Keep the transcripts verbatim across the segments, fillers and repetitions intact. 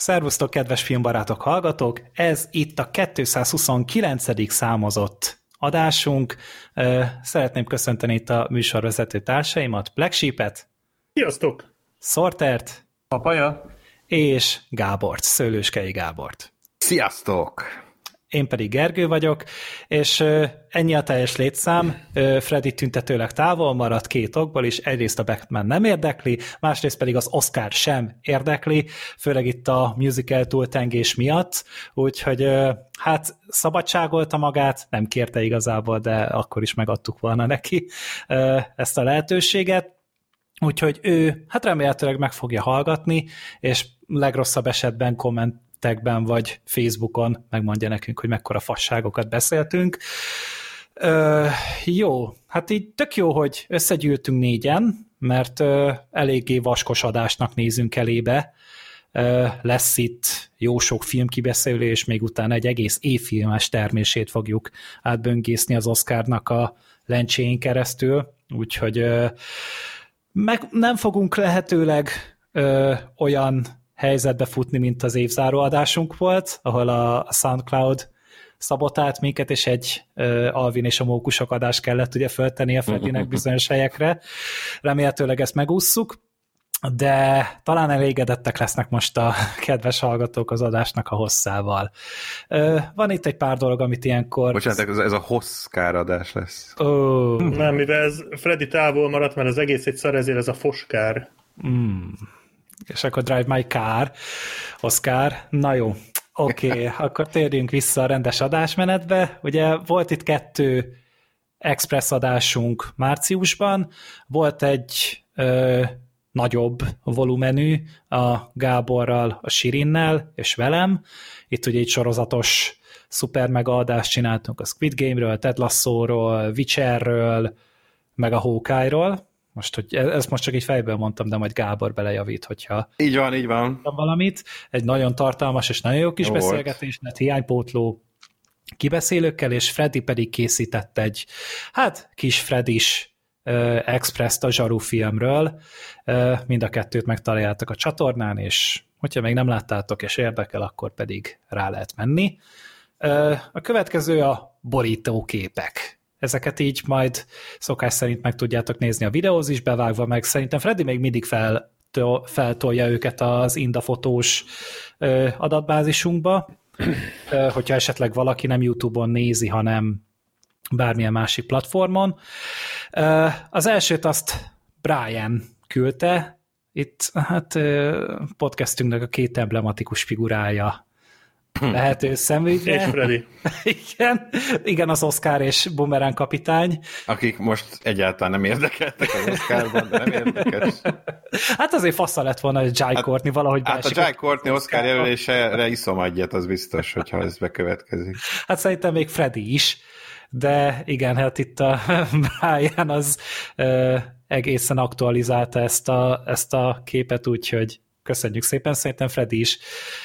Szervusztok, kedves filmbarátok, hallgatók! Ez itt a kétszázhuszonkilencedik számozott adásunk. Szeretném köszönteni itt a műsorvezető társaimat, Black Sheep-et. Sziasztok! Sortert. Papaja. És Gábort, Szőlőskei Gábort. Sziasztok! Én pedig Gergő vagyok, és ennyi a teljes létszám. Freddy tüntetőleg távol maradt két okból is. Egyrészt a Batman nem érdekli, másrészt pedig az Oscar sem érdekli, főleg itt a musical túltengés miatt, úgyhogy hát szabadságolta magát, nem kérte igazából, de akkor is megadtuk volna neki ezt a lehetőséget. Úgyhogy ő hát remélhetőleg meg fogja hallgatni, és legrosszabb esetben komment vagy Facebookon megmondja nekünk, hogy mekkora fasságokat beszéltünk. Ö, jó, hát így tök jó, hogy összegyűltünk négyen, mert ö, eléggé vaskos adásnak nézünk elébe. Ö, lesz itt jó sok filmkibeszélés, még utána egy egész évfilmes termését fogjuk átböngészni az Oscarnak a lencséjén keresztül, úgyhogy ö, meg nem fogunk lehetőleg ö, olyan helyzetbe futni, mint az évzáró adásunk volt, ahol a SoundCloud szabotált minket, és egy uh, Alvin és a mókusok adást kellett ugye föltenni a Freddynek bizonyos helyekre. Remélhetőleg ezt megússzuk, de talán elégedettek lesznek most a kedves hallgatók az adásnak a hosszával. Uh, van itt egy pár dolog, amit ilyenkor... Bocsánat, ez, ez a hosszkár adás lesz. Oh. Nem, mivel ez Freddy távol maradt, mert az egész egy szar, ezért ez a foskár. Mm. És akkor Drive My Car, Oscar. Na jó, oké, okay, akkor térjünk vissza a rendes adásmenetbe. Ugye volt itt kettő express adásunk márciusban, volt egy ö, nagyobb volumenű a Gáborral, a Sirinnel és velem. Itt ugye egy sorozatos szuper mega adást csináltunk a Squid Game-ről, Ted Lasso-ról, Witcherről, meg a Hawkeye-ról. Most, hogy ezt most csak így fejből mondtam, de majd Gábor belejavít, hogyha... Így van, így van. Valamit. Egy nagyon tartalmas és nagyon jó kis jó beszélgetés, mert hiánypótló kibeszélőkkel, és Freddy pedig készített egy, hát kis Freddy-s uh, express-t a Zsaru filmről. Uh, mind a kettőt megtaláljátok a csatornán, és hogyha még nem láttátok és érdekel, akkor pedig rá lehet menni. Uh, a következő a borítóképek. Ezeket így majd szokás szerint meg tudjátok nézni a videóz is bevágva, meg szerintem Freddy még mindig fel, feltolja őket az indafotós adatbázisunkba, hogyha esetleg valaki nem YouTube-on nézi, hanem bármilyen másik platformon. Az elsőt azt Brian küldte, itt hát podcastünknek a két emblematikus figurája lehető szemügyre. És Freddy. Igen, igen, az Oscar és Boomerang kapitány. Akik most egyáltalán nem érdekeltek az Oscarban, de nem érdekes. Hát azért fassa lett volna, hogy Jai Courtney valahogy beesik. Hát a Jai Courtney Oscar jelölésére iszom egyet, az biztos, hogyha ez bekövetkezik. Hát szerintem még Freddy is, de igen, hát itt a Brian az uh, egészen aktualizálta ezt a, ezt a képet, úgyhogy köszönjük szépen, szerintem Freddy is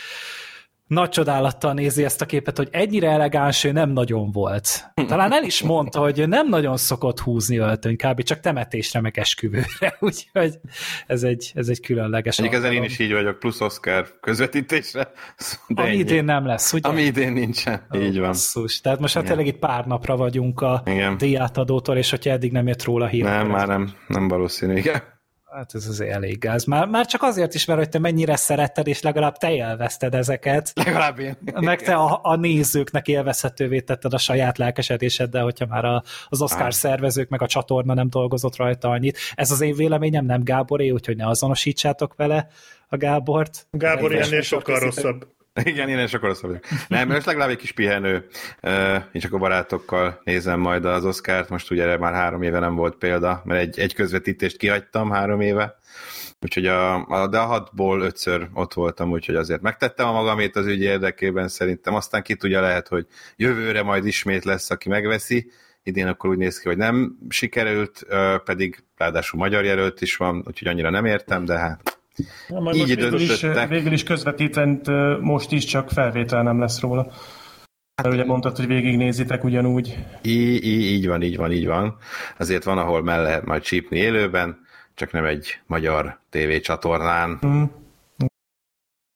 nagy csodálattal nézi ezt a képet, hogy ennyire elegáns ő nem nagyon volt. Talán el is mondta, hogy nem nagyon szokott húzni öltöny, kb. Csak temetésre, meg esküvőre, úgyhogy ez egy, ez egy különleges Egyik ezen én is így vagyok, plusz Oscar közvetítésre. De ami ennyi. Idén nem lesz, ugye? Ami idén nincsen, oh, így van. Basszus. Tehát most hát tényleg itt pár napra vagyunk a igen. díjátadótól, és hogyha eddig nem jött róla hír. Nem, már nem, nem valószínű, igen. Hát ez azért elég gáz. Már, már csak azért is, mert hogy te mennyire szeretted, és legalább te élvezted ezeket. Legalább én. Meg te a, a nézőknek élvezhetővé tetted a saját lelkesedéseddel, hogyha már a, az Oscar ah. szervezők, meg a csatorna nem dolgozott rajta annyit. Ez az én véleményem, nem Gáboré, úgyhogy ne azonosítsátok vele a Gábort. Gábor ennél sokkal rosszabb. Igen, én sokkal rosszabb vagyok. Nem, most legalább egy kis pihenő. Én csak a barátokkal nézem majd az Oscart, most ugye már három éve nem volt példa, mert egy, egy közvetítést kihagytam három éve, úgyhogy a, a, de a hatból ötször ott voltam, úgyhogy azért megtettem a magamét az ügy érdekében szerintem, aztán ki tudja, lehet, hogy jövőre majd ismét lesz, aki megveszi, idén akkor úgy néz ki, hogy nem sikerült, pedig ráadásul magyar jelölt is van, úgyhogy annyira nem értem, de hát Na, így végül is, végül is közvetítve most is, csak felvétel nem lesz róla. Hát, ugye mondtad, hogy végignézitek ugyanúgy. Így, így van, így van, így van. Azért van, ahol mell lehet majd csípni élőben, csak nem egy magyar tévécsatornán. Mm.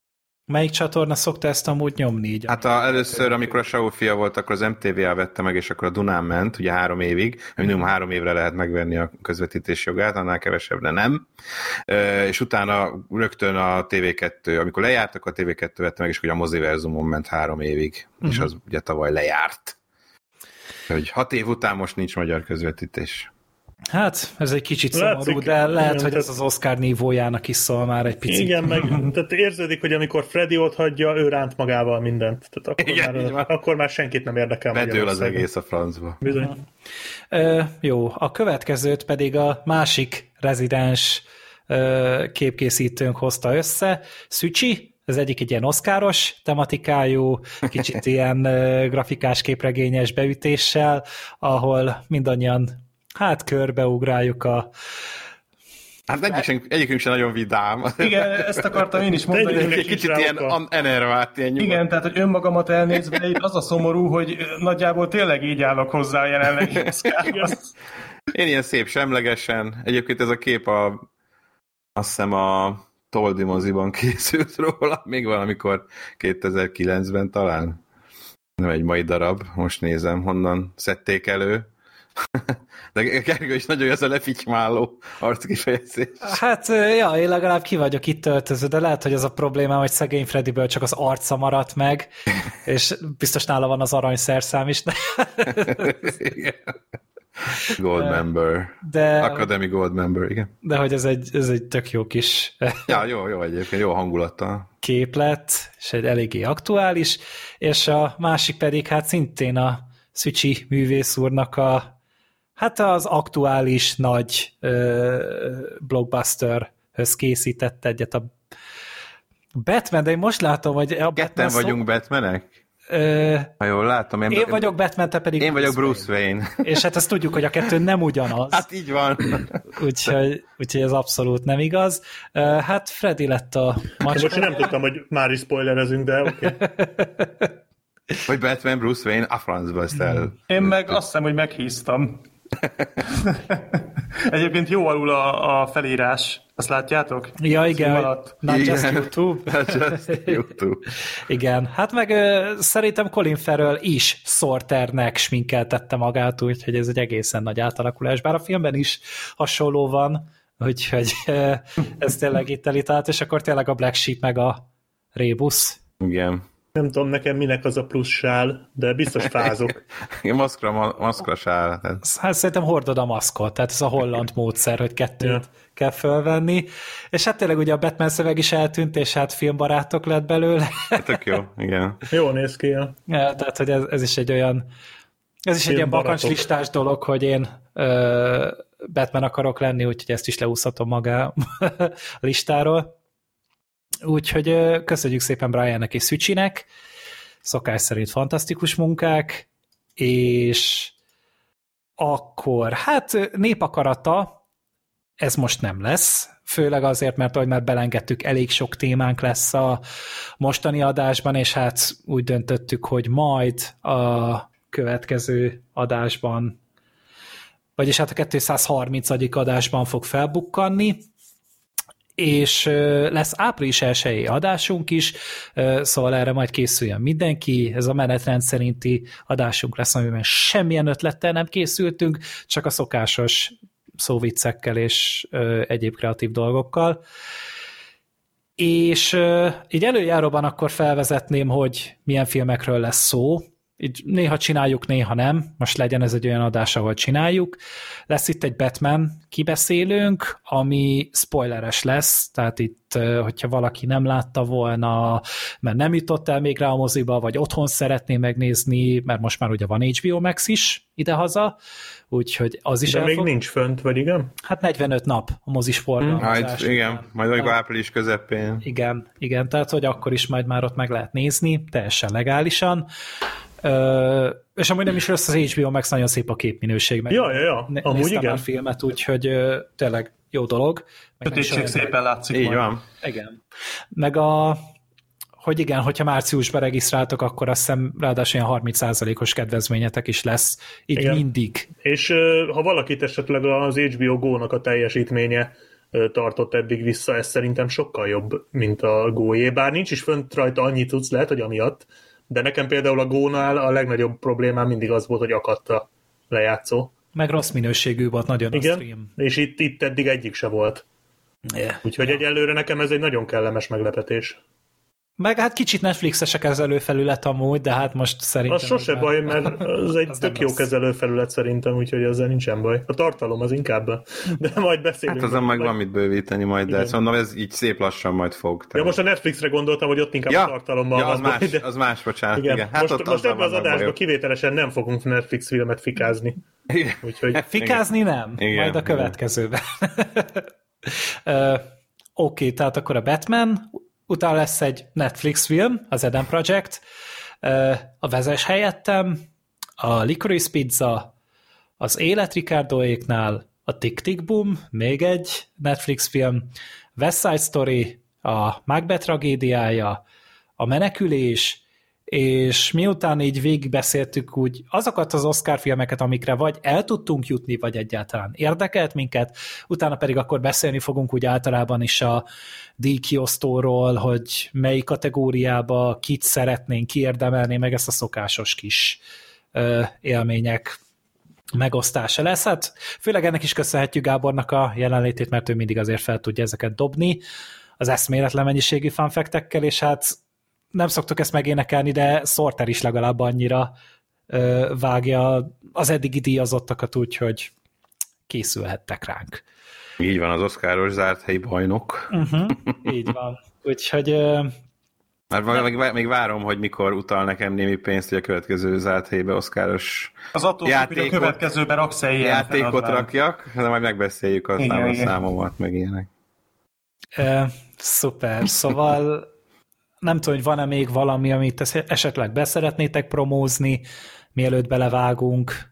Melyik csatorna szokta ezt amúgy nyomni? Így, hát a, először, amikor a Saul fia volt, akkor az em té vé á vette meg, és akkor a Dunán ment, ugye három évig, minimum három évre lehet megvenni a közvetítés jogát, annál kevesebbre nem. E, és utána rögtön a té vé kettő, amikor lejártak, a té vé kettő vette meg, és ugye a Moziverzumon ment három évig, uh-huh. és az ugye tavaly lejárt. Hogy hat év után most nincs magyar közvetítés. Hát, ez egy kicsit szomorú, de lehet, igen, hogy tehát... ez az Oscar nívójának is szól már egy picit. Igen, meg tehát érződik, hogy amikor Freddy ott hagyja, ő ránt magával mindent. Tehát akkor, igen, már, akkor már senkit nem érdekel. Bedől az egész a francba. Bizony. Ö, jó, a következőt pedig a másik rezidens ö, képkészítőnk hozta össze, Szücsi. Ez egyik egy ilyen oszkáros tematikájú, kicsit ilyen ö, grafikás képregényes beütéssel, ahol mindannyian hát körbeugráljuk a... Hát egyikünk, egyikünk sem nagyon vidám. Igen, ezt akartam én is mondani. Egy, egy kicsit ilyen enervált, ilyen nyugodt. Igen, tehát, hogy önmagamat elnézve, itt az a szomorú, hogy nagyjából tényleg így állok hozzá a jelenlegi Oscarhoz. Én ilyen szép semlegesen. Egyébként ez a kép a, azt hiszem a Toldi moziban készült róla, még valamikor kétezer-kilencben talán. Nem egy mai darab, most nézem, honnan szedték elő. De Gergő is nagyon az a lefitymáló arckifejezés. Hát, ja, én legalább ki vagyok itt töltöző, de lehet, hogy az a problémám, hogy szegény Freddyből csak az arca maradt meg, és biztos nála van az aranyszerszám is. Igen. Gold member. De, Academy Gold member, igen. De hogy ez egy, ez egy tök jó kis ja, jó, jó egyébként, jó hangulattal. Képlet, és egy eléggé aktuális, és a másik pedig hát szintén a Szücsi művész úrnak a hát az aktuális nagy ö, blockbusterhöz készített egyet a Batman, de én most látom, hogy a Ketten Batman vagyunk szó... Batmanek? Ö, ha jól látom. Én, én vagyok Batman, te pedig Én Bruce vagyok Bruce Wayne. Wayne. És hát ezt tudjuk, hogy a kettő nem ugyanaz. Hát így van. Úgyhogy, úgyhogy ez abszolút nem igaz. Hát Freddy lett a macska. Most nem tudtam, hogy már is spoilerezünk, de oké. Okay. Hogy Batman, Bruce Wayne, a francba ezt el... Én meg azt hiszem, hogy meghíztam. Egyébként jó alul a, a felírás. Azt látjátok? Ja, igen. Not igen. just YouTube. Not just YouTube. Igen. Hát meg ö, szerintem Colin Farrell is Sorternek sminkeltette magát, úgyhogy ez egy egészen nagy átalakulás. Bár a filmben is hasonló van, úgyhogy ö, ez tényleg itt elitalált, és akkor tényleg a Black Sheep meg a Rébus. Igen. Nem tudom nekem minek az a plusz sál, de biztos fázok. Igen, maszkra, ma, maszkra sál. Hát szerintem hordod a maszkot, tehát ez a holland módszer, hogy kettőt ja. kell fölvenni. És hát tényleg ugye a Batman szöveg is eltűnt, és hát filmbarátok lett belőle. Tök jó, igen. Jó néz ki. Ja. Ja, tehát, hogy ez, ez is egy olyan ez is egy ilyen bakancslistás dolog, hogy én ö, Batman akarok lenni, úgyhogy ezt is leúszhatom magá a listáról. Úgyhogy köszönjük szépen Briannek és Szücsinek, szokás szerint fantasztikus munkák, és akkor, hát népakarata ez most nem lesz, főleg azért, mert ahogy már belengedtük, elég sok témánk lesz a mostani adásban, és hát úgy döntöttük, hogy majd a következő adásban, vagyis hát a kétszázharmincadik adásban fog felbukkanni, és lesz április elsői adásunk is, szóval erre majd készüljön mindenki, ez a menetrend szerinti adásunk lesz, amiben semmilyen ötlettel nem készültünk, csak a szokásos szóviccekkel és egyéb kreatív dolgokkal. És így előjáróban akkor felvezetném, hogy milyen filmekről lesz szó. Így néha csináljuk, néha nem. Most legyen ez egy olyan adás, ahol csináljuk. Lesz itt egy Batman kibeszélőnk, ami spoileres lesz, tehát itt, hogyha valaki nem látta volna, mert nem jutott el még rá a moziba, vagy otthon szeretné megnézni, mert most már ugye van há bé o Max is idehaza, úgyhogy az is de el még fog... nincs fönt, vagy igen? Hát negyvenöt nap a mozis forgalmazás. Hmm. Igen, majd amikor április közepén. Igen, igen, tehát hogy akkor is majd már ott meg lehet nézni, teljesen legálisan. Uh, és amúgy nem is rossz az há bé o Max, nagyon szép a képminőség. Meg ja, ja, ja. Ne, amúgy igen. a filmet, úgyhogy uh, tényleg jó dolog. Sötétség szépen látszik. Így majd. van. Igen. Meg a, hogy igen, hogyha márciusban regisztráltok, akkor azt hiszem ráadásul ilyen harminc százalékos kedvezményetek is lesz. Így igen. mindig. És uh, ha valakit esetleg az há bé o Go-nak a teljesítménye tartott eddig vissza, ez szerintem sokkal jobb, mint a Go-é, bár nincs is fönt rajta annyi tudsz, lehet, hogy amiatt, de nekem például a Go-nál a legnagyobb problémám mindig az volt, hogy akadt a lejátszó. Meg rossz minőségű volt nagyon igen, a stream. És itt, itt eddig egyik se volt. Yeah. Úgyhogy yeah. egyelőre nekem ez egy nagyon kellemes meglepetés. Meg hát kicsit Netflixes a kezelőfelület amúgy, de hát most szerintem... Az sose baj, mert az egy az tök jó kezelőfelület szerintem, úgyhogy ezzel nincsen baj. A tartalom az inkább, de majd beszélünk. Hát azon meg van mit bővíteni majd, de mondom, ez így szép lassan majd fog. Ja, most a Netflixre gondoltam, hogy ott inkább ja, a tartalommal ja, az van. más, de... az más, bocsánat. Igen. Igen. Hát most ott most ebben az adásban kivételesen nem fogunk Netflix filmet fikázni. Igen. Úgyhogy... Fikázni nem, igen. majd a következőben. uh, Oké, okay, tehát akkor a Batman, utána lesz egy Netflix film, az Eden Project, a Vezess helyettem, a Licorice Pizza, az Élet Ricardoéknál, a Tick Tick Boom, még egy Netflix film, West Side Story, a Macbeth tragédiája, a Menekülés, és miután így végigbeszéltük úgy azokat az Oscar filmeket, amikre vagy el tudtunk jutni, vagy egyáltalán érdekelt minket, utána pedig akkor beszélni fogunk úgy általában is a díjkiosztóról, hogy melyik kategóriába kit szeretnénk kiérdemelni, meg ezt a szokásos kis ö, élmények megosztása lesz. Hát főleg ennek is köszönhetjük Gábornak a jelenlétét, mert ő mindig azért fel tudja ezeket dobni az eszméletlen mennyiségű fanfektekkel, és hát nem szoktuk ezt megénekelni, de Sorter is legalább annyira ö, vágja az eddigi díjazottakat, úgyhogy készülhettek ránk. Így van, az Oscaros zárt helyi bajnok. Uh-huh, így van. Úgyhogy... Ö, Már még, még várom, hogy mikor utal nekem némi pénzt, hogy a következő zárt helybe Oscaros az attól játékot, függ, hogy a következőben raksz ilyen játékot rakjak, de majd megbeszéljük a számos számomat, meg ilyenek. Ö, szuper, szóval nem tudom, hogy van-e még valami, amit esetleg beszeretnétek promózni, mielőtt belevágunk.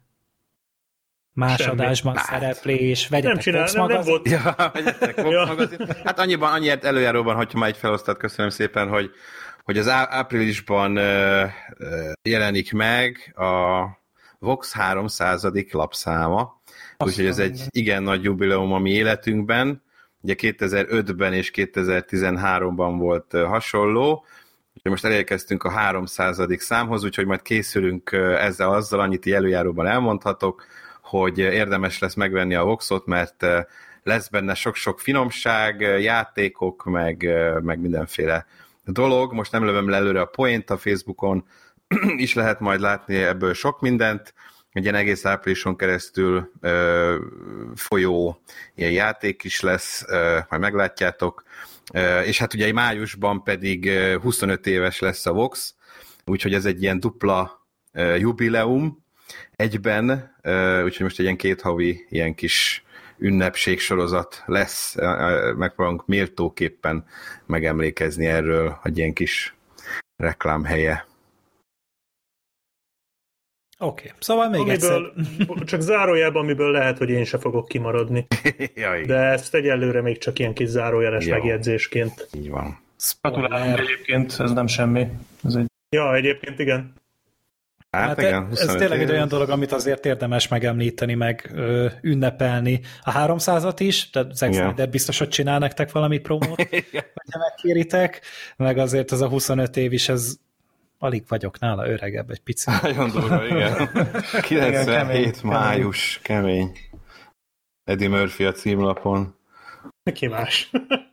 Más semmi. Adásban hát. Szereplés, vegyetek nem csinál, Fox nem, nem magazin. Ja, vegyetek Fox ja. magazin. Hát annyiban, annyiért előjáróban, hogyha már egy felosztat, köszönöm szépen, hogy, hogy az áprilisban uh, uh, jelenik meg a Vox háromszázadik lapszáma, úgyhogy ez egy igen nagy jubileum a mi életünkben. Ugye kétezer-ötben és kétezer-tizenháromban volt hasonló, úgyhogy most elérkeztünk a háromszázadik számhoz, úgyhogy majd készülünk ezzel azzal, annyit így előjáróban elmondhatok, hogy érdemes lesz megvenni a Voxot, mert lesz benne sok-sok finomság, játékok, meg, meg mindenféle dolog. Most nem lövöm le előre a poént, a Facebookon is lehet majd látni ebből sok mindent, egy ilyen egész áprilison keresztül ö, folyó ilyen játék is lesz, ö, majd meglátjátok, ö, és hát ugye májusban pedig huszonöt éves lesz a Vox, úgyhogy ez egy ilyen dupla ö, jubileum egyben, ö, úgyhogy most egy ilyen két havi ilyen kis ünnepségsorozat lesz, megpróbálunk méltóképpen megemlékezni erről, hogy ilyen kis reklámhelye. Oké, okay. Szóval még amiből, egyszer. Csak zárójelben, amiből lehet, hogy én se fogok kimaradni. Ja, de ezt egyelőre még csak ilyen kis zárójeles jó. Megjegyzésként. Így van. Gratulálunk egyébként, ez nem semmi. Ez egy... Ja, egyébként igen. Hát, hát igen, ez tényleg egy olyan dolog, amit azért érdemes megemlíteni, meg ö, ünnepelni. A háromszázat is, tehát Zack Snyder biztos, hogy csinál nektek valami promót, hogyha megkéritek, meg azért az a huszonöt év is, ez alig vagyok nála öregebb egy picit. Nagyon durva, igen. kilencvenhét kemény, május, kemény. Eddie Murphy a címlapon. Ki más?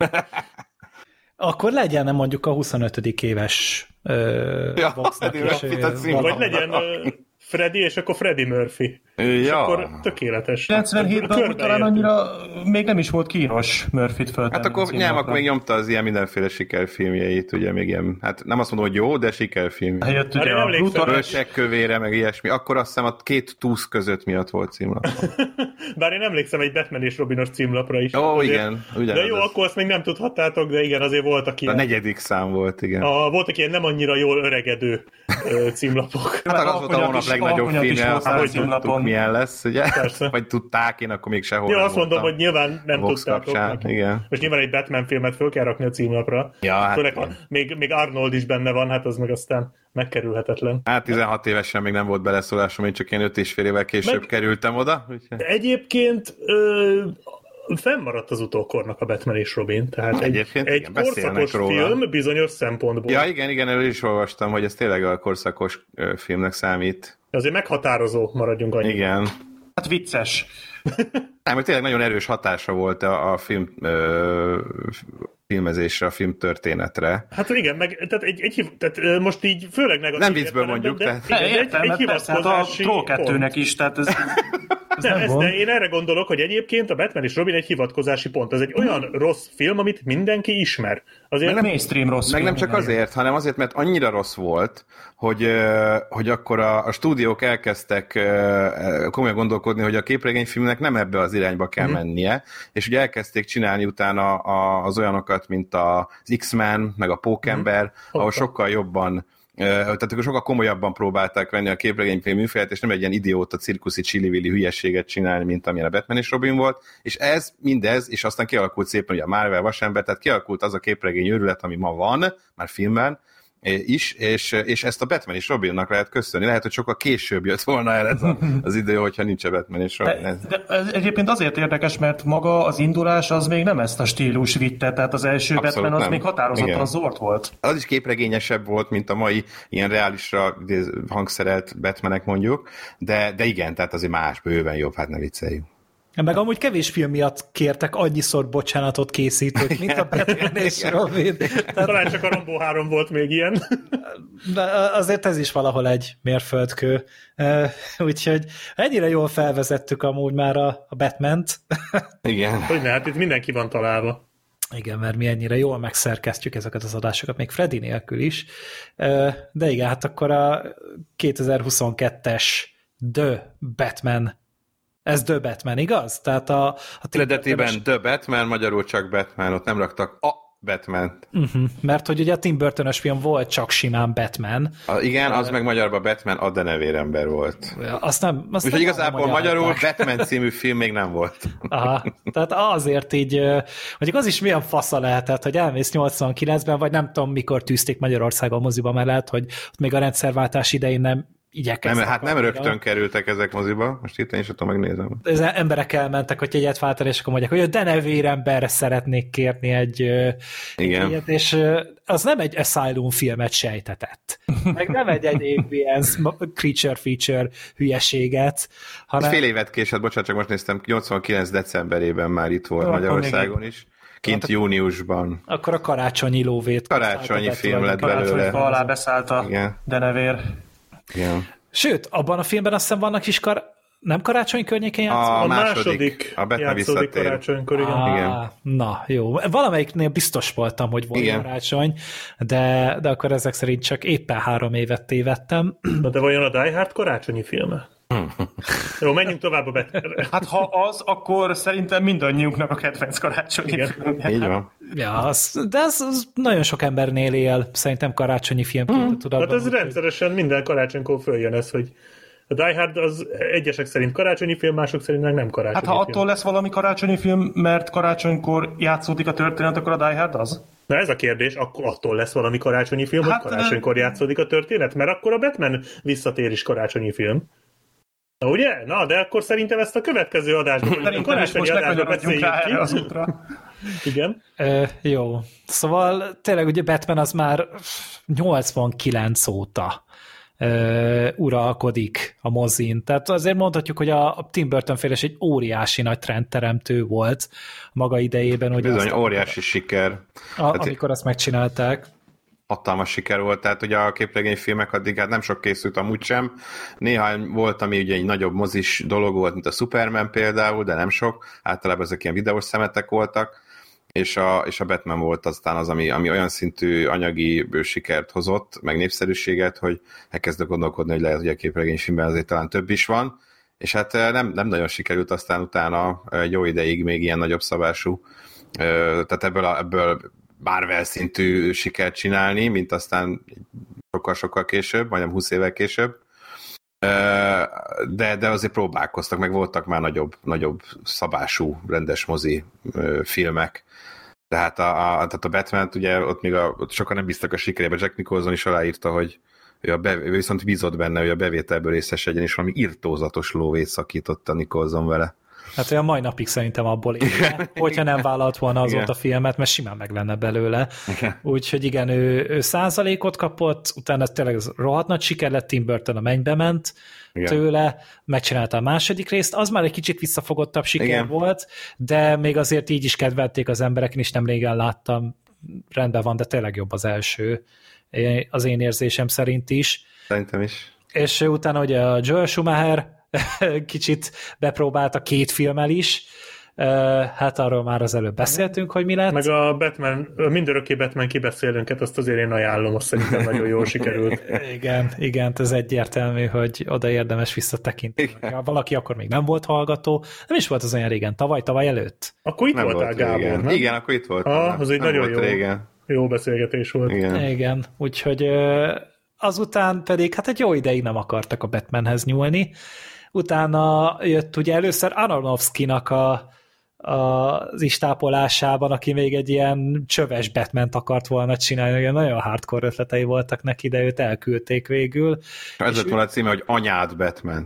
Akkor legyen nem mondjuk a huszonötödik éves uh, ja, Voxnak is. Vagy legyen uh, Freddy, és akkor Freddie Murphy. Ja. És akkor tökéletes. kilencvenhétben talán annyira még nem is volt kínos Murphyt föltenni. Hát akkor nem, akkor még nyomta az ilyen mindenféle sikerfilmjeit, ugye még ilyen, hát nem azt mondom, hogy jó, de sikerfilm. Hát jött ugye a Bölcsek kövére, meg ilyesmi. Akkor azt hiszem a két túsz között miatt volt címlap. Bár én emlékszem egy Batman és Robinos címlapra is. Ó, azért, igen. Ugyanaz de jó, az... akkor azt még nem tudhattátok, de igen, azért voltak ilyen. A negyedik szám volt, igen. A, voltak ilyen nem annyira jól öregedő címlapok. Hát az volt a hónap legnagyobb filmje, hogy tudtuk milyen lesz, ugye? Persze. Vagy tudták, én akkor még sehol. Ja, azt mondom, hogy nyilván nem tudtátok. Igen. Most nyilván egy Batman filmet föl kell rakni a címlapra. Ja, hát még, még Arnold is benne van, hát az meg aztán megkerülhetetlen. Hát tizenhat évesen még nem volt beleszólásom, én csak én öt és fél évvel később meg... kerültem oda. Úgyhogy... Egyébként ö, fennmaradt az utókornak a Batman és Robin, tehát egy, egy igen, korszakos film bizonyos szempontból. Ja, igen, igen, erről is olvastam, hogy ez tényleg a korszakos filmnek számít. Azért meghatározó, maradjunk annyi. Igen. Hát vicces. Nem, hogy tényleg nagyon erős hatása volt a, a film, ö, filmezésre, a filmtörténetre. Hát igen, meg tehát egy, egy, tehát most így főleg negatív. Nem viccből mondjuk, de, tehát. de, egy, értem, egy, egy hivatkozási hát a Troll kettőnek is, tehát ez... Ez nem, ez, de én erre gondolok, hogy egyébként a Batman és Robin egy hivatkozási pont. Ez egy olyan hmm. rossz film, amit mindenki ismer. Azért meg nem mainstream rossz meg film. nem csak azért, hanem azért, mert annyira rossz volt, hogy, hogy akkor a, a stúdiók elkezdtek komolyan gondolkodni, hogy a képregényfilmnek nem ebbe az irányba kell hmm. mennie, és ugye elkezdték csinálni utána az olyanokat, mint az X-Men, meg a Pókember, hmm. ahol sokkal jobban tehát akkor sokkal komolyabban próbálták venni a képregényfilm műfaját, és nem egy ilyen idióta, cirkuszi, csili-vili hülyeséget csinálni, mint amilyen a Batman és Robin volt, és ez, mindez, és aztán kialakult szépen ugye a Marvel Vasember, tehát kialakult az a képregény őrület, ami ma van, már filmben is, és, és ezt a Batman és Robinnak lehet köszönni. Lehet, hogy sokkal később jött volna el ez a, az idő, hogyha nincs a Batman és Robin. De, de ez egyébként azért érdekes, mert maga az indulás az még nem ezt a stílus vitte, tehát az első Abszolút Batman az nem. még határozottan Igen. zord volt. Az is képregényesebb volt, mint a mai ilyen reálisra hangszerelt Batmanek mondjuk, de, de igen, tehát azért más, bőven jobb, hát ne vicceljük. Meg amúgy kevés film miatt kértek annyiszor bocsánatot készítők, mint a Batman és Robin. Tehát... Talán csak a Rambo három volt még ilyen. De azért ez is valahol egy mérföldkő. Úgyhogy ennyire jól felvezettük amúgy már a, a Batmant. Igen. Hogyne, hát itt mindenki van találva. Igen, mert mi ennyire jól megszerkesztjük ezeket az adásokat, még Freddy nélkül is. De igen, hát akkor a kétezer-huszonkettes The Batman Ez The Batman, igaz? Tehát a, a eredetiben The Batman, magyarul csak Batman, ott nem raktak a Batman-t. Uh-huh. Mert hogy ugye a Tim Burton-ös film volt csak simán Batman. A, igen, az uh, meg magyarban Batman a denevérember volt. Azt nem, azt Úgyhogy igazából magyarul Batman című film még nem volt. Aha, tehát azért így, mondjuk az is milyen fasza lehetett, hogy elmész nyolcvankilencben, vagy nem tudom mikor tűzték Magyarországon moziba, mert lehet, hogy ott még a rendszerváltás idején nem igyekeztek. Nem, hát nem rögtön annyira. Kerültek ezek moziba, most itt én is tudom, megnézem. Ez emberek elmentek, hogy egyet váltani, és akkor mondják, hogy a denevéremberre szeretnék kérni egy, egy ilyet, és az nem egy Asylum filmet sejtetett. Meg nem egy, egy Aliens creature feature hülyeséget, hanem... Fél évet késett, bocsánat, csak most néztem, nyolcvankilenc decemberében már itt volt akkor Magyarországon is. Kint hát, júniusban. Akkor a karácsonyi lóvét. Karácsonyi film lett belőle. Karácsonyi fa alá beszállt a denevér. Igen. Sőt, abban a filmben azt hiszem vannak is kar... nem karácsony környékén játszódik? A, a második, a Batman visszatér. Karácsonykor, igen. Ah, igen. Na, jó. Valamelyiknél biztos voltam, hogy volt igen. karácsony, de, de akkor ezek szerint csak éppen három évet tévedtem. Na de vajon a Die Hard karácsonyi filme? Jó, menjünk tovább a Batmanre. Hát ha az, akkor szerintem mindannyiunknak a kedvenc karácsonyi film. Így van. Ja, az, de az, az nagyon sok embernél él, szerintem karácsonyi filmként. Hmm. Tudod, hát ez úgy, rendszeresen minden karácsonykor följön ez, hogy a Die Hard az egyesek szerint karácsonyi film, mások szerint meg nem karácsonyi film. Hát ha film. attól lesz valami karácsonyi film, mert karácsonykor játszódik a történet, akkor a Die Hard az? Na ez a kérdés, akkor attól lesz valami karácsonyi film, hát, hogy karácsonykor ne... játszódik a történet? Mert akkor a Batman visszatér is karácsonyi film. Na ugye? Na, de akkor szerintem ezt a következő adásban, a karácsonyi adásban beszéljük ki. Az útra. Igen. Ö, jó. Szóval tényleg ugye Batman az már nyolcvankilenc óta ö, uralkodik a mozin. Tehát azért mondhatjuk, hogy a Tim Burton féle egy óriási nagy trendteremtő volt maga idejében. Hogy bizony, óriási a, siker. A, hát amikor azt megcsinálták. Hatalmas siker volt, tehát ugye a képregényfilmek addig hát nem sok készült amúgy sem. Néha volt, ami ugye egy nagyobb mozis dolog volt, mint a Superman például, de nem sok. Általában ezek ilyen videós szemetek voltak, és a, és a Batman volt aztán az, ami, ami olyan szintű anyagi sikert hozott, meg népszerűséget, hogy elkezdek gondolkodni, hogy lehet, hogy a képregényfilmben azért talán több is van, és hát nem, nem nagyon sikerült aztán utána egy jó ideig még ilyen nagyobb szabású, tehát ebből, a, ebből Marvel szintű sikert csinálni, mint aztán sokkal-sokkal később, majdnem húsz évvel később. De, de azért próbálkoztak, meg voltak már nagyobb, nagyobb szabású, rendes mozi filmek. Tehát a, a, tehát a Batman-t ugye ott még a, ott sokan nem bíztak a sikerébe. Jack Nicholson is aláírta, hogy ő, a be, ő viszont bízott benne, hogy a bevételből részesedjen, és valami irtózatos lóvét szakított a Nicholson vele. Hát olyan mai napig szerintem abból élne, hogyha nem vállalt volna azóta a filmet, mert simán meg lenne belőle. Úgyhogy igen, ő, ő százalékot kapott, utána tényleg ez rohadt nagy siker lett, Tim Burton a mennybe ment igen. tőle, megcsinálta a második részt, az már egy kicsit visszafogottabb siker igen. volt, de még azért így is kedvelték az emberek, én is nem régen láttam, rendben van, de tényleg jobb az első, az én érzésem szerint is. Szerintem is. És utána ugye a Joel Schumacher kicsit bepróbálta két filmmel is, hát arról már az előbb beszéltünk, hogy mi lett. Meg a Batman, mindörökké Batman kibeszélőnket, azt azért én ajánlom, azt szerintem nagyon jól sikerült. Igen, igen, ez egyértelmű, hogy oda érdemes visszatekinteni. Ha valaki akkor még nem volt hallgató, nem is volt az olyan régen, tavaly, tavaly előtt. Akkor itt nem voltál, volt Gábor, régen. nem? Igen, akkor itt volt. Ah, az egy nem nagyon jó, régen. jó beszélgetés volt. Igen, igen úgyhogy azután pedig hát egy jó ideig nem akartak a Batmanhez nyúlni. Utána jött ugye először Aronofskynak a, a, az istápolásában, aki még egy ilyen csöves Batmant akart volna csinálni, olyan nagyon hardcore ötletei voltak neki, de őt elküldték végül. Ez lett volna a címe, hogy Anyád Batman.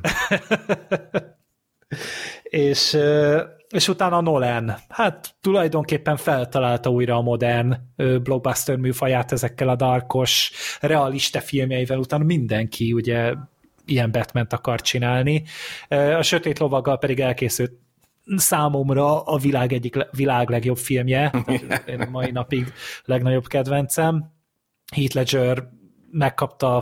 és, és utána Nolan. Hát tulajdonképpen feltalálta újra a modern blockbuster műfaját ezekkel a darkos, realista filmjeivel, utána mindenki ugye ilyen Batmant akar csinálni. A Sötét Lovaggal pedig elkészült számomra a világ egyik világ legjobb filmje, én a mai napig legnagyobb kedvencem. Heath Ledger megkapta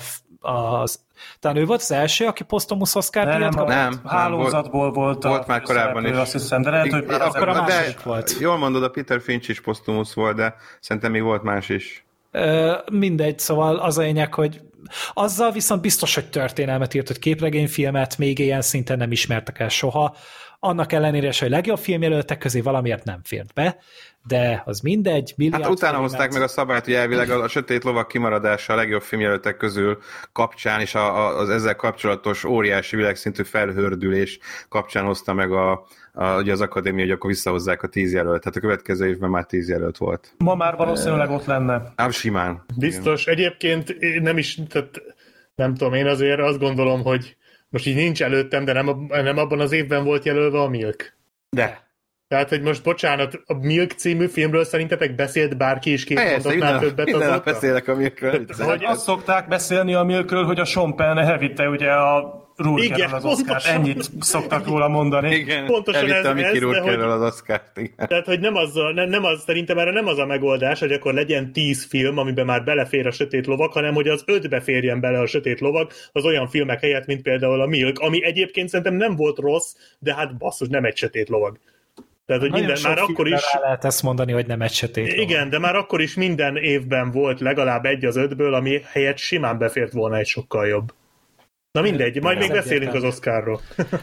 az talán ő volt az első, aki posztumusz Oscar-díjat kapott? Nem, hálózatból volt, volt már korábban is. Azt hiszem, de lehet, hogy akkor a másik volt. Jól mondod, a Peter Finch is posztumusz volt, de szerintem még volt más is. Mindegy, szóval az a lényeg, hogy azzal viszont biztos, hogy történelmet írt, hogy képregényfilmet még ilyen szinten nem ismertek el soha. Annak ellenére, hogy legjobb filmjelöltek közé valamiért nem fért be, de az mindegy. Hát utána hozták meg a szabályt, hogy elvileg a, a Sötét Lovag kimaradása a legjobb filmjelöltek közül kapcsán, és a, a, az ezzel kapcsolatos óriási világszintű felhördülés kapcsán hozta meg a, a, ugye az akadémia, hogy akkor visszahozzák a tíz jelölt. Tehát a következő évben már tíz jelölt volt. Ma már valószínűleg ott lenne. Ám simán. Biztos. Igen. Egyébként nem is, tehát nem tudom, én azért azt gondolom, hogy most így nincs előttem, de nem, nem abban az évben volt jelölve a Milk. De. Tehát, hogy most bocsánat, a Milk című filmről szerintetek beszélt bárki is két mondatnál többet azóta? Minden beszélek a Milkről. Hogy azt szokták beszélni a Milkről, hogy a Sean Penn elvitte ugye a Rourke-ről az Oscart. Ennyit szoktak róla mondani. Igen, pontosan elvitte ez, a Mickey Rourke-ről az Oscart. Igen. Tehát, hogy nem az, nem, nem az, szerintem erre nem az a megoldás, hogy akkor legyen tíz film, amiben már belefér a Sötét Lovag, hanem hogy az ötbe férjen bele a Sötét Lovag az olyan filmek helyett, mint például a Milk, ami egyébként szerintem nem volt rossz, de hát basszus, nem egy Sötét Lovag. Tehát, hogy minden, már akkor is... lehet ezt mondani, hogy nem egy Sötét Lovag. Igen, de már akkor is minden évben volt legalább egy az ötből, ami helyett simán befért volna egy sokkal jobb. Na mindegy, majd még beszélünk az Oscarról.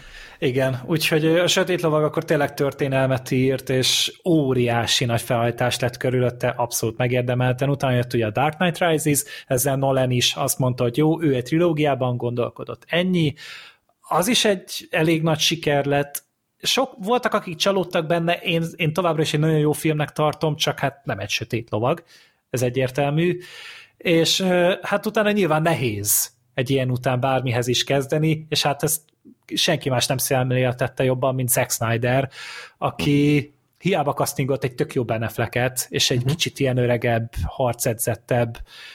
Igen, úgyhogy a Sötét Lovag akkor tényleg történelmet írt, és óriási nagy felhajtás lett körülötte, abszolút megérdemelten. Utána jött ugye a Dark Knight Rises, ezzel Nolan is azt mondta, hogy jó, ő egy trilógiában gondolkodott. Ennyi. Az is egy elég nagy siker lett. Sok voltak, akik csalódtak benne, én, én továbbra is egy nagyon jó filmnek tartom, csak hát nem egy Sötét Lovag, ez egyértelmű. És hát utána nyilván nehéz egy ilyen után bármihez is kezdeni, és hát ezt senki más nem szemléltette jobban, mint Zack Snyder, aki hiába castingolt egy tök jó Ben Afflecket, és egy uh-huh. kicsit ilyen öregebb, harcedzettebb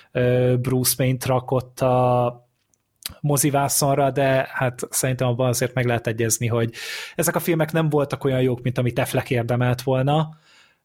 Bruce Wayne-t rakott a mozivászonra, de hát szerintem abban azért meg lehet egyezni, hogy ezek a filmek nem voltak olyan jók, mint amit Affleck érdemelt volna.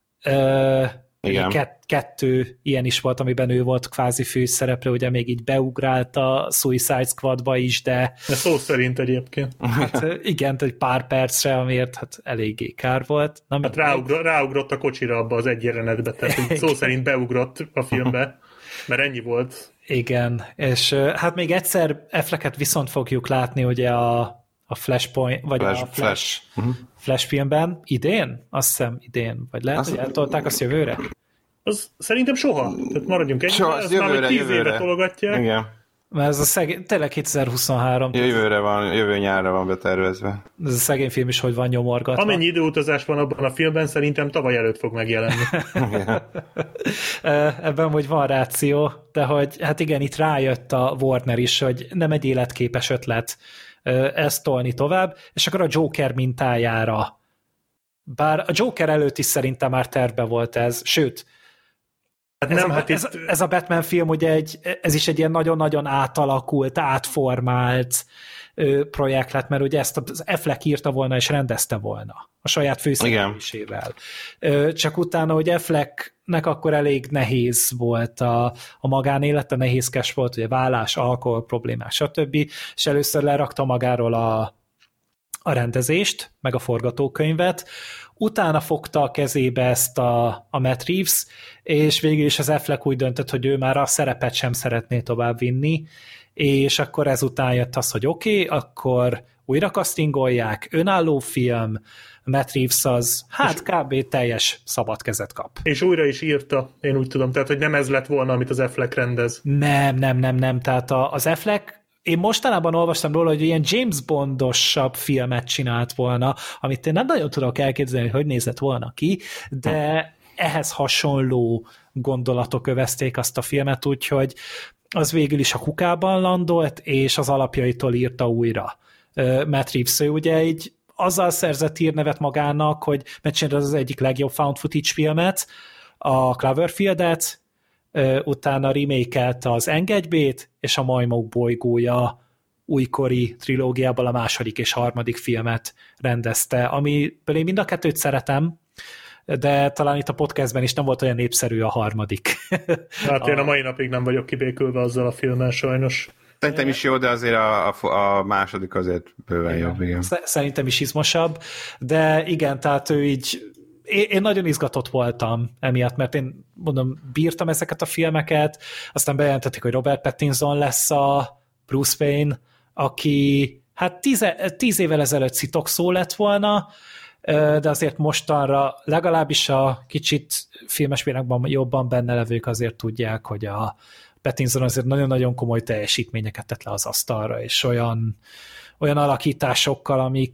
Igen. Kett, kettő ilyen is volt, amiben ő volt kvázi főszereplő, ugye még így beugrált a Suicide Squadba is, de... De szó szerint egyébként. Hát igen, egy pár percre, amiért hát eléggé kár volt. Na, hát ráugrott, ráugrott a kocsira abba az egy jelenetbe, tehát szó szerint beugrott a filmbe, mert ennyi volt. Igen, és hát még egyszer Afflecket viszont fogjuk látni ugye a, a Flashpoint, vagy Flash, a Flash, Flash. Uh-huh. Flash filmben idén? Azt hiszem idén, vagy lehet, azt hogy eltolták azt jövőre? Az szerintem soha. Tehát maradjunk egy, soha, ez jövőre, már tíz jövőre. éve tologatják. Igen. Mert ez a szegény, tényleg kétezer-huszonhárom. Jövőre van, jövő nyárra van betervezve. Ez a szegény film is, hogy van nyomorgatva. Amennyi időutazás van abban a filmben, szerintem tavaly előtt fog megjelenni. Ebben, hogy van ráció, de hogy hát igen, itt rájött a Warner is, hogy nem egy életképes ötlet ezt tolni tovább, és akkor a Joker mintájára bár a Joker előtt is szerintem már tervbe volt ez, sőt, hát ez, nem, a, hát ez, itt... ez a Batman film ugye egy, ez is egy ilyen nagyon-nagyon átalakult, átformált ö, projekt lett, mert ugye ezt az Affleck írta volna és rendezte volna a saját főszereplésével. Csak utána, hogy Afflecknek akkor elég nehéz volt a, a magánélete, nehézkes volt, ugye vállás, alkohol problémák, stb. És először lerakta magáról a a rendezést, meg a forgatókönyvet, utána fogta a kezébe ezt a, a Matt Reeves, és végül is az Affleck úgy döntött, hogy ő már a szerepet sem szeretné tovább vinni, és akkor ezután jött az, hogy oké, okay, akkor újra castingolják, önálló film, Matt Reeves az, hát kb. Teljes szabad kezet kap. És újra is írta, én úgy tudom, tehát hogy nem ez lett volna, amit az Affleck rendez. Nem, nem, nem, nem, tehát a, az Affleck én mostanában olvastam róla, hogy ilyen James Bondosabb filmet csinált volna, amit én nem nagyon tudok elképzelni, hogy hogy nézett volna ki, de ehhez hasonló gondolatok övezték azt a filmet, úgyhogy az végül is a kukában landolt, és az alapjaitól írta újra. Matt Reeves, ő ugye így azzal szerzett hírnevet magának, hogy megcsinálta az egyik legjobb found footage filmet, a Cloverfieldet, utána remake-elte az Engedj B-t, és a Majmok bolygója újkori trilógiából a második és harmadik filmet rendezte, amiből én mind a kettőt szeretem, de talán itt a podcastben is nem volt olyan népszerű a harmadik. Hát én a mai napig nem vagyok kibékülve azzal a filmmel sajnos. Szerintem is jó, de azért a, a, a második azért bőven igen. jobb, igen. Szerintem is izmosabb, de igen, tehát ő így én nagyon izgatott voltam emiatt, mert én mondom, bírtam ezeket a filmeket, aztán bejelentették, hogy Robert Pattinson lesz a Bruce Wayne, aki hát tíz, tíz évvel ezelőtt szitokszó lett volna, de azért mostanra legalábbis a kicsit filmes világban jobban benne levők azért tudják, hogy a Pattinson azért nagyon-nagyon komoly teljesítményeket tett le az asztalra, és olyan, olyan alakításokkal, amik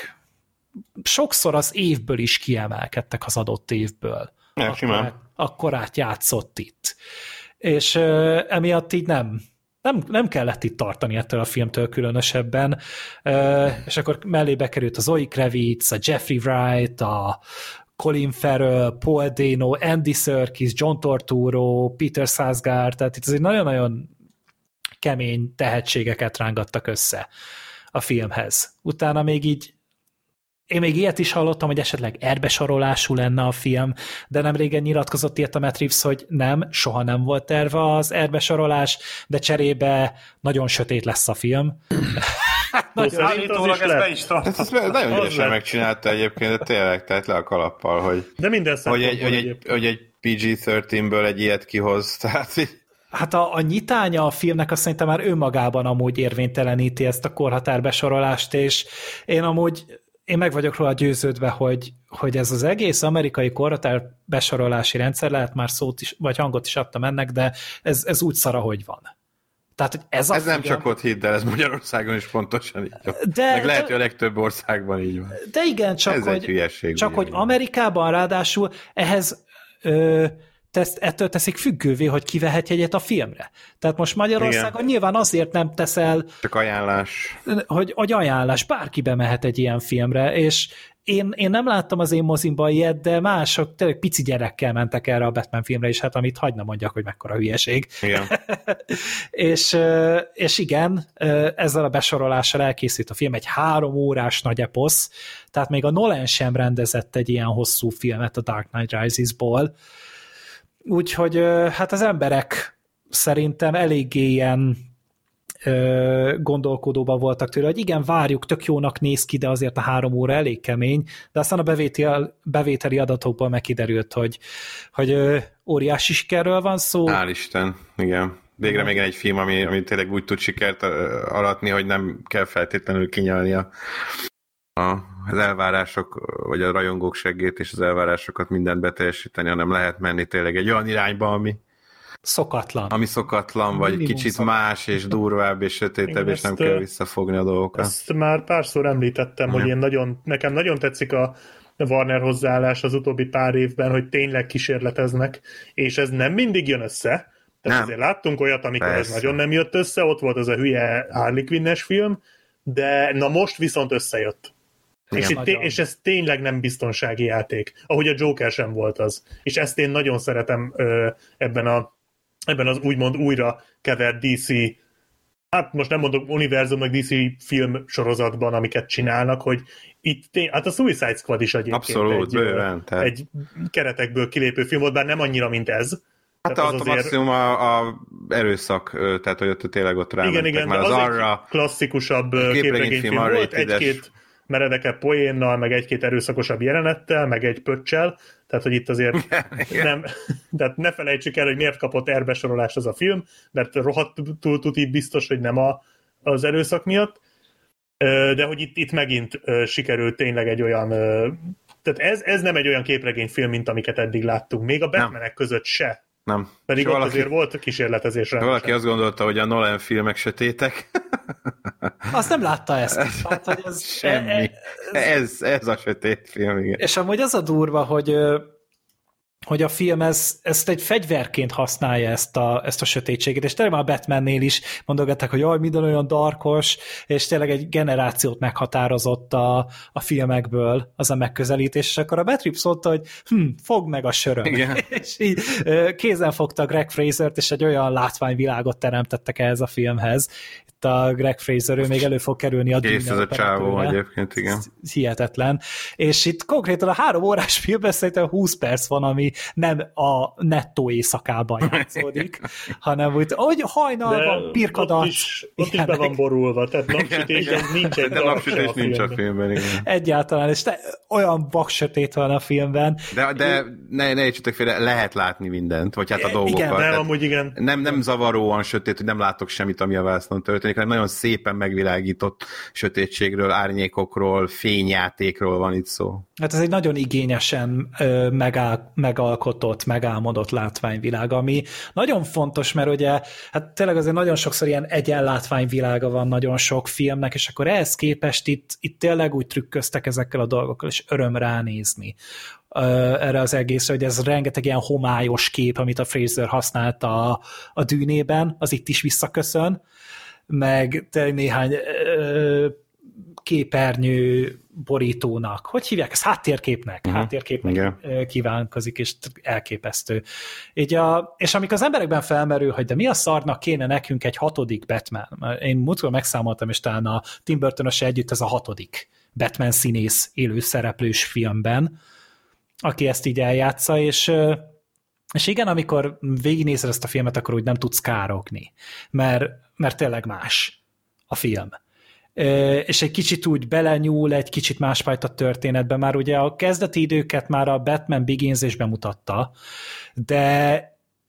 sokszor az évből is kiemelkedtek az adott évből. Ja, akkor, át, akkor átjátszott itt. És uh, emiatt így nem, nem, nem kellett itt tartani ettől a filmtől különösebben. Uh, és akkor mellé bekerült a Zoe Kravitz, a Jeffrey Wright, a Colin Farrell, Paul Dano, Andy Serkis, John Turturro, Peter Sarsgaard, tehát itt azért nagyon-nagyon kemény tehetségeket rángattak össze a filmhez. Utána még így én még ilyet is hallottam, hogy esetleg erbesorolású lenne a film, de nem régen nyilatkozott ilyet a Matt Reeves, hogy nem, soha nem volt terve az erbesorolás, de cserébe nagyon sötét lesz a film. Nagyon állítólag ez be is tart. Ez nagyon ügyesen megcsinálta egyébként, de tényleg, tehát le a kalappal, hogy, de minden hogy, egy, hogy, egy, hogy egy pé gé tizenből egy ilyet kihoz, tehát hát a, a nyitánya a filmnek azt szerintem már önmagában amúgy érvényteleníti ezt a korhatárbesorolást, és én amúgy én meg vagyok róla győződve, hogy, hogy ez az egész amerikai korhatár besorolási rendszer, lehet már szót is, vagy hangot is adtam ennek, de ez, ez úgy szar, ahogy van. Tehát, hogy ez a ez film... nem csak ott hidd el, ez Magyarországon is pontosan így van. De, meg lehet, hogy a legtöbb országban így van. De igen, csak, ez hogy, hülyeség, csak hogy Amerikában ráadásul ehhez... Ö, Tesz, ettől teszik függővé, hogy kivehet jegyet a filmre. Tehát most Magyarországon igen. Nyilván azért nem teszel... Csak ajánlás. Hogy, hogy ajánlás, bárki bemehet egy ilyen filmre, és én, én nem láttam az én mozimban ilyet, de mások tényleg pici gyerekkel mentek erre a Batman filmre, és hát amit hagyna mondjak, hogy mekkora hülyeség. Igen. és, és igen, ezzel a besorolással elkészült a film, egy három órás nagy eposz, tehát még a Nolan sem rendezett egy ilyen hosszú filmet a Dark Knight Rises-ból. Úgyhogy hát az emberek szerintem eléggé ilyen ö, gondolkodóban voltak tőle, hogy igen, várjuk, tök jónak néz ki, de azért a három óra elég kemény, de aztán a bevételi, bevételi adatokból megkiderült, hogy, hogy ö, óriási sikerről van szó. Hál' Isten, igen. Végre még egy film, ami, ami tényleg úgy tud sikert aratni, hogy nem kell feltétlenül kinyalni a, a, az elvárások, vagy a rajongók seggét és az elvárásokat mindent beteljesíteni, hanem lehet menni tényleg egy olyan irányba, ami szokatlan. Ami szokatlan, vagy minimum kicsit szokatlan. Más, és durvább, és sötétebb, és nem kell visszafogni a dolgokat. Ezt már párszor említettem, ja. hogy én nagyon, nekem nagyon tetszik a Warner hozzáállás az utóbbi pár évben, hogy tényleg kísérleteznek, és ez nem mindig jön össze. Tehát nem. Azért láttunk olyat, amikor Persze. ez nagyon nem jött össze, ott volt az a hülye Harley Quinn-es film, de na most viszont összejött. És, itt, és ez tényleg nem biztonsági játék, ahogy a Joker sem volt az. És ezt én nagyon szeretem ö, ebben, a, ebben az úgymond újra kevert dé cé, hát most nem mondok univerzum, meg dé cé film sorozatban, amiket csinálnak, hogy itt tény, hát a Suicide Squad is egyébként abszolút, egy, bőven, tehát... egy keretekből kilépő film volt, bár nem annyira, mint ez. Hát a, azért... maximum a, a erőszak, tehát hogy ott tényleg ott rámentek. Igen, igen, már az, az egy arra klasszikusabb képregényfilm volt, egy-két meredekebb poénnal, meg egy-két erőszakosabb jelenettel, meg egy pöccsel, tehát hogy itt azért nem, tehát ne felejtsük el, hogy miért kapott erbesorolást az a film, mert rohadtul tuti biztos, hogy nem a, az erőszak miatt, de hogy itt, itt megint sikerült tényleg egy olyan, tehát ez, ez nem egy olyan képregényfilm, mint amiket eddig láttunk, még a Batmanek között se. Nem. Pedig ott valaki, azért volt kísérletezés. Valaki azt gondolta, hogy a Nolan filmek sötétek. Azt nem látta ezt. Tehát, hogy ez, Semmi. Ez, ez, ez a sötét film, igen. És amúgy az a durva, hogy hogy a film ez, ezt egy fegyverként használja ezt a, ezt a sötétséget, és tényleg már a Batmannél is mondogatták, hogy jaj, minden olyan darkos, és tényleg egy generációt meghatározott a, a filmekből az a megközelítés, és akkor a Battrip szólta, hogy hm, fogd meg a söröm. Igen. És így kézen fogta Greg Frasert, és egy olyan látványvilágot teremtettek ehhez a filmhez. Itt a Greg Fraser, ő még elő fog kerülni a Kész ez a csávó egyébként, igen. Hihetetlen. És itt konkrétan a három órás filmben szerintem húsz perc van, ami nem a nettó éjszakában játszódik, hanem úgy, hogy hajnalban, pirkadat. Ott is, ott is be van borulva, tehát napsütés nincs egy de napsütés nincs a filmben, igen. Egyáltalán, és te, olyan vaksötét van a filmben. De, de ne, ne értsetek félre, lehet látni mindent, vagy hát a dolgokat. Igen, nem, amúgy igen. Nem, nem zavaróan sötét, hogy nem látok semmit, ami a vásznon történik, hanem nagyon szépen megvilágított sötétségről, árnyékokról, fényjátékról van itt szó. Hát ez egy nagyon igényesen ö, megál, megalkotott, megálmodott látványvilág, ami nagyon fontos, mert ugye, hát tényleg azért nagyon sokszor ilyen egyenlátványvilága van nagyon sok filmnek, és akkor ehhez képest itt, itt tényleg úgy trükköztek ezekkel a dolgokkal, és öröm ránézni erre az egészre, hogy ez rengeteg ilyen homályos kép, amit a Fraser használta a, a Dűnében, az itt is visszaköszön, meg néhány ö, képernyő borítónak. Hogy hívják? Ez háttérképnek. Uh-huh. Háttérképnek Igen. kívánkozik, és elképesztő. Így a, és amikor az emberekben felmerül, hogy de mi a szarnak kéne nekünk egy hatodik Batman? Én múltkor megszámoltam, és talán a Tim Burton-os együtt ez a hatodik Batman színész élő szereplős filmben, aki ezt így eljátsza, és és igen, amikor végignézed ezt a filmet, akkor úgy nem tudsz károgni, mert, mert tényleg más a film. És egy kicsit úgy belenyúl, egy kicsit másfajta történetbe, már ugye a kezdeti időket már a Batman Begins is bemutatta, de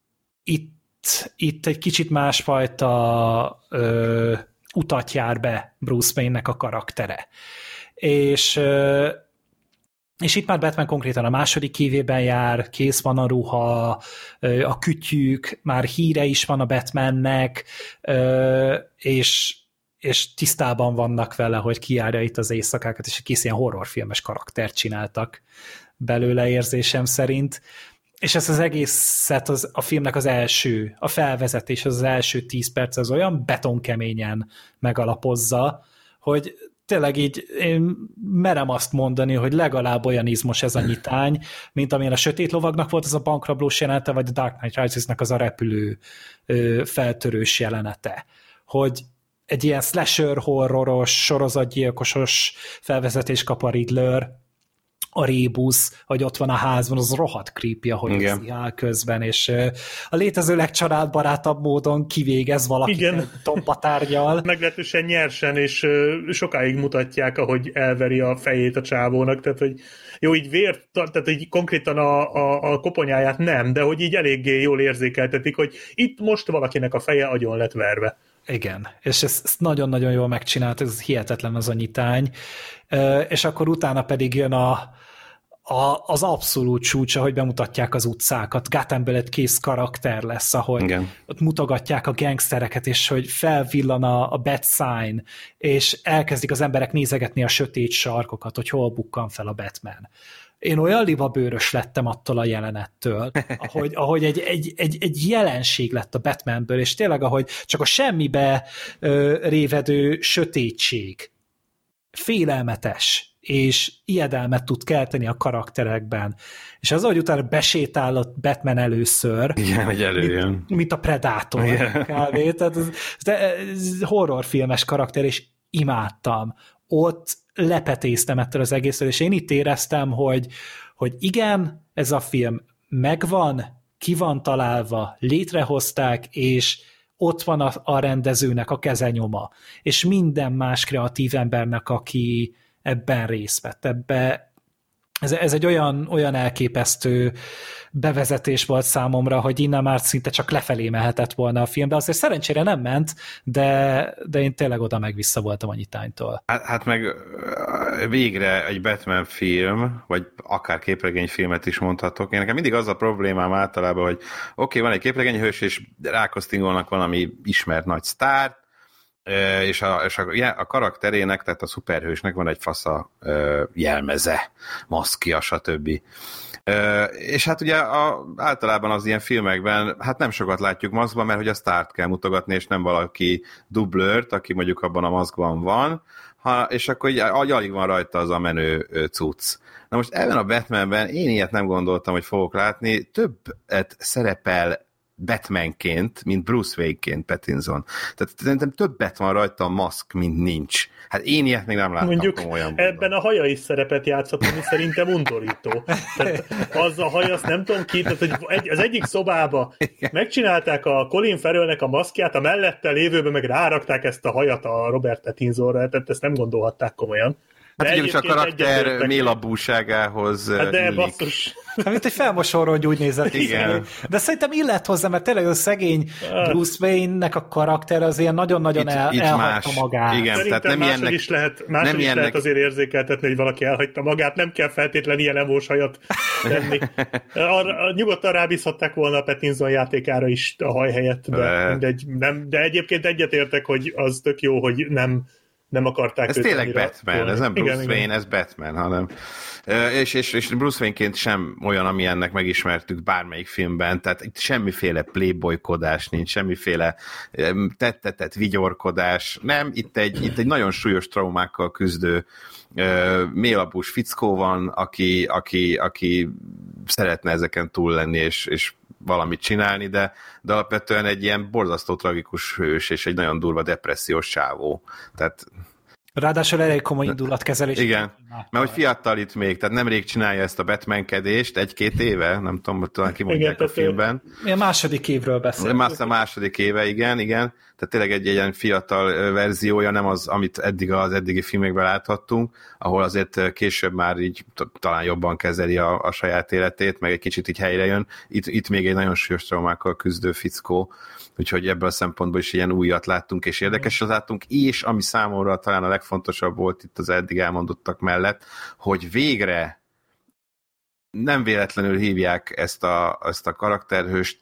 itt, itt egy kicsit másfajta ö, utat jár be Bruce Wayne-nek a karaktere. És ö, És itt már Batman konkrétan a második évében jár, kész van a ruha, a kütyük, már híre is van a Batmannek, és, és tisztában vannak vele, hogy kijárja itt az éjszakákat, és kész ilyen horrorfilmes karaktert csináltak belőle érzésem szerint. És ez az egészet az, a filmnek az első, a felvezetés, az, az első tíz perc az olyan betonkeményen megalapozza, hogy tényleg így én merem azt mondani, hogy legalább olyan izmos ez a nyitány, mint amilyen a Sötét Lovagnak volt az a bankrablós jelenete, vagy a Dark Knight Rises-nek az a repülő feltörős jelenete. Hogy egy ilyen slasher horroros, sorozatgyilkosos felvezetés kap a Riddler, a rébusz, hogy ott van a házban, az rohadt creepy, ahogy áll közben, és a létező legcsaládbarátabb módon kivégez valakit egy tompatárgyal. Meglehetősen nyersen, és sokáig mutatják, ahogy elveri a fejét a csávónak, tehát hogy jó, így vért, tehát így konkrétan a, a, a koponyáját nem, de hogy így eléggé jól érzékeltetik, hogy itt most valakinek a feje agyon lett verve. Igen, és ezt, ezt nagyon-nagyon jól megcsinált, ez hihetetlen az a nyitány, és akkor utána pedig jön a, a, az abszolút csúcsa, hogy bemutatják az utcákat. Gothamből egy kész karakter lesz, ahogy Igen. ott mutogatják a gangstereket, és hogy felvillan a, a bat sign, és elkezdik az emberek nézegetni a sötét sarkokat, hogy hol bukkan fel a Batman. Én olyan libabőrös lettem attól a jelenettől, ahogy, ahogy egy, egy, egy, egy jelenség lett a Batmanből, és tényleg, ahogy csak a semmibe ö, révedő sötétség, félelmetes, és ijedelmet tud kelteni a karakterekben. És az, hogy utána besétál a Batman először, igen, hogy előjön. Mint, mint a Predator kb. Tehát ez, ez horrorfilmes karakter, és imádtam. Ott lepetéztem ettől az egészről, és én itt éreztem, hogy, hogy igen, ez a film megvan, ki van találva, létrehozták, és ott van a, a rendezőnek a kezenyoma, és minden más kreatív embernek, aki ebben részt vett. Ebbe, ez, ez egy olyan, olyan elképesztő bevezetés volt számomra, hogy innen már szinte csak lefelé mehetett volna a film, de azért szerencsére nem ment, de, de én tényleg oda meg vissza voltam a nyitánytól. Hát, hát meg végre egy Batman film, vagy akár képregényfilmet is mondhatok. Én nekem mindig az a problémám általában, hogy oké, okay, van egy képregényhős, és rákosztingolnak valami ismert nagy sztárt, és, a, és a, a karakterének, tehát a szuperhősnek van egy fasza jelmeze, maszkja, stb. És hát ugye a, általában az ilyen filmekben hát nem sokat látjuk maszkban, mert hogy a sztárt kell mutogatni, és nem valaki dublőrt, aki mondjuk abban a maszkban van, ha, és akkor így alig van rajta az a menő cucc. Na most ebben a Batmanben én ilyet nem gondoltam, hogy fogok látni, többet szerepel Batmanként, mint Bruce Wayne-ként Pattinson. Tehát szerintem többet van rajta a maszk, mint nincs. Hát én ilyet még nem láttam. Mondjuk ebben a haja is szerepet játszott, ami szerintem undorító. Tehát az a haj, azt nem tudom ki, tehát hogy egy, az egyik szobába igen. megcsinálták a Colin Farrellnek a maszkját, a mellette lévőben meg rárakták ezt a hajat a Robert Pattinsonra, tehát ezt nem gondolhatták komolyan. Hát ugye is a karakter mélabúságához hát de basszus. Mint egy felmosorról úgy nézett. Igen. De szerintem illet hozzá, mert tényleg a szegény Bruce Wayne-nek a karakter az ilyen nagyon-nagyon itt, el, itt elhagyta más. magát. Igen, szerintem tehát nem máshogy ilyennek, is lehet, máshogy nem is ilyennek... lehet azért érzékeltetni, hogy valaki elhagyta magát, nem kell feltétlen ilyen emós hajat tenni. Arra, nyugodtan rábízhatták volna a Pattinson játékára is a haj helyett, de, mindegy, nem, de egyébként egyetértek, hogy az tök jó, hogy nem nem akarták. Ez tényleg Batman, volna. Ez nem Bruce igen, Wayne, igen. Ez Batman, hanem és, és, és Bruce Wayne-ként sem olyan, ami ennek megismertük bármelyik filmben, tehát itt semmiféle playboykodás nincs, semmiféle tettetett vigyorkodás, nem, itt egy, itt egy nagyon súlyos traumákkal küzdő mélabús fickó van, aki, aki, aki szeretne ezeken túl lenni, és, és valamit csinálni, de, de alapvetően egy ilyen borzasztó tragikus hős, és egy nagyon durva depressziós sávó. Tehát ráadásul elég komoly indulatkezelés. Igen, mert hogy fiatal itt még, tehát nemrég csinálja ezt a Batman-kedést, egy-két éve, nem tudom, talán kimondják igen, a filmben. A második évről beszélünk. Más a második éve, igen, igen. Tehát tényleg egy ilyen fiatal verziója, nem az, amit eddig az eddigi filmekben láthattunk, ahol azért később már így talán jobban kezeli a, a saját életét, meg egy kicsit így helyre jön. Itt, itt még egy nagyon súlyos traumákkal küzdő fickó, úgyhogy ebből a szempontból is ilyen újat láttunk, és érdekesat láttunk, és ami számomra talán a legfontosabb volt itt az eddig elmondottak mellett, hogy végre nem véletlenül hívják ezt a, ezt a karakterhőst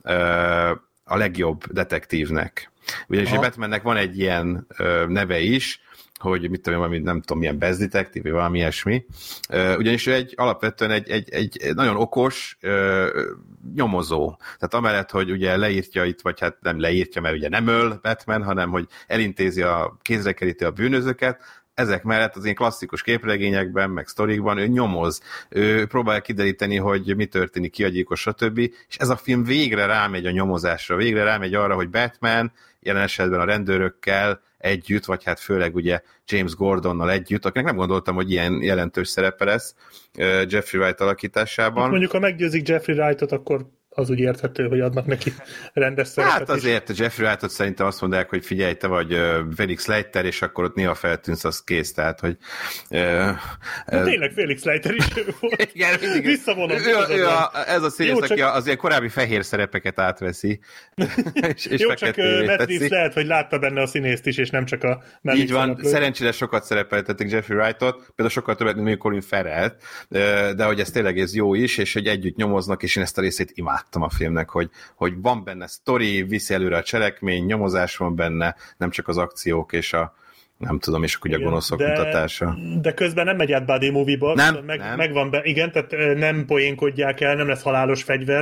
a legjobb detektívnek. Ugyanis a Batmannek van egy ilyen neve is, hogy mit tudom, valami, nem tudom, milyen best detective, vagy valami ilyesmi. Ugyanis ő egy, alapvetően egy, egy, egy nagyon okos nyomozó. Tehát amellett, hogy ugye leírtja itt, vagy hát nem leírtja, mert ugye nem öl Batman, hanem hogy elintézi a, kézre keríti a bűnözőket, ezek mellett az ilyen klasszikus képregényekben, meg sztorikban ő nyomoz, ő próbálja kideríteni, hogy mi történik, ki a gyilkos, stb. És ez a film végre rámegy a nyomozásra, végre rámegy arra, hogy Batman jelen esetben a rendőrökkel együtt, vagy hát főleg ugye James Gordonnal együtt, akinek nem gondoltam, hogy ilyen jelentős szerepe lesz Jeffrey Wright alakításában. Mondjuk, ha meggyőzik Jeffrey Wrightot, akkor az úgy érthető, hogy adnak neki rendes szerepet. Hát azért is. Jeffrey Wrightot szerintem azt mondják, hogy figyelj, te vagy uh, Felix Leiter, és akkor ott néha feltűnsz, az kész, tehát, hogy... Uh, uh, tényleg Felix Leiter is volt. Igen, mindig. Visszavonom. Ő, ő, ő a, ez a színész, csak... aki az ilyen korábbi fehér szerepeket átveszi. és, és jó, csak Matt Reeves lehet, hogy látta benne a színészt is, és nem csak a így van, szereplő. Szerencsére sokat szerepeltették Jeffrey Wrightot, például sokkal többet, mint Colin Farrell, de hogy ez tényleg ez jó is, és hogy együtt nyomoznak, és én ezt a részét imádtam a filmnek, hogy, hogy van benne sztori, viszi előre a cselekmény, nyomozás van benne, nem csak az akciók és a nem tudom, és akkor ugye a gonoszok de, mutatása. De közben nem megy át buddy movie-ba, nem, meg, nem. Megvan be, igen, tehát nem poénkodják el, nem lesz halálos fegyver,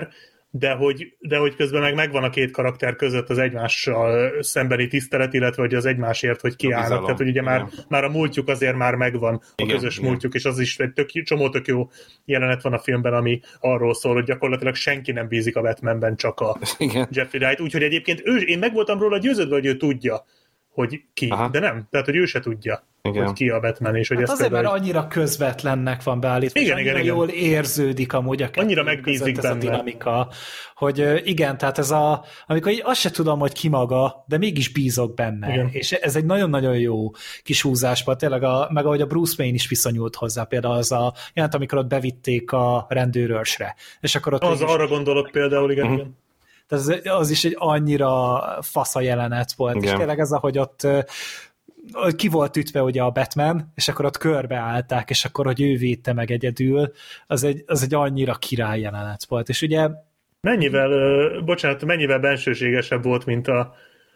de hogy, de hogy közben meg megvan a két karakter között az egymással szembeni tisztelet, illetve hogy az egymásért, hogy kiállnak. Tehát, hogy ugye már, már a múltjuk azért már megvan, a igen, közös igen. múltjuk, és az is egy tök, csomó tök jó jelenet van a filmben, ami arról szól, hogy gyakorlatilag senki nem bízik a Batmanben, csak a igen. Jeffrey Wright. Úgyhogy egyébként ő, én meg voltam róla győződve, hogy ő tudja, hogy ki, aha. de nem. Tehát, hogy ő se tudja, igen. hogy ki a Batman. És hogy hát ezt azért, mert hogy... annyira közvetlennek van beállítva, igen, és annyira igen, jól igen. érződik amúgy a annyira megbízik ez a dinamika, hogy igen, tehát ez a, amikor így azt se tudom, hogy ki maga, de mégis bízok benne. Igen. És ez egy nagyon-nagyon jó kis húzásban, tényleg, a, meg ahogy a Bruce Wayne is viszonyult hozzá, például az a jelent, amikor ott bevitték a rendőrőrsre. És akkor ott az arra gondolok például, igen, uh-huh. igen. Tehát az is egy annyira fasz a jelenet volt, igen. és tényleg ez, ahogy ott ki volt ütve ugye a Batman, és akkor ott körbeállták, és akkor, hogy ő védte meg egyedül, az egy, az egy annyira király jelenet volt, és ugye... Mennyivel, uh, bocsánat, mennyivel bensőségesebb volt, mint a,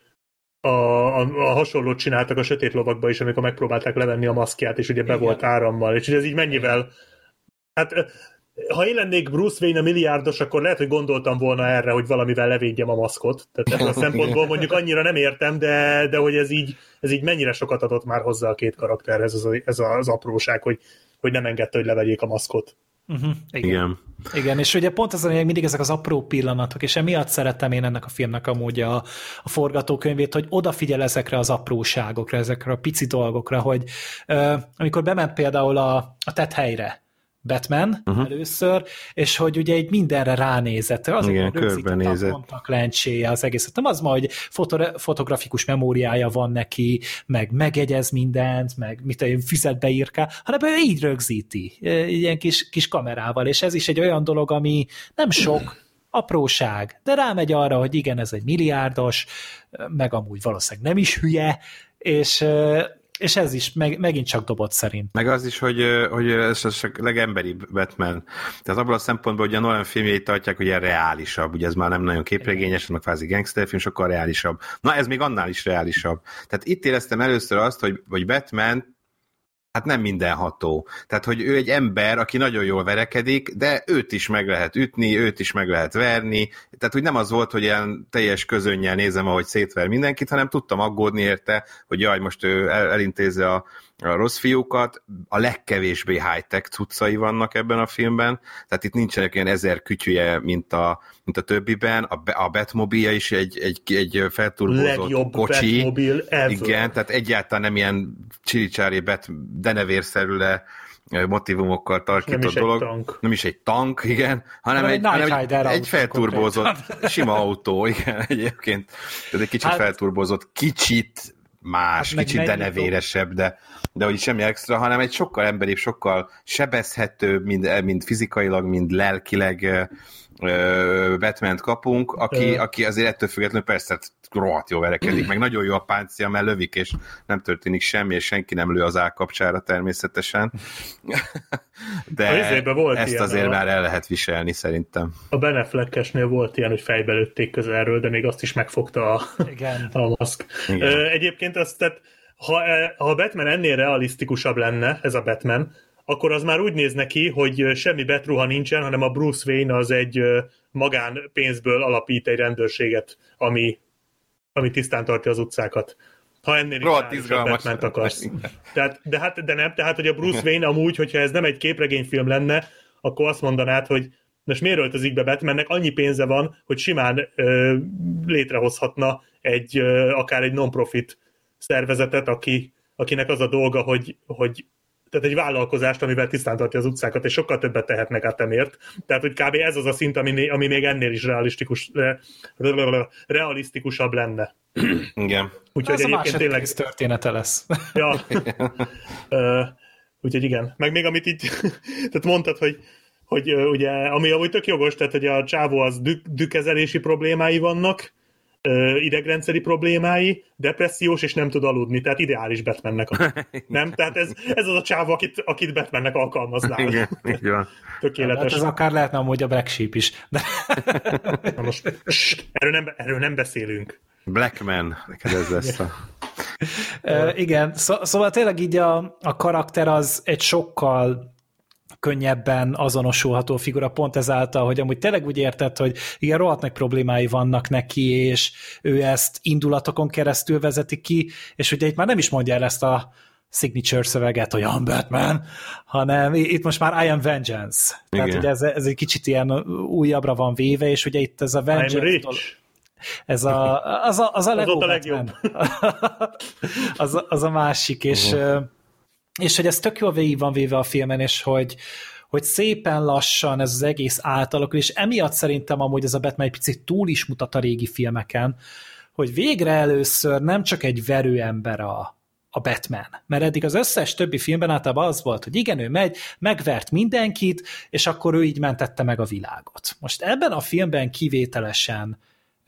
a, a, a hasonlót csináltak a Sötét Lovakba is, amikor megpróbálták levenni a maszkját, és ugye be igen. volt árammal, és ez így mennyivel... Hát... Ha én lennék Bruce Wayne a milliárdos, akkor lehet, hogy gondoltam volna erre, hogy valamivel levédjem a maszkot. Tehát ebből a szempontból mondjuk annyira nem értem, de, de hogy ez így, ez így mennyire sokat adott már hozzá a két karakterhez, ez, a, ez az apróság, hogy, hogy nem engedte, hogy levegyék a maszkot. Uh-huh. Igen. Igen. Igen, és ugye pont azon, hogy mindig ezek az apró pillanatok, és emiatt szerettem én ennek a filmnek amúgy a, a forgatókönyvét, hogy odafigyel ezekre az apróságokra, ezekre a pici dolgokra, hogy uh, amikor bement például a, a tethelyre, Batman uh-huh. először, és hogy ugye így mindenre ránézett. Azért igen, körbenézett. A kontaktlencséje, az egészet. Nem az ma, hogy foto- fotografikus memóriája van neki, meg megjegyez mindent, meg mit olyan füzet beírkál, hanem ő így rögzíti, ilyen kis, kis kamerával, és ez is egy olyan dolog, ami nem sok, apróság, de rámegy arra, hogy igen, ez egy milliárdos, meg amúgy valószínűleg nem is hülye, és és ez is meg, megint csak dobott szerint. Meg az is, hogy, hogy ez a legemberibb Batman. Tehát abból a szempontból, hogy a Nolan filmjeit tartják, hogy ilyen reálisabb. Ugye ez már nem nagyon képregényes, meg kvázi gangsterfilm, sokkal reálisabb. Na ez még annál is reálisabb. Tehát itt éreztem először azt, hogy, hogy Batman hát nem mindenható. Tehát, hogy ő egy ember, aki nagyon jól verekedik, de őt is meg lehet ütni, őt is meg lehet verni. Tehát, hogy nem az volt, hogy ilyen teljes közönnyel nézem, ahogy szétver mindenkit, hanem tudtam aggódni érte, hogy jaj, most ő el, elintézi a, a rossz fiúkat. A legkevésbé high-tech cuccai vannak ebben a filmben. Tehát itt nincsenek ilyen ezer kütyüje, mint a, mint a többiben. A, a Batmobile is egy, egy, egy felturbózott legjobb kocsi. Batmobile ever. Igen, tehát egyáltalán nem ilyen csiricsári bet denevérszerűle motivumokkal tarkított dolog. Tank. Nem is egy tank, igen, hanem egy, hanem egy, egy felturbózott sima autó, igen, egyébként. Ez egy kicsit hát, felturbózott, kicsit más, hát kicsit denevéresebb, de, de hogy semmi extra, hanem egy sokkal emberibb, sokkal sebezhetőbb, mind, mind fizikailag, mind lelkileg Batman-t kapunk, aki, Ö... aki azért ettől függetlenül persze rohadt jó verekedik, meg nagyon jó a páncél, mert lövik, és nem történik semmi, és senki nem lő az állkapcsára természetesen. De ezt ilyen, azért a... már el lehet viselni szerintem. A Ben Affleck-esnél volt ilyen, hogy fejbe lőtték közelről, de még azt is megfogta a, Igen. a maszk. Igen. Egyébként azt, tehát, ha, ha a Batman ennél realisztikusabb lenne, ez a Batman, akkor az már úgy néz neki, hogy semmi betruha nincsen, hanem a Bruce Wayne az egy magánpénzből alapít egy rendőrséget, ami, ami tisztán tartja az utcákat. Ha ennél is Batman-t akarsz. Tehát, de, hát, de nem, tehát, hogy a Bruce Wayne amúgy, hogyha ez nem egy képregényfilm lenne, akkor azt mondanád, hogy most miért öltözik be Batmannek, annyi pénze van, hogy simán ö, létrehozhatna egy, ö, akár egy non-profit szervezetet, aki, akinek az a dolga, hogy, hogy tehát egy vállalkozást, amivel tisztán tartja az utcákat, és sokkal többet tehetnek át emért. Tehát, hogy kb. Ez az a szint, ami, ami még ennél is realisztikus, re, realisztikusabb lenne. Igen. Úgyhogy ez egyébként tényleg története lesz. Ja. uh, úgyhogy igen. Meg még amit így tehát mondtad, hogy, hogy uh, ugye, ami amúgy tök jogos, tehát hogy a csávó az dük, dükkezelési problémái vannak, idegrendszeri problémái, depressziós, és nem tud aludni, tehát ideális Batmannek. A... Nem? Tehát ez, ez az a csáva, akit, akit Batmannek alkalmaznál. Igen, így van. Tökéletes. Hát ez akár lehetne amúgy a Black Sheep is. De... Na most, ssst, erről, nem, erről nem beszélünk. Blackman, neked ez lesz a... uh, igen, szó, szóval tényleg így a, a karakter az egy sokkal könnyebben azonosulható figura, pont ezáltal, hogy amúgy tényleg úgy érted, hogy igen, rohadt nagy problémái vannak neki, és ő ezt indulatokon keresztül vezeti ki, és ugye itt már nem is mondja el ezt a signature szöveget, hogy I'm Batman, hanem itt most már I am Vengeance. Igen. Tehát ugye ez, ez egy kicsit ilyen újabbra van véve, és ugye itt ez a Vengeance... Ez a, az a, az a, az a legjobb. az, a, az a másik, és, uh-huh. és hogy ez tök jól végig van véve a filmen, és hogy, hogy szépen lassan ez az egész átalakul, és emiatt szerintem amúgy ez a Batman egy picit túl is mutat a régi filmeken, hogy végre először nem csak egy verőember a, a Batman, mert eddig az összes többi filmben általában az volt, hogy igen, ő megy, megvert mindenkit, és akkor ő így mentette meg a világot. Most ebben a filmben kivételesen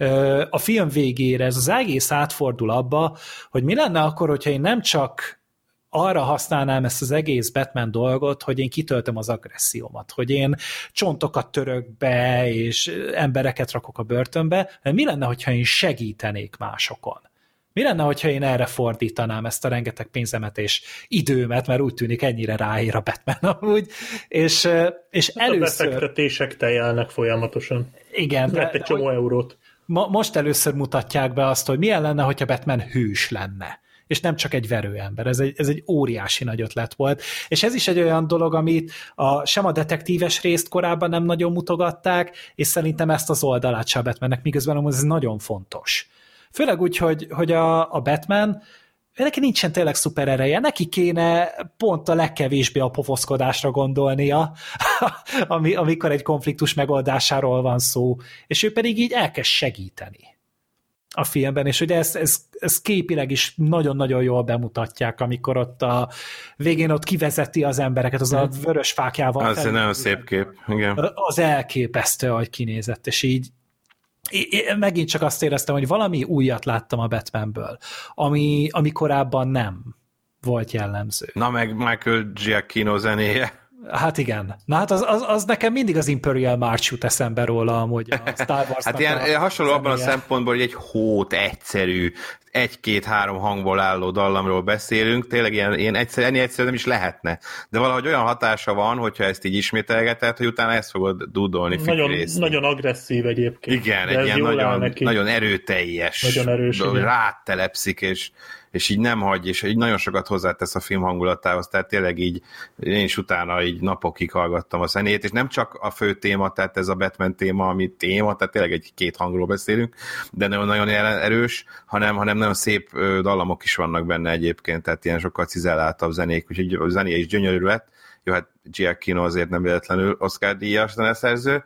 a film végére ez az egész átfordul abba, hogy mi lenne akkor, hogyha én nem csak arra használnám ezt az egész Batman dolgot, hogy én kitöltöm az agressziómat, hogy én csontokat török be, és embereket rakok a börtönbe, de mi lenne, hogyha én segítenék másokon? Mi lenne, hogyha én erre fordítanám ezt a rengeteg pénzemet és időmet, mert úgy tűnik ennyire ráér a Batman amúgy, és, és hát először... A befektetések tejelnek folyamatosan. Igen. Lett egy csomó eurót. Ma, most először mutatják be azt, hogy milyen lenne, hogyha Batman hős lenne, és nem csak egy verőember. Ez egy, ez egy óriási nagy ötlet volt. És ez is egy olyan dolog, amit a, sem a detektíves részt korábban nem nagyon mutogatták, és szerintem ezt az oldalát sem a Batmannek, miközben ez nagyon fontos. Főleg úgy, hogy, hogy a, a Batman, neki nincsen tényleg szuper ereje, neki kéne pont a legkevésbé a pofoszkodásra gondolnia, ami, amikor egy konfliktus megoldásáról van szó, és ő pedig így elkezd segíteni a filmben, és ugye ezt, ezt, ezt képileg is nagyon-nagyon jól bemutatják, amikor ott a végén ott kivezeti az embereket, az a vörös fákjával. Az egy nagyon szép kép, igen. Az elképesztő, ahogy kinézett, és így én megint csak azt éreztem, hogy valami újat láttam a Batmanből, ami, ami korábban nem volt jellemző. Na meg Michael Giacchino zenéje. Hát igen. Na hát az, az, az nekem mindig az Imperial March jut eszembe róla, amúgy a Star Wars. Hát ilyen a hasonló abban a szempontból, hogy egy hót egyszerű, egy-két-három hangból álló dallamról beszélünk, tényleg ilyen, ilyen egyszerű, ennél egyszerű nem is lehetne. De valahogy olyan hatása van, hogyha ezt így ismételgeted, hogy utána ezt fogod dúdolni. Nagyon, nagyon agresszív egyébként. Igen, egy ilyen nagyon, nagyon erőteljes, nagyon erős, rátelepszik, és és így nem hagy, és így nagyon sokat hozzátesz a film hangulatához, tehát tényleg így én is utána így napokig hallgattam a zenét, és nem csak a fő téma, tehát ez a Batman téma, ami téma, tehát tényleg egy két hangról beszélünk, de nagyon-nagyon erős, hanem, hanem nagyon szép dallamok is vannak benne egyébként, tehát ilyen sokkal cizelláltabb zenék, úgyhogy a zenéje is gyönyörű lett. Jó, hát Giacchino azért nem véletlenül Oscar-díjas zeneszerző,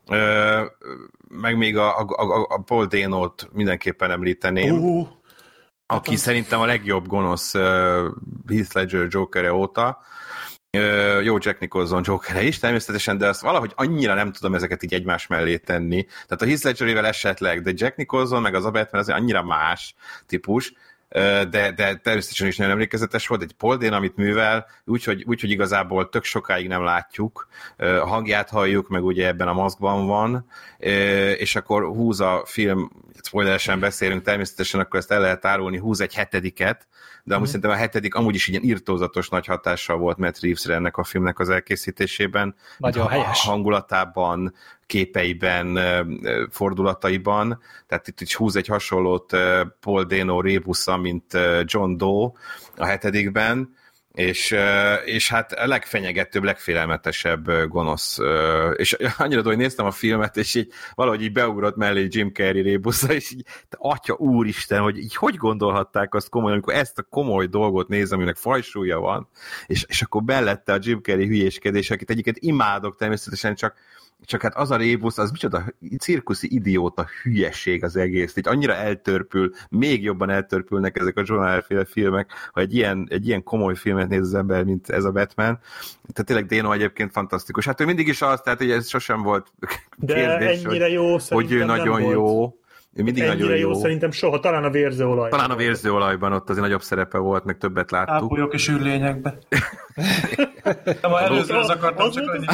meg még a, a, a, a Paul Dano-t mindenképpen említeném, uh. aki szerintem a legjobb gonosz uh, Heath Ledger Joker-e óta. Uh, jó, Jack Nicholson Joker-e is természetesen, de azt valahogy annyira nem tudom ezeket így egymás mellé tenni. Tehát a Heath Ledger-ével esetleg, de Jack Nicholson meg az a Batman azért annyira más típus, uh, de, de természetesen is nagyon emlékezetes volt, egy Paul Dano, amit művel, úgyhogy úgy, hogy igazából tök sokáig nem látjuk, uh, a hangját halljuk, meg ugye ebben a maszkban van, uh, és akkor húz a film, spoileresen beszélünk, természetesen akkor ezt el lehet árulni, húz egy hetediket, de amúgy mm. szerintem a hetedik amúgy is ilyen irtózatos nagy hatással volt Matt Reevesre ennek a filmnek az elkészítésében. Nagyon helyes. Hangulatában, képeiben, fordulataiban, tehát itt is húz egy hasonlót Paul Dano rébusza, mint John Doe a hetedikben, és, és hát a legfenyegetőbb, legfélelmetesebb gonosz. És annyira, hogy néztem a filmet, és így valahogy így beugrott mellé Jim Carrey rébusza, és így, atya úristen, hogy így hogy gondolhatták azt komolyan, amikor ezt a komoly dolgot nézem, aminek fajsúlya van, és, és akkor bellette a Jim Carrey hülyéskedés, akit egyiket imádok természetesen, csak Csak hát az a rébusz, az micsoda cirkuszi idióta hülyeség az egész. Így annyira eltörpül, még jobban eltörpülnek ezek a John Noir-féle filmek, ha egy ilyen, egy ilyen komoly filmet néz az ember, mint ez a Batman. Tehát tényleg Dano egyébként fantasztikus. Hát ő mindig is az, tehát hogy ez sosem volt kérdés, ennyire hogy, jó, hogy ő nagyon jó. Volt. Ő mindig ennyire nagyon jó. jó. Szerintem soha, talán a vérzőolaj. Talán a vérzőolajban ott azért nagyobb szerepe volt, meg többet láttuk. Ápolyok és űrlényekbe. Nem, először az akartam, csak annyi.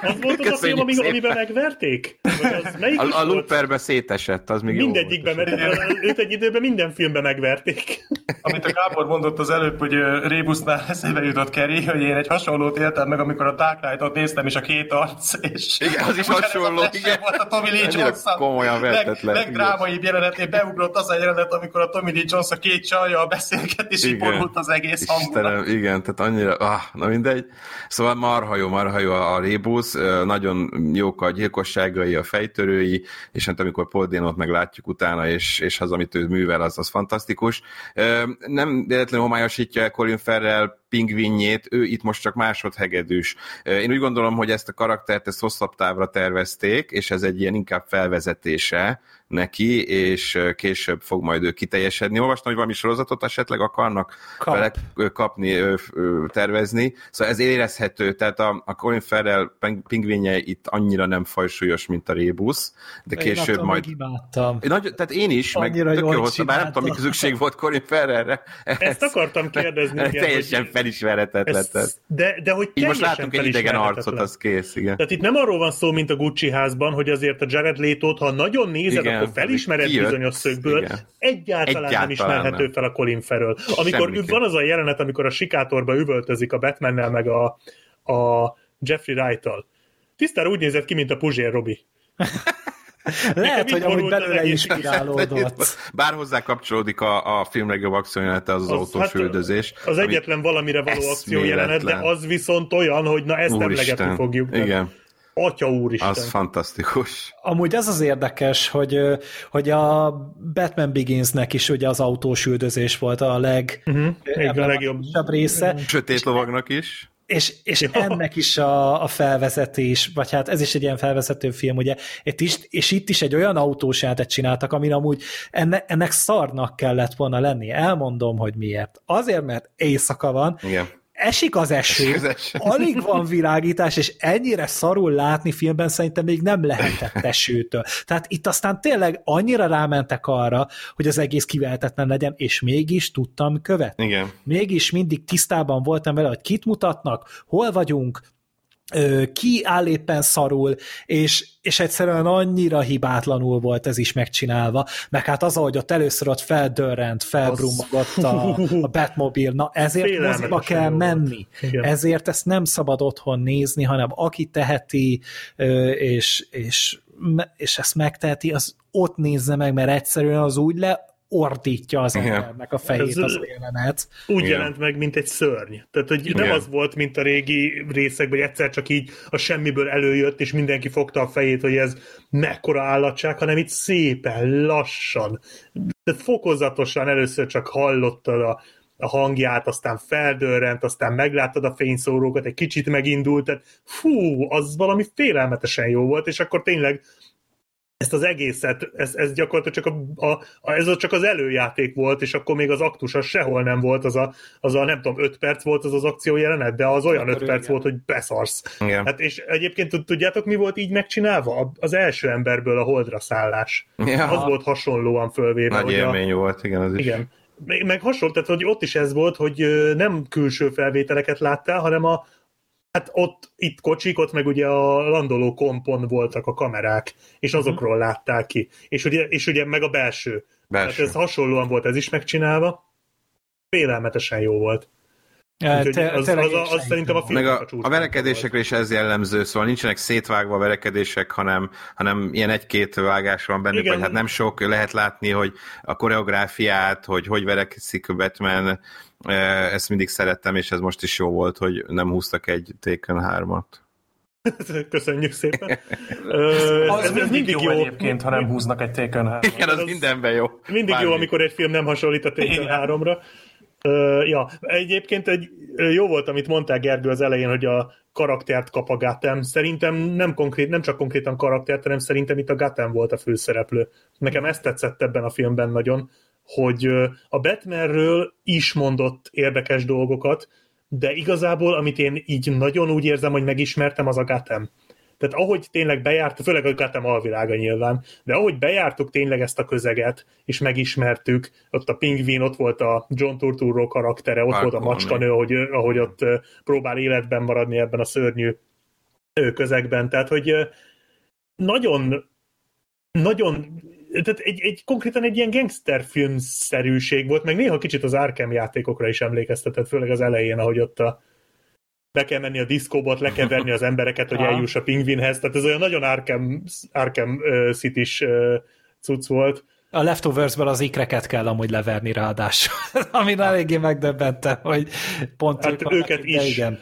Az volt az a film, ami, amiben megverték? Az a a Looperbe szétesett, az még mindegyikben, mert őt egy időben minden filmben megverték. Amit a Gábor mondott az előbb, hogy Rébusznál eszébe jutott Kerry, hogy én egy hasonlót éltem meg, amikor a Dark Knight-ot néztem, és a két arc, és igen, az is hasonló, igen. Volt a Tommy Lee Jones-szal. Komolyan vettetlen. Leg, legdrámaibb jelenetén beugrott az a jelenet, amikor a Tommy Lee Jones a két csajjal beszélget, és így borult az egész hangulat. Igen, tehát annyira, ah, na mindegy. Szóval marha jó, marha jó a Rébus, nagyon jók a gyilkosságai, a fejtörői, és hát amikor Paul Dano-t meglátjuk utána, és, és az, amit ő művel, az, az fantasztikus. Nem véletlenül homályosítja el Colin Farrell pingvinjét, ő itt most csak másodhegedűs. Én úgy gondolom, hogy ezt a karaktert ezt hosszabb távra tervezték, és ez egy ilyen inkább felvezetése neki, és később fog majd ő kiteljesedni. Olvastam, hogy valami sorozatot esetleg akarnak Kap. vele kapni, tervezni. Szóval ez érezhető, tehát a, a Colin Farrell pingvinje itt annyira nem fajsúlyos, mint a Rébus, de én később attól majd... Nagy, tehát én is, annyira meg tök jó hozzá, bár nem tudom, mik szükség volt Colin Farrellre. Ezt akartam kérdezni. Igen, teljesen felismerhetetlen. De, de hogy így most látunk egy idegen arcot, az kész, igen. Tehát itt nem arról van szó, mint a Gucci házban, hogy azért a Jared Leto-t, ha nagyon nézed, igen, akkor felismered kijött, bizonyos szögből, igen. Egyáltalán, egyáltalán nem ismerhető nem. fel a Colin Farrell. Amikor Semmiként. Van az a jelenet, amikor a sikátorba üvöltözik a Batmannel, meg a, a Jeffrey Wright-tal. Tisztára úgy nézett ki, mint a Puzsér Robi. Lehet, hogy amúgy belőle inspirálódott. Bár hozzá kapcsolódik a, a film legjobb akciójelenete, az az, az autós üldözés. Hát az egyetlen valamire való akciójelenet, de az viszont olyan, hogy na ezt emlegetni fogjuk. Igen. Atya úristen. Az fantasztikus. Amúgy ez az érdekes, hogy, hogy a Batman Beginsnek is ugye az autós üldözés volt a leg, uh-huh. a legjobb része. Sötét lovagnak is. És, és ja. ennek is a, a felvezetés, vagy hát ez is egy ilyen felvezető film, ugye, itt is, és itt is egy olyan autós játet csináltak, amin amúgy enne, ennek szarnak kellett volna lenni. Elmondom, hogy miért. Azért, mert éjszaka van, igen. Esik az eső, az eső, alig van világítás, és ennyire szarul látni filmben szerintem még nem lehetett esőtől. Tehát itt aztán tényleg annyira rámentek arra, hogy az egész kivehetetlen legyen, és mégis tudtam követni. Igen. Mégis mindig tisztában voltam vele, hogy kit mutatnak, hol vagyunk, ki áll éppen szarul, és, és egyszerűen annyira hibátlanul volt ez is megcsinálva, meg hát az, ahogy ott először ott feldörrent, felbrummogott a, a Batmobile, na ezért moziba kell menni. Igen. Ezért ezt nem szabad otthon nézni, hanem aki teheti, és, és, és ezt megteheti, az ott nézze meg, mert egyszerűen az úgy le ordítja az embernek a fejét az jelenet. Úgy igen. jelent meg, mint egy szörny. Tehát, hogy nem igen. az volt, mint a régi részekben, hogy egyszer csak így a semmiből előjött, és mindenki fogta a fejét, hogy ez mekkora állatság, hanem itt szépen, lassan, tehát fokozatosan először csak hallottad a, a hangját, aztán feldörrent, aztán megláttad a fényszórókat, egy kicsit megindult, tehát fú, az valami félelmetesen jó volt, és akkor tényleg ezt az egészet, ez, ez gyakorlatilag csak, a, a, a, ez csak az előjáték volt, és akkor még az aktus az sehol nem volt, az a, az a nem tudom, öt perc volt az az akciójelenet, de az olyan öt perc volt, hogy beszarsz. Hát és egyébként tudjátok, mi volt így megcsinálva? Az első emberből a holdra szállás. Ja. Az volt hasonlóan fölvéve. Nagy élmény a, volt, igen, az is. Igen. Meg hasonló, tehát hogy ott is ez volt, hogy nem külső felvételeket láttál, hanem a hát ott, itt kocsik, ott meg ugye a landoló kompon voltak a kamerák, és azokról uh-huh. látták ki. És ugye, és ugye meg a belső. belső. Tehát ez hasonlóan volt ez is megcsinálva. Félelmetesen jó volt. Ja, te, az, az, az, az szerintem a meg a, a verekedésekre is ez jellemző, szóval nincsenek szétvágva a verekedések, hanem, hanem ilyen egy-két vágás van bennük, igen. vagy hát nem sok, lehet látni, hogy a koreográfiát, hogy hogy verekszik a Batman, ezt mindig szerettem, és ez most is jó volt, hogy nem húztak egy Taken hármat. Köszönjük szépen. az ez, ez mindig jó, jó egyébként, ha nem húznak egy Taken hármat. Igen, az, az mindenben jó. Mindig Bármi. Jó, amikor egy film nem hasonlít a Taken háromra. Uh, ja, egyébként egy, jó volt, amit mondtál, Gergő, az elején, hogy a karaktert kap a Gotham. Szerintem nem, konkrét, nem csak konkrétan karaktert, hanem szerintem itt a Gotham volt a főszereplő. Nekem ezt tetszett ebben a filmben nagyon, hogy a Batmanről is mondott érdekes dolgokat, de igazából, amit én így nagyon úgy érzem, hogy megismertem, az a Gotham. Tehát ahogy tényleg bejárt, főleg a Gotham alvilága nyilván, de ahogy bejártuk tényleg ezt a közeget, és megismertük, ott a pingvin, ott volt a John Turturro karaktere, ott Marco volt a macskanő, ahogy, ahogy ott próbál életben maradni ebben a szörnyű közegben, tehát hogy nagyon nagyon tehát egy, egy, konkrétan egy ilyen gangsterfilmszerűség volt, meg néha kicsit az Arkham játékokra is emlékeztetett, főleg az elején, ahogy ott a, be kell menni a diszkóba, le kell verni az embereket, hogy eljuss a pingvinhez, tehát ez olyan nagyon Arkham, Arkham uh, City-s uh, cucc volt. A Leftoversből az ikreket kell amúgy leverni ráadásul, amin eléggé megdöbbentem, hogy pont hát ők őket is. Igen.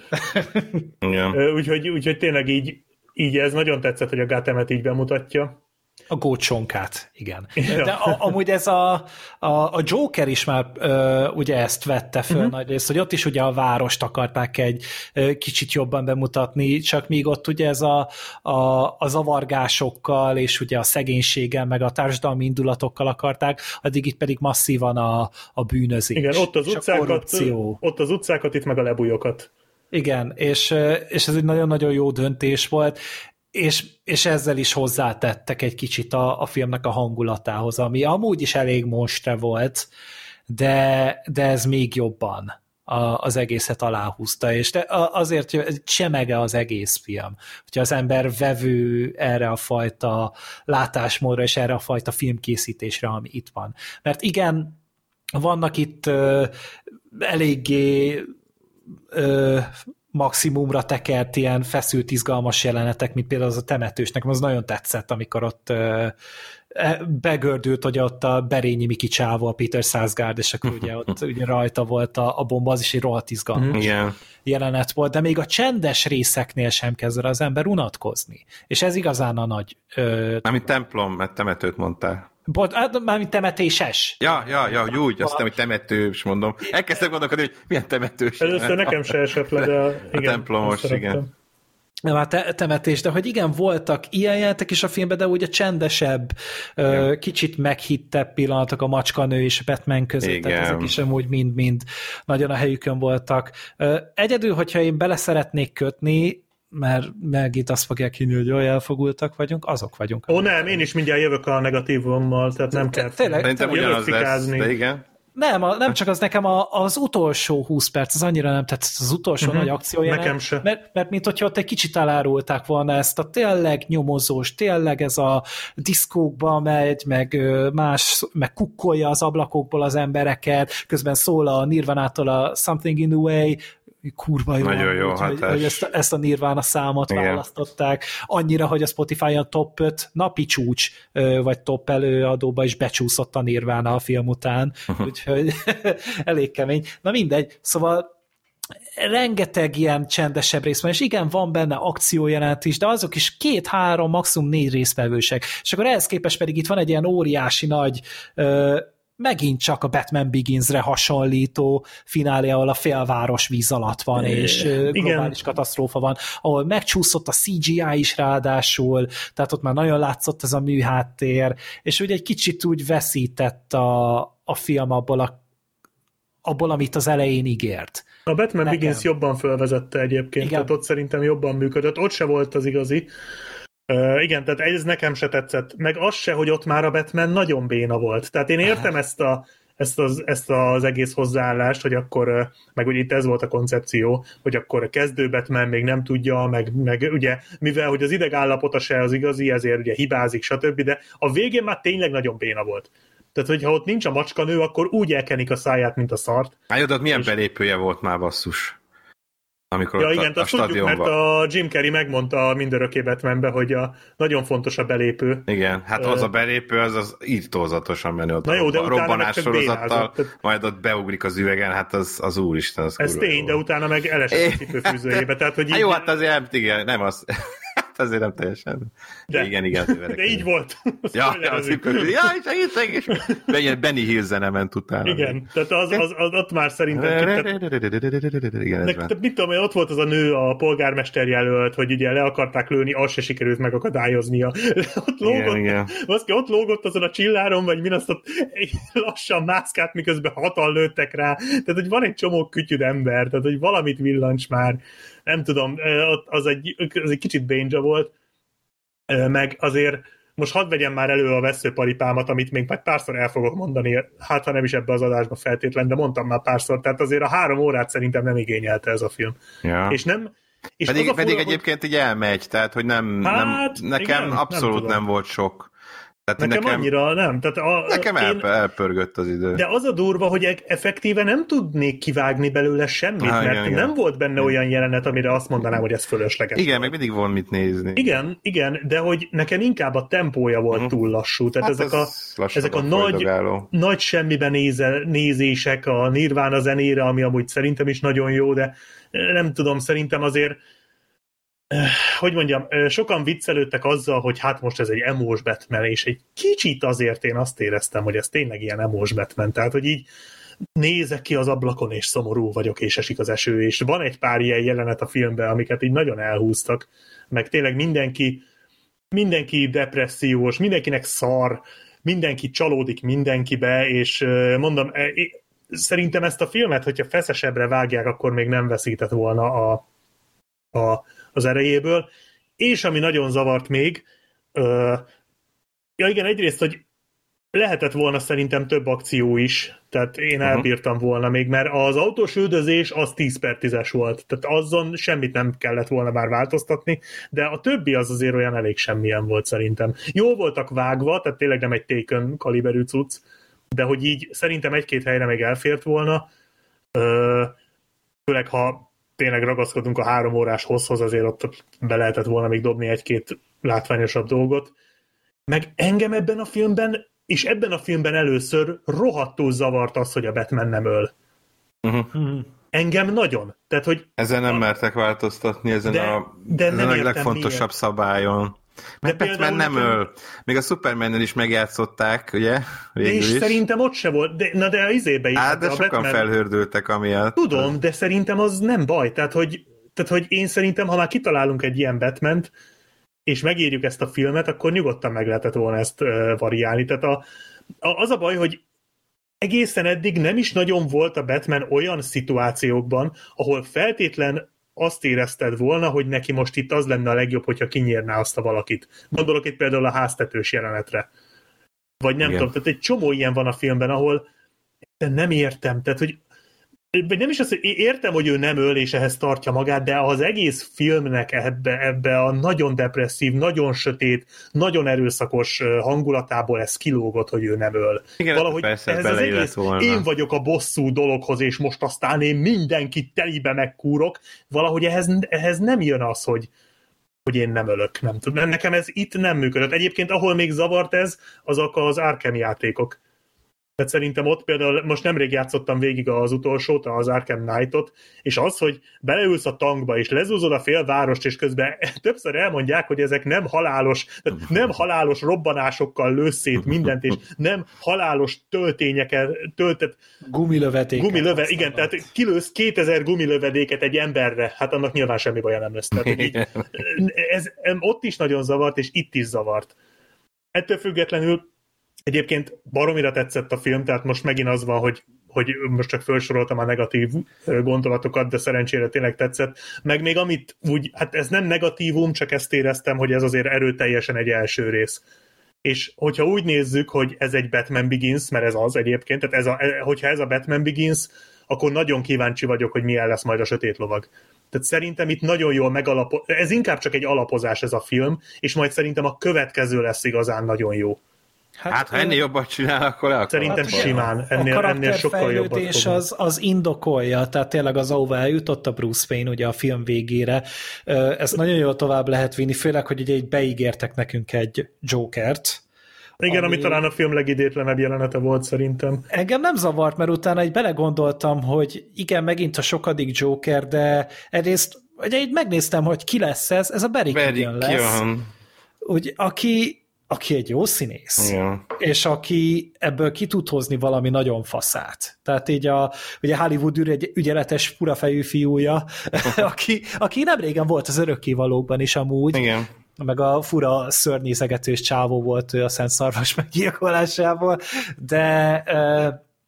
uh, úgyhogy, úgyhogy tényleg így, így ez nagyon tetszett, hogy a Gothamet így bemutatja. A gócsonkát, igen. Ja. De a, amúgy ez a, a, a Joker is már ö, ugye ezt vette föl uh-huh. nagyrészt, hogy ott is ugye a várost akarták egy ö, kicsit jobban bemutatni, csak míg ott ugye ez a, a, a zavargásokkal és ugye a szegénységgel, meg a társadalmi indulatokkal akarták, addig itt pedig masszívan a, a bűnözés. Igen, ott az, utcákat, ott az utcákat, itt meg a lebújokat. Igen, és, és ez egy nagyon-nagyon jó döntés volt, És, és ezzel is hozzátettek egy kicsit a, a filmnek a hangulatához, ami amúgy is elég monstre volt, de, de ez még jobban a, az egészet aláhúzta, és de azért csemege az egész film, hogyha az ember vevő erre a fajta látásmódra, és erre a fajta filmkészítésre, ami itt van. Mert igen, vannak itt ö, eléggé ö, maximumra tekert ilyen feszült, izgalmas jelenetek, mint például az a temetős. Nekem az nagyon tetszett, amikor ott ö, begördült, hogy ott a Berényi Miki csávó, a Peter Sarsgaard, és akkor ugye ott ugye rajta volt a, a bomba, az is egy rohadt izgalmas yeah. jelenet volt, de még a csendes részeknél sem kezd el az ember unatkozni. És ez igazán a nagy... Ö, Mármint templom, mert temetőt mondtál. Mármint temetéses. Ja, ja, ja, úgy, úgy azt hiszem, hogy temetős, mondom. Elkezdtem gondolkodni, hogy milyen temetős. Először nekem se esett le, de a igen, templomos, igen. Nem, hát te- temetés, de hogy igen, voltak ilyen jelentek is a filmben, de úgy a csendesebb, ja. kicsit meghittebb pillanatok a Macskanő és a Batman között, igen. Tehát ezek is amúgy mind-mind nagyon a helyükön voltak. Egyedül, hogyha én bele szeretnék kötni, mert meg itt azt fogják hinni, hogy olyan elfogultak vagyunk, azok vagyunk. Ó, nem, én is mindjárt jövök a negatívummal, tehát nem kell jövök fikázni. De igen. Nem, a, nem csak az nekem a, az utolsó húsz perc, az annyira nem tetszett, az utolsó uh-huh. nagy akciójelenet. Nekem se. Mert, mert mint hogyha ott egy kicsit elárulták volna ezt a tényleg nyomozós, tényleg ez a diszkókba megy, meg más, meg kukkolja az ablakokból az embereket, közben szól a Nirvanától a Something in the Way, kurva jó, nagyon jó, úgy, hogy, hogy ezt, ezt a Nirvana számot igen. választották, annyira, hogy a Spotify-on top öt napi csúcs, vagy top előadóba is becsúszott a Nirvana a film után, uh-huh. úgyhogy elég kemény. Na mindegy, szóval rengeteg ilyen csendesebb rész van, és igen, van benne akciójelent is, de azok is két-három, maximum négy résztvevősek, és akkor ehhez képest pedig itt van egy ilyen óriási nagy megint csak a Batman Begins-re hasonlító finálé, ahol a félváros víz alatt van, és igen. globális katasztrófa van, ahol megcsúszott a cé gé í is ráadásul, tehát ott már nagyon látszott ez a műháttér, és úgy egy kicsit úgy veszített a, a film abból, a, abból, amit az elején ígért. A Batman Nekem. Begins jobban felvezette egyébként, igen. Tehát ott szerintem jobban működött, ott se volt az igazi. Uh, igen, tehát ez nekem se tetszett. Meg az se, hogy ott már a Batman nagyon béna volt. Tehát én értem ezt, a, ezt, az, ezt az egész hozzáállást, hogy akkor, meg ugye itt ez volt a koncepció, hogy akkor a kezdő Batman még nem tudja, meg, meg ugye, mivel hogy az idegállapota se az igazi, ezért ugye hibázik, stb., de a végén már tényleg nagyon béna volt. Tehát, hogyha ott nincs a macskanő, akkor úgy elkenik a száját, mint a szart. Hát de ott milyen és... belépője volt már, basszus? Amikor ja, igen, a, a azt tudjuk, mert a Jim Carrey megmondta mindörökké Batmanbe, hogy a nagyon fontos a belépő. Igen, hát az a belépő, az az írtózatosan menő ott. Na jó, de a robbanás sorozattal, majd ott beugrik az üvegen, hát az, az úristen. Az ez tény, jó. De utána meg elesett a cipőfűzőjébe. Tehát, hogy így... Jó, hát azért, igen, nem az... azért nem teljesen. De, igen, igen. De így volt. Ja, ja, az cipőfűző. Ja, és segít, segít. Benny Hill zene ment utána. Igen, tehát az, az, az, ott már szerintem... Mit tudom, ott volt az a nő, a polgármester jelölt, hogy ugye le akarták lőni, az se sikerült megakadályoznia. Ott lógott, igen, igen. ott lógott azon a csilláron, vagy min azt ott lassan mászkált, miközben hatan lőttek rá. Tehát, hogy van egy csomó kütyüd ember, tehát, hogy valamit villancs már. Nem tudom, az egy, az egy kicsit bénja volt, meg azért most hadd vegyem már elő a veszőparipámat, amit még majd párszor el fogok mondani, hát ha nem is ebbe az adásba feltétlen, de mondtam már párszor, tehát azért a három órát szerintem nem igényelte ez a film. Ja. És nem, És pedig fura, pedig hogy... egyébként így elmegy, tehát hogy nem, hát, nem nekem igen, abszolút nem, nem volt sok. Tehát nekem, nekem annyira nem. Tehát a, nekem én, elp- elpörgött az idő. De az a durva, hogy effektíve nem tudnék kivágni belőle semmit, ha, mert igen, nem igen. volt benne olyan jelenet, amire azt mondanám, hogy ez fölösleges. Igen, volt. meg mindig volt mit nézni. Igen, igen, de hogy nekem inkább a tempója volt uh-huh. túl lassú. Tehát hát ezek a, ezek a nagy, nagy semmiben néze, nézések a Nirvana zenére, ami amúgy szerintem is nagyon jó, de nem tudom, szerintem azért hogy mondjam, sokan viccelődtek azzal, hogy hát most ez egy emós Batman, és egy kicsit azért én azt éreztem, hogy ez tényleg ilyen emós Batman, tehát hogy így nézek ki az ablakon, és szomorú vagyok, és esik az eső, és van egy pár ilyen jelenet a filmben, amiket így nagyon elhúztak, meg tényleg mindenki mindenki depressziós, mindenkinek szar, mindenki csalódik mindenkibe, és mondom, szerintem ezt a filmet, hogyha feszesebbre vágják, akkor még nem veszített volna a, a az erejéből, és ami nagyon zavart még, ö, ja igen, egyrészt, hogy lehetett volna szerintem több akció is, tehát én uh-huh. elbírtam volna még, mert az autós üldözés az tíz per tízes volt, tehát azon semmit nem kellett volna már változtatni, de a többi az azért olyan elég semmilyen volt szerintem. Jól voltak vágva, tehát tényleg nem egy Taken kaliberű cucc, de hogy így szerintem egy-két helyre még elfért volna, ö, főleg ha tényleg ragaszkodunk a három órás hosszhoz, azért ott be lehetett volna még dobni egy-két látványosabb dolgot. Meg engem ebben a filmben, és ebben a filmben először rohadtul zavart az, hogy a Batman nem öl. Uh-huh. Engem nagyon. Tehát, hogy ezen nem a... mertek változtatni, ezen de, a, de ezen nem a legfontosabb miért. szabályon. Mert de Batman nem nekem... öl. Még a Superman-nel is megjátszották, ugye? Végül és is. Szerintem ott se volt. De, na de az izébe is. Á, de a sokan Batman... felhördültek amiatt. Tudom, de szerintem az nem baj. Tehát hogy, tehát, hogy én szerintem, ha már kitalálunk egy ilyen Batmant, és megírjuk ezt a filmet, akkor nyugodtan meg lehetett volna ezt uh, variálni. Tehát a, a, az a baj, hogy egészen eddig nem is nagyon volt a Batman olyan szituációkban, ahol feltétlen azt érezted volna, hogy neki most itt az lenne a legjobb, hogyha kinyírná azt a valakit. Gondolok itt például a háztetős jelenetre. Vagy nem Igen. tudom, tehát egy csomó ilyen van a filmben, ahol nem értem, tehát hogy vagy nem is azt, hogy értem, hogy ő nem öl, és ehhez tartja magát, de az egész filmnek ebbe, ebbe a nagyon depresszív, nagyon sötét, nagyon erőszakos hangulatából ez kilógott, hogy ő nem öl. Igen, valahogy persze, ez az egész volna. Én vagyok a bosszú dologhoz, és most aztán én mindenkit telibe megkúrok, valahogy ehhez, ehhez nem jön az, hogy, hogy én nem ölök. Nem tudom. Nekem ez itt nem működött. Egyébként ahol még zavart ez, azok az Arkham játékok. Tehát szerintem ott például, most nemrég játszottam végig az utolsót, az Arkham Knight-ot, és az, hogy beleülsz a tankba, és lezúzod a fél várost, és közben többször elmondják, hogy ezek nem halálos, tehát nem halálos robbanásokkal lősz szét mindent, és nem halálos töltényeket, töltett gumilövedéket. Gumilöve, igen, tehát kilősz kétezer gumilövedéket egy emberre, hát annak nyilván semmi baja nem lesz. Tehát, így, ez ott is nagyon zavart, és itt is zavart. Ettől függetlenül egyébként baromira tetszett a film, tehát most megint az van, hogy, hogy most csak felsoroltam a negatív gondolatokat, de szerencsére tényleg tetszett. Meg még amit úgy, hát ez nem negatívum, csak ezt éreztem, hogy ez azért erőteljesen egy első rész. És hogyha úgy nézzük, hogy ez egy Batman Begins, mert ez az egyébként, tehát ez a, hogyha ez a Batman Begins, akkor nagyon kíváncsi vagyok, hogy milyen lesz majd a Sötét Lovag. Tehát szerintem itt nagyon jól megalapoz... Ez inkább csak egy alapozás ez a film, és majd szerintem a következő lesz igazán nagyon jó. Hát, hát ha ennél jobbat csinál, akkor el szerintem hát, simán. Ennél, a ennél sokkal jobbat karakterfejlődés az, az indokolja, tehát tényleg az, ahova eljutott a Bruce Wayne ugye a film végére. Ezt nagyon jól tovább lehet vinni, főleg, hogy ugye így beígértek nekünk egy Jokert. Igen, ami, ami talán a film legidétlenebb jelenete volt szerintem. Engem nem zavart, mert utána egy belegondoltam, hogy igen, megint a sokadik Joker, de egyrészt ugye így megnéztem, hogy ki lesz ez, ez a Barry Keoghan lesz. Úgy, aki aki egy jó színész, ja. és aki ebből ki tud hozni valami nagyon faszát. Tehát így a, ugye Hollywood ügy, ügyeletes furafejű fiúja, aki, aki nem régen volt az Örökkévalókban is amúgy, igen. meg a fura szörnyészegetős csávó volt ő a Szent Szarvas meggyilkolásából, de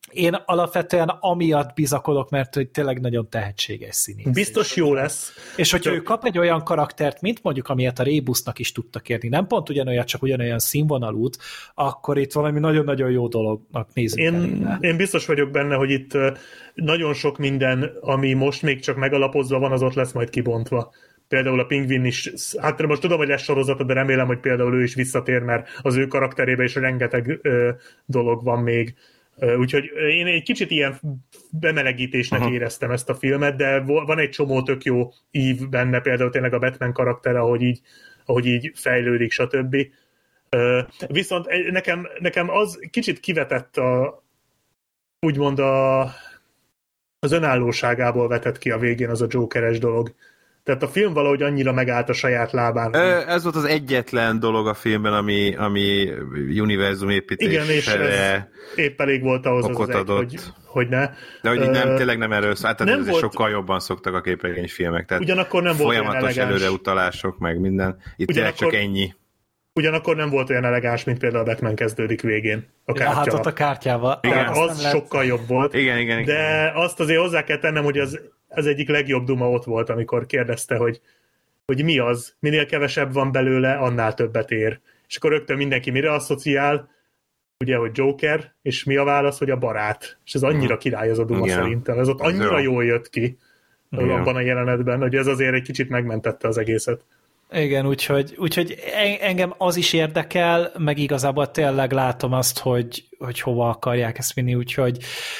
én alapvetően amiatt bizakodok, mert hogy tényleg nagyon tehetséges színész. Biztos jó lesz. És hogyha ő kap egy olyan karaktert, mint mondjuk, amilyet a Rébusnak is tudtak kérni, nem pont ugyanolyan, csak ugyanolyan színvonalút, akkor itt valami nagyon-nagyon jó dolognak nézünk én, én biztos vagyok benne, hogy itt nagyon sok minden, ami most még csak megalapozva van, az ott lesz majd kibontva. Például a Pingvin is, hát most tudom, hogy lesz sorozata, de remélem, hogy például ő is visszatér, mert az ő karakterében is rengeteg ö, dolog van még. Úgyhogy én egy kicsit ilyen bemelegítésnek uh-huh. éreztem ezt a filmet, de van egy csomó tök jó ív benne, például tényleg a Batman karaktere, ahogy így, ahogy így fejlődik, stb. Viszont nekem, nekem az kicsit kivetett a, úgymond a, az önállóságából vetett ki a végén az a Jokeres dolog. Tehát a film valahogy annyira megállt a saját lábán. Ez volt az egyetlen dolog a filmben, ami, ami univerzum építésre igen, és ez épp elég volt ahhoz az, az egy, hogy, hogy ne. De hogy nem, tényleg nem erről szól. Hát nem volt, sokkal jobban szoktak a képregényfilmek. Tehát ugyanakkor nem volt folyamatos előreutalások, meg minden. Itt tényleg csak ennyi. Ugyanakkor nem volt olyan elegáns, mint például a Batman kezdődik végén. A ja, hát ott a kártyával. Igen, az sokkal jobb volt. Igen, igen, igen. De azt azért hozzá kell tennem, hogy az az egyik legjobb duma ott volt, amikor kérdezte, hogy, hogy mi az, minél kevesebb van belőle, annál többet ér. És akkor rögtön mindenki mire asszociál, ugye, hogy Joker, és mi a válasz, hogy a barát. És ez annyira király az a duma. Igen. Szerintem. Ez ott annyira jól jött ki igen. abban a jelenetben, hogy ez azért egy kicsit megmentette az egészet. Igen, úgyhogy, úgyhogy engem az is érdekel, meg igazából tényleg látom azt, hogy, hogy hova akarják ezt vinni, úgyhogy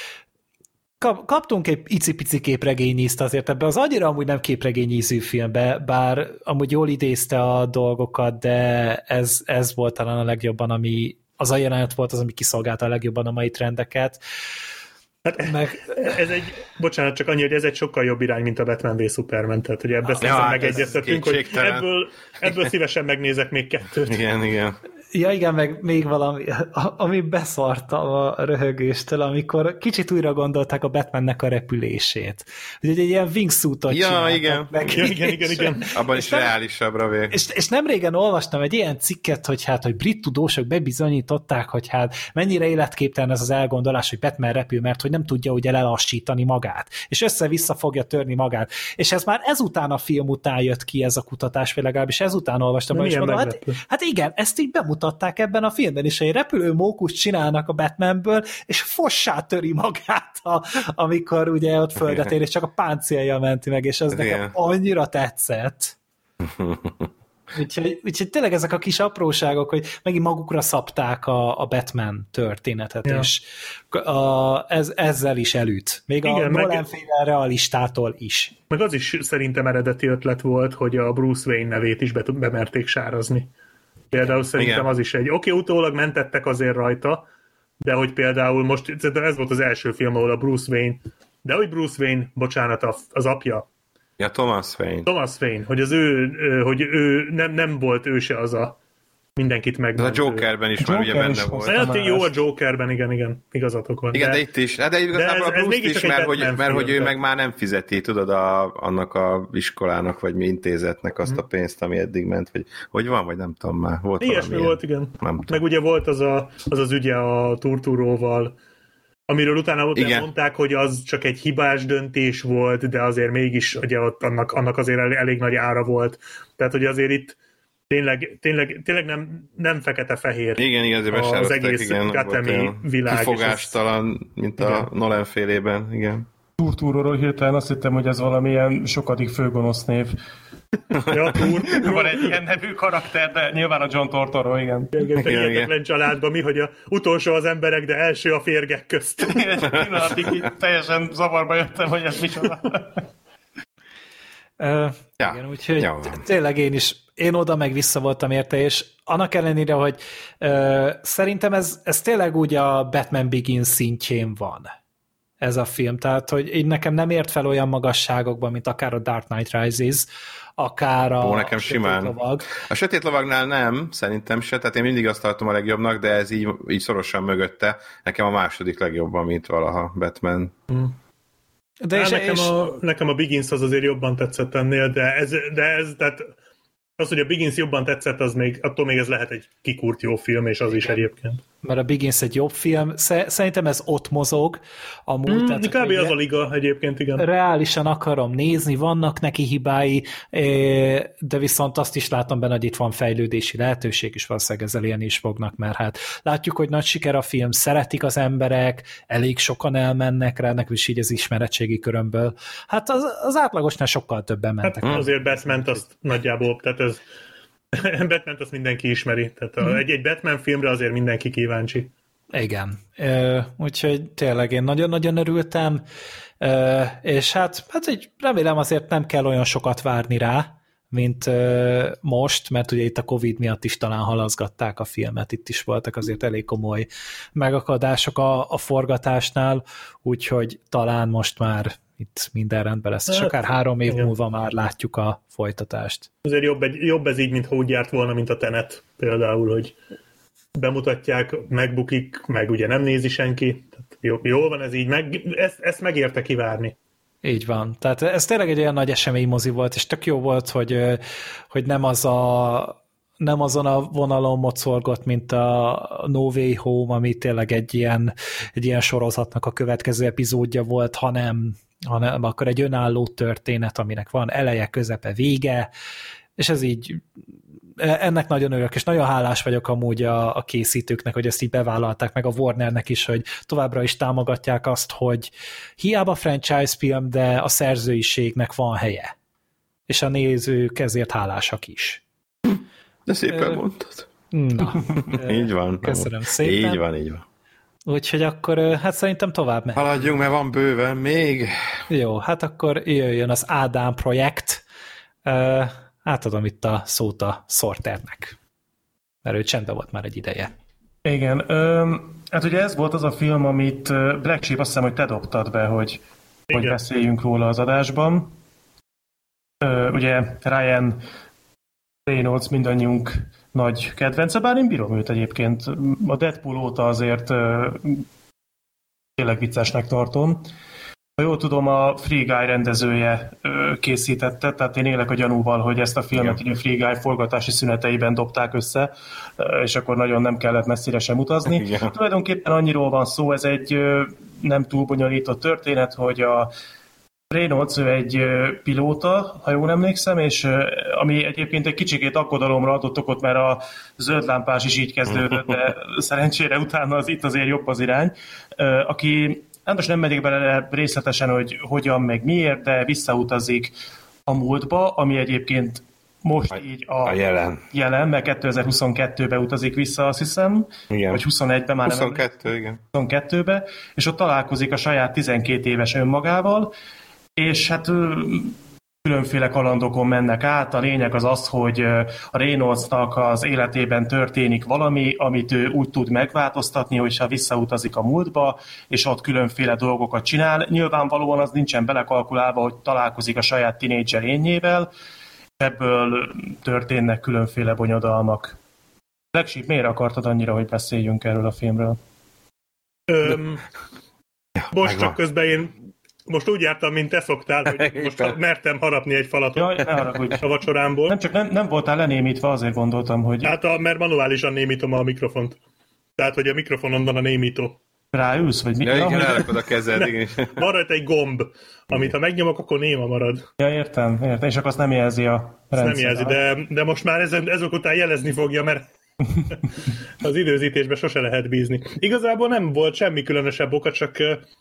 kaptunk egy icipici képregényízt azért ebbe, az annyira amúgy nem képregényízű filmbe, bár amúgy jól idézte a dolgokat, de ez, ez volt talán a legjobban, ami az a jelenet volt az, ami kiszolgálta a legjobban a mai trendeket. Hát meg... ez egy, bocsánat, csak annyi, hogy ez egy sokkal jobb irány, mint a Batman v Superman, tehát hogy ebben szerintem ja, megegyeztetünk, hogy ebből, ebből szívesen megnézek még kettőt. Igen, igen. Ja igen, meg még valami, ami beszartam a röhögéstől, amikor kicsit újra gondolták a Batmannek a repülését. Hogy egy ilyen wingsuitot ja, csináltak igen. Meg. Ja, igen, igen, igen. Abban is reálisabbra vég. És, és nem régen olvastam egy ilyen cikket, hogy hát, hogy brit tudósok bebizonyították, hogy hát mennyire életképtelen ez az elgondolás, hogy Batman repül, mert hogy nem tudja ugye lelassítani magát. És össze-vissza fogja törni magát. És ez már ezután a film után jött ki ez a kutatás, vagy legalábbis ezután olvastam. És mondom, hát, hát igen, ezt így bemutatták ebben a filmben, és egy repülő mókust csinálnak a Batmanből, és fossá töri magát, a, amikor ugye ott földet ér, és csak a páncélja menti meg, és ez nekem annyira tetszett. Úgyhogy, úgyhogy tényleg ezek a kis apróságok, hogy megint magukra szabták a, a Batman történetet, ja. és a, ez, ezzel is elüt. Még igen, a Nolan-féle realistától is. Meg az is szerintem eredeti ötlet volt, hogy a Bruce Wayne nevét is be, bemerték sárazni. Például szerintem igen. az is egy... Oké, okay, utólag mentettek azért rajta, de hogy például most, ez volt az első film, ahol a Bruce Wayne, de hogy Bruce Wayne, bocsánat, az apja. Ja, Thomas Wayne. Thomas Wayne, hogy az ő, hogy ő nem, nem volt ő se az a mindenkit megmentő. A Jokerben is a már Joker ugye benne volt. Hát, jó, a Jokerben, igen, igen, igazatok van. Igen, de, de itt is, de, de igazából de ez, a Bruce is, mert, hogy, mert film, hogy ő de. meg már nem fizeti, tudod, a, annak a iskolának, vagy mi intézetnek azt a pénzt, ami eddig ment, vagy hogy van, vagy nem tudom már. Volt ilyesmi volt, igen. Meg ugye volt az a, az, az ügye a Turturóval, amiről utána ott mondták, hogy az csak egy hibás döntés volt, de azért mégis ugye ott annak, annak azért elég, elég nagy ára volt. Tehát, hogy azért itt tényleg, tényleg, tényleg nem, nem fekete-fehér igen, igen, az egész Gotham-i világ. Kifogástalan, mint igen. a Nolan félében, igen. Turturról hirtelen azt hittem, hogy ez valamilyen sokadik főgonosz név. Ja, Tur. Van egy ilyen nevű karakter, de nyilván a John Tortoro, igen. Egyetlen családban mi, hogy a utolsó az emberek, de első a férgek közt. Egy pillanatig így teljesen zavarba jöttem, hogy ez micsoda. Uh, ja. Igen, úgyhogy ja. tényleg én is, én oda meg vissza voltam érte, és annak ellenére, hogy uh, szerintem ez, ez tényleg úgy a Batman Begins szintjén van. Ez a film, tehát hogy így nekem nem ért fel olyan magasságokban, mint akár a Dark Knight Rises, akár a, Ó, nekem a Sötét simán. Lovag. A Sötét Lovagnál nem, szerintem se, tehát én mindig azt tartom a legjobbnak, de ez így, így szorosan mögötte. Nekem a második legjobb, mint valaha Batman. Hmm. De és, nekem, és... A, nekem a Begins az azért jobban tetszett ennél, de ez, de ez tehát az, hogy a Begins jobban tetszett, az még, attól még ez lehet egy kikúrt jó film, és az igen. is egyébként. mert a Begins egy jobb film. Szerintem ez ott mozog. Amúgy, mm, tehát, kb. Az a liga egyébként, igen. Reálisan akarom nézni, vannak neki hibái, de viszont azt is látom benne, hogy itt van fejlődési lehetőség, és valószínűleg ezzel ilyen is fognak, mert hát látjuk, hogy nagy siker a film, szeretik az emberek, elég sokan elmennek rá, nekem is így az ismeretségi körömből. Hát az, az átlagosnál sokkal többen mentek. Hát azért Batman azt nagyjából, tehát ez Batman-t azt mindenki ismeri, tehát mm. egy, egy Batman filmre azért mindenki kíváncsi. Igen, uh, úgyhogy tényleg én nagyon-nagyon örültem, uh, és hát, hát így remélem azért nem kell olyan sokat várni rá, mint uh, most, mert ugye itt a Covid miatt is talán halaszgatták a filmet, itt is voltak azért elég komoly megakadások a, a forgatásnál, úgyhogy talán most már itt minden rendben lesz, és akár három év igen. múlva már látjuk a folytatást. Azért jobb, egy, jobb ez így, mint ha úgy járt volna, mint a Tenet például, hogy bemutatják, megbukik, meg ugye nem nézi senki. Tehát jó, jól van ez így, meg, ezt, ezt megérte kivárni. Így van. Tehát ez tényleg egy olyan nagy esemény mozi volt, és tök jó volt, hogy, hogy nem az a nem azon a vonalon mocorgott, mint a No Way Home, ami tényleg egy ilyen, egy ilyen sorozatnak a következő epizódja volt, hanem, hanem akkor egy önálló történet, aminek van eleje, közepe, vége, és ez így ennek nagyon örülök, és nagyon hálás vagyok amúgy a, a készítőknek, hogy ezt így bevállalták, meg a Warnernek is, hogy továbbra is támogatják azt, hogy hiába franchise film, de a szerzőiségnek van helye. És a nézők ezért hálásak is. De szépen mondtad. Na, így van. Köszönöm szépen. Így van, így van. Úgyhogy akkor hát szerintem tovább megy. Haladjunk, mert van bőven még. Jó, hát akkor jöjjön az Ádám projekt. Átadom itt a szót a Sorternek, mert ő csendben volt már egy ideje. Igen, ö, hát ugye ez volt az a film, amit Black Sheep, azt hiszem, hogy te dobtad be, hogy, hogy beszéljünk róla az adásban. Ö, ugye Ryan Reynolds mindannyiunk nagy kedvence, bár én bírom őt egyébként. A Deadpool óta azért ö, tényleg viccesnek tartom. Ha jól tudom, a Free Guy rendezője ö, készítette, tehát én élek a gyanúval, hogy ezt a filmet ugye Free Guy forgatási szüneteiben dobták össze, ö, és akkor nagyon nem kellett messzire sem utazni. Igen. Tulajdonképpen annyiról van szó, ez egy ö, nem túl bonyolított történet, hogy a Reynolds ő egy ö, pilóta, ha jól emlékszem, és ö, ami egyébként egy kicsikét aggodalomra adott okot, mert a zöld lámpás is így kezdődött, de szerencsére utána az itt azért jobb az irány, ö, aki hát most nem megyek bele részletesen, hogy hogyan, meg miért, de visszautazik a múltba, ami egyébként most a, így a, a jelen. jelen, mert kétezer-huszonkettőbe utazik vissza, azt hiszem, igen. vagy huszonegybe már huszonkettő, igen. huszonkettőbe, és ott találkozik a saját tizenkét éves önmagával, és hát különféle kalandokon mennek át. A lényeg az az, hogy a Reynoldsnak az életében történik valami, amit ő úgy tud megváltoztatni, hogyha visszautazik a múltba, és ott különféle dolgokat csinál. Nyilvánvalóan az nincsen belekalkulálva, hogy találkozik a saját tinédzser énjével, ebből történnek különféle bonyodalmak. Black Sheep, miért akartad annyira, hogy beszéljünk erről a filmről? Öm, most csak közben én most úgy jártam, mint te szoktál, hogy most mertem harapni egy falatot. Jaj, ne haragudj. A vacsorámból. Nem, csak nem, nem voltál lenémítva, azért gondoltam, hogy... Hát, a, mert manuálisan némítom a mikrofont. Tehát, hogy a mikrofonon van a némító. Ráülsz, vagy mi? Ja, igen, elrakod a kezed, igen. Van rajta egy gomb, amit ha megnyomok, akkor néma marad. Ja, értem, értem, és akkor azt nem jelzi a rendszer. Nem jelzi, de, de most már ezen, ezek után jelezni fogja, mert az időzítésben sose lehet bízni. Igazából nem volt semmi különösebb oka, csak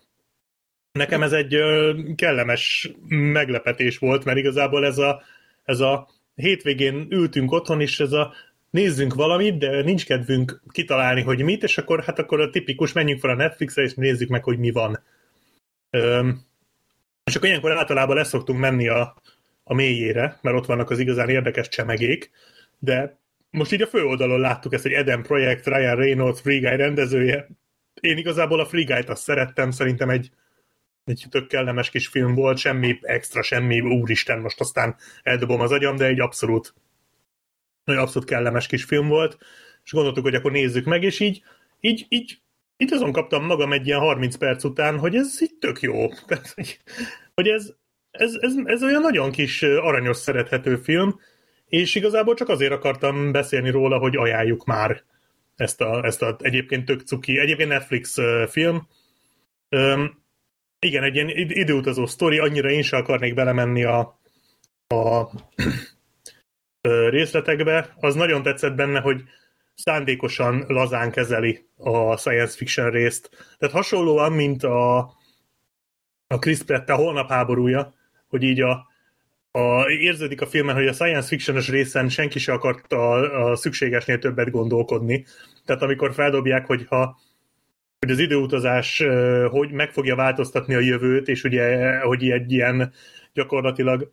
nekem ez egy kellemes meglepetés volt, mert igazából ez a, ez a hétvégén ültünk otthon, és ez a nézzünk valamit, de nincs kedvünk kitalálni, hogy mit, és akkor hát akkor a tipikus, menjünk fel a Netflixre, és nézzük meg, hogy mi van. Üm, és akkor ilyenkor általában leszoktunk menni a, a mélyére, mert ott vannak az igazán érdekes csemegék, de most így a főoldalon láttuk ezt, egy Eden Projekt, Ryan Reynolds, Free Guy rendezője. Én igazából a Free Guy-t azt szerettem, szerintem egy egy tök kellemes kis film volt, semmi extra, semmi, úristen, most aztán eldobom az agyam, de egy abszolút egy abszolút kellemes kis film volt, és gondoltuk, hogy akkor nézzük meg, és így, így, így, így azon kaptam magam egy ilyen harminc perc után, hogy ez így tök jó. Tehát, hogy ez, ez, ez, ez olyan nagyon kis aranyos, szerethető film, és igazából csak azért akartam beszélni róla, hogy ajánljuk már ezt a, ezt a egyébként tök cuki, egyébként Netflix film. Üm, igen, egy ilyen időutazó sztori, annyira én sem akarnék belemenni a, a részletekbe. Az nagyon tetszett benne, hogy szándékosan lazán kezeli a science fiction részt. Tehát hasonlóan, mint a, a Chris Pratt a Holnap háborúja, hogy így a, a, érződik a filmen, hogy a science fiction-ös részen senki se akart a, a szükségesnél többet gondolkodni. Tehát amikor feldobják, hogy ha hogy az időutazás hogy meg fogja változtatni a jövőt, és ugye, hogy egy ilyen gyakorlatilag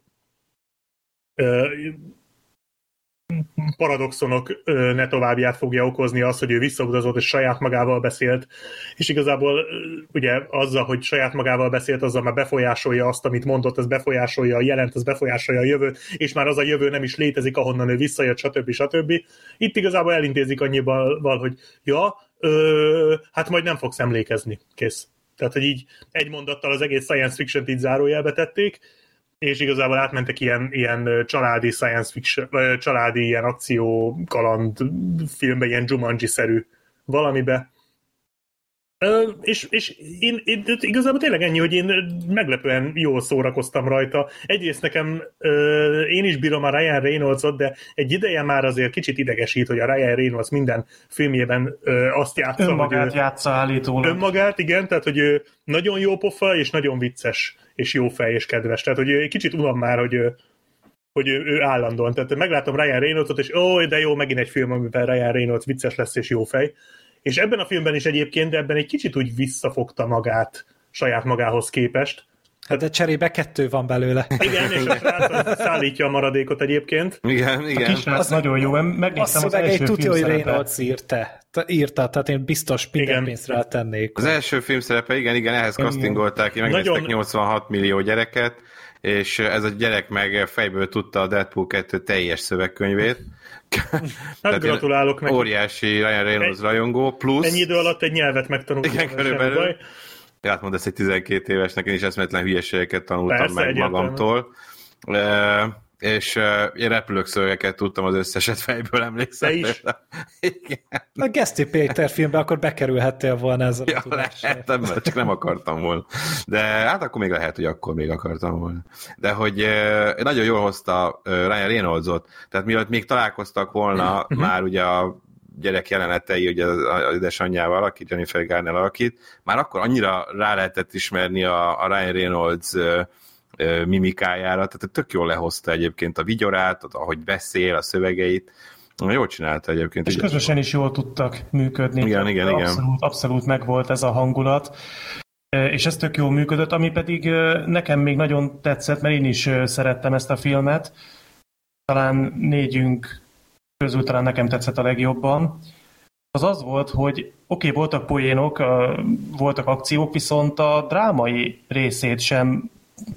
paradoxonok ne továbbját fogja okozni az, hogy ő visszautazott és saját magával beszélt, és igazából ugye azzal, hogy saját magával beszélt, azzal már befolyásolja azt, amit mondott, ez befolyásolja a jelent, ez befolyásolja a jövőt, és már az a jövő nem is létezik, ahonnan ő visszajött, stb. stb. Itt igazából elintézik annyival, hogy ja, ö, hát majd nem fogsz emlékezni. Kész. Tehát, hogy így egy mondattal az egész science fiction-t így zárójelbe tették, és igazából átmentek ilyen, ilyen családi science fiction, vagy családi ilyen akció kaland filmbe, ilyen Jumanji-szerű valamibe. Ö, és és én, én, igazából tényleg ennyi, hogy én meglepően jól szórakoztam rajta. Egyrészt nekem ö, én is bírom a Ryan Reynoldsot, de egy ideje már azért kicsit idegesít, hogy a Ryan Reynolds minden filmjében ö, azt játsza, önmagát hogy ő, játsza állítólag. Önmagát, igen, tehát hogy ő nagyon jó pofa, és nagyon vicces, és jó fej, és kedves. Tehát, hogy egy kicsit unom már, hogy ő, hogy ő, ő állandóan. Tehát meglátom Ryan Reynoldsot, és ó, de jó, megint egy film, amiben Ryan Reynolds vicces lesz, és jó fej. És ebben a filmben is egyébként, de ebben egy kicsit úgy visszafogta magát saját magához képest. Hát de cserébe kettő van belőle. Igen, és a srác szállítja a maradékot egyébként. Igen, igen. A kisrác az nagyon jó, megnéztem az, az első film tudja, hogy Reynolds írta. írta, tehát én biztos minden pénzt rá tennék. Az első film szerepe, igen, igen, ehhez castingolták ki, megnéztek nagyon... nyolcvanhat millió gyereket, és ez a gyerek meg fejből tudta a Deadpool kettő teljes szövegkönyvét. Hát gratulálok neki. Óriási Ryan Reynolds rajongó, plusz... Ennyi idő alatt egy nyelvet megtanultam. Igen, körülbelül. Hát mondd ezt egy tizenkét évesnek, én is eszméletlen hülyeségeket tanultam Persze, meg egyértelmű. magamtól. E, és e, én repülőkszövegeket tudtam, az összeset fejből emlékszem. Te is? Igen. A Geszti Péter filmbe akkor bekerülhettél volna ezzel ja, a tudással. Lehet, csak nem akartam volna. De hát akkor még lehet, hogy akkor még akartam volna. De hogy e, nagyon jól hozta Ryan Reynoldsot, tehát mielőtt még találkoztak volna, már ugye a gyerek jelenetei, ugye az édesanyjával, aki Jennifer Garner alakít, már akkor annyira rá lehetett ismerni a, a Ryan Reynolds ö, ö, mimikájára, tehát tök jól lehozta egyébként a vigyorát, ahogy beszél, a szövegeit, jól csinálta egyébként. És közösen is jól tudtak működni. Igen, igen, abszolút, igen. Abszolút megvolt ez a hangulat, és ez tök jól működött, ami pedig nekem még nagyon tetszett, mert én is szerettem ezt a filmet, talán négyünk közül talán nekem tetszett a legjobban, az az volt, hogy oké, okay, voltak poénok, voltak akciók, viszont a drámai részét sem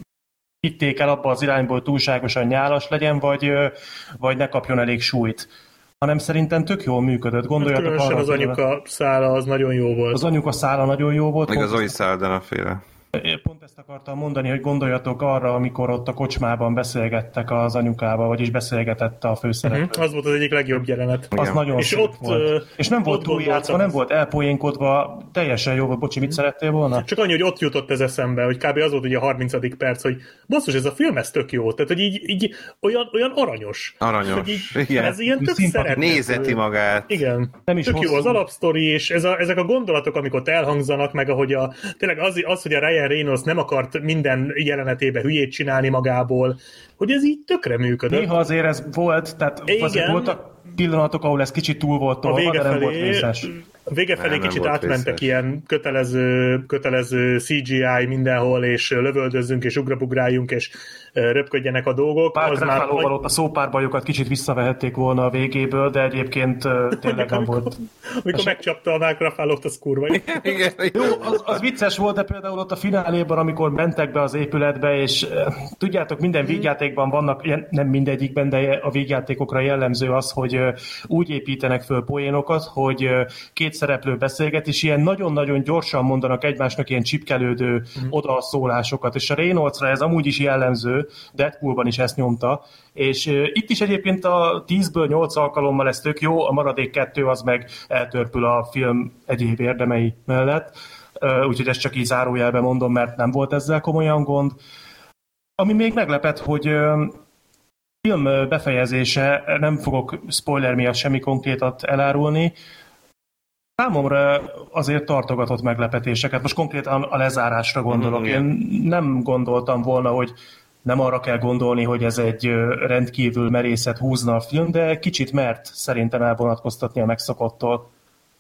hitték el abba az irányból túlságosan nyálas legyen, vagy, vagy ne kapjon elég súlyt. Hanem szerintem tök jól működött. Gondoljatok arra, az anyuka szála az nagyon jó volt. Az anyuka szála nagyon jó volt. Meg az Zoe Saldana féle. Pont ezt akartam mondani, hogy gondoljatok arra, amikor ott a kocsmában beszélgettek az anyukával, vagyis beszélgetett a főszereplő. Uh-huh. Az volt az egyik legjobb jelenet. Az nagyon és ott, volt. És nem volt túljátszva, nem volt elpoénkodva, teljesen jó volt. Bocsi, mit szerettél volna? Csak annyi, hogy ott jutott ez eszembe, hogy kb. Az volt ugye a harmincadik perc, hogy basszus, ez a film, ez tök jó. Tehát, hogy így, így olyan, olyan aranyos. Aranyos. Így, igen. Ez ilyen tök szerethető. Nézeti magát. Igen. Nem is tök hosszú. jó az alapsztori, és ez a, ezek a gondolatok, amik ott elhangzanak, meg ahogy a, tényleg az, az, hogy a Ryan Reynolds nem akart minden jelenetébe hülyét csinálni magából, hogy ez így tökre működött. Néha azért ez volt, tehát azért voltak pillanatok, ahol ez kicsit túl volt tolva, de nem volt vészes. A vége felé nem, kicsit nem átmentek vészes. Ilyen kötelező, kötelező cé gé í mindenhol, és lövöldözzünk, és ugrabugráljunk, és röpködjenek a dolgok. Pár az már vagy... ott a szópárbajokat kicsit visszavehették volna a végéből, de egyébként tényleg nem volt. Amikor megcsapta a Mark Ruffalo-t, az kurva. Jó, az, az vicces volt, de például ott a fináléban, amikor mentek be az épületbe, és tudjátok, minden vígjátékban vannak, nem mindegyikben, de a vígjátékokra jellemző az, hogy úgy építenek föl poénokat, hogy két szereplő beszélget, és ilyen nagyon-nagyon gyorsan mondanak egymásnak ilyen csipkelődő mm. odaszólásokat, és a Reynoldsra ez amúgy is jellemző, Deadpoolban is ezt nyomta, és uh, itt is egyébként a tízből nyolc alkalommal ez tök jó, a maradék kettő az meg eltörpül a film egyéb érdemei mellett, uh, úgyhogy ezt csak így zárójelben mondom, mert nem volt ezzel komolyan gond. Ami még meglepett, hogy uh, film befejezése, nem fogok spoiler miatt semmi konkrétat elárulni, számomra azért tartogatott meglepetéseket. Most konkrétan a lezárásra gondolok. Én nem gondoltam volna, hogy nem arra kell gondolni, hogy ez egy rendkívül merészet húzna a film, de kicsit mert szerintem elvonatkoztatni a megszokottól.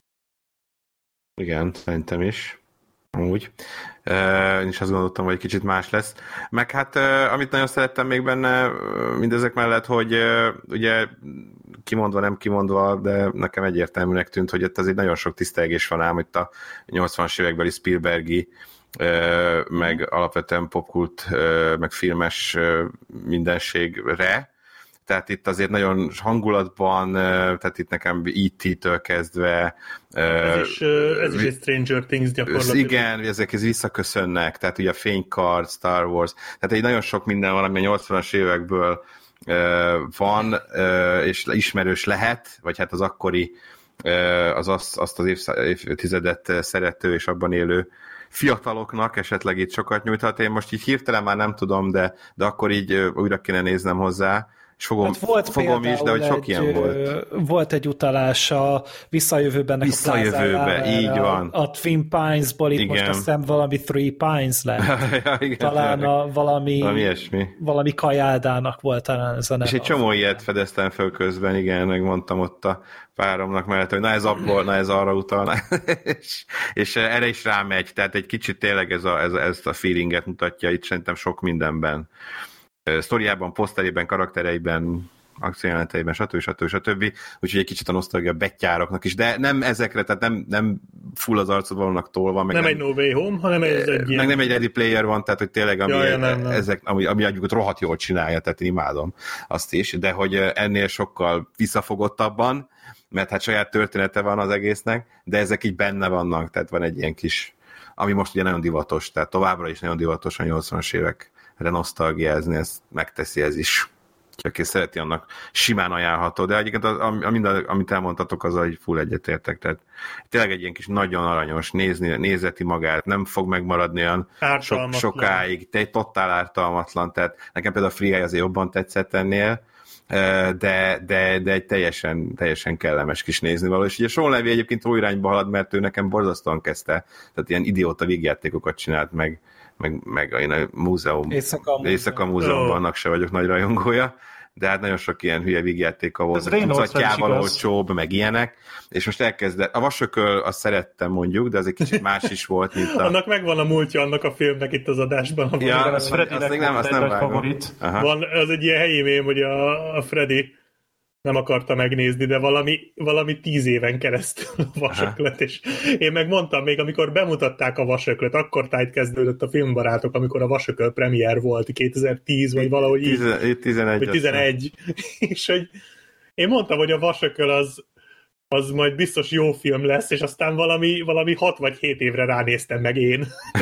Igen, szerintem is. Úgy. Uh, én is azt gondoltam, hogy kicsit más lesz. Meg hát, uh, amit nagyon szerettem még benne, uh, mindezek mellett, hogy uh, ugye kimondva, nem kimondva, de nekem egyértelműnek tűnt, hogy itt azért nagyon sok tisztelgés van ám itt a nyolcvanas évekbeli Spielbergi, uh, meg alapvetően popkult, uh, meg filmes uh, mindenségre. Tehát itt azért nagyon hangulatban, tehát itt nekem í té-től kezdve... Ez is, ez is egy Stranger Things gyakorlatilag. Igen, ezek visszaköszönnek, tehát ugye a fénykard, Star Wars, tehát egy nagyon sok minden van, ami a nyolcvanas évekből van, és ismerős lehet, vagy hát az akkori, az azt, azt az évtizedet szerető és abban élő fiataloknak esetleg itt sokat nyújthat. Én most így hirtelen már nem tudom, de, de akkor így újra kéne néznem hozzá, és fogom, hát volt fogom is, de hogy sok egy, ilyen volt. Volt egy utalás a Visszajövőben Visszajövőbe, így van. A, a Twin Pines-ból itt igen. Most azt hiszem valami Three Pines lett. ja, igen, talán a valami, valami, valami kajádának volt talán ez a neve. És egy csomó ilyet fedeztem föl közben, igen, megmondtam ott a páromnak mellett, hogy na ez abból, na ez arra utal, és, és erre is rámegy, tehát egy kicsit tényleg ez a, ez, ez a feelinget mutatja itt szerintem sok mindenben. Sztoriában, poszterében, karaktereiben, akciójeleneteiben, stb. stb. stb. Úgyhogy egy kicsit a nosztalgia betyároknak is, de nem ezekre, tehát nem, nem full az arcod valónak tolva. Meg nem, nem egy No Way Home, hanem ez egy meg ilyen... nem egy Ready Player van, tehát hogy tényleg, ami, ja, nem, nem. ezek, ami, ami agyukat rohadt jól csinálja, tehát én imádom azt is, de hogy ennél sokkal visszafogottabban, mert hát saját története van az egésznek, de ezek így benne vannak, tehát van egy ilyen kis, ami most ugye nagyon divatos, tehát továbbra is nagyon divatos a nyolcvanas évek nosztalgiázni, ezt megteszi ez is. Aki szereti, annak simán ajánlható, de egyébként az, am, amit elmondtatok, az, hogy full egyetértek. Tehát tényleg egy ilyen kis nagyon aranyos, nézni, nézeti magát, nem fog megmaradni olyan so, sokáig, te egy totál ártalmatlan, tehát nekem például a Free Guy azért jobban tetszett ennél, de, de, de egy teljesen, teljesen kellemes kis nézni való. És ugye Sean Levy egyébként jó irányba halad, mert ő nekem borzasztóan kezdte, tehát ilyen idióta vígjátékokat csinált meg, meg, meg én a múzeum, Éjszaka, Éjszaka múzeumban, annak se vagyok nagy rajongója, de hát nagyon sok ilyen hülye vígjátéka volt, tucatjával olcsóbb, meg ilyenek, és most elkezdett, a Vasököl azt szerettem mondjuk, de az egy kicsit más is volt, mint a... Annak megvan a múltja annak a filmnek itt az adásban. Ja, az Freddynek nem, azt nem vágom. Van, az egy ilyen helyi mém, hogy a, a Freddy nem akarta megnézni, de valami, valami tíz éven keresztül a Vasöklet, és én megmondtam még, amikor bemutatták a Vasöklet, akkor tájt kezdődött a Filmbarátok, amikor a Vasököl premier volt, kétezer-tíz, vagy valahogy így, tizenegy, vagy tizenegy, és hogy én mondtam, hogy a Vasököl az az majd biztos jó film lesz, és aztán valami, valami hat vagy hét évre ránéztem meg én.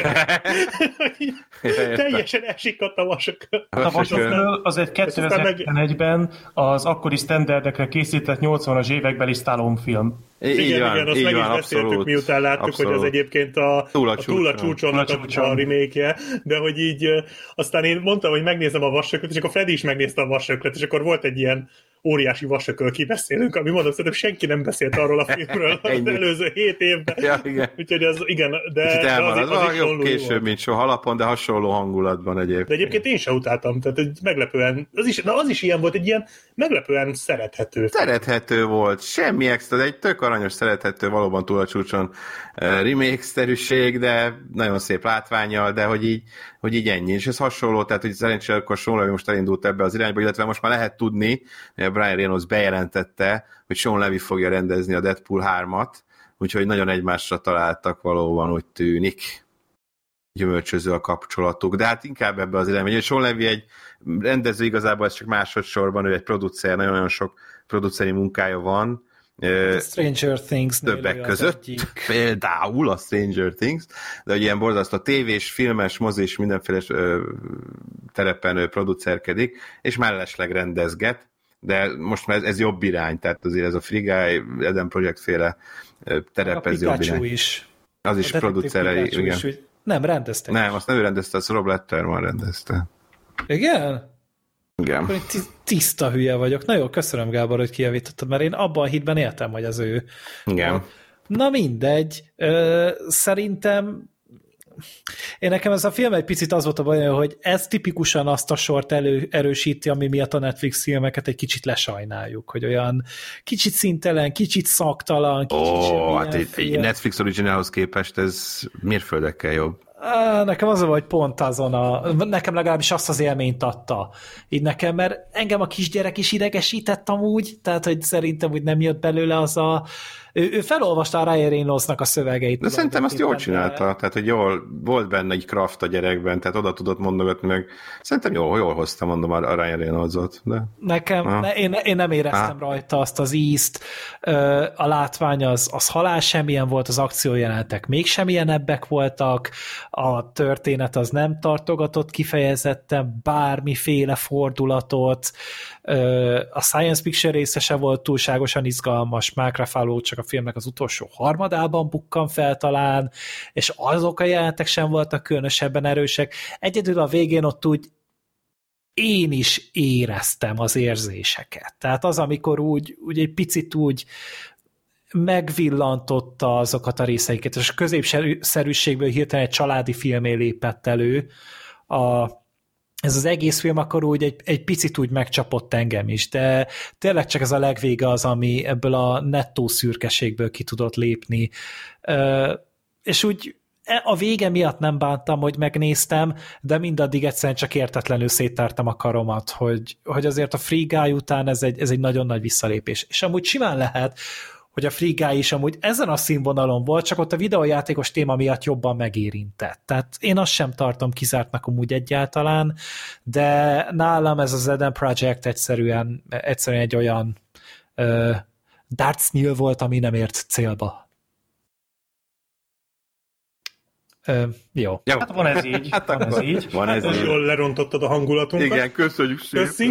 Teljesen esikadt a Vasököl. A Vasököl az egy kétezer-tizenegyben az akkori standardekre készített nyolcvanas évekbeli Stallone film. Igen, így van, igen, azt így meg is van, beszéltük, abszolút, miután láttuk, abszolút. hogy az egyébként a Túl a, a, túl a csúcsonnak a, a, a remake-je, de hogy így aztán én mondtam, hogy megnézem a Vasökölt, és akkor Freddy is megnézte a Vasökölt, és akkor volt egy ilyen óriási Vasököl kibeszélünk, ami mondom, szerintem senki nem beszélt arról a filmről az előző hét évben. Ja, igen. Úgyhogy az, igen, de, kicsit de az, az, az jobb később, volt. Mint soha alapon, de hasonló hangulatban egyébként. De egyébként én sem utáltam, tehát egy meglepően, az is, na az is ilyen volt, egy ilyen meglepően szerethető. Szerethető volt, semmi extra, de egy tök aranyos, szerethető, valóban túl a csúcson remake-szerűség, de nagyon szép látvánnyal, de hogy így, hogy így ennyi. És ez hasonló, tehát hogy szerencsére akkor Sean Levy most elindult ebbe az irányba, illetve most már lehet tudni, hogy Brian Reynolds bejelentette, hogy Sean Levy fogja rendezni a Deadpool hármat, úgyhogy nagyon egymásra találtak valóban, úgy tűnik. Gyümölcsöző a kapcsolatuk, de hát inkább ebbe az irányba. Sean Levy egy rendező, igazából ez csak másodszorban, ő egy producer, nagyon-nagyon sok produceri munkája van, A Stranger Things többek között, például a Stranger Things, de egy ilyen borzasztó tévés, filmes, mozis, mindenféle ö, terepen ő producerkedik, és mellesleg rendezget, de most már ez, ez jobb irány, tehát azért ez a Free Guy, Eden Project féle terep, ez jobb irány. Is. Az is producerei, igen. Is, hogy nem, rendezte. Nem, azt nem ő rendezte, azt Rob Letterman rendezte. Igen? Igen. Akkor én tiszta hülye vagyok. Na jó, köszönöm, Gábor, hogy kijavítottad, mert én abban a hitben éltem, hogy az ő. Igen. Na mindegy. Ö, szerintem én nekem ez a film egy picit az volt a baj, hogy ez tipikusan azt a sort elő, erősíti, ami miatt a Netflix filmeket egy kicsit lesajnáljuk, hogy olyan kicsit szintelen, kicsit szaktalan, kicsit Ó, hát egy, egy Netflix originálhoz képest ez mérföldekkel jobb. Nekem az a hogy pont azon a... Nekem legalábbis azt az élményt adta. Így nekem, mert engem a kisgyerek is idegesített amúgy, tehát hogy szerintem úgy nem jött belőle az a... Ő, ő felolvasta a Ryan Reynoldsnak a szövegeit. De szerintem azt jól csinálta, de... tehát hogy jól volt benne egy craft a gyerekben, tehát oda tudott mondogatni meg. Szerintem jól, jól hozta, mondom, a Ryan Reynoldsot. De... Nekem, ne, én, én nem éreztem Aha. rajta azt az ízt. A látvány az, az halál semmilyen volt, az akciójelenetek még semmilyenebbek voltak, a történet az nem tartogatott kifejezetten bármiféle fordulatot, a science fiction része se volt túlságosan izgalmas, Mark Ruffalo csak a filmnek az utolsó harmadában bukkan fel talán, és azok a jelenetek sem voltak különösebben erősek. Egyedül a végén ott úgy én is éreztem az érzéseket. Tehát az, amikor úgy, úgy egy picit úgy megvillantotta azokat a részeiket, és a középszerűségből hirtelen egy családi filmé lépett elő. A, ez az egész film akkor úgy egy, egy picit úgy megcsapott engem is, de tényleg csak ez a legvége az, ami ebből a nettó szürkeségből ki tudott lépni. És úgy a vége miatt nem bántam, hogy megnéztem, de mindaddig egyszerűen csak értetlenül széttártam a karomat, hogy, hogy azért a Free Guy után ez egy, ez egy nagyon nagy visszalépés. És amúgy simán lehet, hogy a Free Guy is amúgy ezen a színvonalon volt, csak ott a videójátékos téma miatt jobban megérintett. Tehát én azt sem tartom kizártnak amúgy egyáltalán, de nálam ez az Eden Project egyszerűen, egyszerűen egy olyan uh, darts nyíl volt, ami nem ért célba. Uh, jó. jó. Hát van ez így. Hát van ez így. Van ez így. Jól lerontottad a hangulatunkat. Igen, köszönjük szépen. Köszi.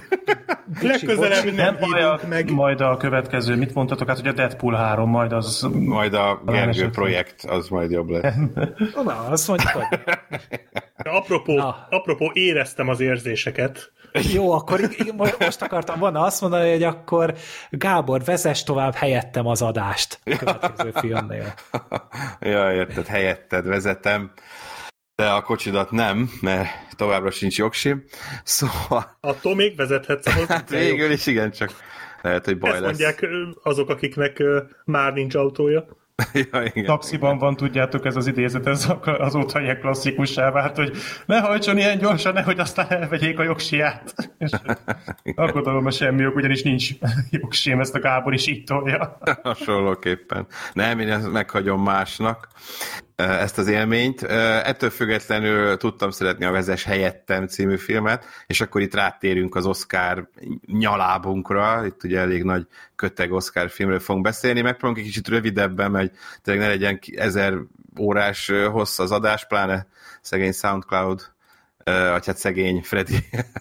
Legközelebb nem hívunk meg. Majd a következő, mit mondtatok? Hát, hogy a Deadpool három, majd az... Majd a Gergő projekt, az majd jobb lesz. Na, azt mondjuk, hogy... Apropó, apropó, éreztem az érzéseket. Jó, akkor most akartam volna azt mondani, hogy akkor Gábor, vezess tovább helyettem az adást a következő filmnél. Ja, érted, helyetted vezetem, de a kocsidat nem, mert továbbra sincs jogsim. Szóval... Attól még vezethetsz. Hát végül is igen, csak lehet, hogy baj Ezt lesz. mondják azok, akiknek már nincs autója. Ja, igen. Taxiban van, tudjátok, ez az idézet, ez azóta ilyen klasszikussá vált, hogy ne hajtson ilyen gyorsan, nehogy aztán elvegyék a jogsiját. És aggodalomban semmi ok, ugyanis nincs jogsém, ezt a Gábor is így tolja. Hasonlóképpen. Nem, én ezt meghagyom másnak, ezt az élményt. Ettől függetlenül tudtam szeretni a Vezess helyettem című filmet, és akkor itt rátérünk az Oscar nyalábunkra, itt ugye elég nagy köteg Oscar filmről fogunk beszélni, megpróbálunk egy kicsit rövidebben, mert tényleg ne legyen ezer órás hossz az adás, pláne szegény SoundCloud, vagy hát szegény Freddy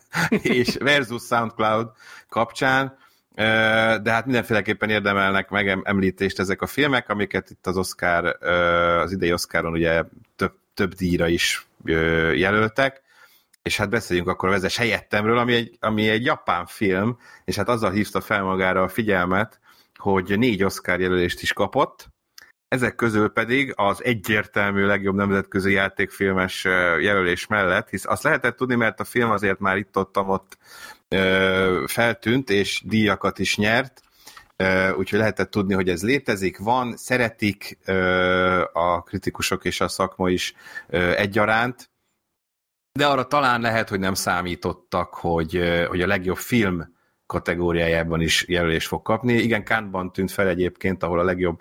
és versus SoundCloud kapcsán, de hát mindenféleképpen érdemelnek megemlítést ezek a filmek, amiket itt az Oscar, az idei Oscaron ugye több, több díjra is jelöltek, és hát beszéljünk akkor a Vezess helyettemről, ami egy, ami egy japán film, és hát azzal hívta fel magára a figyelmet, hogy négy Oscar jelölést is kapott, ezek közül pedig az egyértelmű legjobb nemzetközi játékfilmes jelölés mellett, hisz azt lehetett tudni, mert a film azért már itt-ott-ott feltűnt, és díjakat is nyert, úgyhogy lehetett tudni, hogy ez létezik, van, szeretik a kritikusok és a szakma is egyaránt, de arra talán lehet, hogy nem számítottak, hogy, hogy a legjobb film kategóriájában is jelölést fog kapni. Igen, Cannes-ban tűnt fel egyébként, ahol a legjobb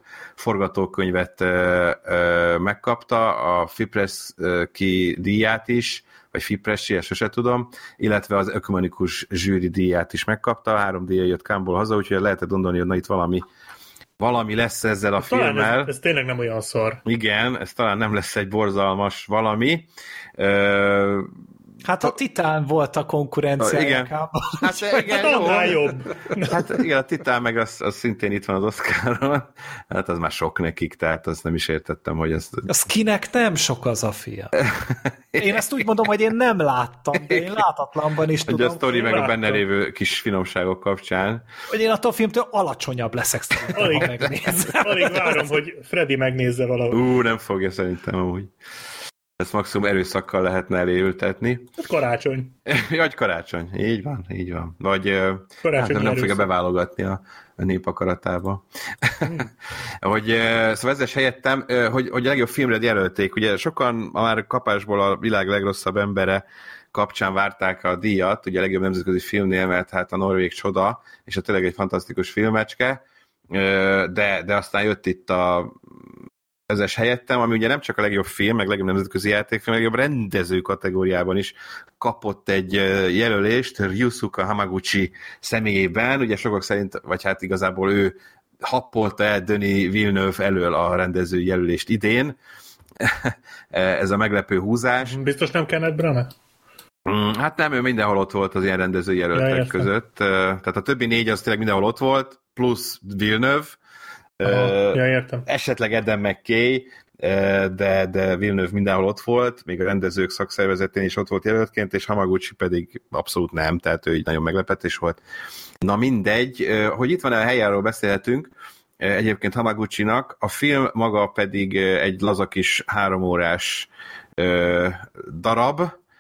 forgatókönyvet ö, ö, megkapta, a Fipreski díját is, vagy Fipressi, ezt sose tudom, illetve az ökumenikus zsűri díját is megkapta, három díja jött Cannes-ból haza, úgyhogy lehetett gondolni, hogy na itt valami valami lesz ezzel a talán filmmel. Ez, ez tényleg nem olyan szar. Igen, ez talán nem lesz egy borzalmas valami. Ö, Hát a Titán volt a konkurencia. Igen. Hát, igen, hát annál jobb. Hát igen, a Titán meg az, az szintén itt van az Oscaron. Hát az már sok nekik, tehát azt nem is értettem, hogy ez... A Skinek nem sok az a film. Én ezt úgy mondom, hogy én nem láttam, de én látatlanban is hogy tudom. A sztori meg a benne lévő kis finomságok kapcsán. Hogy én attól a filmtől alacsonyabb leszek szerintem, alig, ha megnézem. Alig várom, hogy Freddy megnézze valahogy. Ú, nem fogja szerintem amúgy. Ezt maximum erőszakkal lehetne eléültetni. Hát karácsony. Vagy karácsony, így van, így van. Vagy hát nem, nem fogja beválogatni a, a nép akaratába. Hmm. hogy, szóval ezzel helyettem, hogy, hogy a legjobb filmre jelölték. Ugye sokan már kapásból a világ legrosszabb embere kapcsán várták a díjat, ugye a legjobb nemzetközi filmnél, mert hát a Norvég csoda, és a tényleg egy fantasztikus filmecske, de, de aztán jött itt a ezes helyettem, ami ugye nem csak a legjobb film, meg legjobb nemzetközi játékfilm, legjobb rendező kategóriában is kapott egy jelölést Ryusuke Hamaguchi személyében, ugye sokak szerint, vagy hát igazából ő happolta el Denis Villeneuve elől a rendező jelölést idén. Ez a meglepő húzás. Biztos nem Kenneth Branagh? Hát nem, ő mindenhol ott volt az ilyen rendező jelöltek ja, között. Tehát a többi négy az tényleg mindenhol ott volt, plusz Villeneuve. Aha, ja, értem. Esetleg Adam McKay, de, de Villeneuve mindenhol ott volt, még a rendezők szakszervezetén is ott volt jelöltként, és Hamaguchi pedig abszolút nem, tehát ő így nagyon meglepetés volt. Na mindegy, hogy itt van a helyáról beszélhetünk, egyébként Hamaguchinak, a film maga pedig egy laza kis háromórás darab,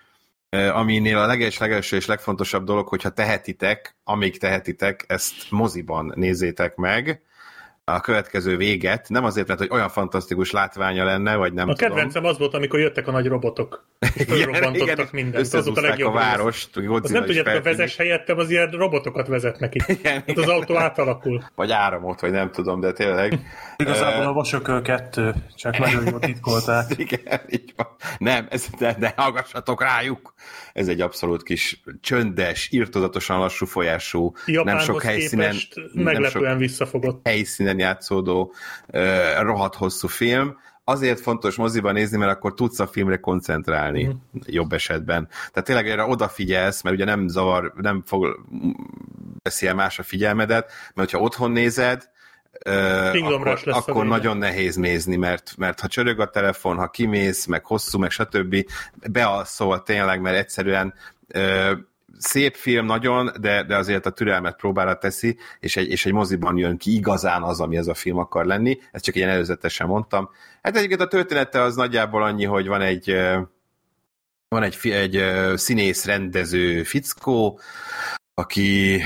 aminél a leges-legelső és legfontosabb dolog, hogyha tehetitek, amíg tehetitek, ezt moziban nézzétek meg, a következő véget, nem azért, mert hogy olyan fantasztikus látványa lenne, vagy nem a tudom. A kedvencem az volt, amikor jöttek a nagy robotok. Fölrobbantottak mindent. Az volt a legjobb. a várost. Azt nem tudjátok, a vezes helyettem az ilyen robotokat vezetnek itt. Igen, hát az autó átalakul. Vagy áramot, vagy nem tudom, de tényleg. Igazából a Vasököl kettő, csak nagyon jól titkolták. Igen, így van. Nem, ez, de, de hallgassatok rájuk. Ez egy abszolút kis csöndes, irtózatosan lassú folyású, Japánhoz nem sok helyszínen, meglepően nem visszafogott. helyszínen játszódó, uh, rohadt hosszú film. Azért fontos moziban nézni, mert akkor tudsz a filmre koncentrálni, mm. jobb esetben. Tehát tényleg erre odafigyelsz, mert ugye nem zavar, nem fog veszi el más a figyelmedet, mert ha otthon nézed, uh, akkor, akkor nagyon nehéz nézni, mert, mert ha csörög a telefon, ha kimész, meg hosszú, meg stb. Bealszol tényleg, mert egyszerűen uh, szép film nagyon, de, de azért a türelmet próbára teszi, és egy, és egy moziban jön ki igazán az, ami ez a film akar lenni. Ezt csak ilyen előzetesen mondtam. Hát egyébként a története az nagyjából annyi, hogy van egy van egy, egy színész rendező fickó, aki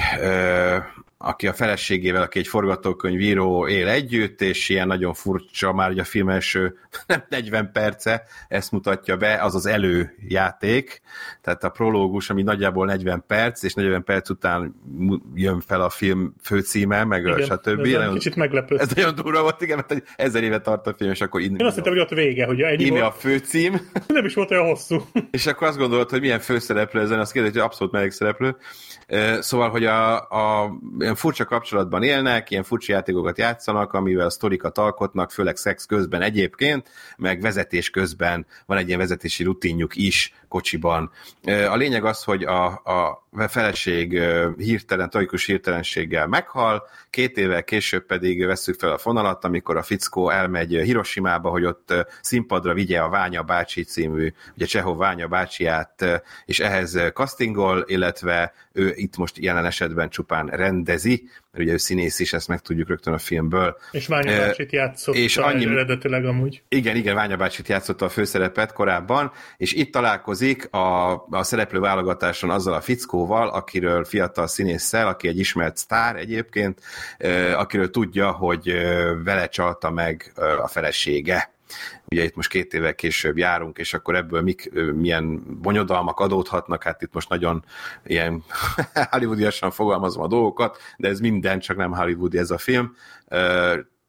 aki a feleségével, aki egy forgatókönyvíró él együtt, és ilyen nagyon furcsa, már ugye a film első nem negyven perce ezt mutatja be, az az előjáték, tehát a prológus, ami nagyjából negyven perc, és negyven perc után jön fel a film főcíme, meg igen, stb. Ez nagyon, kicsit meglepő. Ez nagyon durva volt, igen, mert ezer éve tart a film, és akkor inni. Én azt hittem, hogy ott vége, hogy ennyi inni volt. A főcím. Nem is volt olyan hosszú. És akkor azt gondolod, hogy milyen főszereplő ezen, azt kérdezi, hogy abszolút mellékszereplő. Szóval, hogy a, a ilyen furcsa kapcsolatban élnek, ilyen furcsa játékokat játszanak, amivel a sztorikat alkotnak, főleg szex közben egyébként, meg vezetés közben van egy ilyen vezetési rutinjuk is kocsiban. A lényeg az, hogy a, a feleség hirtelen, tragikus hirtelenséggel meghal, két évvel később pedig vesszük fel a fonalat, amikor a fickó elmegy Hiroshimába, hogy ott színpadra vigye a Ványa bácsi című, ugye Csehov Ványa bácsiát, és ehhez castingol, illetve ő itt most jelen esetben csupán rendezi, mert ugye ő színész is, ezt megtudjuk rögtön a filmből. És Ványa bácsit játszott és annyi, eredetileg amúgy. Igen, igen, Ványa bácsit játszotta a főszerepet korábban, és itt találkozik a, a szereplő válogatáson azzal a fickóval, akiről fiatal színésszel, aki egy ismert sztár egyébként, akiről tudja, hogy vele csalta meg a felesége. Ugye itt most két évvel később járunk, és akkor ebből mik, milyen bonyodalmak adódhatnak, hát itt most nagyon ilyen hollywoodiasan fogalmazom a dolgokat, de ez minden, csak nem hollywoodi ez a film.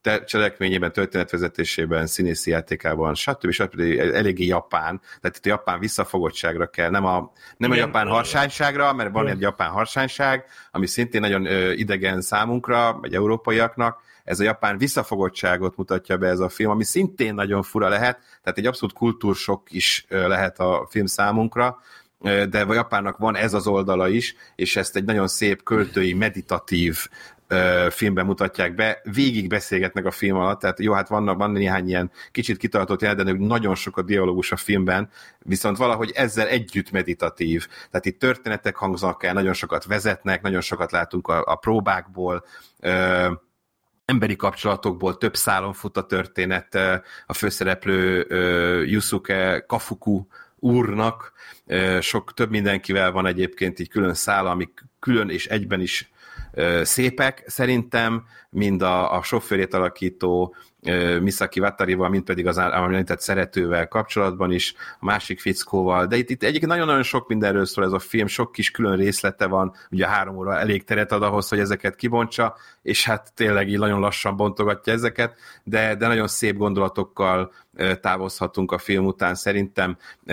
te- cselekményében, történetvezetésében, színészi játékában, stb. stb. Eléggé japán, tehát itt a japán visszafogottságra kell, nem a, nem a japán harsányságra, mert van egy japán harsányság, ami szintén nagyon ö, idegen számunkra, vagy európaiaknak, ez a japán visszafogottságot mutatja be ez a film, ami szintén nagyon fura lehet, tehát egy abszolút kultúrsokk is lehet a film számunkra, de a Japánnak van ez az oldala is, és ezt egy nagyon szép, költői, meditatív filmben mutatják be, végig beszélgetnek a film alatt, tehát jó, hát van, van néhány ilyen kicsit kitartott jelenet, de nagyon sok a dialógus a filmben, viszont valahogy ezzel együtt meditatív. Tehát itt történetek hangzanak el, nagyon sokat vezetnek, nagyon sokat látunk a, a próbákból, ö, emberi kapcsolatokból, több szálon fut a történet, a főszereplő ö, Yusuke Kafuku úrnak, sok több mindenkivel van egyébként így külön szála, amik külön és egyben is szépek szerintem, mind a, a sofőrét alakító Misaki Watarival, mind pedig az említett szeretővel kapcsolatban is, a másik fickóval, de itt, itt egyébként nagyon-nagyon sok mindenről szól ez a film, sok kis külön részlete van, ugye a három óra elég teret ad ahhoz, hogy ezeket kibontsa, és hát tényleg így nagyon lassan bontogatja ezeket, de, de nagyon szép gondolatokkal távozhatunk a film után szerintem,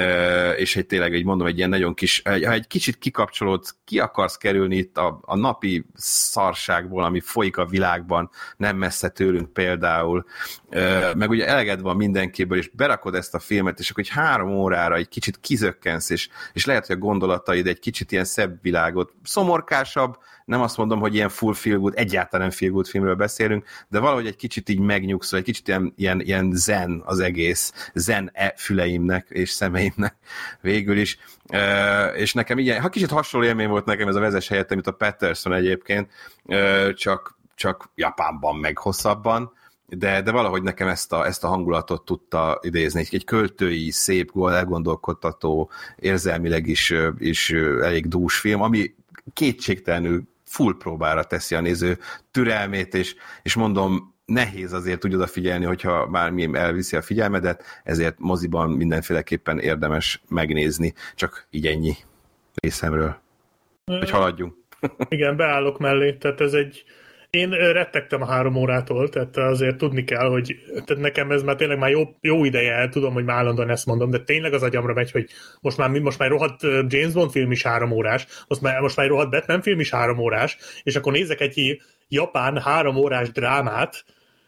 és egy tényleg, így mondom, egy ilyen nagyon kis, ha egy kicsit kikapcsolódsz, ki akarsz kerülni itt a, a napi szarságból, ami folyik a világban, nem messze tőlünk például, meg ugye eleged van mindenkiből, és berakod ezt a filmet, és akkor egy három órára egy kicsit kizökkensz, és, és lehet, hogy a gondolataid egy kicsit ilyen szebb világot, szomorkásabb, nem azt mondom, hogy ilyen full feel good, egyáltalán feel good filmről beszélünk, de valahogy egy kicsit így megnyugszol, egy kicsit ilyen, ilyen, ilyen zen az egész, zen e füleimnek és szemeimnek végül is. E, és nekem ilyen, ha kicsit hasonló élmény volt nekem ez a vezes helyettem, mint a Patterson egyébként, e, csak, csak Japánban meg hosszabban, de, de valahogy nekem ezt a, ezt a hangulatot tudta idézni. Egy, egy költői, szép, elgondolkodtató, érzelmileg is, is elég dús film, ami kétségtelenül full próbára teszi a néző türelmét, és, és mondom, nehéz azért úgy odafigyelni, hogyha bármi elviszi a figyelmedet, ezért moziban mindenféleképpen érdemes megnézni. Csak így ennyi részemről. Hogy haladjunk. Igen, beállok mellé, tehát ez egy én rettegtem a három órától, tehát azért tudni kell, hogy tehát nekem ez már tényleg már jó, jó ideje, tudom, hogy már állandóan ezt mondom, de tényleg az agyamra megy, hogy most már, most már rohadt James Bond film is három órás, most már, most már rohadt Batman film is három órás, és akkor nézek egy japán három órás drámát,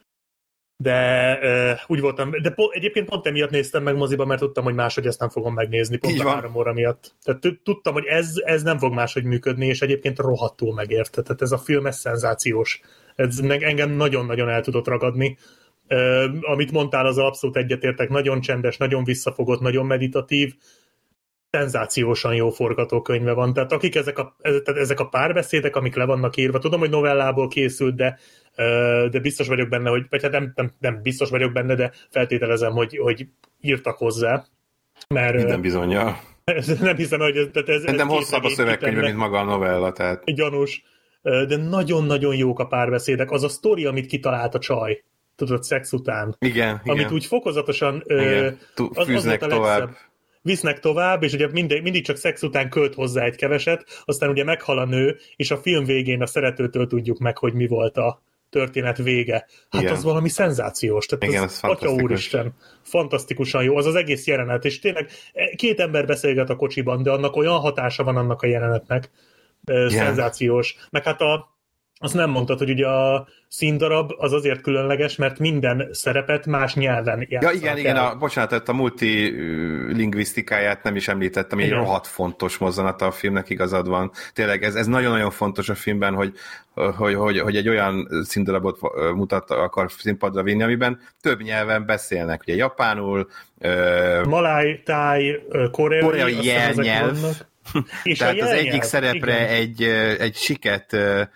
de uh, úgy voltam, de po- egyébként pont emiatt néztem meg moziba, mert tudtam, hogy máshogy ezt nem fogom megnézni, pont így a van. Három óra miatt. Tehát tudtam, hogy ez, ez nem fog máshogy működni, és egyébként rohadtul megérte. Tehát ez a film, ez szenzációs. Ez engem nagyon-nagyon el tudott ragadni. Uh, amit mondtál, az abszolút egyetértek, nagyon csendes, nagyon visszafogott, nagyon meditatív, szenzációsan jó forgatókönyve van. Tehát akik ezek a, tehát ezek a párbeszédek, amik le vannak írva, tudom, hogy novellából készült, de, de biztos vagyok benne, hogy, vagy hát nem, nem, nem biztos vagyok benne, de feltételezem, hogy, hogy írtak hozzá. Mert, minden bizonnyal. Nem hiszem, hogy ez... Tehát ez nem hosszabb a szövegkönyve, mint maga a novella. Tehát. Gyanús. De nagyon-nagyon jók a párbeszédek. Az a sztori, amit kitalált a csaj, tudod, szex után. Igen, amit igen. úgy fokozatosan... Igen. Az, fűznek az tovább. Visznek tovább, és ugye mindig, mindig csak szex után költ hozzá egy keveset, aztán ugye meghal a nő, és a film végén a szeretőtől tudjuk meg, hogy mi volt a történet vége. Hát igen. Az valami szenzációs. Tehát igen, az, atya úristen, fantasztikusan jó. Az az egész jelenet, és tényleg két ember beszélget a kocsiban, de annak olyan hatása van annak a jelenetnek. Igen. Szenzációs. Meg hát a azt nem mondtad, hogy ugye a színdarab az azért különleges, mert minden szerepet más nyelven játszanak. Ja, igen, el. igen, a, bocsánat, a multilingvisztikáját nem is említettem, egy rohadt fontos mozzanata a filmnek, igazad van. Tényleg ez, ez nagyon-nagyon fontos a filmben, hogy, hogy, hogy, hogy egy olyan színdarabot mutat, akar színpadra vinni, amiben több nyelven beszélnek. Ugye japánul, maláj, táj, koreai, koreai jelnyelv. És tehát az egyik szerepre igen. egy, egy siket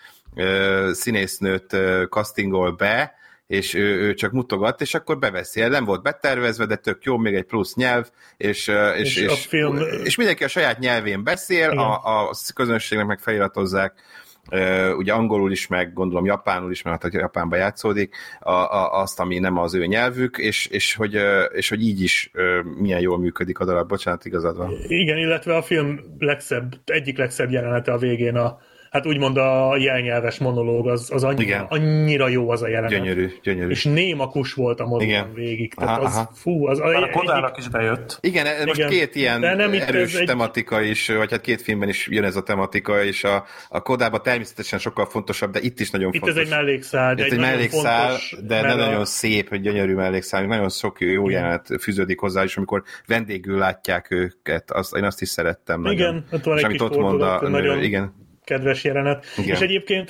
színésznőt castingol be, és ő, ő csak mutogat, és akkor beveszi. Nem volt betervezve, de tök jó, még egy plusz nyelv, és, és, és, és, film... és mindenki a saját nyelvén beszél, a, a közönségnek meg feliratozzák, ugye angolul is, meg gondolom japánul is, mert hát Japánban játszódik, a, a, azt, ami nem az ő nyelvük, és, és, hogy, és hogy így is milyen jól működik a darab. Bocsánat, igazad van. Igen, illetve a film legszebb, egyik legszebb jelenete a végén a hát úgymond a jelnyelves monológ, az, az annyira, annyira jó az a jelenet. Gyönyörű, gyönyörű. És némakus volt a moziban végig. Tehát aha, az, aha. fú, az... A Kodának is bejött. Igen, igen, most két ilyen erős egy... tematika is, vagy hát két filmben is jön ez a tematika, és a, a Kodában természetesen sokkal fontosabb, de itt is nagyon itt fontos. Itt ez egy mellékszál, de egy, egy mellékszál, fontos, de ne a... nagyon szép, hogy gyönyörű mellékszál, nagyon sok jó jelenet fűződik hozzá, és amikor vendégül látják őket, azt, én azt is szerettem. Igen, nagyon. ott van és egy kis ott mond a, nagyon igen. kedves jelenet. Igen. És egyébként,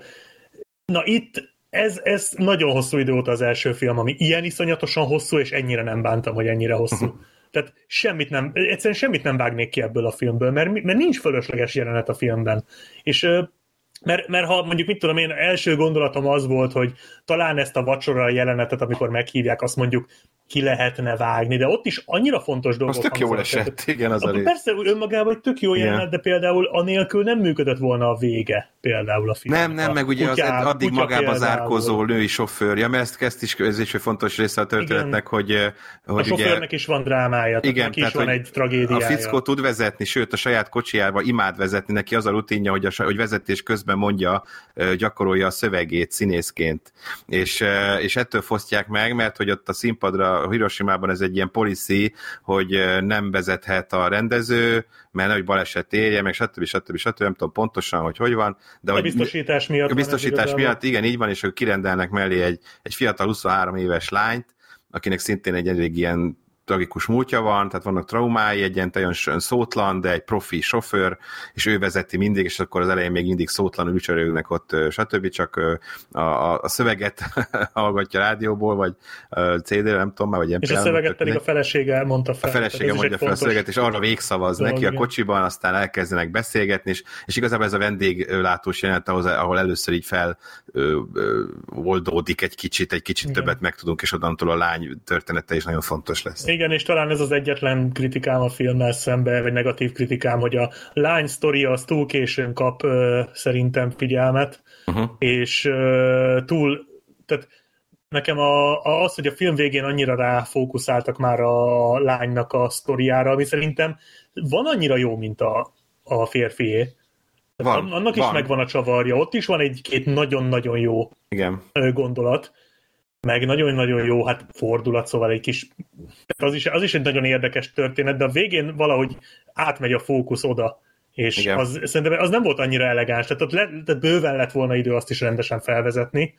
na itt ez, ez nagyon hosszú idő óta az első film, ami ilyen iszonyatosan hosszú, és ennyire nem bántam, hogy ennyire hosszú. Uh-huh. Tehát semmit nem, egyszerűen semmit nem vágnék ki ebből a filmből, mert, mert nincs fölösleges jelenet a filmben. És mert, mert ha mondjuk, mit tudom én, első gondolatom az volt, hogy talán ezt a vacsora jelenetet, amikor meghívják, azt mondjuk ki lehetne vágni, de ott is annyira fontos dolgok. Az tök jól esett, igen, az a rész. Persze önmagában egy tök jó jelenet, yeah. de például anélkül nem működött volna a vége, például a film. Nem, nem, meg ugye kutyá, az addig magába zárkózó női sofőrja, mert ezt, ezt is, ez is egy fontos része a történetnek, hogy, hogy a sofőrnek ugye, is van drámája, igen, neki tehát, is van egy tragédiája. A fickó tud vezetni, sőt a saját kocsijába imád vezetni, neki az a rutinja, hogy, a, hogy vezetés közben mondja, gyakorolja a szövegét színészként. És, és ettől fosztják meg, mert hogy ott a színpadra a Hiroshimában ez egy ilyen policy, hogy nem vezethet a rendező, mert nehogy baleset érje, meg stb. stb. stb. Nem tudom pontosan, hogy hogy van. De a hogy biztosítás miatt. A biztosítás miatt, igen, így van, és akkor kirendelnek mellé egy, egy fiatal huszonhárom éves lányt, akinek szintén egy elég ilyen tragikus múltja van, tehát vannak traumái, egy ilyen nagyon szótlan, de egy profi sofőr, és ő vezeti mindig, és akkor az elején még mindig szótlanul ücsörögnek ott, stb. Csak a, a, a szöveget hallgatja rádióból, vagy cé dé-re, nem tudom már, vagy és a szöveget pedig a felesége mondta fel. A felesége mondja fel a szöveget, és arra végszavaz dolog, neki a kocsiban, aztán elkezdenek beszélgetni, és, és igazából ez a vendéglátós jelenet, ahol, ahol először így fel ö, ö, oldódik egy kicsit, egy kicsit igen. többet megtudunk, és onnantól a lány története is nagyon fontos lesz. Igen, és talán ez az egyetlen kritikám a filmmel szemben, vagy negatív kritikám, hogy a lány sztoria az túl későn kap uh, szerintem figyelmet, uh-huh. és uh, túl, tehát nekem a, a, az, hogy a film végén annyira ráfókuszáltak már a lánynak a sztoriára, ami szerintem van annyira jó, mint a, a férfié. Van, Annak van. is megvan a csavarja, ott is van egy-két nagyon-nagyon jó Igen. gondolat, meg nagyon-nagyon jó, hát fordulat, szóval egy kis, az is, az is egy nagyon érdekes történet, de a végén valahogy átmegy a fókusz oda, és az, szerintem az nem volt annyira elegáns, tehát ott le, tehát bőven lett volna idő azt is rendesen felvezetni,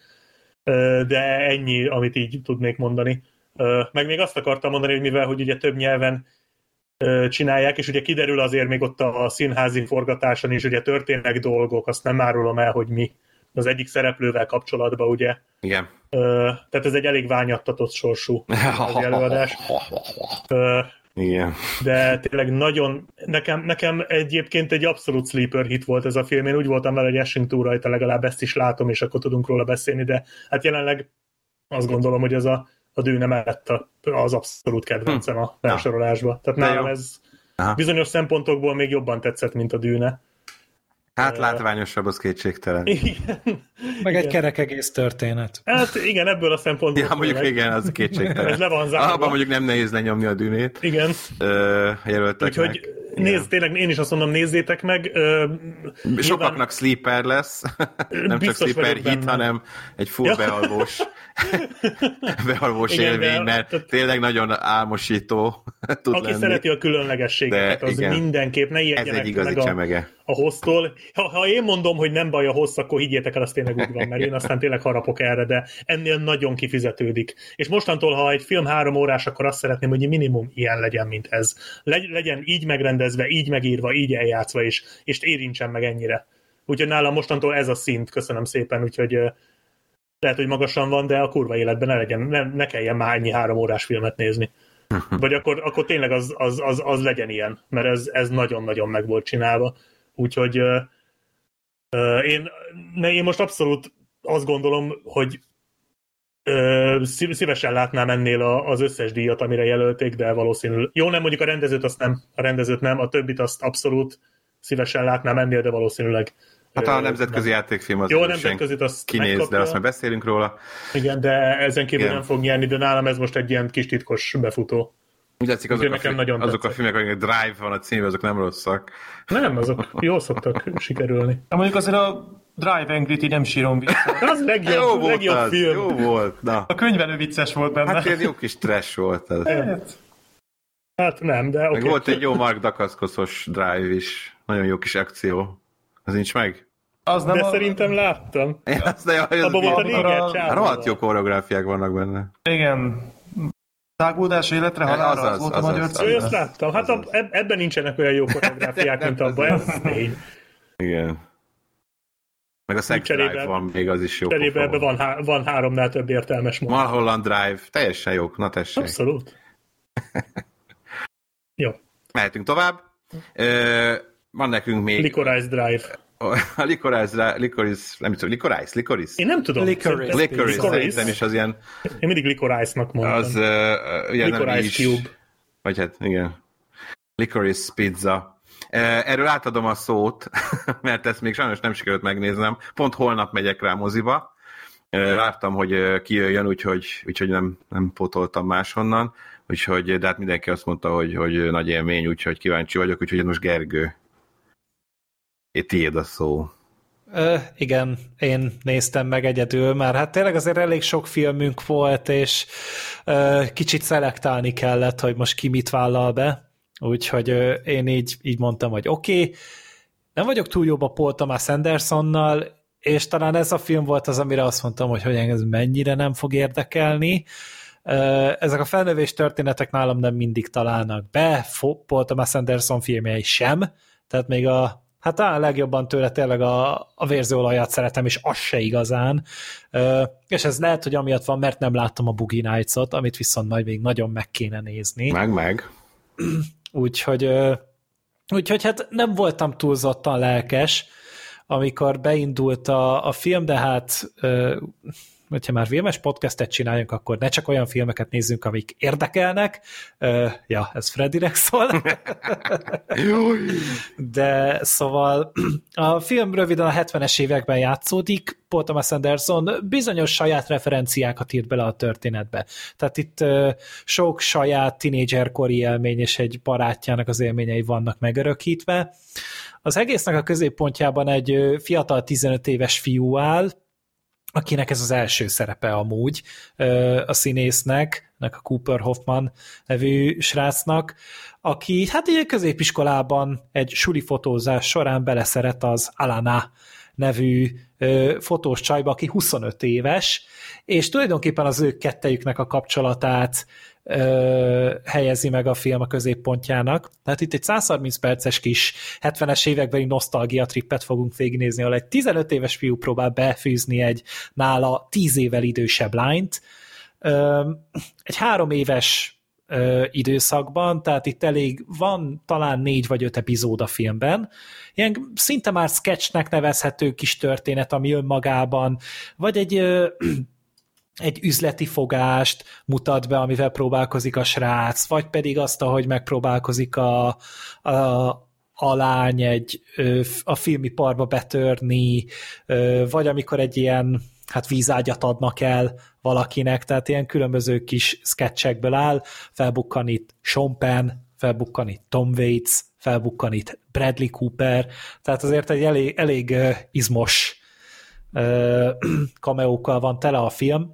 de ennyi, amit így tudnék mondani. Meg még azt akartam mondani, hogy mivel, hogy ugye több nyelven csinálják, és ugye kiderül azért még ott a színházi forgatáson is, ugye történnek dolgok, azt nem árulom el, hogy mi. Az egyik szereplővel kapcsolatban, ugye. Igen. Ö, tehát ez egy elég ványattatott sorsú az előadás. Ö, Igen. De tényleg nagyon, nekem, nekem egyébként egy abszolút sleeper hit volt ez a film. Én úgy voltam vele, hogy essünk túl rajta, legalább ezt is látom, és akkor tudunk róla beszélni, de hát jelenleg azt gondolom, hogy ez a, a Dűne mellett az abszolút kedvencem a felsorolásba. Tehát de nálam jó. ez Aha. bizonyos szempontokból még jobban tetszett, mint a Dűne. Hát látványosabb, az kétségtelen. Igen. Meg igen. egy kerek egész történet. Hát igen, ebből a szempontból. Ja, mondjuk meg. Igen, az kétségtelen. Ez le van zárva. Abban mondjuk nem nehéz lenyomni a Dűnét. Igen. Ö, jelöltek Úgyhogy nézd, tényleg én is azt mondom, nézzétek meg. Ö, Sokaknak nyilván... sleeper lesz. Nem csak sleeper hit, hanem egy full ja. bealvós bealvós igen, élmény, mert tehát, tényleg nagyon álmosító tud aki lenni. Szereti a különlegességet, az igen. mindenképp ne ijedjenek meg a, a hossztól. Ha, ha én mondom, hogy nem baj a hossz, akkor higgyétek el, az tényleg úgy van, mert én aztán tényleg harapok erre, de ennél nagyon kifizetődik. És mostantól, ha egy film három órás, akkor azt szeretném, hogy minimum ilyen legyen, mint ez. Legy, legyen így megrendezve, így megírva, így eljátszva, és, és érintsen meg ennyire. Úgyhogy nálam mostantól ez a szint, köszönöm szépen, úgyhogy lehet, hogy magasan van, de a kurva életben ne legyen, ne, ne kelljen már ennyi három órás filmet nézni. Vagy akkor, akkor tényleg az, az, az, az legyen ilyen, mert ez, ez nagyon-nagyon meg volt csinálva. Úgyhogy uh, uh, én, ne, én most abszolút azt gondolom, hogy uh, szívesen látnám ennél a, az összes díjat, amire jelölték, de valószínűleg... Jó, nem mondjuk a rendezőt, azt nem, a rendezőt nem, a többit azt abszolút szívesen látnám ennél, de valószínűleg hát a nemzetközi nem. játékfilm az jó, a nemzetközit azt kinéz, megkapja. De azt már beszélünk róla. Igen, de ezen kívül igen. nem fog nyerni, de nálam ez most egy ilyen kis titkos befutó. Úgy látszik, azok, a, nekem fi- nagyon azok a tetszett. filmek, amiknek Drive van a címe, azok nem rosszak. Nem, azok jól szoktak sikerülni. De mondjuk azért a Drive Angry-t nem sírom vissza. Az legjobb, Jó volt legjobb az, film. jó volt. Na. A könyvelő vicces volt benne. Hát egy jó kis trash volt ez. Hát, Hát nem, de oké. Meg Okay. volt egy jó Mark Dacascos Drive is. Nagyon jó kis akció. Az nincs meg? az nem De a... szerintem láttam. Én azt nem, hogy az Abban volt a mi- néger a- csávóval. rohadt jó koreográfiák vannak benne. Igen. Tágódás életre, halálra, az, Azaz, volt a azaz, magyar azaz. cím. Ő azt láttam. Hát ab, eb- ebben nincsenek olyan jó koreográfiák, mint abban. Ez tény. Igen. Meg a Sex Cserébe- Drive van még, az is jó. Cserébe pofa ebben volt. van, há- van háromnál több értelmes mód. Mulholland Drive, teljesen jók, na tessék. Abszolút. Jó. Mehetünk tovább. Ö, van nekünk még Licorice Drive. a Licorice, Licorice, nem tudom, Licorice, Licorice? Én nem tudom. Licorice. Szerintem- Licorice, szerintem is az ilyen, Én mindig Licorice-nak mondtam. az uh, ugye nem Licorice is, Cube. vagy hát igen, Licorice Pizza. Uh, erről átadom a szót, mert ezt még sajnos nem sikerült megnéznem. Pont holnap megyek rá moziba. Uh, vártam, hogy uh, kijöjjön, úgyhogy, úgyhogy nem, nem pótoltam máshonnan. Úgyhogy, de hát mindenki azt mondta, hogy, hogy nagy élmény, úgyhogy kíváncsi vagyok, úgyhogy most Gergő. É, tiéd a szó. Ö, igen, én néztem meg egyedül, mert hát tényleg azért elég sok filmünk volt, és ö, kicsit szelektálni kellett, hogy most ki mit vállal be. Úgyhogy ö, én így, így mondtam, hogy oké, okay, nem vagyok túl jobb a Paul Thomas Andersonnal, és talán ez a film volt az, amire azt mondtam, hogy, hogy ez mennyire nem fog érdekelni. Ezek a felnövés történetek nálam nem mindig találnak be, Paul Thomas Anderson filmjei sem, tehát még a, hát talán legjobban tőle tényleg a, a vérzőolajat szeretem, és az se igazán, és ez lehet, hogy amiatt van, mert nem láttam a Boogie Nights-ot, amit viszont majd még nagyon meg kéne nézni. Meg, meg. Úgyhogy, úgyhogy hát nem voltam túlzottan lelkes, amikor beindult a, a film, de hát hogyha már filmes podcastet csináljunk, akkor ne csak olyan filmeket nézzünk, amik érdekelnek. Uh, ja, ez Freddynek szól. De szóval a film röviden a hetvenes években játszódik, Paul Thomas Anderson bizonyos saját referenciákat írt bele a történetbe. Tehát itt uh, sok saját tínédzserkori élmény és egy barátjának az élményei vannak megörökítve. Az egésznek a középpontjában egy fiatal tizenöt éves fiú áll, akinek ez az első szerepe amúgy a színésznek, a Cooper Hoffman nevű srácnak, aki hát egy középiskolában egy suli fotózás során beleszeret az Alana nevű fotós csajba, aki huszonöt éves, és tulajdonképpen az ők kettejüknek a kapcsolatát ö, helyezi meg a film a középpontjának. Tehát itt egy száz harminc perces kis hetvenes évekbeli nosztalgia trippet fogunk végignézni, ahol egy tizenöt éves fiú próbál befűzni egy nála tíz évvel idősebb lányt. Ö, egy három éves ö, időszakban, tehát itt elég van talán négy vagy öt epizód a filmben. Ilyen szinte már sketchnek nevezhető kis történet, ami önmagában, vagy egy ö, egy üzleti fogást mutat be, amivel próbálkozik a srác, vagy pedig azt, ahogy megpróbálkozik a, a, a lány egy, a filmiparba betörni, vagy amikor egy ilyen hát vízágyat adnak el valakinek, tehát ilyen különböző kis sketchekből áll, felbukkan itt Sean Penn, felbukkan itt Tom Waits, felbukkan itt Bradley Cooper, tehát azért egy elég, elég izmos kameókkal van tele a film.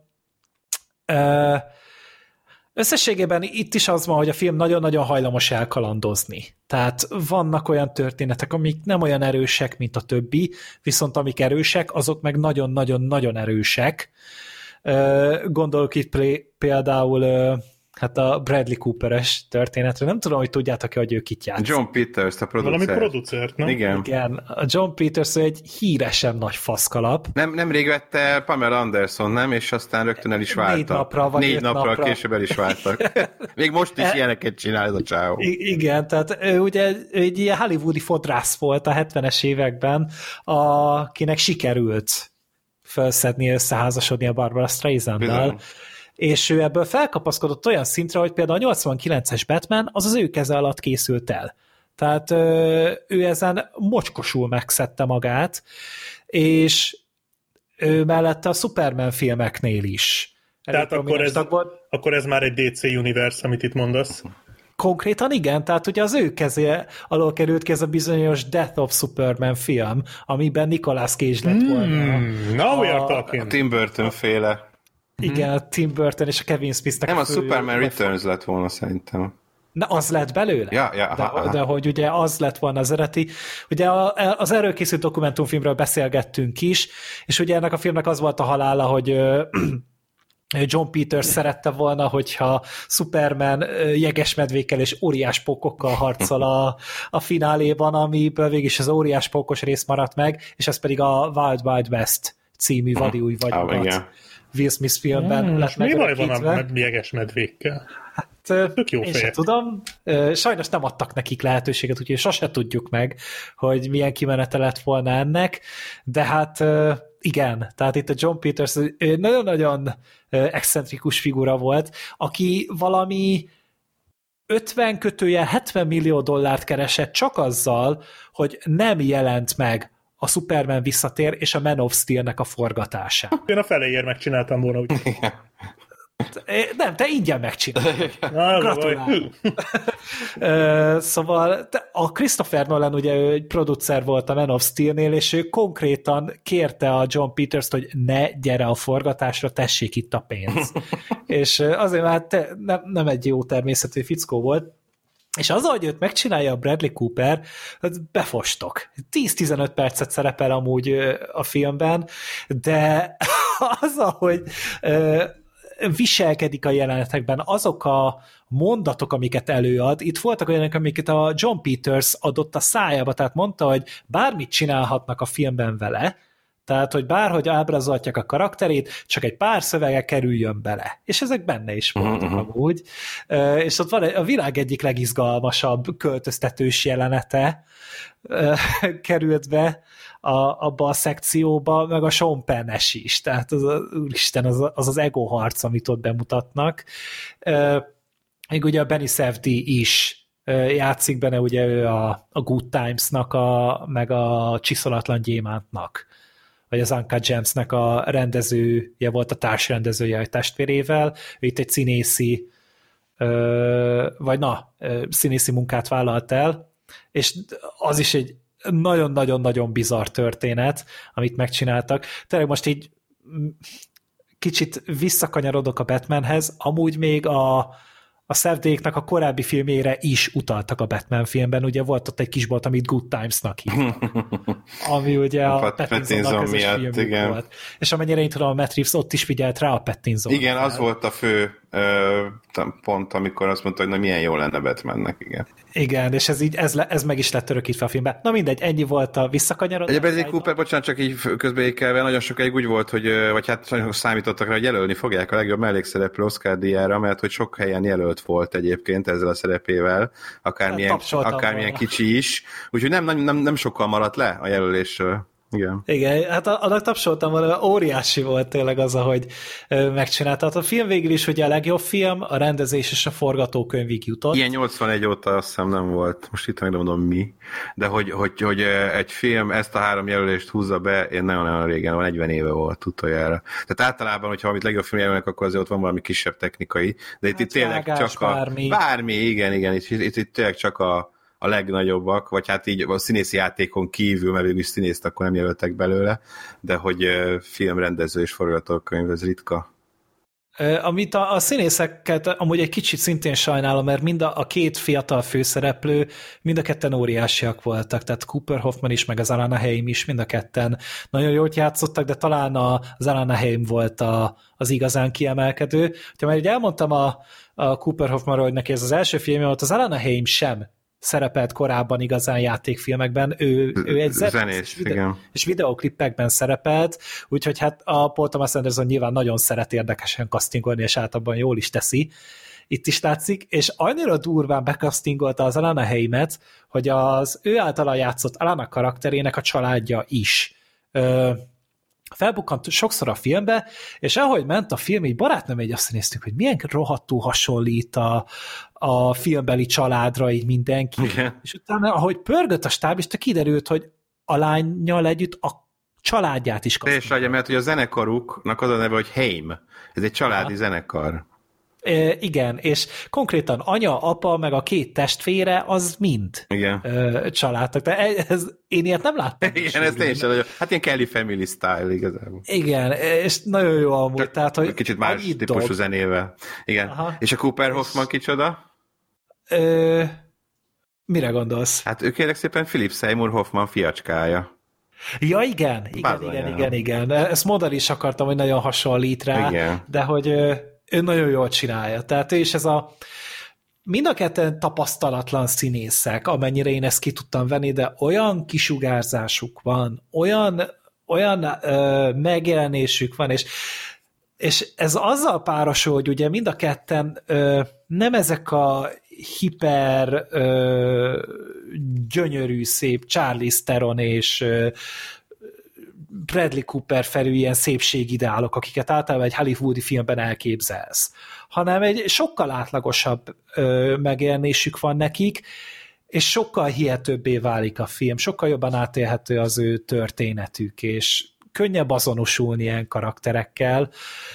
Összességében itt is az van, hogy a film nagyon-nagyon hajlamos elkalandozni. Tehát vannak olyan történetek, amik nem olyan erősek, mint a többi, viszont amik erősek, azok meg nagyon-nagyon-nagyon erősek. Gondolok itt például hát a Bradley Cooper-es történetre. Nem tudom, hogy tudjátok-e, hogy ő kit játszik. John Peters, a producer. Valami producert, nem? Igen. Igen, a John Peters egy híresen nagy faszkalap. Nem, nemrég vette el Pamela Anderson, nem? És aztán rögtön el is váltak. Négy napra, vagy Négy öt napra, napra. később el is váltak. Még most is ilyeneket csinál ez a csávó. I- igen, tehát ő ugye egy ilyen hollywoodi fodrász volt a hetvenes években, akinek sikerült felszedni, összeházasodni a Barbara Streisanddal. Bizony. És ő ebből felkapaszkodott olyan szintre, hogy például a nyolcvankilences Batman az az ő keze alatt készült el. Tehát ő ezen mocskosul megszedte magát, és ő mellette a Superman filmeknél is. Tehát akkor ez, akkor ez már egy dé cé Universe, amit itt mondasz. Konkrétan igen, tehát ugye az ő kezé alól került ki ez a bizonyos Death of Superman film, amiben Nicolas Cage lett volna. Mm, now we are A talking. Tim Burton féle. Igen, a Tim Burton és a Kevin Smith-nek Nem, a fő- Superman Returns lett volna szerintem. Na, az lett belőle? Ja, ja, de, aha, aha. de hogy ugye az lett volna az eredeti. Ugye a, az erről készült dokumentumfilmről beszélgettünk is, és ugye ennek a filmnek az volt a halála, hogy ö, John Peters szerette volna, hogyha Superman ö, jegesmedvékkel és óriáspókokkal harcol a, a fináléban, amiből végig is az óriáspókos rész maradt meg, és ez pedig a Wild Wild West című vadi új Ah, vagyokat. igen. Will Smith filmben Mm, lett mi baj van megörökítve. a med- jeges medvékkel? Tök jó Én fejek. sem tudom. Ö, Sajnos nem adtak nekik lehetőséget, úgyhogy sose tudjuk meg, hogy milyen kimenete lett volna ennek, de hát ö, igen, tehát itt a John Peters ő nagyon-nagyon ö, excentrikus figura volt, aki valami ötven kötőjel hetven millió dollárt keresett csak azzal, hogy nem jelent meg a Superman visszatér és a Man of Steel-nek a forgatása. Én a feléért megcsináltam volna, úgy. Nem, te ingyen megcsinálod. Na, Gratulálok. Ö, Szóval te- a Christopher Nolan ugye ő egy producer volt a Man of Steel-nél, és ő konkrétan kérte a John Peters-t, hogy ne gyere a forgatásra, tessék itt a pénz. És ö, azért már te, nem, nem egy jó természetű fickó volt, és az, hogy őt megcsinálja a Bradley Cooper, az befostok. tíz-tizenöt percet szerepel amúgy ö, a filmben, de az, ahogy ö, viselkedik a jelenetekben, azok a mondatok, amiket előad, itt voltak olyanok, amiket a John Peters adott a szájába, tehát mondta, hogy bármit csinálhatnak a filmben vele, tehát, hogy bárhogy ábrázolhatják a karakterét, csak egy pár szövege kerüljön bele. És ezek benne is voltak uh-huh. amúgy. Ö, És ott van a világ egyik legizgalmasabb költöztetős jelenete ö, került be a, abba a szekcióba, meg a Sean Penn-es is. Tehát az, úristen, az, az az ego harc, amit ott bemutatnak. Ö, Még ugye a Benny Safdie is ö, játszik benne, ugye ő a, a Good Times-nak, a, meg a Csiszolatlan gyémántnak, vagy az Uncut Gems-nek a rendezője volt, a társrendezője a testvérével. Ő itt egy színészi, ö, vagy na, ö, színészi munkát vállalt el, és az is egy nagyon-nagyon-nagyon bizarr történet, amit megcsináltak. Tényleg most így kicsit visszakanyarodok a Batmanhez, amúgy még a, a Safdie-knek a korábbi filmjére is utaltak a Batman filmben, ugye volt ott egy kisbolt, amit Good Times-nak hívtak, ami ugye a, a Pattinsonnak közös filmjük volt. És amennyire én tudom, a Matt Reeves ott is figyelt rá a Pattinson. Igen, az volt a fő ö, pont, amikor azt mondta, hogy na milyen jó lenne Batmannek, igen. Igen, és ez, így, ez, le, ez meg is lett örökítve a filmben. Na mindegy, ennyi volt a visszakanyarodás. Egy Bradley Cooper, bocsánat, csak így közbeékelve, nagyon sokáig úgy volt, hogy, vagy hát nagyon számítottak rá, hogy jelölni fogják a legjobb mellékszereplő Oscar díjára, mert hogy sok helyen jelölt volt egyébként ezzel a szerepével, akármilyen, akármilyen kicsi is. Úgyhogy nem, nem, nem sokkal maradt le a jelölésről. Igen. Igen, hát annak tapsoltam volna, óriási volt tényleg az, ahogy megcsinálta. A film végül is ugye a legjobb film, a rendezés és a forgatókönyvig jutott. Ilyen nyolcvanegy óta azt hiszem nem volt, most itt meg nem mondom mi, de hogy, hogy, hogy egy film ezt a három jelölést húzza be, én nagyon-nagyon régen, van negyven éve volt utoljára. Tehát általában, hogyha valamit legjobb film jelölnek, akkor azért ott van valami kisebb technikai, de itt, hát itt tényleg vágás, csak a... Bármi. Bármi, igen, igen, itt, itt, itt tényleg csak a a legnagyobbak, vagy hát így a színészi játékon kívül, mert végül színészt akkor nem jelöltek belőle, de hogy filmrendező és forgatókönyv, ez ritka. Amit a, a színészeket amúgy egy kicsit szintén sajnálom, mert mind a, a két fiatal főszereplő, mind a ketten óriásiak voltak, tehát Cooper Hoffman is, meg az Alana Haim is, mind a ketten nagyon jót játszottak, de talán a, az Alana Haim volt a, az igazán kiemelkedő. Ha már így elmondtam a, a Cooper Hoffmanról, hogy neki ez az első filmje volt, az Alana Haim sem szerepelt korábban igazán játékfilmekben, ő, ő egy zenész, és, videó, és videóklippekben szerepelt, úgyhogy hát a Paul Thomas Anderson nyilván nagyon szeret érdekesen castingolni, és általában jól is teszi, itt is látszik, és annyira durván bekasztingolta az Alana Haimet, hogy az ő általa játszott Alana karakterének a családja is ö, felbukkant sokszor a filmbe, és ahogy ment a film, így barátnőm, így azt néztük, hogy milyen rohadtul hasonlít a, a filmbeli családra így mindenki. Igen. És utána, ahogy pörgött a stáblista, kiderült, hogy a lánynyal együtt a családját is kapcsolják. És legyen, mert hogy a zenekaruknak az a neve, hogy Haim. Ez egy családi Aha. zenekar. E, igen, és konkrétan anya, apa, meg a két testvére, az mind igen. Ö, családtak. De ez, én ilyet nem láttam. Igen, ez tényleg nagyon, hát ilyen Kelly Family style igazából. Igen, és nagyon jó amúgy. Csak tehát, hogy kicsit más típusú dog. zenével. Igen. Aha. És a Cooper Hoffman kicsoda? Ö, mire gondolsz? Hát ő kérlek szépen Philip Seymour Hoffman fiacskája. Ja, igen, igen, Bázonyán. igen, igen, igen. Ezt mondani is akartam, hogy nagyon hasonlít rá, igen. De hogy ő nagyon jól csinálja. Tehát ő is ez a mind a ketten tapasztalatlan színészek, amennyire én ezt ki tudtam venni, de olyan kisugárzásuk van, olyan, olyan ö, megjelenésük van, és, és ez azzal párosul, hogy ugye mind a ketten ö, nem ezek a hiper ö, gyönyörű, szép Charlize Theron és ö, Bradley Cooper felül ilyen szépségideálok, akiket általában egy hollywoodi filmben elképzelsz, hanem egy sokkal átlagosabb ö, megjelenésük van nekik, és sokkal hihetőbbé válik a film, sokkal jobban átélhető az ő történetük, és könnyebb azonosulni ilyen karakterekkel,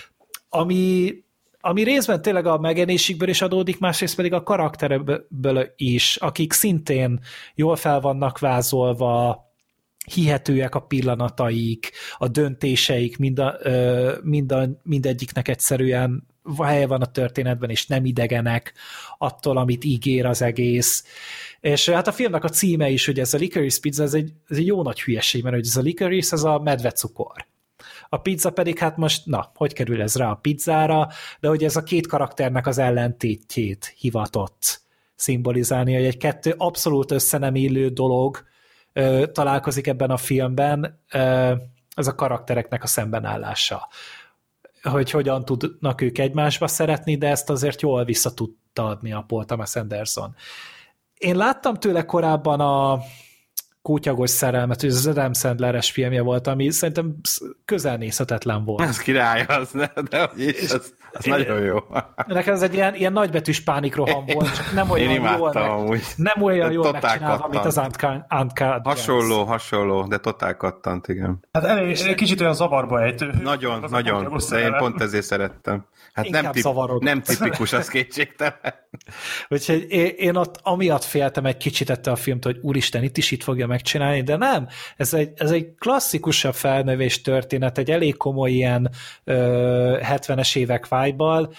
ami, ami részben tényleg a megjelenésükből is adódik, másrészt pedig a karakterekből is, akik szintén jól fel vannak vázolva, hihetőek a pillanataik, a döntéseik, mind a, mind a, mindegyiknek egyszerűen helye van a történetben, és nem idegenek attól, amit ígér az egész. És hát a filmnek a címe is, hogy ez a Licorice Pizza, ez egy, ez egy jó nagy hülyeség, mert hogy ez a licorice, ez a medvecukor. A pizza pedig, hát most, na, hogy kerül ez rá a pizzára, de hogy ez a két karakternek az ellentétjét hivatott szimbolizálni, hogy egy kettő abszolút össze nem illő dolog ö, találkozik ebben a filmben, ö, ez a karaktereknek a szembenállása. Hogy hogyan tudnak ők egymásba szeretni, de ezt azért jól vissza tudta adni a Paul Thomas Anderson. Én láttam tőle korábban a Kótyagos szerelmet, hogy az Adam Sandler-es filmje volt, ami szerintem közelnézhetetlen volt. Ez király, az, ne, de is, az, az nagyon jó. Nekem ez egy ilyen, ilyen nagybetűs pánikroham volt, csak nem olyan jól, meg, nem olyan jól megcsinálva, mint az Uncut. Hasonló, hasonló, de totál kattant, igen. Hát elég, egy kicsit olyan zavarba ejtő. Nagyon, nagyon, de én pont ezért szerettem. Hát nem, tip, nem tipikus, az kétségtelen. Úgyhogy én, én ott amiatt féltem egy kicsit ettől a filmtől, hogy úristen, itt is itt fogja megcsinálni, de nem. Ez egy, ez egy klasszikusabb felnövés történet, egy elég komoly ilyen ö, hetvenes évek vibe-bal.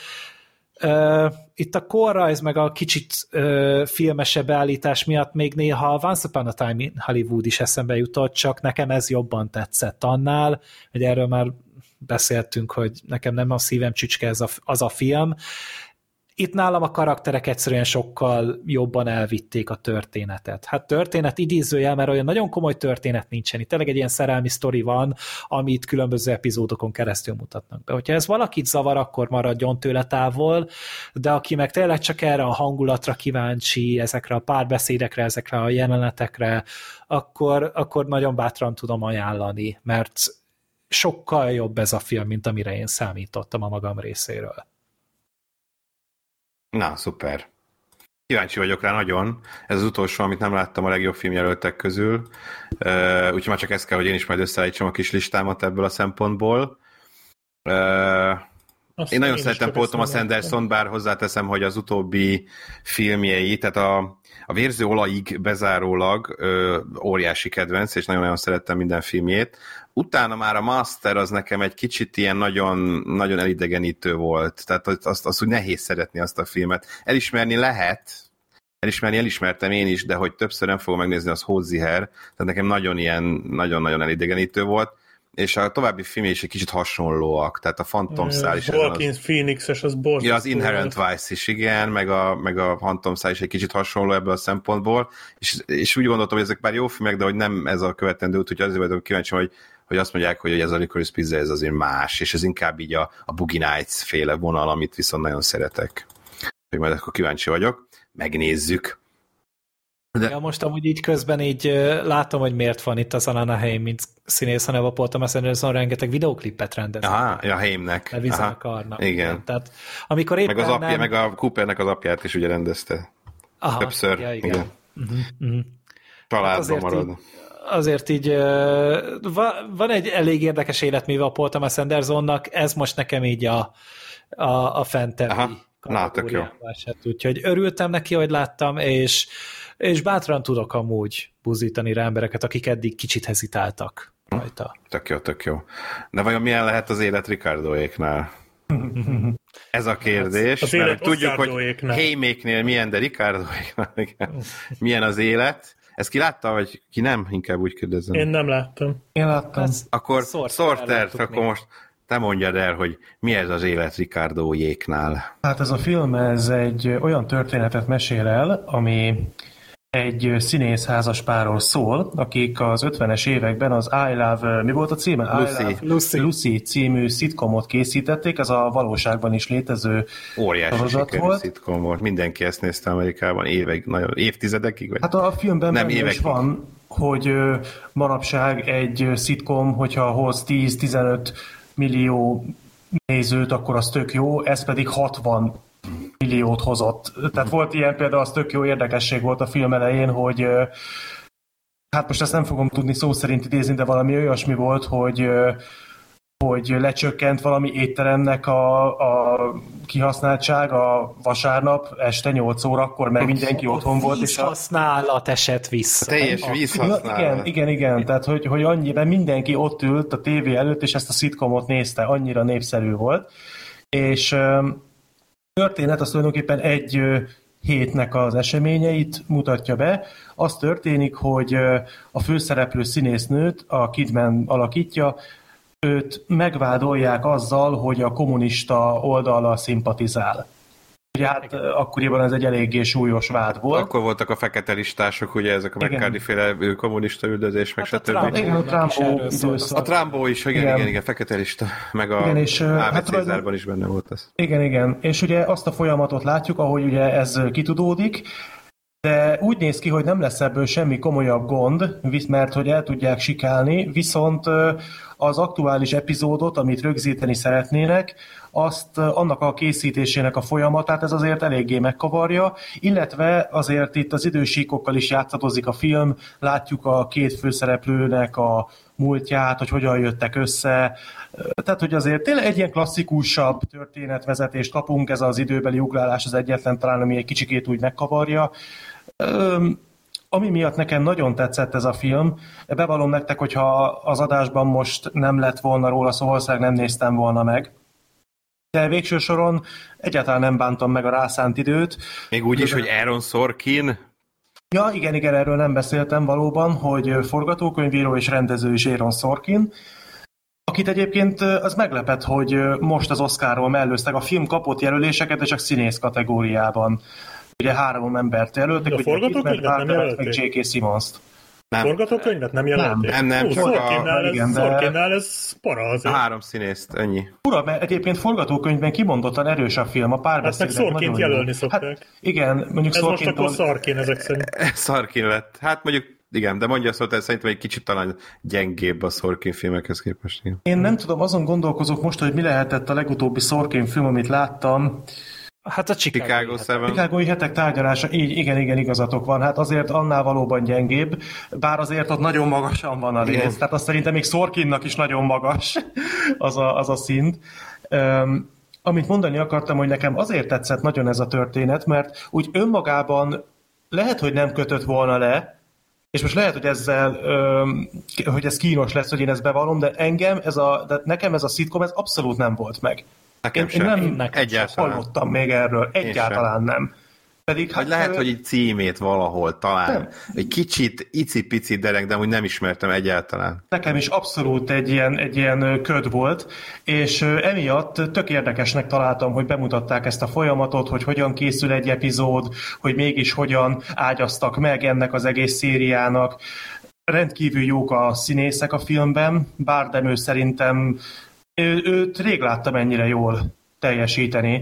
Ö, itt a korrajz, meg a kicsit ö, filmesebb beállítás miatt még néha a Once Upon a Time in Hollywood is eszembe jutott, csak nekem ez jobban tetszett annál, hogy erről már beszéltünk, hogy nekem nem a szívem csücske ez a, az a film. Itt nálam a karakterek egyszerűen sokkal jobban elvitték a történetet. Hát történet idézőjel, mert olyan nagyon komoly történet nincsen. Itt tényleg egy ilyen szerelmi sztori van, amit különböző epizódokon keresztül mutatnak be. Hogyha ez valakit zavar, akkor maradjon tőle távol, de aki meg tényleg csak erre a hangulatra kíváncsi, ezekre a párbeszédekre, ezekre a jelenetekre, akkor, akkor nagyon bátran tudom ajánlani, mert sokkal jobb ez a film, mint amire én számítottam a magam részéről. Na, szuper. Kíváncsi vagyok rá nagyon. Ez az utolsó, amit nem láttam a legjobb filmjelöltek közül. Uh, úgyhogy már csak ez kell, hogy én is majd összeállítsam a kis listámat ebből a szempontból. Uh, én nagyon én szeretem Paul Thomas Anderson, bár hozzáteszem, hogy az utóbbi filmjei, tehát a, a Vérző olajig bezárólag ö, óriási kedvenc, és nagyon-nagyon szerettem minden filmjét. Utána már a Master az nekem egy kicsit ilyen nagyon, nagyon elidegenítő volt. Tehát azt, azt úgy nehéz szeretni azt a filmet. Elismerni lehet, elismerni elismertem én is, de hogy többször nem fogom megnézni, az Hódziher. Tehát nekem nagyon ilyen, nagyon-nagyon elidegenítő volt. És a további filmje is egy kicsit hasonlóak, tehát a Phantom Szál is. Joaquin Phoenix-es, az borzasztó. Ja, az Inherent Vice is, igen, meg a, meg a Phantom Szál is egy kicsit hasonló ebből a szempontból, és, és úgy gondoltam, hogy ezek bár jó filmek, de hogy nem ez a követendő út, úgyhogy azért vagyok kíváncsi, hogy, hogy azt mondják, hogy ez a Licorice Pizza, ez azért más, és ez inkább így a, a Boogie Nights féle vonal, amit viszont nagyon szeretek. Hogy majd akkor kíváncsi vagyok, megnézzük. De... Ja, most amúgy így közben így uh, látom, hogy miért van itt az Alana Haim, mint színész, hanem a Paul Thomas Anderson rengeteg videóklipet rendezett. Aha, ja, Haimnek. Mert vizen akarnak. Igen. Tehát, amikor éppen meg, az apja, nem... meg a Coopernek az apját is ugye rendezte. Aha, többször. Ja, igen. igen. Uh-huh, uh-huh. Családban hát azért marad. Így, azért így uh, va, van egy elég érdekes életműve a Paul Thomas Andersonnak, ez most nekem így a, a, a fentebbi kategóriába esett, úgyhogy örültem neki, hogy láttam, és, és bátran tudok amúgy buzdítani rá embereket, akik eddig kicsit hezitáltak rajta. Tök jó, tök jó. De vajon milyen lehet az élet Ricardoéknál? Ez a kérdés, az mert tudjuk, hogy Hayméknél milyen, de Ricardoéknál milyen az élet. Ezt ki látta, vagy ki nem? Inkább úgy kérdezem. Én nem láttam. Én láttam. Ez akkor Sorter, akkor most te mondjad el, hogy mi ez az élet Ricardoéknál. Hát ez a film, ez egy olyan történetet mesél el, ami egy színészházas párról szól, akik az ötvenes években az I Love, mi volt a címe? Lucy. I Love Lucy. Lucy című szitkomot készítették, ez a valóságban is létező óriási sikerű szitkom volt. Mindenki ezt nézte Amerikában évek, nagyon évtizedekig? Vagy? Hát a filmben nem benne is van, hogy manapság egy szitkom, hogyha hoz tíz-tizenöt millió nézőt, akkor az tök jó, ez pedig hatvan milliót hozott. Tehát volt ilyen például, az tök jó érdekesség volt a film elején, hogy hát most ezt nem fogom tudni szó szerint idézni, de valami olyasmi volt, hogy hogy lecsökkent valami étteremnek a, a kihasználtság a vasárnap este nyolc órakor, mert mindenki a otthon volt. És a vízhasználat esett vissza. A teljes vízhasználat. Igen, igen, igen. Tehát, hogy, hogy annyira mindenki ott ült a tévé előtt, és ezt a szitkomot nézte, annyira népszerű volt. És történet az tulajdonképpen egy hétnek az eseményeit mutatja be. Az történik, hogy a főszereplő színésznőt, a Kidman alakítja, őt megvádolják azzal, hogy a kommunista oldallal szimpatizál. Ugye hát akkoriban ez egy eléggé súlyos vád volt. Akkor voltak a fekete listások, ugye ezek a McCarthy-féle kommunista üldözés, meg hát stb. A Trumbo is, a Trumbo is, igen, igen, igen, igen, fekete lista, meg a Ave Cézárban is benne volt ez. Igen, igen, és ugye azt a folyamatot látjuk, ahogy ugye ez kitudódik, de úgy néz ki, hogy nem lesz ebből semmi komolyabb gond, mert hogy el tudják sikálni, viszont az aktuális epizódot, amit rögzíteni szeretnének, azt annak a készítésének a folyamatát ez azért eléggé megkavarja, illetve azért itt az idősíkokkal is játszadozik a film, látjuk a két főszereplőnek a múltját, hogy hogyan jöttek össze, tehát hogy azért tényleg egy ilyen klasszikusabb történetvezetést kapunk, ez az időbeli ugrálás az egyetlen talán, ami egy kicsikét úgy megkavarja. Öm, Ami miatt nekem nagyon tetszett ez a film, bevallom nektek, hogyha az adásban most nem lett volna róla, szóval valószínűleg nem néztem volna meg. De végső soron egyáltalán nem bántam meg a rászánt időt. Még úgy is, hogy Aaron Sorkin? Ja, igen, igen, erről nem beszéltem valóban, hogy forgatókönyvíró és rendező is Aaron Sorkin, akit egyébként az meglepett, hogy most az Oscarról mellőztek. A film kapott jelöléseket, de csak színész kategóriában. Ugye három embert jelöltek, a forgatókönyvet nem jelölték? Meg jé ká. Simmons-t. Nem. Forgatókönyvet nem jelölték? Nem, nem, Ó, csak Sorkinnál a... ez, igen, de... Sorkinnál ez para azért. Három színészt, ennyi. Ura, mert egyébként forgatókönyvben kimondottan erős a film, a párbeszédek. Hát meg Sorkint jelölni szokták. Hát, igen, mondjuk ez Sorkintól... most akkor Sorkin ezek szerint. Sorkin lett. Hát mondjuk igen, de mondja azt, hogy szerintem egy kicsit talán gyengébb a Sorkin filmekhez képest. Igen. Én nem tudom, azon gondolkozok most, hogy mi lehetett a legutóbbi Sorkin film, amit láttam. Hát a Chicago Seven. Chicagói hetek tárgyalása, így, igen, igen, igazatok van. Hát azért annál valóban gyengébb, bár azért ott nagyon magasan van a rész. Tehát azt szerintem még Sorkinnak is nagyon magas az a, az a szint. Um, amit mondani akartam, hogy nekem azért tetszett nagyon ez a történet, mert úgy önmagában lehet, hogy nem kötött volna le, és most lehet, hogy ezzel, um, hogy ez kínos lesz, hogy én ezt bevallom, de engem, ez a, de nekem ez a szitkom, ez abszolút nem volt meg. Nekem én, sem. én nem Nekem egyáltalán. hallottam még erről. Egyáltalán nem. Pedig, hát, lehet, ő... hogy így címét valahol talán. Nem. Egy kicsit icipici dereng, de úgy nem ismertem egyáltalán. Nekem is abszolút egy ilyen, egy ilyen köd volt, és emiatt tök érdekesnek találtam, hogy bemutatták ezt a folyamatot, hogy hogyan készül egy epizód, hogy mégis hogyan ágyaztak meg ennek az egész szériának. Rendkívül jók a színészek a filmben, bár de ő szerintem ő, őt rég láttam ennyire jól teljesíteni,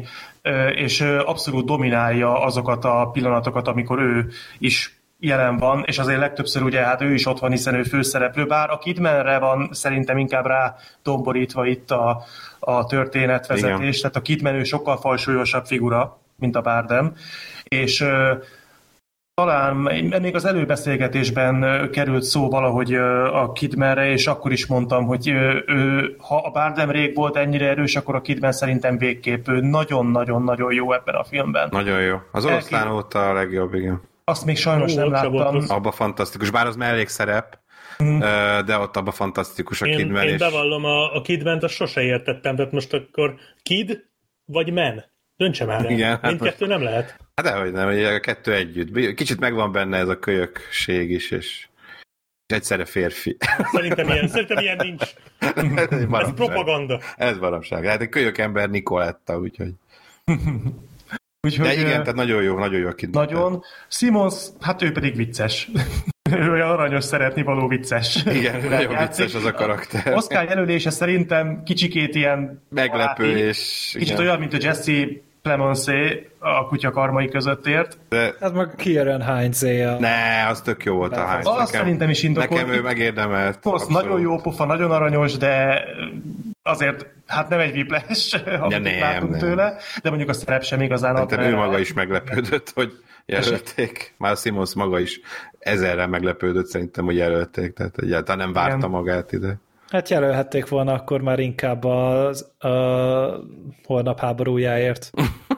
és abszolút dominálja azokat a pillanatokat, amikor ő is jelen van, és azért legtöbbször ugye hát ő is ott van, hiszen ő főszereplő, bár a Kidmanre van szerintem inkább rá domborítva itt a, a történetvezetés, igen. Tehát a Kidman ő sokkal falsúlyosabb figura, mint a Bardem, és Talán még az előbeszélgetésben került szó valahogy a Kidmanre, és akkor is mondtam, hogy ő, ő, ha a Bardem rég volt ennyire erős, akkor a Kidman szerintem végképp ő nagyon-nagyon-nagyon jó ebben a filmben. Nagyon jó. Az oroszlán óta a legjobb, igen. Azt még sajnos Ó, nem láttam. Abba fantasztikus, bár az mellékszerep, hmm. de ott abba fantasztikus a én, Kidman. Én és... bevallom, a, a Kidmant azt sose értettem, tehát most akkor Kid vagy Men? Döntse már. Igen, mindkettő nem lehet. Hát dehogy nem, hogy a kettő együtt. Kicsit megvan benne ez a kölyökség is, és egyszerre férfi. Szerintem ilyen, szerintem ilyen nincs. Ez propaganda. Ez baromság. Hát egy kölyök ember Nicoletta, úgyhogy... úgyhogy... De igen, tehát nagyon jó, nagyon jó a Kidman. Nagyon. Simons, hát ő pedig vicces. Ő olyan aranyos, szeretni való vicces. Igen, nagyon vicces az a karakter. Oscar jelölése szerintem kicsikét ilyen... meglepő, baráti, és... Kicsit igen. olyan, mint a Jesse Plemonsé a kutya karmai között ért. De... Ez meg Kieran Hines-éja. Ne, az tök jó volt a Hines. Azt nekem, szerintem is indokolt. Nekem ő megérdemelt. Most nagyon jó pofa, nagyon aranyos, de azért hát nem egy Whiplash, amit nem, látunk nem. tőle, de mondjuk a szerep sem igazán ad. Ő maga is meglepődött, hogy jelölték. Már Simons maga is ezerrel meglepődött szerintem, hogy jelölték, tehát egyáltalán nem várta igen. magát ide. Hát jelölhették volna akkor már inkább az, a Holnap háborújáért.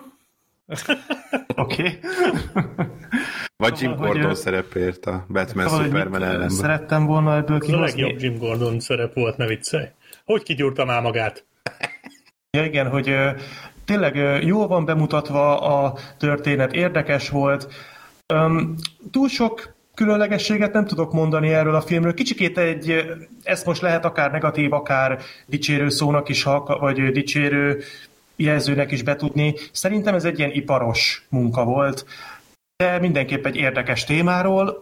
Oké. Okay. Vagy Jim Gordon hogy, szerepért a Batman szóval, Superman ellenben. Szerettem volna ebből kihozni. A legjobb Jim Gordon szerep volt, ne viccelj. Hogy kigyúrta már magát? Ja igen, hogy uh, tényleg uh, jól van bemutatva a történet, érdekes volt. Um, túl sok különlegességet nem tudok mondani erről a filmről. Kicsikét egy, ezt most lehet akár negatív, akár dicsérő szónak is, vagy dicsérő jelzőnek is betudni. Szerintem ez egy ilyen iparos munka volt, de mindenképp egy érdekes témáról,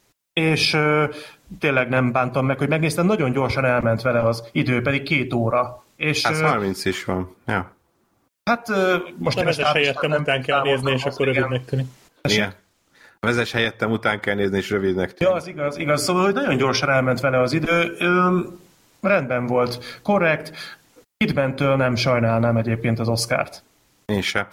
és uh, tényleg nem bántam meg, hogy megnéztem, nagyon gyorsan elment vele az idő, pedig két óra. És, hát harminc is van, ja. Hát uh, most nem vezes helyettem után kell nézni, és akkor rövidnek tűnik. Igen. A vezes helyettem után kell nézni, és rövidnek tűnik. Ja, az igaz, igaz. Szóval, hogy nagyon gyorsan elment vele az idő. Üm, rendben volt, korrekt. Kidmantől nem sajnálnám egyébként az Oscart. Én se.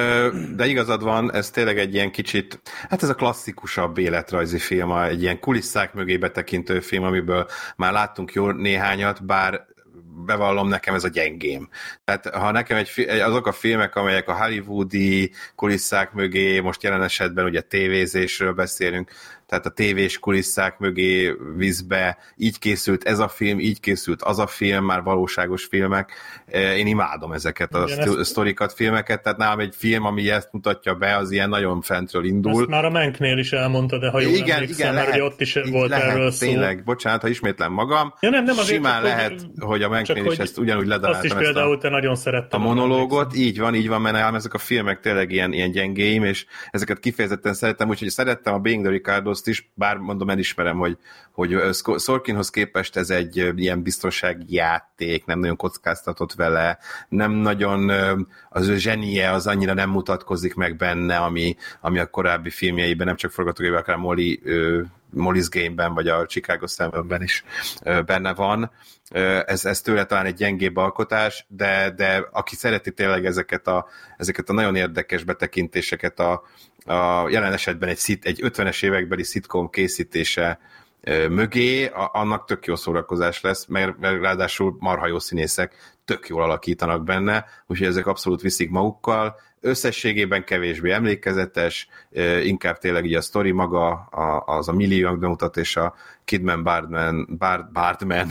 De igazad van, ez tényleg egy ilyen kicsit, hát ez a klasszikusabb életrajzi film, egy ilyen kulisszák mögé betekintő film, amiből már láttunk jó néhányat, bár bevallom, nekem ez a gyengém. Tehát ha nekem egy, azok a filmek, amelyek a hollywoodi kulisszák mögé, most jelen esetben ugye tévézésről beszélünk, tehát a tévés kulisszák mögé vízbe, így készült ez a film, így készült az a film, már valóságos filmek. Én imádom ezeket a sztorikat, sztorikat, filmeket, tehát nálam egy film, ami ezt mutatja be, az ilyen nagyon fentről indul. Ezt már a Manknél is elmondta, de ha jól igen, emlékszem, igen, mert lehet, ott is volt lehet, erről szó. Tényleg, bocsánat, ha ismétlem magam, ja, nem, nem azért, simán csak, lehet, hogy, hogy a Manknél is ezt ugyanúgy ledaráltam. Azt is például te nagyon szerettem. A monológot, így van, így van, mert ám ezek a filmek tényleg ilyen, ilyen gyengéim, és ezeket kifejezetten szerettem, úgyhogy szerettem a Being the Ricardos-t is, bár mondom, elismerem, hogy, hogy Sorkinhoz képest ez egy ilyen biztonsági játék, nem nagyon kockáztatott vele, nem nagyon az ő zsenie az annyira nem mutatkozik meg benne, ami, ami a korábbi filmjeiben, nem csak forgatókönyvben, akár Molly, Molly's Game-ben, vagy a Chicago Seven-ben is benne van. Ez, ez tőle talán egy gyengébb alkotás, de, de aki szereti tényleg ezeket a, ezeket a nagyon érdekes betekintéseket a, a jelen esetben egy, szit, egy ötvenes évekbeli szitkom készítése mögé, a, annak tök jó szórakozás lesz, mert, mert ráadásul marha jó színészek tök jól alakítanak benne, úgyhogy ezek abszolút viszik magukkal. Összességében kevésbé emlékezetes, inkább tényleg így a sztori maga, az a millió bemutat, és a Kidman Bardman, Bard, Bardman,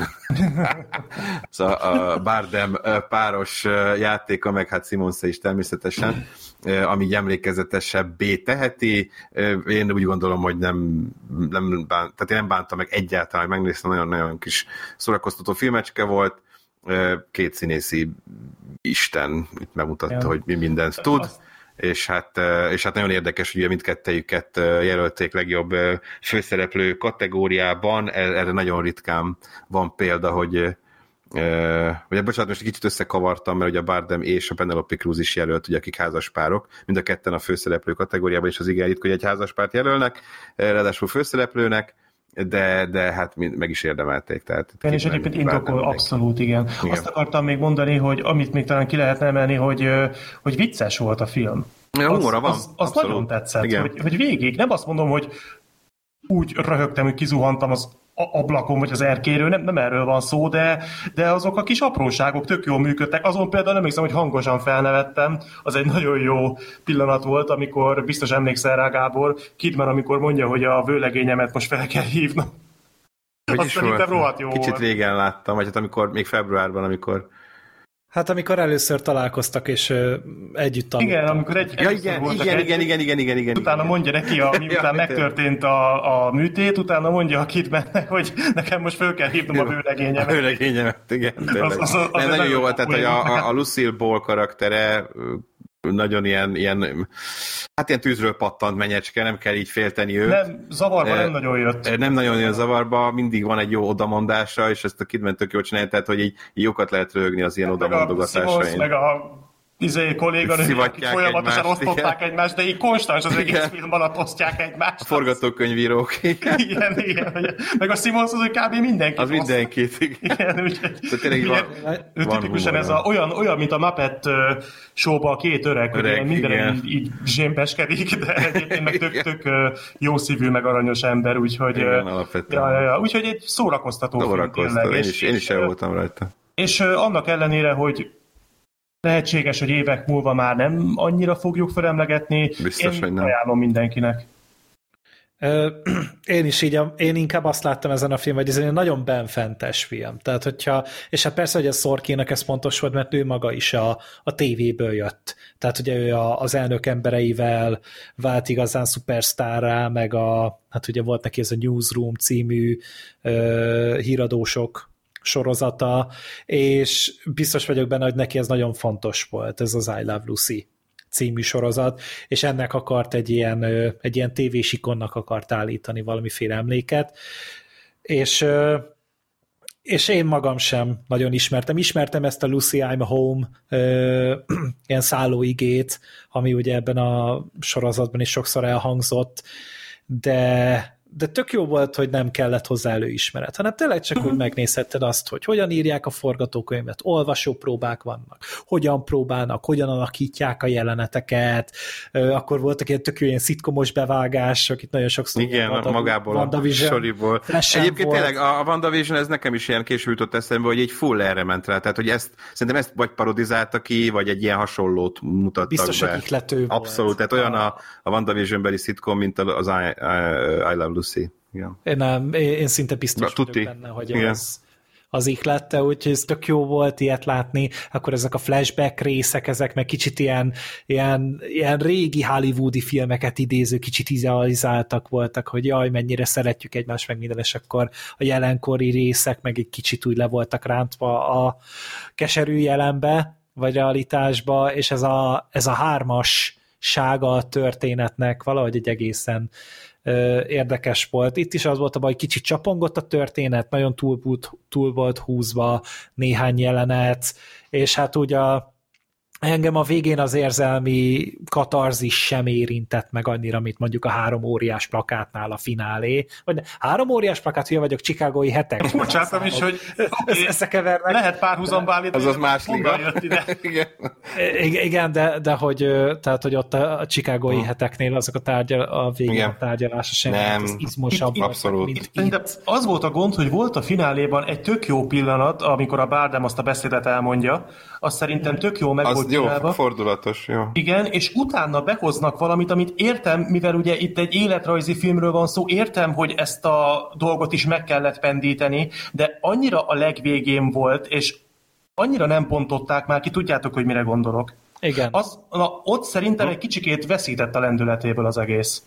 szóval a Bardem páros játéka, meg hát Simonse is természetesen, ami így emlékezetesebbé teheti. Én úgy gondolom, hogy nem, nem, bán, tehát én nem bántam meg egyáltalán, megnéztem, nagyon-nagyon kis szórakoztató filmecske volt, két színészi isten itt megmutatta, ja. hogy mi mindent tud, azt... és, hát, és hát nagyon érdekes, hogy mindkettejüket jelölték legjobb főszereplő kategóriában, erre nagyon ritkán van példa, hogy vagy bocsánat, most egy kicsit összekavartam, mert ugye a Bardem és a Penelope Cruz is jelölt, ugye, akik házaspárok, mind a ketten a főszereplő kategóriában, és az igen ritka, hogy egy házaspárt jelölnek, ráadásul főszereplőnek, de, de hát meg is érdemelték. Tehát igen, és egyébként indokol, abszolút, igen. igen. Azt akartam még mondani, hogy amit még talán ki lehetne emelni, hogy, hogy vicces volt a film. A humora van. Az, az, az nagyon tetszett, hogy, hogy végig, nem azt mondom, hogy úgy röhögtem, hogy kizuhantam az ablakon, vagy az erkéről, nem, nem erről van szó, de, de azok a kis apróságok tök jól működtek. Azon például nem hiszem, hogy hangosan felnevettem, az egy nagyon jó pillanat volt, amikor, biztos emlékszel rá, Gábor, Kidman, amikor mondja, hogy a vőlegényemet most fel kell hívnom. Azt szerintem rohadt jó Kicsit volt. régen láttam, vagy hát amikor, még februárban, amikor Hát amikor először találkoztak, és ö, együtt aludtak. Igen, amikor egy... Ja, igen, igen, igen, igen, igen, igen, igen. Utána mondja neki, ami Ja, után megtörtént a, a műtét, utána mondja a Kidmannek, hogy nekem most föl kell hívnom a vőlegényemet. A vőlegényemet, igen. Az- az- az- az Nem, egy nagyon jó nagyon volt, tehát hogy a, a, a Lucille Ball karaktere nagyon ilyen, ilyen, hát ilyen tűzről pattant menyecske, nem kell így félteni őt. Nem, zavarba Eh, nem nagyon jött. Nem nagyon jön zavarba, mindig van egy jó odamondása, és ezt a Kidman tök jól csinálja, tehát hogy így jókat lehet röhögni az ilyen Meg a Simmons, odamondogatásain. meg a izé, kolléganők, akik Szivatják folyamatosan egymást, osztották igen. egymást, de így konstans az egész Igen. film alatt osztják egymást. A forgatókönyvírók. Igen. Igen, igen. hogy- Meg a Simmons az, hogy kb. mindenki. Az mindenkit, igen. Igen, úgyhogy... Szóval tényleg van, Ő van tipikusan ez humora. a, olyan, olyan, mint a Muppet uh, show-ba a két öreg, Öreg, hogy minden igen. így, így zsémpeskedik, de egyébként meg tök, tök uh, jó szívű, meg aranyos ember, úgyhogy... Igen, uh, alapvetően. ja, ja, ja, úgyhogy egy szórakoztató film Szórakoztató. tényleg. Én És- is, én is és, el uh, voltam rajta. És uh, annak ellenére, hogy lehetséges, hogy évek múlva már nem annyira fogjuk felemlegetni, Biztos, én hogy nem. ajánlom mindenkinek. Ö, Én is így, én inkább azt láttam ezen a film, hogy ez egy nagyon benfentes film. Tehát, hogyha, és hát persze, hogy a Sorkinnak ez fontos volt, mert ő maga is a, a tévéből jött. Tehát ugye ő a, az elnök embereivel vált igazán szupersztárrá, meg a, hát ugye volt neki ez a Newsroom című ö, híradósok sorozata, és biztos vagyok benne, hogy neki ez nagyon fontos volt, ez az I Love Lucy című sorozat, és ennek akart egy ilyen, ö, egy ilyen tévés ikonnak akart állítani valamiféle emléket, és, ö, és én magam sem nagyon ismertem. Ismertem ezt a Lucy I'm Home ö, ilyen szállóigét, ami ugye ebben a sorozatban is sokszor elhangzott, de de tök jó volt, hogy nem kellett hozzá előismeret, hanem tényleg csak úgy megnézhetted azt, hogy hogyan írják a forgatókönyvet, olvasópróbák vannak, hogyan próbálnak, hogyan alakítják a jeleneteket, akkor voltak ilyen tök jó ilyen szitkomos bevágások, itt nagyon sokszor Igen, volt a magából a WandaVision, soriból. Flash-en Egyébként volt. tényleg a a WandaVision ez nekem is ilyen később jutott eszembe, hogy egy full erre ment rá. Tehát, hogy ezt, szerintem ezt vagy parodizálta ki, vagy egy ilyen hasonlót mutattak Biztos, be. hogy ihlető volt. Abszolút, tehát olyan a, a WandaVision-beli szitcom, mint az I, I, I Love Lucy. Igen. Én, nem, én, én szinte biztos Na, vagyok tuti. benne, hogy Igen. az, az ihlette, úgyhogy ez tök jó volt ilyet látni, akkor ezek a flashback részek, ezek meg kicsit ilyen, ilyen, ilyen régi hollywoodi filmeket idéző, kicsit idealizáltak voltak, hogy jaj, mennyire szeretjük egymást, meg minden, és akkor a jelenkori részek meg egy kicsit úgy le voltak rántva a keserű jelenbe, vagy realitásba, és ez a, ez a hármas sága a történetnek valahogy egy egészen ö, érdekes volt. Itt is az volt a baj, kicsit csapongott a történet, nagyon túl, túl volt húzva néhány jelenet, és hát úgy a engem a végén az érzelmi katarzis sem érintett meg annyira, mint mondjuk a három óriás plakátnál a finálé. Vagy ne, három óriás plakát, hülye vagyok, chicagói hetek. Bocsátom is, hogy okay, összekevernek. lehet párhuzamba állítani. Az az más liga. Igen. I- igen, de, de hogy, ö, tehát, hogy ott a, a chicagói Hmm. heteknél azok a, tárgyal, a végén Igen. a tárgyalása sem Nem. volt, az izmosabb volt, Abszolút. mint De itt. az volt a gond, hogy volt a fináléban egy tök jó pillanat, amikor a Bardem azt a beszédet elmondja, azt szerintem tök jó meg Az volt jó, csinálva. fordulatos, jó. Igen, és utána behoznak valamit, amit értem, mivel ugye itt egy életrajzi filmről van szó, értem, hogy ezt a dolgot is meg kellett pendíteni, de annyira a legvégén volt, és annyira nem pontották már ki, tudjátok, hogy mire gondolok. Igen. Az, na, ott szerintem egy kicsikét veszített a lendületéből az egész.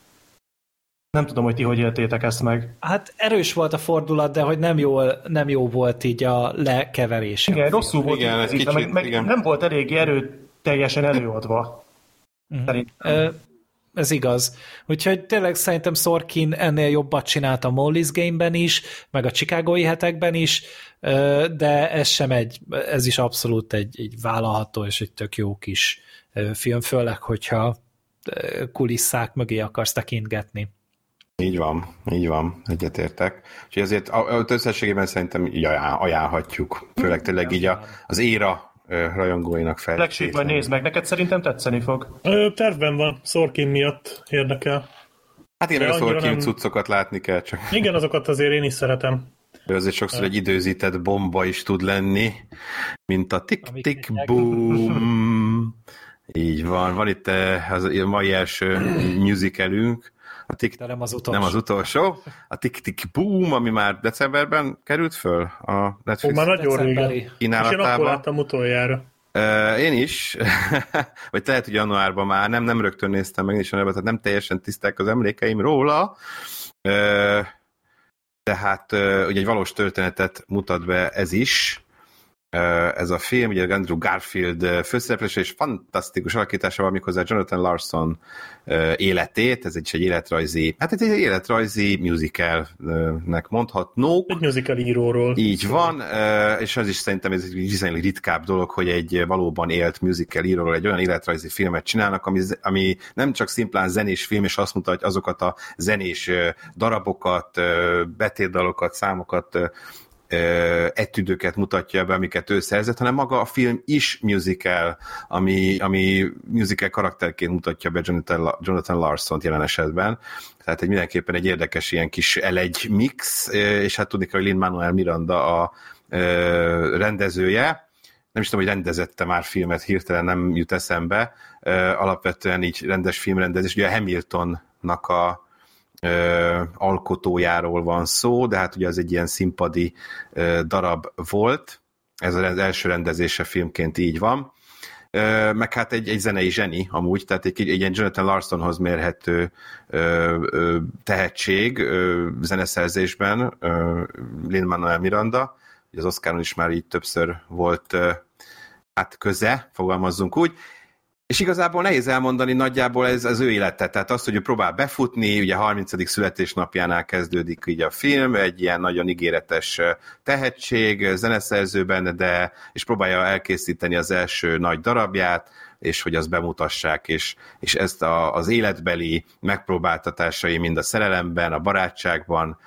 Nem tudom, hogy ti hogy éltétek ezt meg. Hát erős volt a fordulat, de hogy nem, jól, nem jó volt így a lekeverés. Igen, rosszul volt, Igen, ez egy így, meg, kicsit, meg igen. nem volt eléggé erőteljesen előadva. Szerintem. Ö, Ez igaz. Úgyhogy tényleg szerintem Sorkin ennél jobbat csinált a Molly's Game-ben is, meg a Chicagói hetekben is, ö, de ez sem egy, ez is abszolút egy, egy vállalható és egy tök jó kis ö, film, főleg, hogyha ö, kulisszák mögé akarsz tekintgetni. Így van, így van, egyetértek. Úgyhogy azért a- a- összességében szerintem így ajánl- ajánlhatjuk. Főleg tényleg így a, az éra rajongóinak feltétlenül. Black Sheep, majd nézd meg, neked szerintem tetszeni fog. Ö, tervben van, Sorkin miatt érdekel. Hát én a Sorkin nem... cuccokat látni kell csak. Igen, azokat azért én is szeretem. De azért sokszor egy időzített bomba is tud lenni, mint a tik-tik-boom. Így van. Van itt az a mai első musicalünk. A tik... De nem az utolsó. Nem az utolsó. A tik-tik-boom, ami már decemberben került föl a Netflix Ó, már nagyon régen. kínálatába. És én akkor láttam utoljára. Uh, én is, vagy lehet, hogy januárban már nem, nem rögtön néztem meg, és tehát nem teljesen tiszták az emlékeim róla, uh, tehát uh, ugye egy valós történetet mutat be ez is, uh, ez a film, ugye Andrew Garfield főszereplése és fantasztikus alakításával, méghozzá Jonathan Larson uh, életét, ez egy, egy életrajzi, hát ez egy életrajzi musicalnek mondhatnók. Egy musical íróról. Így van, uh, és az is szerintem ez egy viszonylag ritkább dolog, hogy egy valóban élt musical íróról egy olyan életrajzi filmet csinálnak, ami, ami nem csak szimplán zenés film, és azt mutatja azokat a zenés uh, darabokat, uh, betétdalokat, számokat, uh, etüdöket mutatja be, amiket ő szerzett, hanem maga a film is musical, ami, ami musical karakterként mutatja be Jonathan, Jonathan Larsont jelen esetben. Tehát egy mindenképpen egy érdekes ilyen kis elegy mix, és hát tudni kell, hogy Lin-Manuel Miranda a rendezője. Nem is tudom, hogy rendezette már filmet, hirtelen nem jut eszembe. Alapvetően így rendes filmrendezés. Ugye a Hamiltonnak a Ö, alkotójáról van szó, de hát ugye az egy ilyen színpadi ö, darab volt, ez az első rendezése filmként így van, ö, meg hát egy, egy zenei zseni amúgy, tehát egy, egy ilyen Jonathan Larsonhoz mérhető ö, ö, tehetség ö, zeneszerzésben, ö, Lin-Manuel Miranda, az Oscaron is már így többször volt ö, hát köze, fogalmazzunk úgy. És igazából nehéz elmondani, nagyjából ez az ő élete, tehát azt, hogy ő próbál befutni, ugye harmincadik születésnapjánál kezdődik így a film, egy ilyen nagyon ígéretes tehetség, zeneszerző benne, de, és próbálja elkészíteni az első nagy darabját, és hogy azt bemutassák, és, és ezt a, az életbeli megpróbáltatásai mind a szerelemben, a barátságban,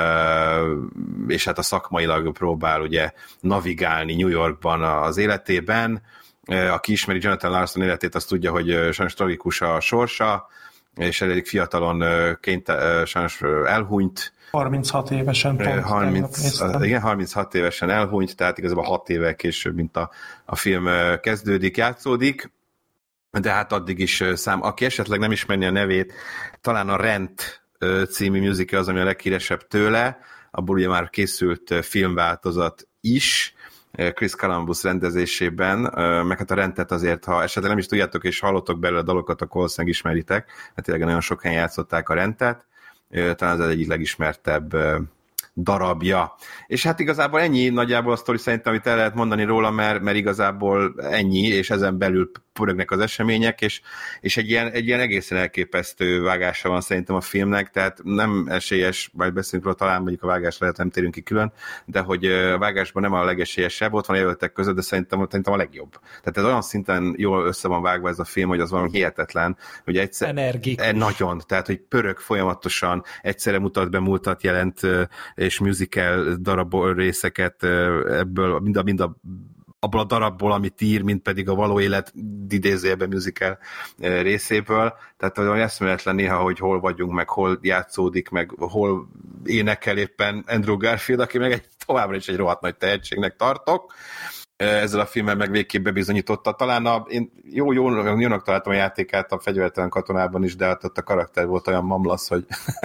és hát a szakmailag próbál ugye navigálni New Yorkban az életében. Aki ismeri Jonathan Larson életét, az tudja, hogy sajnos tragikus a sorsa, és elég fiatalon kényt, sajnos elhunyt. harminchat évesen pont. harminc, igen, harminchat évesen elhunyt, tehát igazából hat évvel később, mint a, a film kezdődik, játszódik. De hát addig is szám. Aki esetleg nem ismerni a nevét, talán a Rent című musical az, ami a leghíresebb tőle, abból ugye már készült filmváltozat is, Chris Columbus rendezésében, meg hát a Rentet azért, ha esetleg nem is tudjátok, és hallottok belőle a dalokat, akkor valószínűleg ismeritek, mert tényleg nagyon sok helyen játszották a Rentet, talán az egyik legismertebb darabja. És hát igazából ennyi nagyjából a sztori szerintem, amit el lehet mondani róla, mert, mert igazából ennyi, és ezen belül pörögnek az események, és, és egy, ilyen, egy ilyen egészen elképesztő vágása van szerintem a filmnek, tehát nem esélyes, majd beszélünk róla, talán mondjuk a vágásra lehet nem térünk ki külön, de hogy a vágásban nem a legesélyesebb, ott van a jelöltek között, de szerintem, szerintem a legjobb. Tehát ez olyan szinten jól össze van vágva ez a film, hogy az valami hihetetlen, hogy egyszer... Energikus. Nagyon, tehát hogy pörög folyamatosan, egyszerre mutat be, múltat jelent, és musical darab részeket ebből, mind a, mind a abból a darabból, amit ír, mint pedig a való élet idézőjelben musical részéből. Tehát olyan eszméletlen néha, hogy hol vagyunk, meg hol játszódik, meg hol énekel éppen Andrew Garfield, aki meg egy, továbbra is egy rohadt nagy tehetségnek tartok. Ezzel a filmmel meg végképp bebizonyította. Talán a, én jó, jó, jónak találtam a játékát a Fegyvertelen katonában is, de hát ott a karakter volt olyan mamlasz, hogy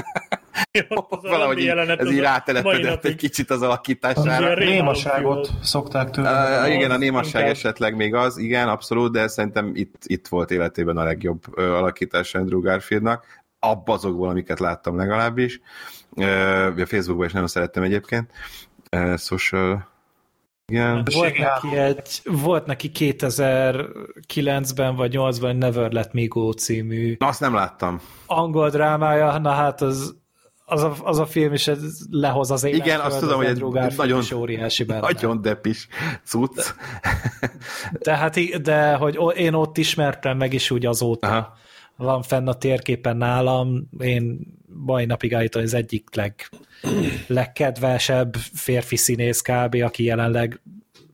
valahogy így, ez így rátelepedett egy kicsit az alakítására. A némaságot szokták tőle. Uh, igen, a némasság inkább. Esetleg még az, igen, abszolút, de szerintem itt, itt volt életében a legjobb uh, alakítás Andrew Garfieldnak. Abba azokból, amiket láttam legalábbis. Uh, a Facebookban is nagyon szerettem egyébként. Uh, social... Igen. Volt neki, egy, volt neki kétezer-kilencben vagy nyolcban Never Let Me Go című na, azt nem láttam. Angol drámája, na hát az, az, a, az a film is lehoz az életről. Igen, azt tudom, hogy egy nagyon, óriási benne. Nagyon depis cucc. De, hát, de hogy én ott ismertem meg is úgy azóta. Aha. Van fenn a térképen nálam, én mai napig állítom, az egyik leg, legkedvesebb férfi színész kb., aki jelenleg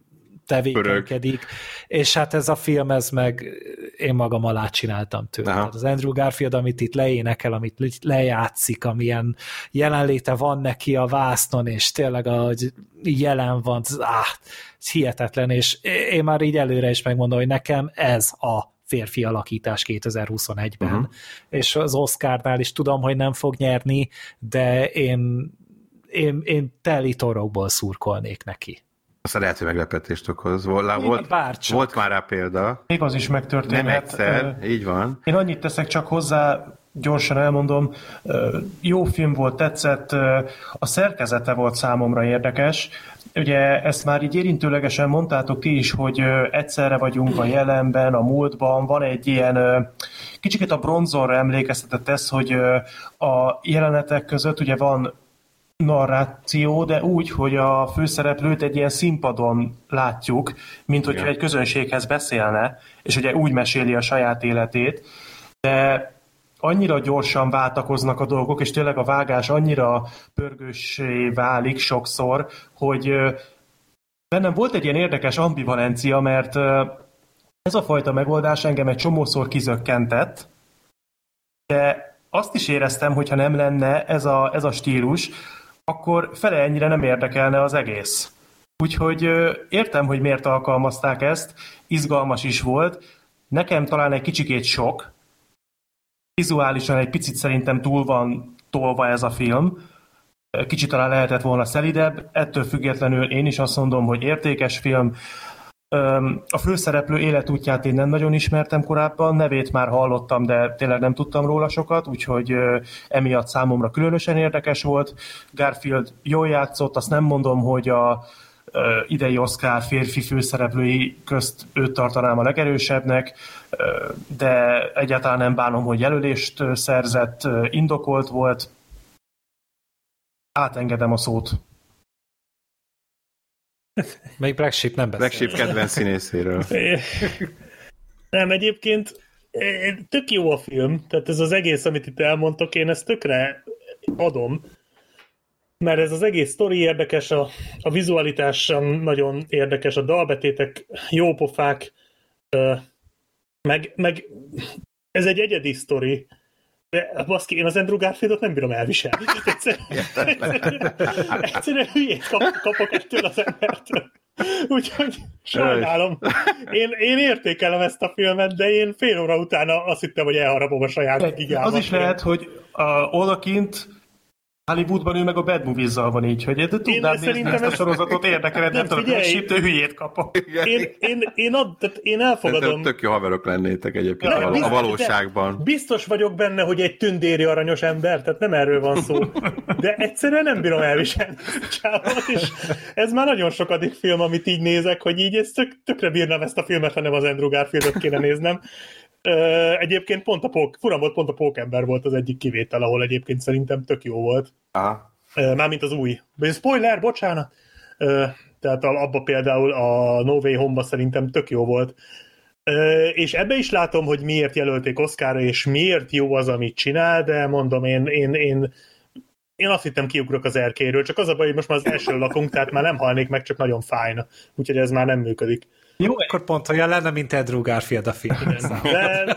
tevékenykedik, Pörög. És hát ez a film, ez meg én magam alá csináltam tőle. Tehát az Andrew Garfield, amit itt leénekel, amit lejátszik, amilyen jelenléte van neki a vásznon, és tényleg ahogy jelen van, áh, hihetetlen, és én már így előre is megmondom, hogy nekem ez a férfi alakítás kétezer-huszonegyben, uh-huh. és az Oscarnál is tudom, hogy nem fog nyerni, de én, én, én teli torokból szurkolnék neki. Aztán lehet, hogy meglepetést okoz. Volt, volt, volt már rá példa. Még az is megtörténhet. Nem egyszer, uh, így van. Én annyit teszek csak hozzá, gyorsan elmondom, uh, jó film volt, tetszett, uh, a szerkezete volt számomra érdekes. Ugye ezt már így érintőlegesen mondtátok ti is, hogy uh, egyszerre vagyunk a jelenben, a múltban, van egy ilyen, uh, kicsit a bronzorra emlékeztetett ez, hogy uh, a jelenetek között ugye van narráció, de úgy, hogy a főszereplőt egy ilyen színpadon látjuk, mint hogyha egy közönséghez beszélne, és ugye úgy meséli a saját életét, de annyira gyorsan váltakoznak a dolgok, és tényleg a vágás annyira pörgőssé válik sokszor, hogy bennem volt egy ilyen érdekes ambivalencia, mert ez a fajta megoldás engem egy csomószor kizökkentett, de azt is éreztem, hogyha nem lenne ez a, ez a stílus, akkor fele ennyire nem érdekelne az egész. Úgyhogy értem, hogy miért alkalmazták ezt, izgalmas is volt, nekem talán egy kicsikét sok, vizuálisan egy picit szerintem túl van tolva ez a film, kicsit talán lehetett volna szelidebb, ettől függetlenül én is azt mondom, hogy értékes film. A főszereplő életútját én nem nagyon ismertem korábban, nevét már hallottam, de tényleg nem tudtam róla sokat, úgyhogy emiatt számomra különösen érdekes volt. Garfield jól játszott, azt nem mondom, hogy a idei Oscar férfi főszereplői közt őt tartanám a legerősebbnek, de egyáltalán nem bánom, hogy jelölést szerzett, indokolt volt. Átengedem a szót. Még Black Sheep nem beszél. Black Sheep kedvenc színészéről. Nem, egyébként tök jó a film, tehát ez az egész, amit itt elmondtok, én ezt tökre adom, mert ez az egész sztori érdekes, a, a vizualitás nagyon érdekes, a dalbetétek jó pofák, meg, meg ez egy egyedi sztori, de baszki, én az Andrew Garfieldot nem bírom elviselni. Egyszerűen, egyszerűen, egyszerűen hülyét kap, kapok ettől az embertől. Úgyhogy sajnálom. Én, én értékelem ezt a filmet, de én fél óra utána azt hittem, hogy elharapom a saját gigámat. Az is lehet, hogy a, odakint Hollywoodban ő meg a Bad Movies-zal van így, hogy tudnám nézni ezt a sorozatot, érdekeled, nem tudom, hogy síptő hülyét kapok. Én, én, én, ad, tehát én elfogadom. Szerintem tök jó haverok lennétek egyébként ja, a, biztos, a valóságban. Biztos vagyok benne, hogy egy tündéri aranyos ember, tehát nem erről van szó. De egyszerűen nem bírom elviselni csávot, és ez már nagyon sokadik film, amit így nézek, hogy így ezt tök, tökre bírnám ezt a filmet, ha nem az Andrew Garfieldot kéne néznem. Uh, egyébként pont a pók, furam volt, pont a Pókember volt az egyik kivétel, ahol egyébként szerintem tök jó volt. Aha. Uh, mármint az új. Spoiler, bocsánat! Uh, tehát abba például a No Way Home-ba szerintem tök jó volt. Uh, és ebbe is látom, hogy miért jelölték Oscarra, és miért jó az, amit csinál, de mondom, én, én, én, én azt hittem kiugrok az erkélyről, csak az a baj, hogy most már az első lakunk, tehát már nem halnék meg, csak nagyon fájna. Úgyhogy ez már nem működik. Jó, akkor pont olyan lenne, mint Andrew Garfield a film. De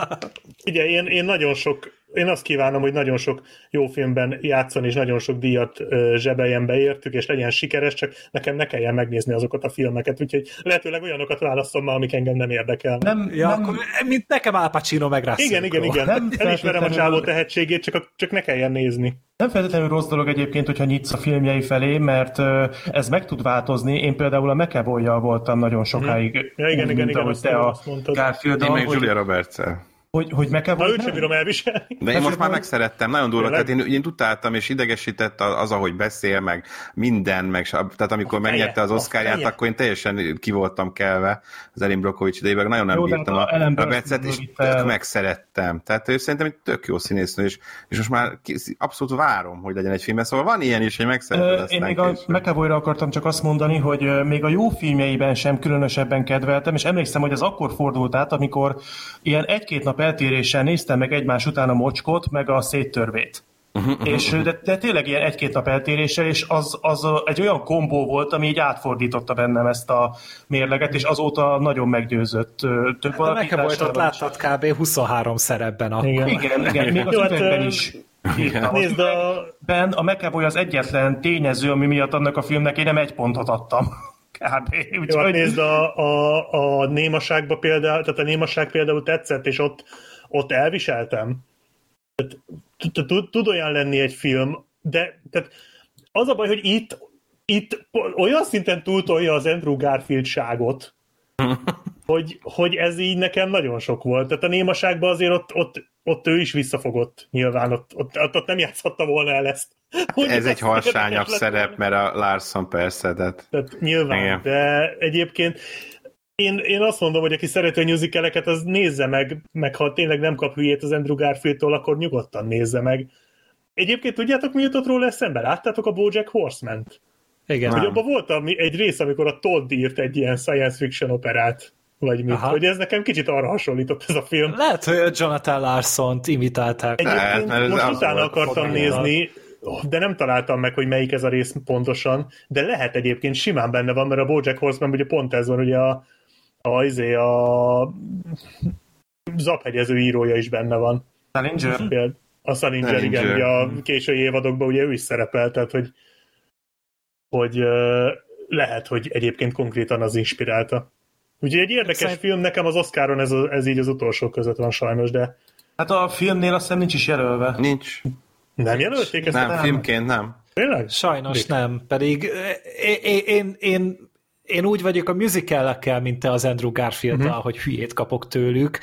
ugye én, én nagyon sok, én azt kívánom, hogy nagyon sok jó filmben játszon, és nagyon sok díjat zsebeljen beértük, és legyen sikeres, csak nekem ne kelljen megnézni azokat a filmeket, úgyhogy lehetőleg olyanokat választom már, amik engem nem érdekel. Nem, ja, nem, akkor, mint nekem Al Pacino meg Russell. Igen, igen, igen. Nem elismerem a csávó tehetségét, csak, csak ne kelljen nézni. Nem feltétlenül rossz dolog egyébként, hogyha nyitsz a filmjei felé, mert ez meg tud változni. Én például a McAvoy-jal voltam nagyon sokáig. Ja, igen, igen, igen, ahogy te a Garfield-al. Én meg Julia Roberts-el. Hogy, hogy McAvoy... Na, őt sem bírom elviselni. De én most már megszerettem, nagyon durva, tehát én, én utáltam és idegesített az, ahogy beszél, meg minden, meg, tehát amikor megnyerte az Oscarját, akkor én teljesen ki voltam kelve az Erin Brockovich idejében, nagyon nem jó, bírtam a, a Robertset, és tök megszerettem. Tehát ő szerintem egy tök jó színésznő, és, és most már abszolút várom, hogy legyen egy film, szóval van ilyen is, hogy megszereted aztán. Én még a McAvoyra akartam csak azt mondani, hogy még a jó filmjeiben sem különösebben kedveltem, és emlékszem, hogy ez akkor fordult át, amikor ilyen egy-két nap eltéréssel néztem meg egymás után a Mocskot, meg a Széttörvét. Uh-huh. És, de, de tényleg ilyen egy-két nap eltéréssel, és az, az egy olyan kombó volt, ami így átfordította bennem ezt a mérleget, és azóta nagyon meggyőzött. Több hát a McAvoy-t láttad kb. huszonhárom szerepben akkor. Igen, igen, igen. Még az üvegben is írtam. Nézd, a... Ben a McAvoy az egyetlen tényező, ami miatt annak a filmnek én nem egy pontot adtam. Kb. Úgy, jó, hogy... nézd, a, a, a némaságba például, tehát a némaság például tetszett, és ott, ott elviseltem. Tud olyan lenni egy film, de tehát az a baj, hogy itt, itt olyan szinten túltolja az Andrew Garfield-ságot, hogy, hogy ez így nekem nagyon sok volt. Tehát a némaságban azért ott, ott, ott ő is visszafogott nyilván, ott, ott, ott nem játszhatta volna el ezt. Hogy ez egy harsányabb szerep, mert a Larson persze, tehát... tehát nyilván, igen. De egyébként Én, én azt mondom, hogy aki szereti a musicaleket, az nézze meg, meg ha tényleg nem kap hülyét az Andrew Garfieldtól, akkor nyugodtan nézze meg. Egyébként tudjátok, mi jutott róla eszembe? Láttátok a BoJack Horseman-t? Igen. Hogy abban volt egy rész, amikor a Todd írt egy ilyen science fiction operát, vagy mit, aha. Hogy ez nekem kicsit arra hasonlított ez a film. Lehet, hogy Jonathan Larsont imitálták. Egyébként lehet, most utána akartam nézni, de nem találtam meg, hogy melyik ez a rész pontosan, de lehet egyébként simán benne van, mert a BoJack Horseman ugye pont ez van, ugye a a, a zaphegyező írója is benne van. Salinger? A Salinger, igen, ugye a késői évadokban ugye ő is szerepel, tehát hogy, hogy lehet, hogy egyébként konkrétan az inspirálta. Úgyhogy egy érdekes Szerint... film, nekem az Oscaron ez, a, ez így az utolsó között van sajnos, de... Hát a filmnél azt hiszem nincs is jelölve. Nincs. Nem jelölték ezt? Nem, nem, filmként nem. Tényleg? Sajnos Dik. nem, pedig én, én, én Én úgy vagyok a musicalekkel, mint te az Andrew Garfield-tal, uh-huh. hogy hülyét kapok tőlük,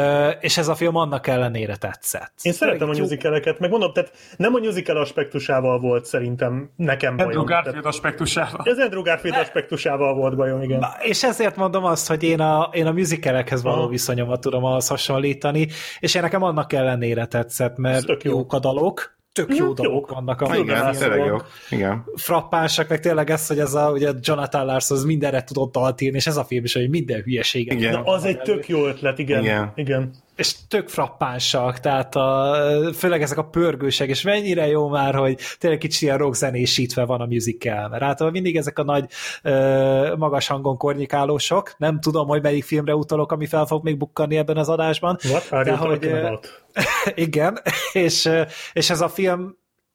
és ez a film annak ellenére tetszett. Én szeretem a musicaleket, meg mondom, tehát nem a musical aspektusával volt szerintem nekem bajom. Andrew Garfield tehát, aspektusával. Ez Andrew Garfield ne. aspektusával volt bajom, igen. És ezért mondom azt, hogy én a, én a musicalekhez való uh-huh. viszonyomat tudom ahhoz hasonlítani, és én nekem annak ellenére tetszett, mert jók a dalok, tök jó dolgok vannak a igen, filmben. Igen. Frappánsak, meg tényleg ez, hogy ez a ugye Jonathan Larson az mindenre tudott dalt írni, és ez a film is, hogy minden hülyeséget. Igen. Na, az egy tök jó ötlet, igen. igen. igen. És tök frappánsak, tehát a, főleg ezek a pörgősek, és mennyire jó már, hogy tényleg kicsit ilyen rockzenésítve van a musical, mert általában mindig ezek a nagy magas hangon kornyikálósok, nem tudom, hogy melyik filmre utalok, ami fel fog még bukkanni ebben az adásban. What are you talking about? Igen, és, és ez a film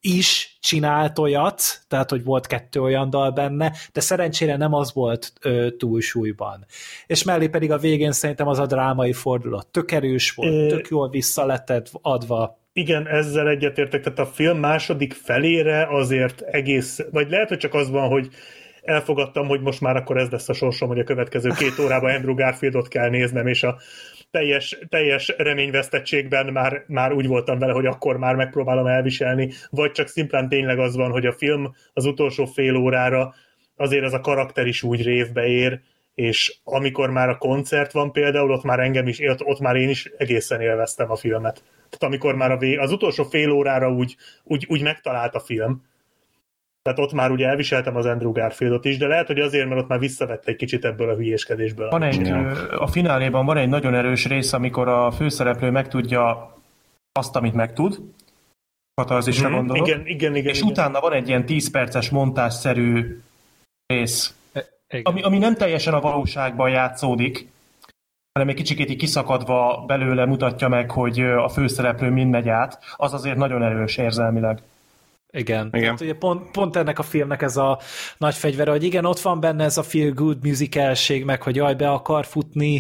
is csinált olyat, tehát, hogy volt kettő olyan dal benne, de szerencsére nem az volt ö, túlsúlyban. És mellé pedig a végén szerintem az a drámai fordulat tök erős volt, é... tök jól vissza lett adva. Igen, ezzel egyetértek, tehát a film második felére azért egész, vagy lehet, hogy csak az van, hogy elfogadtam, hogy most már akkor ez lesz a sorsom, hogy a következő két órában Andrew Garfieldot kell néznem, és a teljes, teljes reményvesztettségben már, már úgy voltam vele, hogy akkor már megpróbálom elviselni, vagy csak szimplán tényleg az van, hogy a film az utolsó fél órára azért ez a karakter is úgy révbe ér, és amikor már a koncert van például, ott már engem is, ott, ott már én is egészen élveztem a filmet. Tehát amikor már a vég, az utolsó fél órára úgy, úgy, úgy megtalált a film, tehát ott már ugye elviseltem az Andrew Garfieldot is, de lehet, hogy azért, mert ott már visszavett egy kicsit ebből a hülyéskedésből. Van egy, a fináléban van egy nagyon erős rész, amikor a főszereplő megtudja azt, amit megtud, katarzisra mm-hmm. gondolok, igen, igen, igen, és igen. utána van egy ilyen tíz perces montásszerű rész, ami, ami nem teljesen a valóságban játszódik, hanem egy kicsikét így kiszakadva belőle mutatja meg, hogy a főszereplő mind megy át, az azért nagyon erős érzelmileg. Igen. igen. Tehát ugye pont, pont ennek a filmnek ez a nagy fegyvere, hogy igen, ott van benne ez a feel good musicalség, meg hogy jaj, be akar futni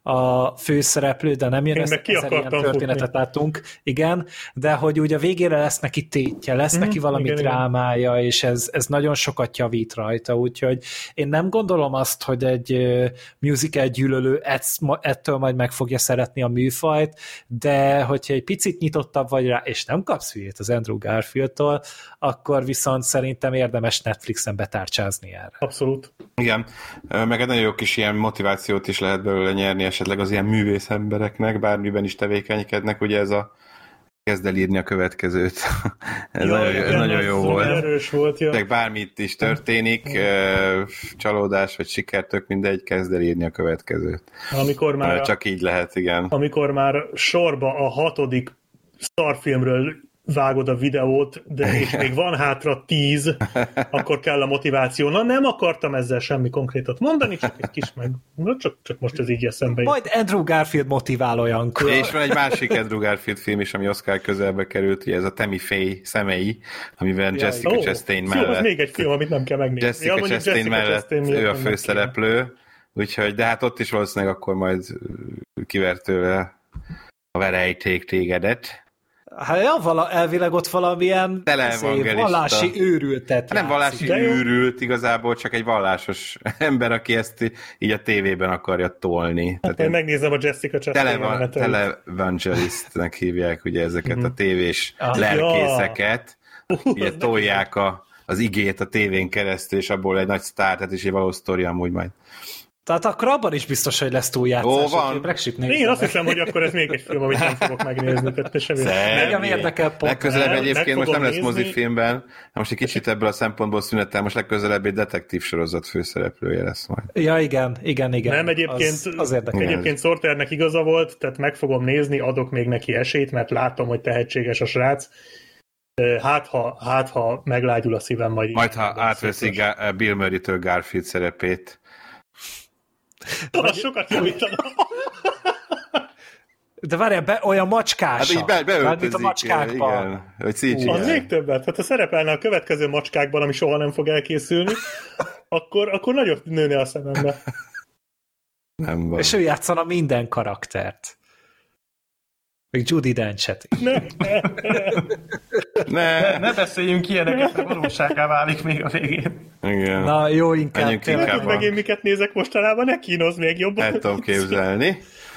a főszereplő, de nem jön, én ezt, meg ki ezer ilyen történetet futni. Láttunk, igen, de hogy ugye a végére lesz neki tétje, lesz mm-hmm. neki valami igen, drámája, igen. és ez, ez nagyon sokat javít rajta, úgyhogy én nem gondolom azt, hogy egy musical gyűlölő ettől majd meg fogja szeretni a műfajt, de hogyha egy picit nyitottabb vagy rá, és nem kapsz hülyét az Andrew Garfieldtól, akkor viszont szerintem érdemes Netflixen betárcsázni erre. Abszolút. Igen, meg egy nagyon jó kis ilyen motivációt is lehet belőle nyerni esetleg az ilyen művész embereknek, bármiben is tevékenykednek, ugye ez a kezd el írni a következőt. ez ja, nagyon, igen, nagyon jó volt. Erős volt ja. De bármit is történik, csalódás vagy siker, tök mindegy, kezd el írni a következőt. Amikor már Csak így lehet, igen. Amikor már sorba a hatodik szarfilmről vágod a videót, de és még van hátra tíz, akkor kell a motiváció. Na, nem akartam ezzel semmi konkrétat mondani, csak egy kis meg... Na, csak, csak most ez így eszembe. Majd Andrew Garfield motivál olyankor. És van egy másik Andrew Garfield film is, ami Oscar közelbe került, ugye ez a Tammy Faye szemei, amiben ja. Jessica oh, Chastain mellett... Jó, az még egy film, amit nem kell megnézni. Jessica ja, Chastain Jessica mellett Chastain ő a főszereplő, úgyhogy, de hát ott is valószínűleg akkor majd kivert tőle a verejték tégedet. Hát ja, vala, elvileg ott valamilyen vallási őrültet nem vallási őrült, igazából csak egy vallásos ember, aki ezt így a tévében akarja tolni. Hát én megnézem a Jessica Chastain televangelistnek hívják ugye ezeket uh-huh. a tévés ah, lelkészeket, ja. ugye tolják a, az igét a tévén keresztül, és abból egy nagy sztár, tehát is egy valós sztori amúgy majd. Tehát akkor abban is biztos, hogy lesz túljátszás. Ó, van. Én azt hiszem, hogy akkor ez még egy film, amit nem fogok megnézni. Tehát semmi. Engem érdekel pont. Legközelebb egyébként most nem lesz mozifilmben, most egy kicsit ebből a szempontból szünetel, most legközelebb egy detektív sorozat főszereplője lesz majd. Ja, igen, igen, igen. Nem, egyébként, az, az egyébként Sorternek igaza volt, tehát meg fogom nézni, adok még neki esélyt, mert látom, hogy tehetséges a srác. Hát ha, hát, ha meglágyul a szívem, majd... Majd, ha átveszi Bill Murray-től Garfield szerepét. Vagy... sokat javítana. De várjál, be, olyan macskása. Hát így be, beöltözik. Mint a macskákban. Igen, hogy cé gé í. Az még többet. Hát ha szerepelne a következő macskákban, ami soha nem fog elkészülni, akkor, akkor nagyot nőne a szemembe. Nem van. És ő játszana minden karaktert. Még Judi Denchet. Ne, ne, ne. ne, ne beszéljünk ilyeneket, mert valóságá válik még a végén. Igen. Na jó, inkább. Tudod meg én miket nézek mostanában, ne kínozz még jobban. El tudom képzelni.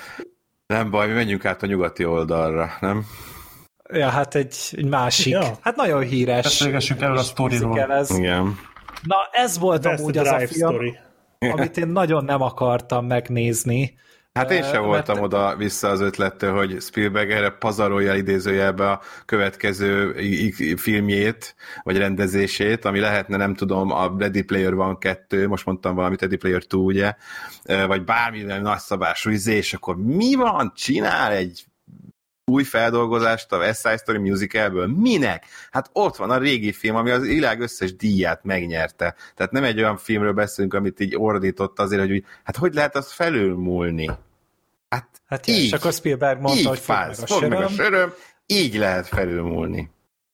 Nem baj, mi menjünk át a nyugati oldalra, nem? Ja, hát egy, egy másik. Ja. Hát nagyon híres. Beszélgessünk erről a sztoriról. Igen. Na ez volt Best amúgy az a film, story. amit én nagyon nem akartam megnézni. Hát én sem voltam mert... oda vissza az ötlettől, hogy Spielberg erre pazarolja idézőjelbe a következő filmjét, vagy rendezését, ami lehetne, nem tudom, a Ready Player One kettő, most mondtam valamit, Ready Player Two, ugye, vagy bármilyen nagyszabású izé, és akkor mi van? Csinál egy új feldolgozást a West Side Story musicalből. Minek? Hát ott van a régi film, ami az világ összes díját megnyerte. Tehát nem egy olyan filmről beszélünk, amit így ordított azért, hogy úgy, hát hogy lehet azt felülmúlni? Hát, hát így, és akkor Spielberg mondta, így hogy fáz, fog meg a söröm, így lehet felülmúlni.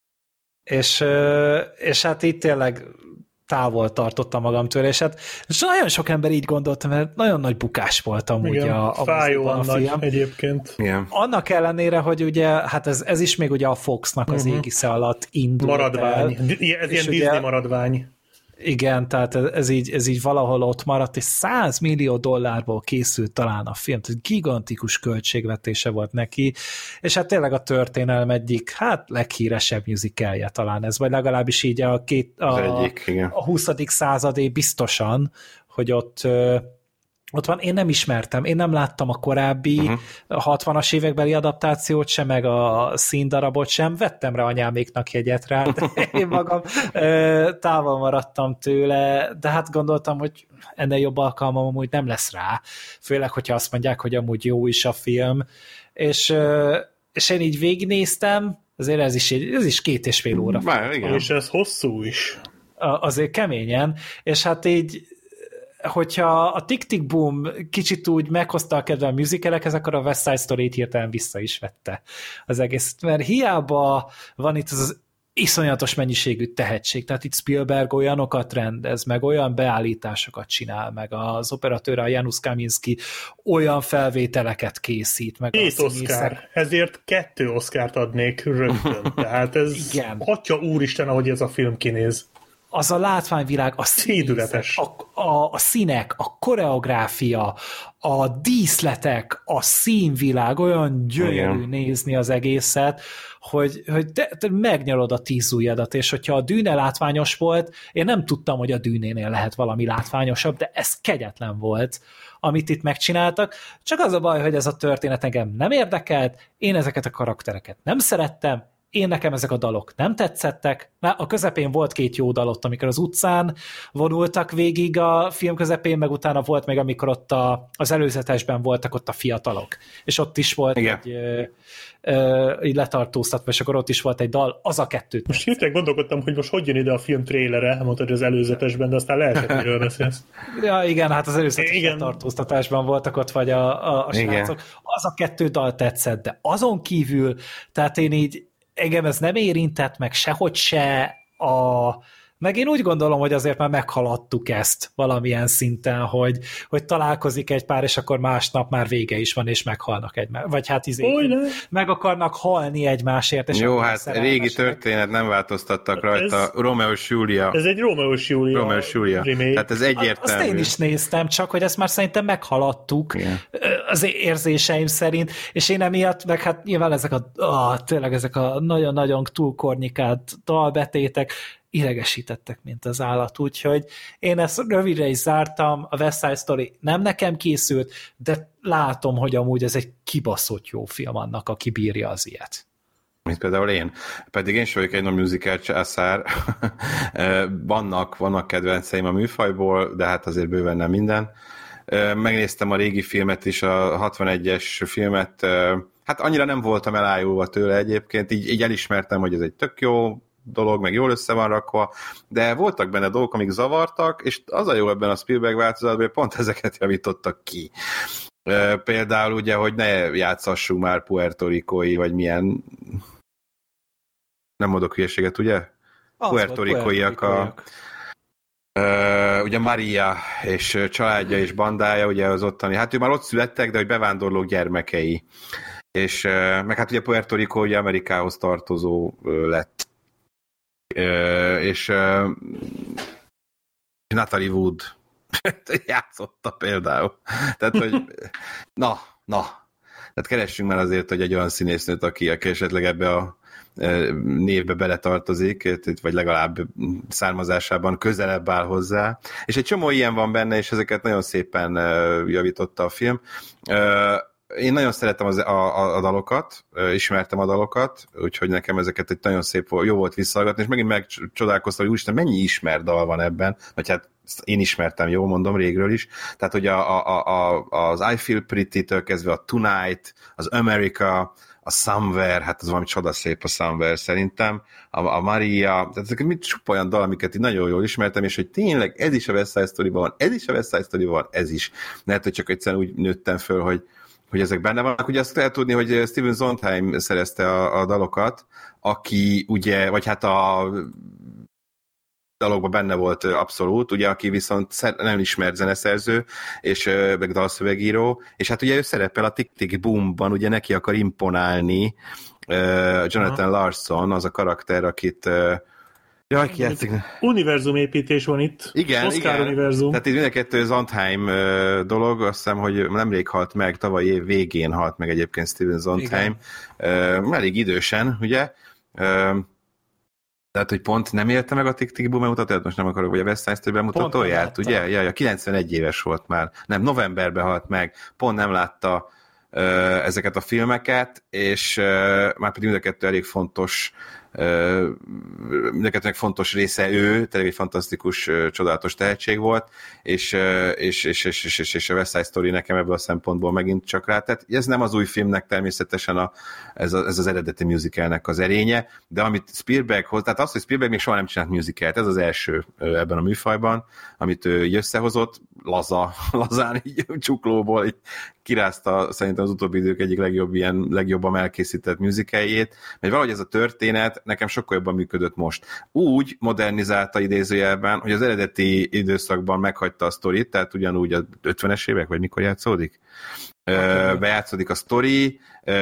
És, és hát itt tényleg távol tartottam magam tőle, és hát és nagyon sok ember így gondolta, mert nagyon nagy bukás voltam ugye a, a, fájóan a nagy egyébként. Igen. Annak ellenére, hogy ugye, hát ez, ez is még ugye a Foxnak az uh-huh. égisze alatt indult maradvány. el. Ez ilyen ugye, Disney maradvány. Igen, tehát ez, ez, így, ez így valahol ott maradt, és száz millió dollárból készült talán a film, tehát gigantikus költségvetése volt neki, és hát tényleg a történelem egyik, hát leghíresebb musicalje talán ez, vagy legalábbis így a, két, a, egyik, igen. a huszadik századé biztosan, hogy ott ott van, én nem ismertem, én nem láttam a korábbi uh-huh. hatvanas évekbeli adaptációt sem, meg a színdarabot sem, vettem rá anyáméknak jegyet rá, de én magam távol maradtam tőle, de hát gondoltam, hogy ennél jobb alkalmam amúgy nem lesz rá, főleg, hogyha azt mondják, hogy amúgy jó is a film, és, és én így végignéztem, azért ez is, ez is két és fél óra. Már, igen. És ez hosszú is. Azért keményen, és hát így hogyha a Tick Tick Boom kicsit úgy meghozta a kedve a musicalekhez, akkor a West Side Story-t hirtelen vissza is vette az egész. Mert hiába van itt az, az iszonyatos mennyiségű tehetség, tehát itt Spielberg olyanokat rendez, meg olyan beállításokat csinál, meg az operatőr, a Janusz Kaminski olyan felvételeket készít, meg két Oscar, ezért kettő Oscart adnék rögtön. Tehát ez, igen. Atya úristen, ahogy ez a film kinéz. Az a látványvilág, a színészek, a, a, a színek, a koreográfia, a díszletek, a színvilág, olyan gyönyörű igen. nézni az egészet, hogy, hogy te, te megnyalod a tíz ujjadat, és hogyha a Dűne látványos volt, én nem tudtam, hogy a Dűnénél lehet valami látványosabb, de ez kegyetlen volt, amit itt megcsináltak. Csak az a baj, hogy ez a történet engem nem érdekelt, én ezeket a karaktereket nem szerettem, én nekem ezek a dalok nem tetszettek, mert a közepén volt két jó dal ott, amikor az utcán vonultak végig a film közepén, meg utána volt még, amikor ott a, az előzetesben voltak ott a fiatalok, és ott is volt igen. egy ö, ö, így letartóztatva, és akkor ott is volt egy dal, az a kettőt. Most hirtelen gondolkodtam, hogy most hogy jön ide a film trailere, mondtad, hogy az előzetesben, de aztán lehetett, miről beszélsz. Ja, igen, hát az előzetes letartóztatásban voltak ott, vagy a, a, a srácok. Az a kettő dal tetszett, de azon kívül, tehát én így engem ez nem érintett meg sehogy se, a, meg én úgy gondolom, hogy azért már meghaladtuk ezt valamilyen szinten, hogy, hogy találkozik egy pár, és akkor másnap már vége is van, és meghalnak egymás. Vagy hát izé, meg akarnak halni egymásért. És jó, hát régi történet, nem változtattak rajta. Ez, Romeo és Julia. Ez egy Romeo és Julia. Romeo és Julia. Tehát ez egyértelmű. Azt én is néztem, csak hogy ezt már szerintem meghaladtuk igen. az érzéseim szerint, és én emiatt, meg hát nyilván ezek a, ah, tényleg ezek a nagyon-nagyon túlkornikált dalbetétek, idegesítettek, mint az állat, úgyhogy én ezt rövidre is zártam, a West Side Story nem nekem készült, de látom, hogy amúgy ez egy kibaszott jó film annak, aki bírja az ilyet. Mint például én. Pedig én sem vagyok egy nagy musical császár. vannak, vannak kedvenceim a műfajból, de hát azért bőven nem minden. Megnéztem a régi filmet is, a hatvanegyes filmet. Hát annyira nem voltam elájulva tőle egyébként, így, így elismertem, hogy ez egy tök jó dolog, meg jól össze van rakva, de voltak benne dolgok, amik zavartak, és az a jó ebben a Spielberg változatban, hogy pont ezeket javítottak ki. Például ugye, hogy ne játszassunk már puertorikói, vagy milyen nem mondok hülyeséget, ugye? Puertorikóiak a Uh, ugye Maria és családja és bandája, ugye az ottani, hát ő már ott születtek, de hogy bevándorlók gyermekei. És uh, meg hát ugye Puerto Rico ugye Amerikához tartozó uh, lett. Uh, és uh, Natalie Wood játszotta például. Tehát, hogy na, na. Tehát keressünk már azért, hogy egy olyan színésznőt, aki, aki esetleg ebbe a névbe beletartozik, vagy legalább származásában közelebb áll hozzá. És egy csomó ilyen van benne, és ezeket nagyon szépen javította a film. Én nagyon szeretem az, a, a, a dalokat, ismertem a dalokat, úgyhogy nekem ezeket egy nagyon szép, jó volt visszahallgatni, és megint megcsodálkoztam, hogy úristen, mennyi ismert dal van ebben, vagy hát én ismertem, jól mondom, régről is. Tehát, hogy a, a, a, az I Feel Pretty-től kezdve a Tonight, az America, a Somewhere, hát az valami csodaszép a Somewhere szerintem, a, a Maria, tehát ezek mind csupa olyan dal, amiket én nagyon jól ismertem, és hogy tényleg ez is a West Side Story-ban van, ez is a West Side Story-ban van, ez is. Lehet, hogy csak egyszerűen úgy nőttem föl, hogy, hogy ezek benne vannak. Ugye azt lehet tudni, hogy Steven Sondheim szerezte a, a dalokat, aki ugye, vagy hát a dalokban benne volt abszolút, ugye, aki viszont nem ismert zeneszerző, és meg dalszövegíró, és hát ugye ő szerepel a Tick Tick Boomban, ugye neki akar imponálni uh, Jonathan Aha. Larson, az a karakter, akit uh, jaj, ki játszik. Univerzumépítés van itt. Igen, Oscar igen. Univerzum. Tehát itt mind a kettő Sondheim uh, dolog, azt hiszem, hogy nemrég halt meg, tavaly év végén halt meg egyébként Steven Sondheim. Uh, elég idősen, ugye? Uh, Tehát, hogy pont nem élte meg a Tick Tick Boom bemutatóját, most nem akarok, vagy a West Side Story bemutatóját, ugye? Ja, ja, kilencvenegy éves volt már. Nem, novemberben halt meg, pont nem látta uh, ezeket a filmeket, és uh, már pedig mind a kettő elég fontos uh, mind a kettőnek fontos része ő, tényleg egy fantasztikus, uh, csodálatos tehetség volt, és, uh, és, és, és, és, és, és a West Side Story nekem ebből a szempontból megint csak rá. Tehát ez nem az új filmnek természetesen a, ez, a, ez az eredeti musicalnek az erénye, de amit Spielberg hoz, tehát az, hogy Spielberg még soha nem csinált musicalt, ez az első ebben a műfajban, amit ő így összehozott, laza, lazán így csuklóból így kirázta szerintem az utóbbi idők egyik legjobb ilyen, legjobban elkészített musicaljét, mert valahogy ez a történet nekem sokkal jobban működött most. Úgy modernizálta idézőjelben, hogy az eredeti időszakban meghagyta a sztorit, tehát ugyanúgy a ötvenes évek, vagy mikor játszódik? Okay. Bejátszódik a sztori,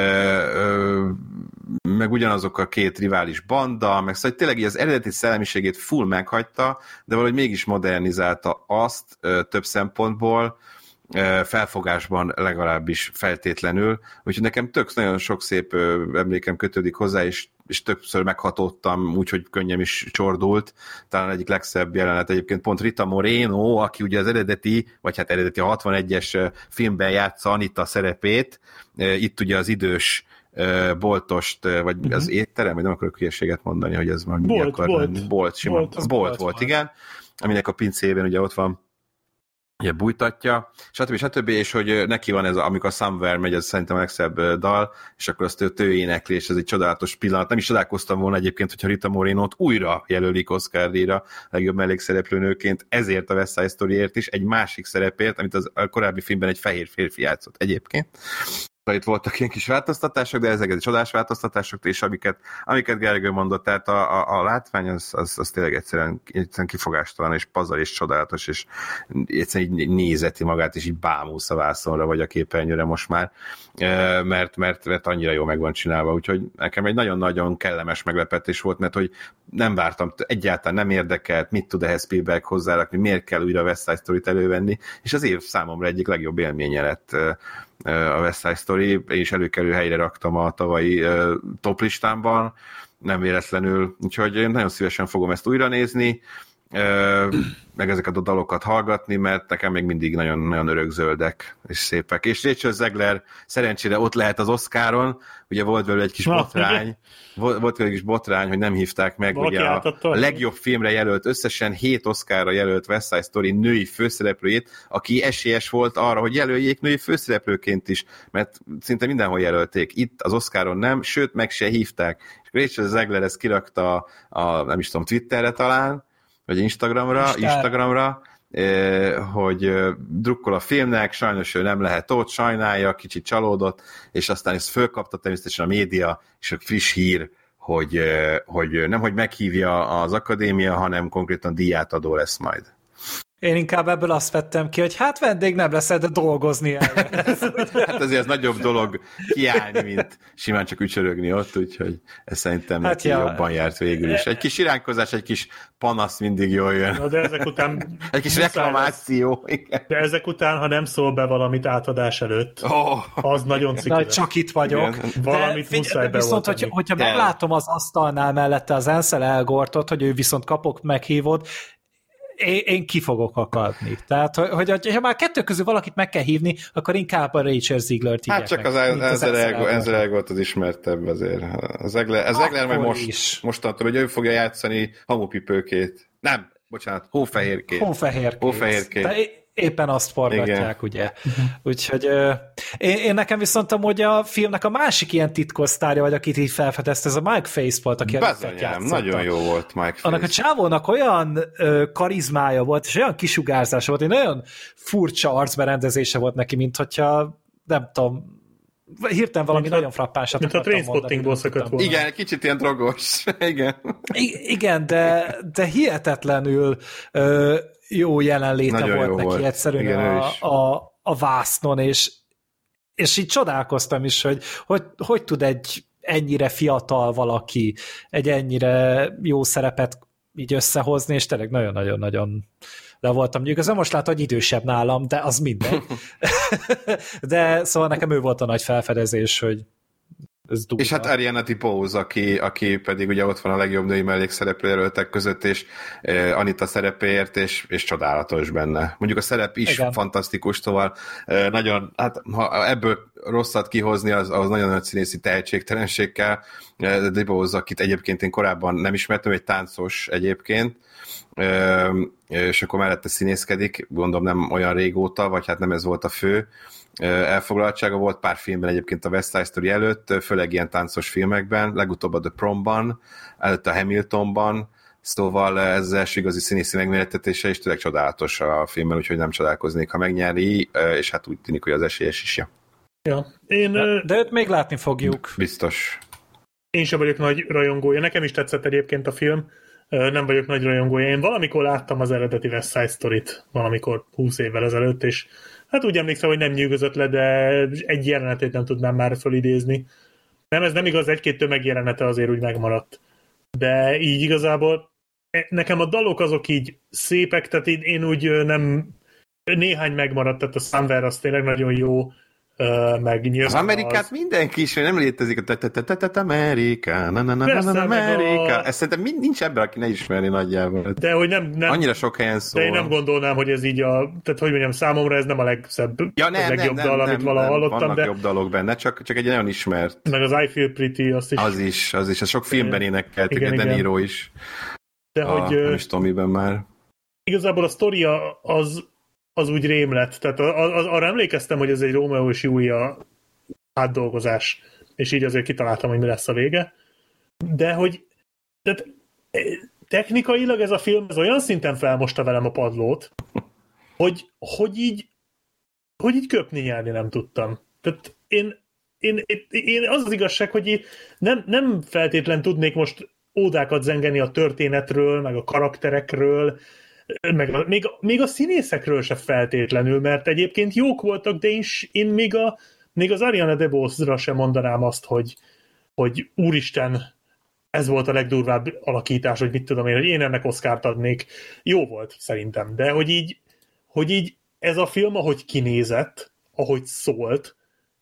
meg ugyanazok a két rivális banda, meg szóval tényleg így az eredeti szellemiségét full meghagyta, de valahogy mégis modernizálta azt több szempontból, felfogásban legalábbis feltétlenül, úgyhogy nekem tök nagyon sok szép emlékem kötődik hozzá, és, és többször meghatódtam, úgyhogy könnyem is csordult. Talán egyik legszebb jelenet egyébként pont Rita Moreno, aki ugye az eredeti, vagy hát eredeti a hatvanegyes filmben játsza Anita szerepét, itt ugye az idős boltost, vagy uh-huh. az étterem, vagy nem akarok hülyeséget mondani, hogy ez már mi akar bolt. lenni. Bolt, sima. Bolt, bolt, bolt volt, volt, igen, aminek a pincében ugye ott van ugye bújtatja, stb. stb. És hogy neki van ez, amikor a Somewhere megy, ez szerintem a legszebb dal, és akkor azt ő, ő énekli, és ez egy csodálatos pillanat. Nem is csodálkoztam volna egyébként, hogyha Rita Moreno-t újra jelölik Oscar-díjra legjobb mellékszereplőnőként, ezért a West Side Storyért is, egy másik szerepért, amit az a korábbi filmben egy fehér férfi játszott egyébként. Itt voltak ilyen kis változtatások, de ezek egy csodás változtatások, és amiket, amiket Gergő mondott, tehát a, a, a látvány az, az, az tényleg egyszerűen, egyszerűen kifogástalan, és pazar, és csodálatos, és egyszerűen így nézeti magát, és így bámulsz a vászonra, vagy a képernyőre most már, mert, mert, mert annyira jó meg van csinálva, úgyhogy nekem egy nagyon-nagyon kellemes meglepetés volt, mert hogy nem vártam, egyáltalán nem érdekelt, mit tud ehhez Spielberg hozzárakni, miért kell újra a West Side Storyt elővenni, és az év számomra egyik legjobb élménye lett a West Side Story, én is előkelő helyre raktam a tavalyi uh, top listámban, nem véletlenül, úgyhogy én nagyon szívesen fogom ezt újra nézni, uh, meg ezeket a dalokat hallgatni, mert nekem még mindig nagyon, nagyon örökzöldek és szépek. És Rachel Zegler szerencsére ott lehet az Oscaron, ugye volt belőle egy kis Na, botrány, volt, volt egy kis botrány, hogy nem hívták meg ugye a, a legjobb filmre jelölt, összesen hét Oscarra jelölt West Side Story női főszereplőjét, aki esélyes volt arra, hogy jelöljék női főszereplőként is, mert szinte mindenhol jelölték. Itt az Oscaron nem, sőt meg se hívták. És Rachel Zegler ezt kirakta a, a nem is tudom, Twitterre talán, vagy Instagramra, Insta. Instagramra, hogy drukkol a filmnek, sajnos ő nem lehet ott, sajnálja, kicsit csalódott, és aztán ezt fölkapta természetesen a média, és a friss hír, hogy, hogy nem, hogy meghívja az akadémia, hanem konkrétan díjátadó lesz majd. Én inkább ebből azt vettem ki, hogy hát vendég nem lesz, de dolgozni el. Hát azért ez nagyobb dolog kiállni, mint simán csak ücsörögni ott, úgyhogy ez szerintem hát ja. jobban járt végül is. Egy kis iránykozás, egy kis panasz mindig jól jön. Na, de ezek után... egy kis reklamáció. Igen. De ezek után, ha nem szól be valamit átadás előtt, oh. az nagyon ciki. Na, csak itt vagyok. Igen. Valamit de, muszáj de viszont, hogy, hogyha de. meglátom az asztalnál mellette az Ansel Elgortot, hogy ő viszont kapok meghívót, Én, én ki fogok akadni. Tehát, hogy, hogy ha már kettő közül valakit meg kell hívni, akkor inkább a Rachel Ziegler-t hívják. Hát csak meg, az Ansel Elgort az ismertebb azért. Az Egler, az Egler majd most, mostantól, hogy ő fogja játszani hamupipőkét. Nem, bocsánat, hófehérkét. Hófehérkét. Hófehérkét. De éppen azt forgatják, igen. ugye. Úgyhogy uh, én, én nekem viszont amúgy a filmnek a másik ilyen titkosztárja, vagy akit így felfedezte, ez a Mike Face volt, aki előtt játszott. Nagyon jó volt Mike Face. Annak a csávónak olyan uh, karizmája volt, és olyan kisugárzása volt, egy nagyon furcsa arcberendezése volt neki, mint hogyha, nem tudom, hirtelen valami mint nagyon frappánsat mint a Trainspottingból szökött volna. Igen, kicsit ilyen drogos. Igen. I- igen, de, de hihetetlenül uh, jó jelenléte nagyon volt jó neki volt. Egyszerűen igen, a, a, a vásznon, és, és így csodálkoztam is, hogy, hogy hogy tud egy ennyire fiatal valaki egy ennyire jó szerepet így összehozni, és tényleg nagyon-nagyon-nagyon le voltam nyugodva. Most látom, hogy idősebb nálam, de az mindegy. De szóval nekem ő volt a nagy felfedezés, hogy ez durva. És hát Ariana DeBose, aki, aki pedig ugye ott van a legjobb női mellékszereplő jelöltek között, és eh, Anita szerepéért, és, és csodálatos benne. Mondjuk a szerep is igen. fantasztikus, szóval eh, nagyon, hát ha ebből rosszat kihozni, az, az nagyon nagy színészi tehetségtelenség kell. Eh, DeBose, akit egyébként én korábban nem ismertem, egy táncos egyébként, eh, és akkor mellette színészkedik, gondolom nem olyan régóta, vagy hát nem ez volt a fő elfoglaltsága, volt pár filmben egyébként a West Side Story előtt, főleg ilyen táncos filmekben, legutóbb a The Promban, előtt a Hamiltonban, szóval ez az első igazi színészi megmérettetése, és tényleg csodálatos a filmben, úgyhogy nem csodálkoznék, ha megnyeri, és hát úgy tűnik, hogy az esélyes is. Ja. Ja. Én, de, de őt még látni fogjuk. Biztos. Én sem vagyok nagy rajongója, nekem is tetszett egyébként a film, nem vagyok nagy rajongója. Én valamikor láttam az eredeti West Side Storyt, valamikor húsz évvel ezelőtt, és hát úgy emlékszem, hogy nem nyűgözött le, de egy jelenetét nem tudnám már fölidézni. Nem, ez nem igaz, egy-két tömegjelenete azért úgy megmaradt. De így igazából nekem a dalok azok így szépek, tehát én úgy nem... Néhány megmaradt, tehát a Somewhere az tényleg nagyon jó. meg nyilván az Amerikát az... mindenki is, nem létezik a te-te-te-te-te Amerika, na-na-na-na-Amerika. Ez szerintem nincs ebben, aki ne ismerni nagyjából. De hogy nem, nem... Annyira sok helyen szól. De én nem gondolnám, hogy ez így a... Tehát, hogy mondjam, számomra ez nem a legszebb, ja, nem, a legjobb nem, dal, nem, amit nem, valaha nem, hallottam. Vannak de... jobb dalok benne, csak, csak egy nagyon ismert. Meg az I Feel Pretty, azt is. Az is, az is. Az sok filmben énekelték, igen, De igen. Niro is. De a, hogy... Nem is Tommyben már. Igazából a sztoria az, az úgy rém lett. Tehát az, az, arra emlékeztem, hogy ez egy Rómeó és Júlia átdolgozás, és így azért kitaláltam, hogy mi lesz a vége. De hogy tehát, technikailag ez a film ez olyan szinten felmosta velem a padlót, hogy, hogy így hogy így köpni nyerni nem tudtam. Tehát én, én, én az az igazság, hogy így nem, nem feltétlen tudnék most ódákat zengeni a történetről, meg a karakterekről, meg a, még, még a színészekről se feltétlenül, mert egyébként jók voltak, de én, én még, a, még az Ariana DeBose-ra sem mondanám azt, hogy, hogy úristen, ez volt a legdurvább alakítás, hogy mit tudom én, hogy én ennek Oscart adnék. Jó volt szerintem, de hogy így, hogy így ez a film, ahogy kinézett, ahogy szólt,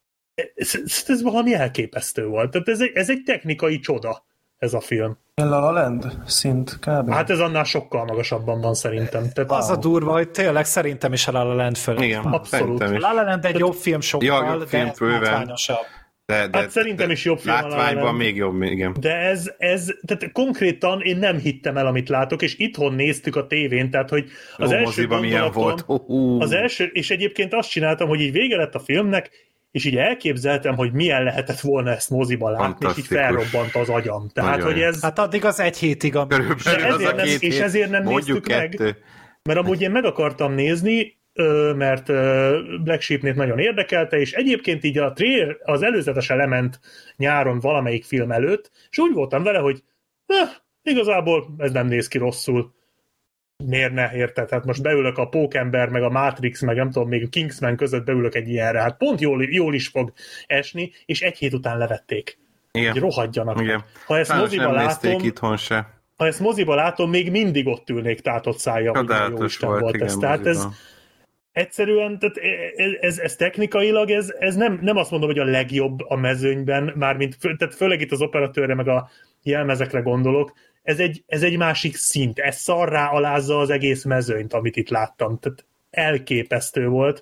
ez, ez valami elképesztő volt. Tehát ez egy, ez egy technikai csoda, ez a film. La La Land szint kb. Hát ez annál sokkal magasabban van szerintem. Tehát az a durva, hogy tényleg szerintem is a La La Land fölött. Igen, abszolút. A La La Land egy jobb film sokkal, ja, jobb film, de látványosabb. De, de, hát szerintem de, is jobb film a La La látványban Land. még jobb, igen. De ez, ez, tehát konkrétan én nem hittem el, amit látok, és itthon néztük a tévén, tehát hogy az Ó, első milyen volt. Uh-huh. Az első, és egyébként azt csináltam, hogy így vége lett a filmnek, és így elképzeltem, hogy milyen lehetett volna ezt moziban látni, és így felrobbant az agyam. Tehát, nagyon hogy ez... Hát addig az egy hétig, ami... Ezért nem, és ezért nem néztük kettő. meg, mert amúgy én meg akartam nézni, mert Black Sheep-nét nagyon érdekelte, és egyébként így a trailer, az előzetes element nyáron valamelyik film előtt, és úgy voltam vele, hogy eh, igazából ez nem néz ki rosszul. Miért ne, érted? Hát most beülök a Pókember, meg a Matrix, meg nem tudom, még a Kingsman között beülök egy ilyenre. Hát pont jól, jól is fog esni, és egy hét után levették. Igen. Hogy rohadjanak. Igen. Ha ezt moziba látom, itthon se. Ha ezt moziba látom, még mindig ott ülnék tátott szájjal, hogy jó Isten volt, volt igen, ez. Tehát ez egyszerűen, tehát ez, ez, ez technikailag, ez, ez nem, nem azt mondom, hogy a legjobb a mezőnyben, mármint, tehát főleg itt az operatőrre, meg a jelmezekre gondolok, ez egy, ez egy másik szint, ez szarrá alázza az egész mezőnyt, amit itt láttam, tehát elképesztő volt.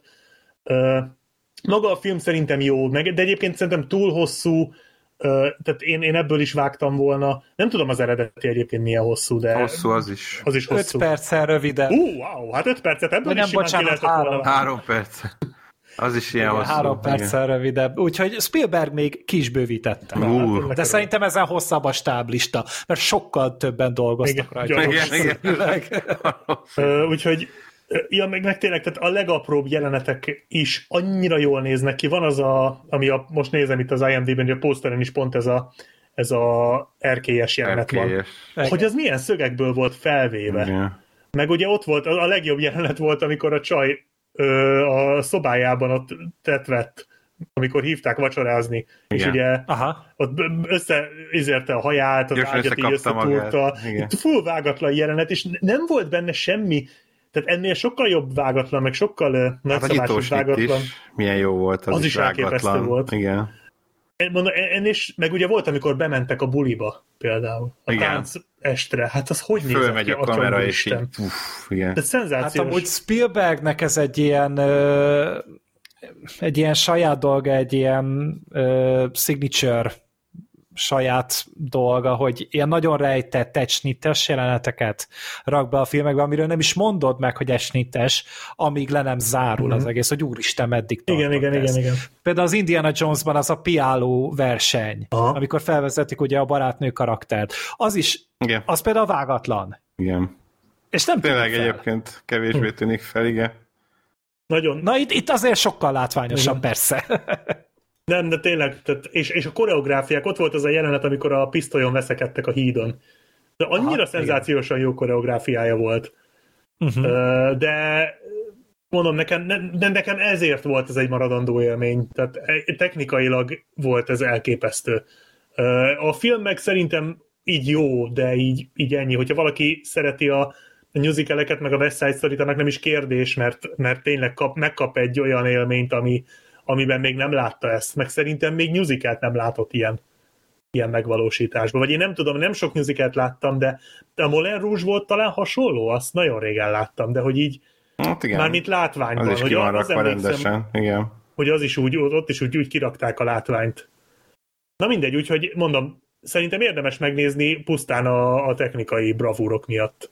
Maga a film szerintem jó, de egyébként szerintem túl hosszú, tehát én, én ebből is vágtam volna, nem tudom az eredeti egyébként milyen hosszú, de... Hosszú az is. Az is hosszú. öt perccel röviden. Ú, uh, wow, hát öt percet ebből nem, is simán bocsánat, ki lehetett három. volna. Három perc. Az is ilyen igen, hosszú. Három perccel rövidebb. Úgyhogy Spielberg még ki is bővítette. Uh. De szerintem ezen hosszabb a stáblista, mert sokkal többen dolgoztak igen, rajta. Igen, igen. Úgyhogy ja, meg, meg tényleg, tehát a legapróbb jelenetek is annyira jól néznek ki. Van az a, ami a, most nézem itt az I M D B-ben, hogy a poszteren is pont ez a, ez a erkélyes jelenet Erkélyes. van. Hogy az milyen szögekből volt felvéve. Igen. Meg ugye ott volt, a legjobb jelenet volt, amikor a csaj ö, a szobájában ott tetvett, amikor hívták vacsorázni, igen. És ugye aha. Ott összeizérte a haját, az Gyorsan ágyat így összetúrta. Full vágatlan jelenet, és nem volt benne semmi. Tehát ennél sokkal jobb vágatlan, meg sokkal uh, nagyszabású vágatlan. Is. Milyen jó volt, az, az is, is elképesztő volt. Igen. Mondom, ennél, meg ugye volt, amikor bementek a buliba például, a igen. tánc estre. Hát az hogy nézett Fölmegy ki? a kamera, és így, uff, igen. De szenzációs. Hát amúgy Spielbergnek ez egy ilyen ö, egy ilyen saját dolga, egy ilyen ö, signature saját dolga, hogy ilyen nagyon rejtett, esnites jeleneteket rak be a filmekbe, amiről nem is mondod meg, hogy esnites, amíg le nem zárul mm-hmm. az egész, hogy úristen, meddig tartott igen, igen, ez. igen, igen. Például az Indiana Jonesban az a piáló verseny, aha. amikor felvezetik ugye a barátnő karaktert. Az is, igen. az például vágatlan. Igen. És nem tényleg egyébként kevésbé tűnik fel, igen. Nagyon. Na itt, itt azért sokkal látványosabb, igen. persze. Nem, de tényleg, tehát, és, és a koreográfiák, ott volt az a jelenet, amikor a pisztolyon veszekedtek a hídon. De annyira aha, szenzációsan igen. jó koreográfiája volt. Uh-huh. De mondom, nekem, ne, nekem ezért volt ez egy maradandó élmény. Tehát technikailag volt ez elképesztő. A film meg szerintem így jó, de így, így ennyi. Hogyha valaki szereti a musicaleket, meg a West Side Story-t, annak nem is kérdés, mert, mert tényleg kap, megkap egy olyan élményt, ami amiben még nem látta ezt, meg szerintem még musicalt nem látott ilyen, ilyen megvalósításban. Vagy én nem tudom, nem sok musicalt láttam, de a Moulin Rouge volt talán hasonló, azt nagyon régen láttam, de hogy így hát igen. mármint látványban. Az is hogy ki van az rakva rendesen, igen. Hogy az is úgy, ott is úgy, úgy kirakták a látványt. Na mindegy, úgyhogy mondom, szerintem érdemes megnézni pusztán a, a technikai bravúrok miatt.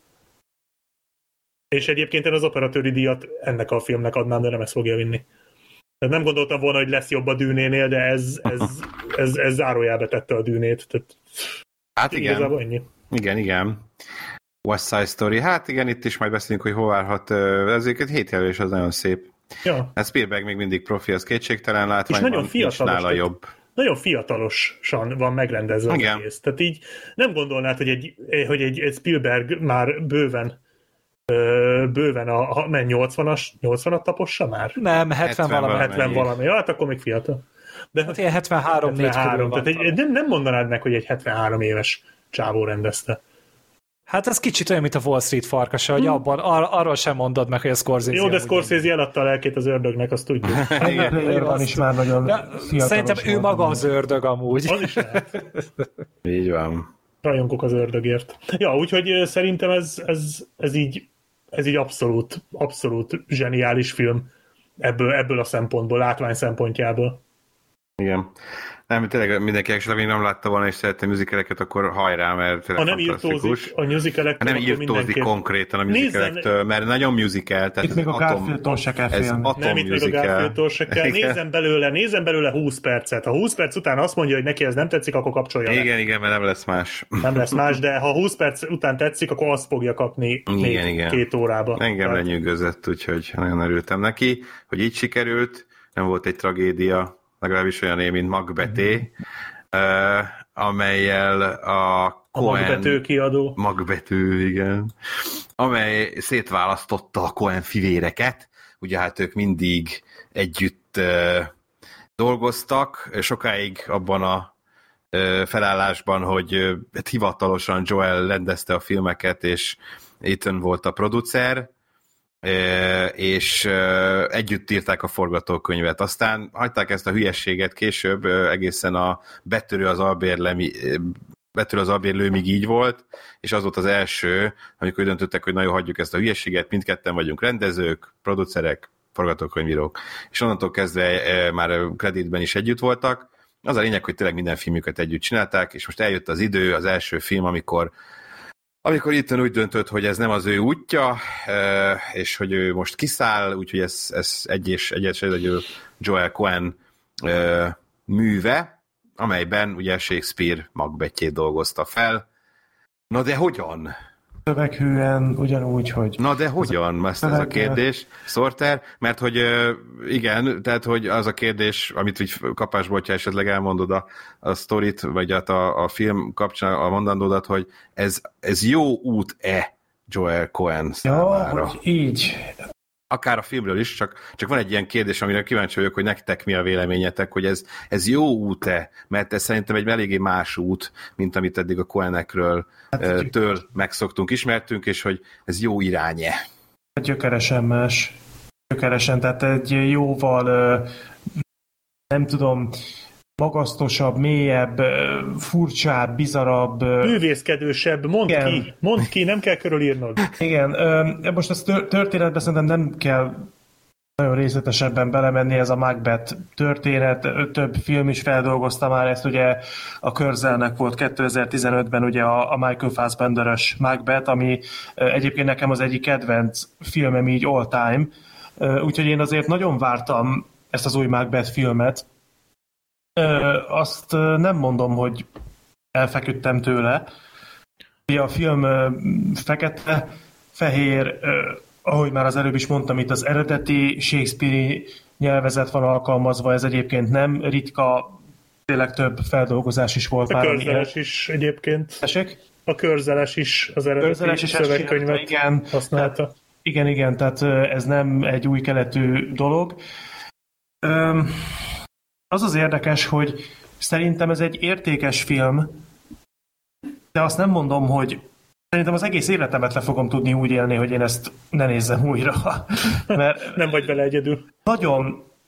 És egyébként én az operatőri díjat ennek a filmnek adnám, de nem ezt fogja vinni. Tehát nem gondoltam volna, hogy lesz jobb a Dűnénél, de ez, ez, ez, ez zárójelbe tette a Dűnét. Tehát hát igen. Ennyi. Igen, igen. West Side Story. Hát igen, itt is majd beszélünk, hogy hol várhat. Ezért egy hétjelölés az nagyon szép. Ja. Ez Spielberg még mindig profi, az kétségtelen látvány, és nagyon fiatalos, nála jobb. Nagyon fiatalosan van megrendezve az egész. Tehát így nem gondolnád, hogy egy, hogy egy, egy Spielberg már bőven bőven a, a men nyolcvanas, nyolcvanat tapossa már? Nem, hetven valami. hetven valami. Ja, hát akkor még fiatal. De hát ilyen hetvenhárom négy körül van. Tehát egy, nem, nem mondanád meg, hogy egy hetvenhárom éves csávó rendezte. Hát ez kicsit olyan, mint a Wall Street farkasa, hogy abban, ar- arról sem mondod meg, hogy a Scorsese... Jó, de Scorsese eladta a lelkét az ördögnek, azt tudjuk. Igen, is már nagyon fiatalos. Szerintem ő maga az ördög amúgy. Az is lehet. Így van. Rajongok az ördögért. Ja, úgyhogy szerintem ez, ez, ez így ez így abszolút, abszolút zseniális film ebből, ebből a szempontból, látvány szempontjából. Igen. Nem, tényleg mindenki esetleg nem látta volna és szerette musicaleket, akkor hajrá, mert tényleg ha nem írtózik a musicalektől, nem írtózik mindenképp... konkrétan a musicalektől, mert nagyon musical. Tehát itt még a Garfieldtól se kell félni. Nem, itt még a Garfieldtól se kell. Nézem belőle, nézem belőle húsz percet. Ha húsz perc után azt mondja, hogy neki ez nem tetszik, akkor kapcsolja le. Igen, igen, mert nem lesz más. Nem lesz más, de ha húsz perc után tetszik, akkor azt fogja kapni igen, igen. két órába. Engem tehát... lenyűgözött, úgyhogy nagyon örültem neki, hogy így sikerült. Nem volt egy tragédia, legalábbis olyan én, mint Macbethé, uh, amellyel a Coen... A Macbethő kiadó. Macbethő, igen. Amely szétválasztotta a Coen fivéreket, ugye hát ők mindig együtt uh, dolgoztak, sokáig abban a uh, felállásban, hogy uh, hát hivatalosan Joel rendezte a filmeket, és Ethan volt a producer, és együtt írták a forgatókönyvet. Aztán hagyták ezt a hülyességet később, egészen a Betörő az albérlemi, Betörő az albérlőmig így volt, és az volt az első, amikor döntöttek, hogy na jó, hagyjuk ezt a hülyességet, mindketten vagyunk rendezők, producerek, forgatókönyvírók, és onnantól kezdve már kreditben is együtt voltak. Az a lényeg, hogy tényleg minden filmüket együtt csinálták, és most eljött az idő, az első film, amikor Amikor Ethan úgy döntött, hogy ez nem az ő útja, és hogy ő most kiszáll, úgyhogy ez, ez egy és egyes egy Joel Coen műve, amelyben ugye Shakespeare Macbethjét dolgozta fel. Na de hogyan? Szöveghűen ugyanúgy, hogy... Na de hogyan? Ez, ez a kérdés, Sorter, mert hogy igen, tehát hogy az a kérdés, amit úgy kapásból, hogyha esetleg elmondod a, a sztorit, vagy a, a film kapcsán a mondandódat, hogy ez, ez jó út-e Joel Coen számára? Ja, hogy így. Akár a filmről is, csak, csak van egy ilyen kérdés, amire kíváncsi vagyok, hogy nektek mi a véleményetek, hogy ez, ez jó út-e, mert ez szerintem egy eléggé más út, mint amit eddig a Coenekről hát, től megszoktunk, ismertünk, és hogy ez jó irány-e. Gyökeresen más. Gyökeresen, tehát egy jóval nem tudom, magasztosabb, mélyebb, furcsább, bizarabb... Művészkedősebb, mondd igen. ki, mondd ki, nem kell körülírnod. Igen, most ezt történetben szerintem nem kell nagyon részletesebben belemenni, ez a Macbeth történet, több film is feldolgozta már ezt, ugye a Körzelnek volt kétezer-tizenötben ugye a Michael Fassbender-ös Macbeth, ami egyébként nekem az egyik kedvenc filmem így all time, úgyhogy én azért nagyon vártam ezt az új Macbeth filmet. Ö, azt nem mondom, hogy elfeküdtem tőle. A film ö, fekete, fehér, ö, ahogy már az előbb is mondtam, itt az eredeti Shakespeare-i nyelvezet van alkalmazva, ez egyébként nem ritka, tényleg több feldolgozás is volt a már. A Körzeles is egyébként. Esek? A Körzeles is az eredeti szövegkönyvet igen, használta. Tehát, igen, igen, tehát ez nem egy új keletű dolog. Ö, Az az érdekes, hogy szerintem ez egy értékes film, de azt nem mondom, hogy szerintem az egész életemet le fogom tudni úgy élni, hogy én ezt ne nézzem újra. Mert nem vagy vele egyedül. Nagyon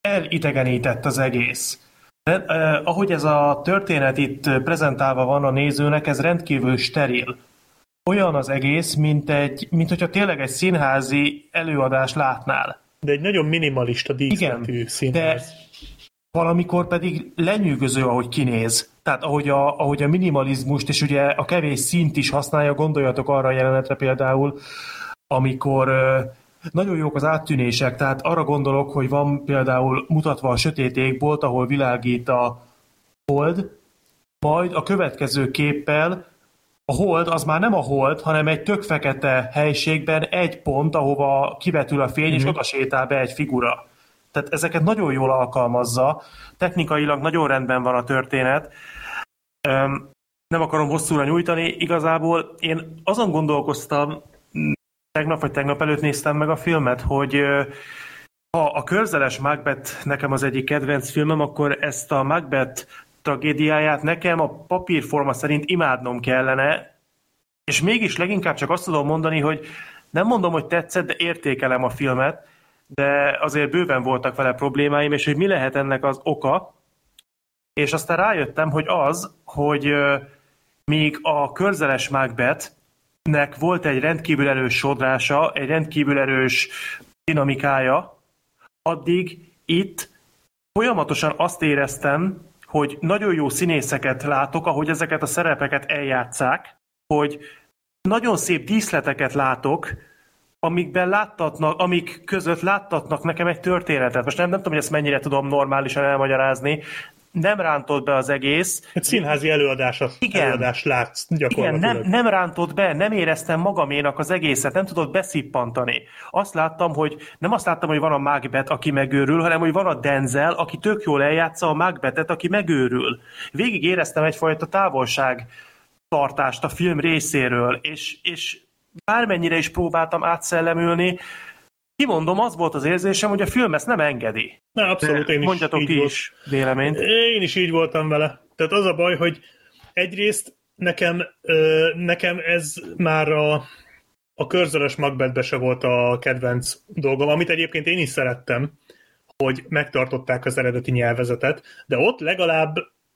elidegenített az egész. De, eh, ahogy ez a történet itt prezentálva van a nézőnek, ez rendkívül steril. Olyan az egész, mint egy, mint hogyha tényleg egy színházi előadást látnál. De egy nagyon minimalista díszletű színház. De valamikor pedig lenyűgöző, ahogy kinéz. Tehát ahogy a, ahogy a minimalizmust és ugye a kevés színt is használja, gondoljatok arra a jelenetre például, amikor nagyon jók az áttűnések, tehát arra gondolok, hogy van például mutatva a sötét égbolt, ahol világít a hold, majd a következő képpel a hold az már nem a hold, hanem egy tök fekete helységben egy pont, ahova kivetül a fény, mm-hmm. és oda sétál be egy figura. Tehát ezeket nagyon jól alkalmazza, technikailag nagyon rendben van a történet. Nem akarom hosszúra nyújtani, igazából én azon gondolkoztam, tegnap vagy tegnap előtt néztem meg a filmet, hogy ha a Körzeles Macbeth nekem az egyik kedvenc filmem, akkor ezt a Macbeth tragédiáját nekem a papírforma szerint imádnom kellene, és mégis leginkább csak azt tudom mondani, hogy nem mondom, hogy tetszett, de értékelem a filmet, de azért bőven voltak vele problémáim, és hogy mi lehet ennek az oka, és aztán rájöttem, hogy az, hogy míg a Körzeles Macbethnek volt egy rendkívül erős sodrása, egy rendkívül erős dinamikája, addig itt folyamatosan azt éreztem, hogy nagyon jó színészeket látok, ahogy ezeket a szerepeket eljátszák, hogy nagyon szép díszleteket látok, amikben láttatnak, amik között láttatnak nekem egy történetet. Most nem, nem tudom, hogy ezt mennyire tudom normálisan elmagyarázni. Nem rántott be az egész. Egy színházi előadás, előadás látsz gyakorlatilag. Igen, nem, nem rántott be, nem éreztem magaménak az egészet, nem tudott beszippantani. Azt láttam, hogy nem azt láttam, hogy van a Macbeth, aki megőrül, hanem hogy van a Denzel, aki tök jól eljátsza a Macbethet, aki megőrül. Végig éreztem egyfajta távolságtartást a film részéről, és, és bármennyire is próbáltam átszellemülni, kimondom, az volt az érzésem, hogy a film ezt nem engedi. Na, abszolút, én is mondjatok így ti volt. is véleményt. Én is így voltam vele. Tehát az a baj, hogy egyrészt nekem, nekem ez már a, a Körzeles Macbethbe se volt a kedvenc dolgom, amit egyébként én is szerettem, hogy megtartották az eredeti nyelvezetet, de ott legalább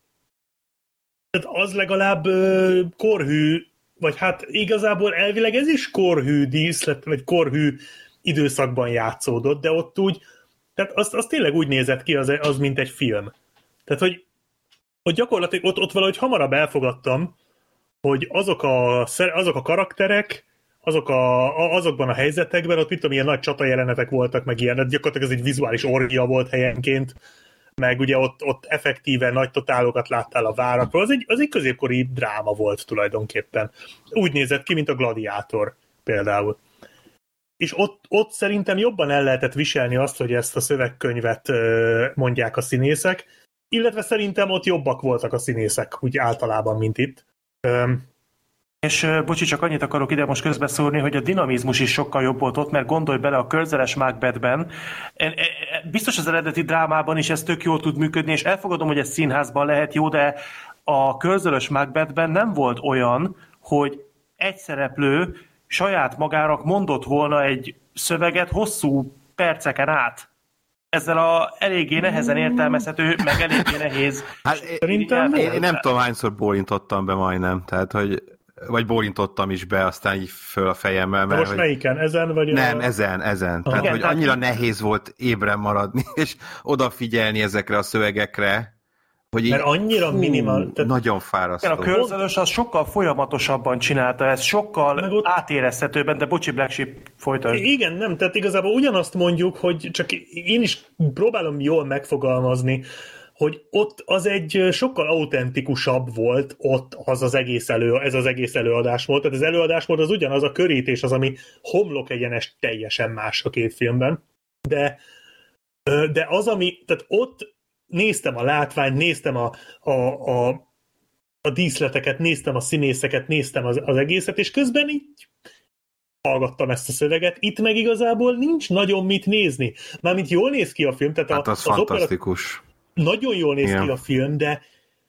tehát az legalább korhű, vagy hát igazából elvileg ez is korhű díszlet, vagy korhű időszakban játszódott, de ott úgy, tehát az, az tényleg úgy nézett ki, az, az mint egy film. Tehát, hogy, hogy gyakorlatilag ott, ott valahogy hamarabb elfogadtam, hogy azok a, azok a karakterek, azok a, azokban a helyzetekben, ott mit tudom, ilyen nagy csatajelenetek voltak, meg ilyen, gyakorlatilag ez egy vizuális orgia volt helyenként, meg ugye ott, ott effektíven nagy totálokat láttál a várakról. Az egy, az egy középkori dráma volt tulajdonképpen. Úgy nézett ki, mint a Gladiátor például. És ott, ott szerintem jobban el lehetett viselni azt, hogy ezt a szövegkönyvet mondják a színészek, illetve szerintem ott jobbak voltak a színészek, úgy általában, mint itt. És bocsi, csak annyit akarok ide most közbeszólni, hogy a dinamizmus is sokkal jobb volt ott, mert gondolj bele a Körzeles Macbethben. Biztos az eredeti drámában is ez tök jól tud működni, és elfogadom, hogy ez színházban lehet jó, de a Körzeles Macbethben nem volt olyan, hogy egy szereplő saját magának mondott volna egy szöveget hosszú perceken át. Ezzel a eléggé nehezen értelmezhető, meg eléggé nehéz. Hát én, én, én nem tudom, hányszor bólintottam be majdnem, tehát, hogy vagy bólintottam is be, aztán így föl a fejemmel. Mert, most hogy... melyiken? Ezen? Vagy nem, a... ezen, ezen. Tehát, igen, hogy tehát... annyira nehéz volt ébren maradni, és odafigyelni ezekre a szövegekre, hogy így, mert annyira fú, minimál. Tehát... nagyon fárasztó. A Körzölös az sokkal folyamatosabban csinálta ezt, sokkal ott... átérezhetőbben, de bocsi, Black Sheep, folytasd. Igen, nem, tehát igazából ugyanazt mondjuk, hogy csak én is próbálom jól megfogalmazni, hogy ott az egy sokkal autentikusabb volt ott az az egész elő, ez az egész előadásmód. Tehát az előadásmód az ugyanaz, a körítés az, ami homlok egyenes teljesen más a két filmben. De, de az, ami, tehát ott néztem a látványt, néztem a, a, a, a díszleteket, néztem a színészeket, néztem az, az egészet, és közben így hallgattam ezt a szöveget. Itt meg igazából nincs nagyon mit nézni. Mármint jól néz ki a film. Tehát hát a, az, az fantasztikus. Opera... Nagyon jól néz Igen. ki a film, de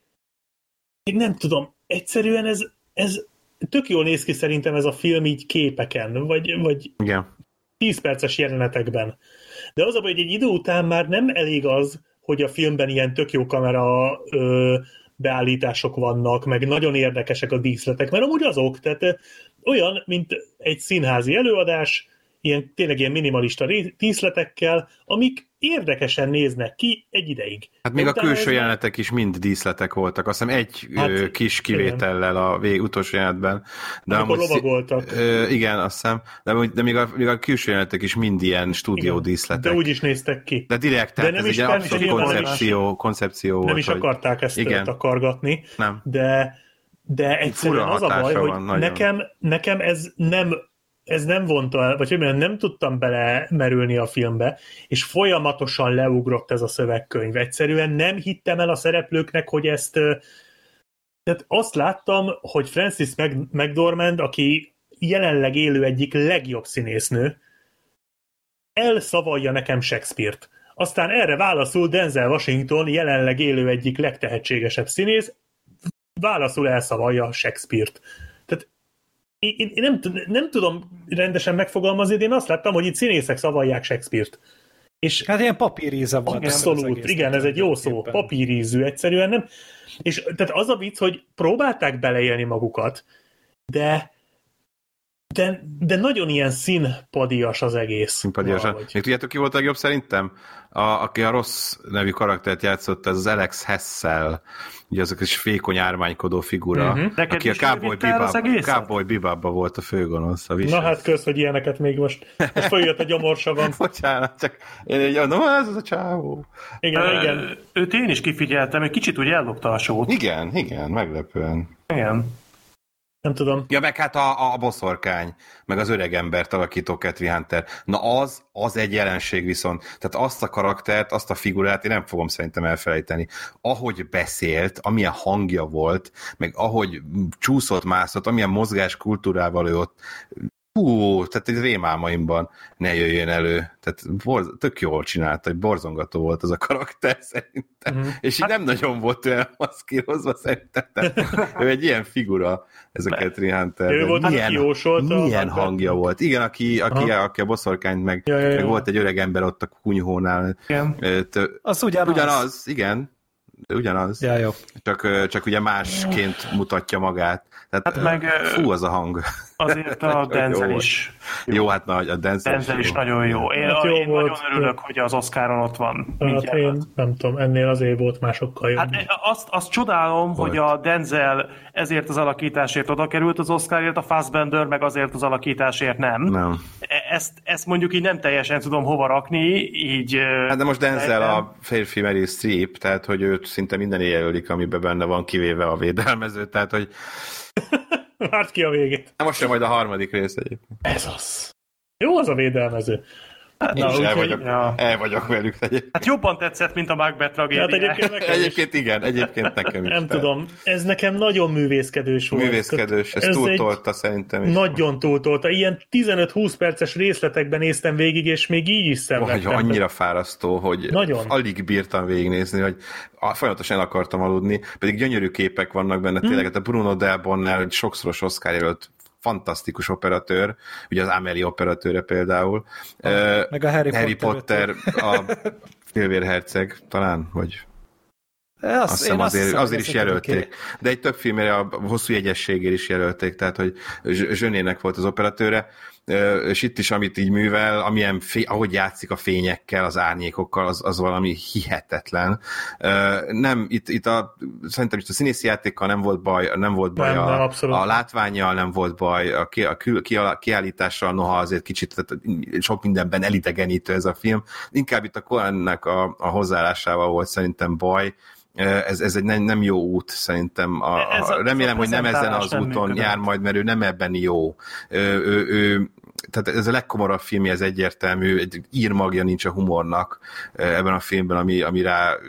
én nem tudom, egyszerűen ez, ez tök jól néz ki szerintem ez a film így képeken, vagy, vagy Igen. tíz perces jelenetekben. De az a baj, hogy egy idő után már nem elég az, hogy a filmben ilyen tök jó kamera ö, beállítások vannak, meg nagyon érdekesek a díszletek, mert amúgy azok, tehát ö, olyan, mint egy színházi előadás, ilyen, tényleg ilyen minimalista díszletekkel, amik érdekesen néznek ki egy ideig. Hát még a külső jelenetek is mind díszletek voltak, azt hiszem egy hát, ö, kis kivétellel igen. a vég, utolsó jelenetben. De amikor lovagoltak. Ö, igen, azt hiszem, de, de még, a, még a külső jelenetek is mind ilyen stúdió igen, díszletek. De úgy is néztek ki. De direkt, tehát de nem ez is, egy abszolút koncepció, koncepció nem volt. is akarták ezt igen. takargatni, nem. de, de egyszerűen az a baj, hogy van, nekem, nekem ez nem ez nem vonta el, vagy hogy mondjam, nem tudtam belemerülni a filmbe, és folyamatosan leugrott ez a szövegkönyv. Egyszerűen nem hittem el a szereplőknek, hogy ezt... Tehát azt láttam, hogy Frances McDormand, aki jelenleg élő egyik legjobb színésznő, elszavalja nekem Shakespeare-t. Aztán erre válaszul Denzel Washington, jelenleg élő egyik legtehetségesebb színész, válaszul elszavalja Shakespeare-t. Én, én nem, nem tudom rendesen megfogalmazni, de én azt láttam, hogy itt színészek szavalják Shakespeare-t. És hát ilyen papíríza volt. Abszolút, igen, ez egy jó szó. Papírízű egyszerűen nem. És tehát az a vicc, hogy próbálták beleélni magukat, de de, de nagyon ilyen színpadias az egész. Színpadias. Még tudjátok, ki volt a legjobb szerintem? A, aki a Ross nevű karaktert játszott, ez az Alex Hessel, ugye az a kis vékony ármánykodó figura, uh-huh. aki a Cowboy Bebop, Cowboy Bebopban volt a főgonosz. A Na hát kösz, hogy ilyeneket még most, most följött a gyomorsavam. Bocsánat, csak én így mondom, ez az a csávó. Igen, Ö, igen. Őt én is kifigyeltem, egy kicsit úgy ellopta a sót. Igen, igen, meglepően. Igen. Nem tudom. Ja, meg hát a, a boszorkány, meg az öreg embert alakító Catherine Hunter. Na az, az egy jelenség viszont. Tehát azt a karaktert, azt a figurát én nem fogom szerintem elfelejteni. Ahogy beszélt, amilyen hangja volt, meg ahogy csúszott, mászott, amilyen mozgás kultúrával ő ott hú, tehát egy rémálmaimban ne jöjjön elő. Tehát borz, tök jól csinálta, hogy borzongató volt az a karakter szerintem. Mm-hmm. És így hát... nem nagyon volt olyan maszkírozva szerintem. Ő egy ilyen figura, ez a Catherine Hunter. Ő volt, milyen, milyen hangja volt. Igen, aki, aki, aki a boszorkányt, meg, ja, ja, ja. meg volt egy öreg ember ott a kunyhónál. Az ugyanaz. Ugyanaz, igen. Ugyanaz. Ja, jó. Csak, csak ugye másként mutatja magát. Tehát, hát meg, fú, az a hang. Azért a Denzel jó is. Jó, jó hát nagy, a Denzel, Denzel is nagyon jó. Én, hát jó én volt, nagyon örülök, hogy az Oscaron ott van. Hát én nem tudom, ennél azért volt másokkal jobb. Hát azt, azt csodálom, volt. Hogy a Denzel ezért az alakításért oda került az Oscarért, a Fassbender meg azért az alakításért nem. Nem. Ezt, ezt mondjuk így nem teljesen tudom hova rakni, így... Hát de most Denzel lejtem. A férfi Meryl Streep, tehát hogy őt szinte minden jelölik, amiben benne van, kivéve a védelmező, tehát hogy várt ki a végét. Na most sem majd a harmadik rész egyébként. Ez az. Jó az a védelmező. Hát én Na, is el, vagyok, ja. el vagyok velük egyébként. Hát jobban tetszett, mint a Macbeth tragédia. Hát egyébként, egyébként igen, egyébként nekem is. Nem fel. tudom, ez nekem nagyon művészkedős volt. Művészkedős, ez, ez túltolta szerintem is. Nagyon túltolta. Ilyen tizenöt-húsz perces részletekben néztem végig, és még így is szenvedtem. Vagy annyira fárasztó, hogy nagyon. Alig bírtam végignézni, hogy folyamatosan el akartam aludni, pedig gyönyörű képek vannak benne, tényleg, hmm. a Bruno Del Bonnel, sokszoros Oscar jelölt fantasztikus operatőr, ugye az Amelie operatőre például. Ah, meg a Harry, Harry Potter, Potter a Félvérherceg talán, vagy azt, azt hiszem azért, azt azért is jelölték. De egy több filmére a hosszú jegyességért is jelölték, tehát hogy Zsönének volt az operatőre, és itt is, amit így művel, amilyen fény, ahogy játszik a fényekkel, az árnyékokkal, az, az valami hihetetlen. Nem, itt, itt a, szerintem itt a színészi játékkal nem volt baj, nem volt baj nem, a, nem, a látvánnyal, nem volt baj, a, ki, a, ki, a kiállítással, noha azért kicsit tehát sok mindenben elidegenítő ez a film. Inkább itt a Coennek a, a hozzáállásával volt szerintem baj. Ez, ez egy nem, nem jó út, szerintem. A, a, remélem, hogy nem ezen az úton működött. Jár majd, mert ő nem ebben jó. Ő, ő, ő, tehát ez a legkomorabb filmje, ez egyértelmű, egy írmagja nincs a humornak ebben a filmben, ami, ami rá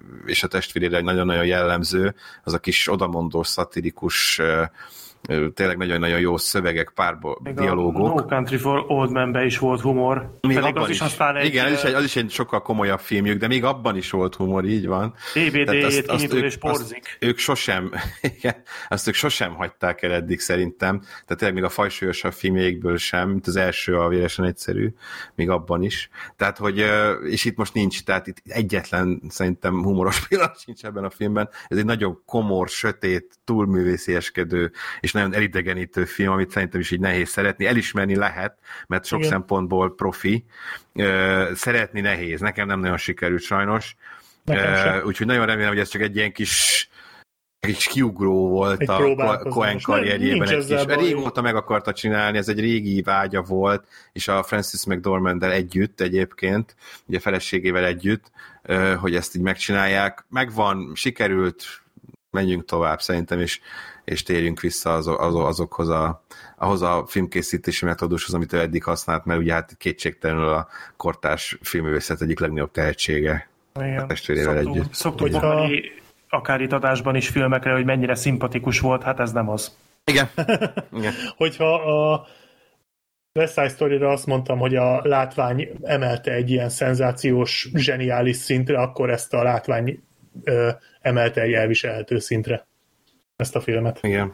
és a testvérére nagyon-nagyon jellemző, az a kis odamondós, szatirikus, tényleg nagyon-nagyon jó szövegek, pár dialógok. No Country for Old Men-ben is volt humor. Még Pedig az is, is aztán egy... Igen, az is, egy, az is egy sokkal komolyabb filmjük, de még abban is volt humor, így van. bé bé dé-jét kinyitod és porzik. Azt ők sosem, igen, azt ők sosem hagyták el eddig szerintem. Tehát tényleg még a fajsúlyosabb filmjeikből sem, mint az első a Véresen egyszerű, még abban is. Tehát, hogy, és itt most nincs, tehát itt egyetlen szerintem humoros pillanat sincs ebben a filmben. Ez egy nagyon komor, sötét, túlművészieskedő, és nagyon elidegenítő film, amit szerintem is így nehéz szeretni. Elismerni lehet, mert sok igen. szempontból profi. Szeretni nehéz. Nekem nem nagyon sikerült sajnos. Úgyhogy nagyon remélem, hogy ez csak egy ilyen kis egy kis kiugró volt egy a Coen karrierjében. Egy kis, régóta meg akarta csinálni, ez egy régi vágya volt, és a Frances McDormand-del együtt egyébként, ugye a feleségével együtt, hogy ezt így megcsinálják. Megvan, sikerült, menjünk tovább szerintem, és, és térjünk vissza az, az, azokhoz a, ahhoz a filmkészítési metódushoz, amit ő eddig használt, mert ugye hát kétségtelenül a kortárs filmművészet egyik legnagyobb tehetsége. Igen. A testvérével szoktuk, együtt. Szoktuk mondani, akár itt adásban is filmekre, hogy mennyire szimpatikus volt, hát ez nem az. Igen. Igen. Hogyha a West Side Story-ra azt mondtam, hogy a látvány emelte egy ilyen szenzációs, zseniális szintre, akkor ezt a látvány ö, emelte egy elviselhető szintre. Ezt a filmet. Igen.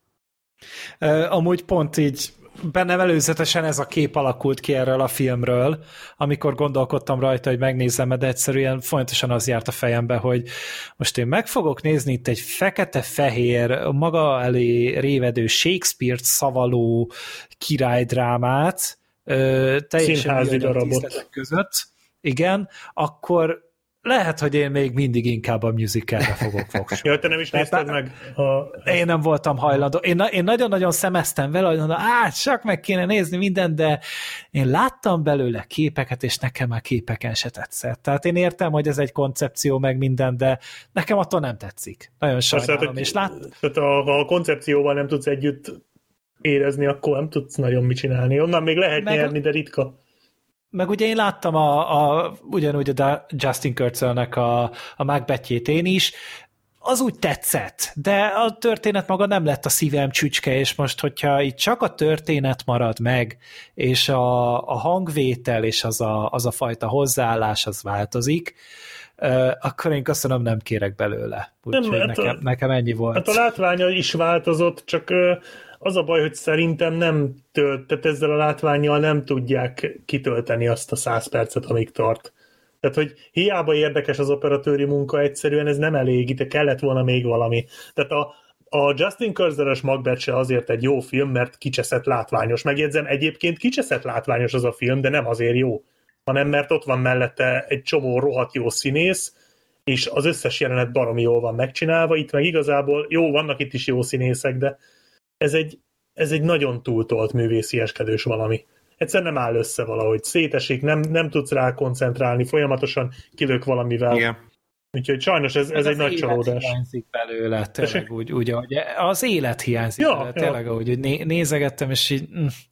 Uh, amúgy pont így bennem előzetesen ez a kép alakult ki erről a filmről, amikor gondolkodtam rajta, hogy megnézem, de egyszerűen folyamatosan az járt a fejembe, hogy most én meg fogok nézni itt egy fekete-fehér, maga elé révedő Shakespeare-t szavaló királydrámát, uh, teljesen színházi darabot között, igen, akkor lehet, hogy én még mindig inkább a musicalre fogok voksolni. Jaj, te nem is nézted meg? A... Én nem voltam hajlandó. Én, én nagyon-nagyon szemeztem vele, hogy mondom, á, csak meg kéne nézni mindent, de én láttam belőle képeket, és nekem már képeken se tetszett. Tehát én értem, hogy ez egy koncepció, meg minden, de nekem attól nem tetszik. Nagyon sajnálom. És lát... Tehát ha a koncepcióval nem tudsz együtt érezni, akkor nem tudsz nagyon mit csinálni. Onnan még lehet meg... nyerni, de ritka. Meg ugye én láttam a, a, ugyanúgy a Justin Kurzelnek a, a Macbethjét én is, az úgy tetszett, de a történet maga nem lett a szívem csücske, és most, hogyha itt csak a történet marad meg, és a, a hangvétel, és az a, az a fajta hozzáállás, az változik, uh, akkor én köszönöm, nem kérek belőle. Úgyhogy hát nekem, nekem ennyi volt. Hát a látványa is változott, csak uh, az a baj, hogy szerintem nem tölt, tehát ezzel a látvánnyal nem tudják kitölteni azt a száz percet, amíg tart. Tehát, hogy hiába érdekes az operatőri munka, egyszerűen ez nem elég, itt kellett volna még valami. Tehát a, a Justin Kurzel-es Macbeth se azért egy jó film, mert kicseszett látványos. Megjegyzem, egyébként kicseszett látványos az a film, de nem azért jó, hanem mert ott van mellette egy csomó rohadt jó színész, és az összes jelenet baromi jól van megcsinálva, itt meg igazából, jó, vannak itt is jó színészek, de ez egy, ez egy nagyon túltolt művészieskedős valami. Egyszerűen nem áll össze valahogy. Szétesik, nem, nem tudsz rá koncentrálni, folyamatosan kilök valamivel. Igen. Úgyhogy sajnos ez, ez, ez egy nagy csalódás. Hiányzik belőle, tényleg úgy, úgy, ahogy az élet hiányzik ja, belőle, ja. Tényleg, ahogy né, nézegettem, és így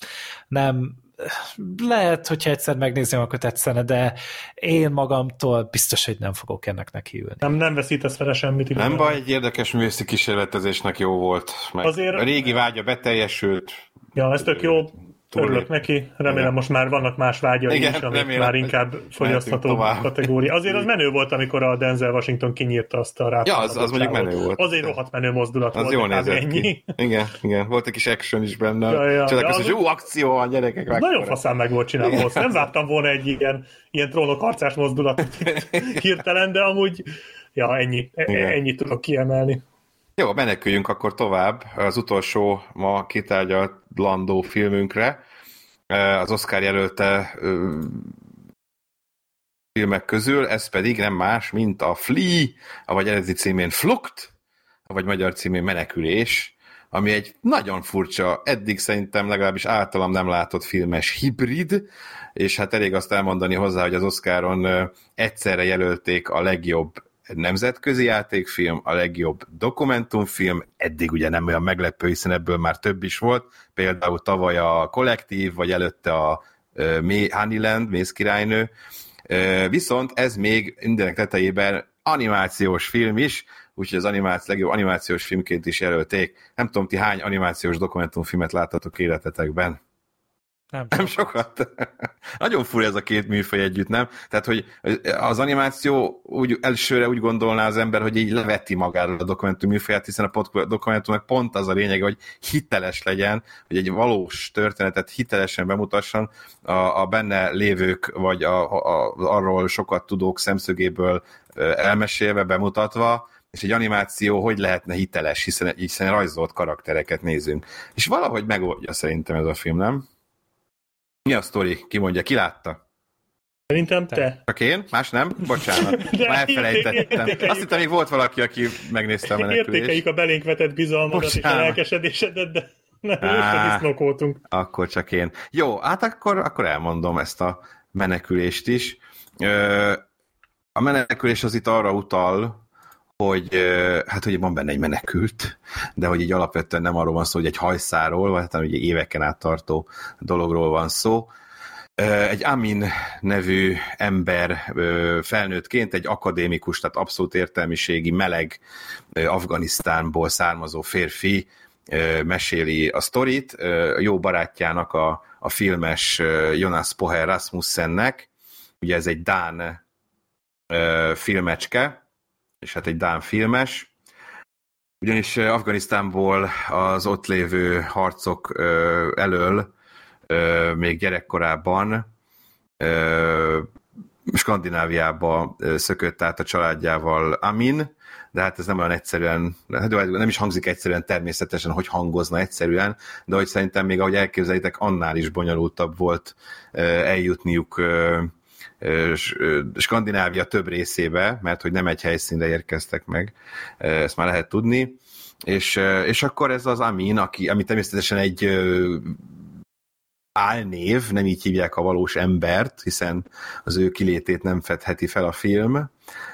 nem, lehet, hogyha egyszer megnézem, akkor tetszene, de én magamtól biztos, hogy nem fogok ennek nekiülni. Nem, nem veszítesz vele semmit. Nem baj, egy érdekes művészi kísérletezésnek jó volt. Meg azért... A régi vágya beteljesült. Ja, ez tök jó. Örülök neki, remélem igen. Most már vannak más vágyai igen, is, amik remélem, már inkább fogyasztható kategória. Azért az menő volt, amikor a Denzel Washington kinyírta azt a rápállatot. Ja, az, az mondjuk menő volt. Azért rohadt menő mozdulat az volt. Jól nézett ki. Igen, igen, volt egy kis action is benne. Ja, ja. Csak ja, az, hogy jó akció a gyerekek. Nagyon mekkora. Faszán meg volt csinálva hozzá. Nem vártam volna egy ilyen, ilyen trónok arcás mozdulatot hirtelen, de amúgy ja, ennyi, igen. ennyit tudok kiemelni. Jó, meneküljünk akkor tovább az utolsó ma kitárgyalandó filmünkre. Az Oscar jelölte ö, filmek közül, ez pedig nem más, mint a Flee, vagy eredeti címén Flucht, vagy magyar címén Menekülés, ami egy nagyon furcsa, eddig szerintem legalábbis általam nem látott filmes hibrid, és hát elég azt elmondani hozzá, hogy az Oscaron ö, egyszerre jelölték a legjobb nemzetközi játékfilm, a legjobb dokumentumfilm, eddig ugye nem olyan meglepő, hiszen ebből már több is volt, például tavaly a Kollektív, vagy előtte a uh, Honeyland, Méz királynő, uh, viszont ez még mindenek tetejében animációs film is, úgyhogy az animáció, legjobb animációs filmként is jelölték. Nem tudom, ti hány animációs dokumentumfilmet láttatok életetekben? Nem, nem sokat. Nagyon fura ez a két műfaj együtt, nem? Tehát, hogy az animáció úgy, elsőre úgy gondolná az ember, hogy így leveti magáról a dokumentum műfaját, hiszen a, a dokumentumnak pont az a lényeg, hogy hiteles legyen, hogy egy valós történetet hitelesen bemutasson a, a benne lévők, vagy a, a, arról sokat tudók szemszögéből elmesélve, bemutatva, és egy animáció hogy lehetne hiteles, hiszen, hiszen rajzolt karaktereket nézünk. És valahogy megoldja szerintem ez a film, nem? Mi a sztori? Ki mondja? Ki látta? Szerintem te. Csak én? Más nem? Bocsánat. De már elfelejtettem. Azt hittem, még volt valaki, aki megnézte a menekülést. Értékeljük a belénk vetett bizalmadat és a lelkesedésedet, de nem, most a disznók voltunk. Akkor csak én. Jó, hát akkor, akkor elmondom ezt a menekülést is. A menekülés az itt arra utal, hogy hát hogy van benne egy menekült, de hogy így alapvetően nem arról van szó, hogy egy hajszáról, vagy hát ugye éveken át tartó dologról van szó. Egy Amin nevű ember felnőttként egy akadémikus, tehát abszolút értelmiségi, meleg Afganisztánból származó férfi meséli a sztorit, jó barátjának, a, a filmes Jonas Poher Rasmussennek, ugye ez egy dán filmecske, és hát egy dán filmes, ugyanis Afganisztánból az ott lévő harcok elől még gyerekkorában Skandináviába szökött át a családjával Amin, de hát ez nem olyan egyszerűen, nem is hangzik egyszerűen természetesen, hogy hangozna egyszerűen, de hogy szerintem még ahogy elképzelitek, annál is bonyolultabb volt eljutniuk Skandinávia több részébe, mert hogy nem egy helyszínre érkeztek meg, ezt már lehet tudni, és, és akkor ez az Amin, aki, ami természetesen egy álnév, nem így hívják a valós embert, hiszen az ő kilétét nem fedheti fel a film,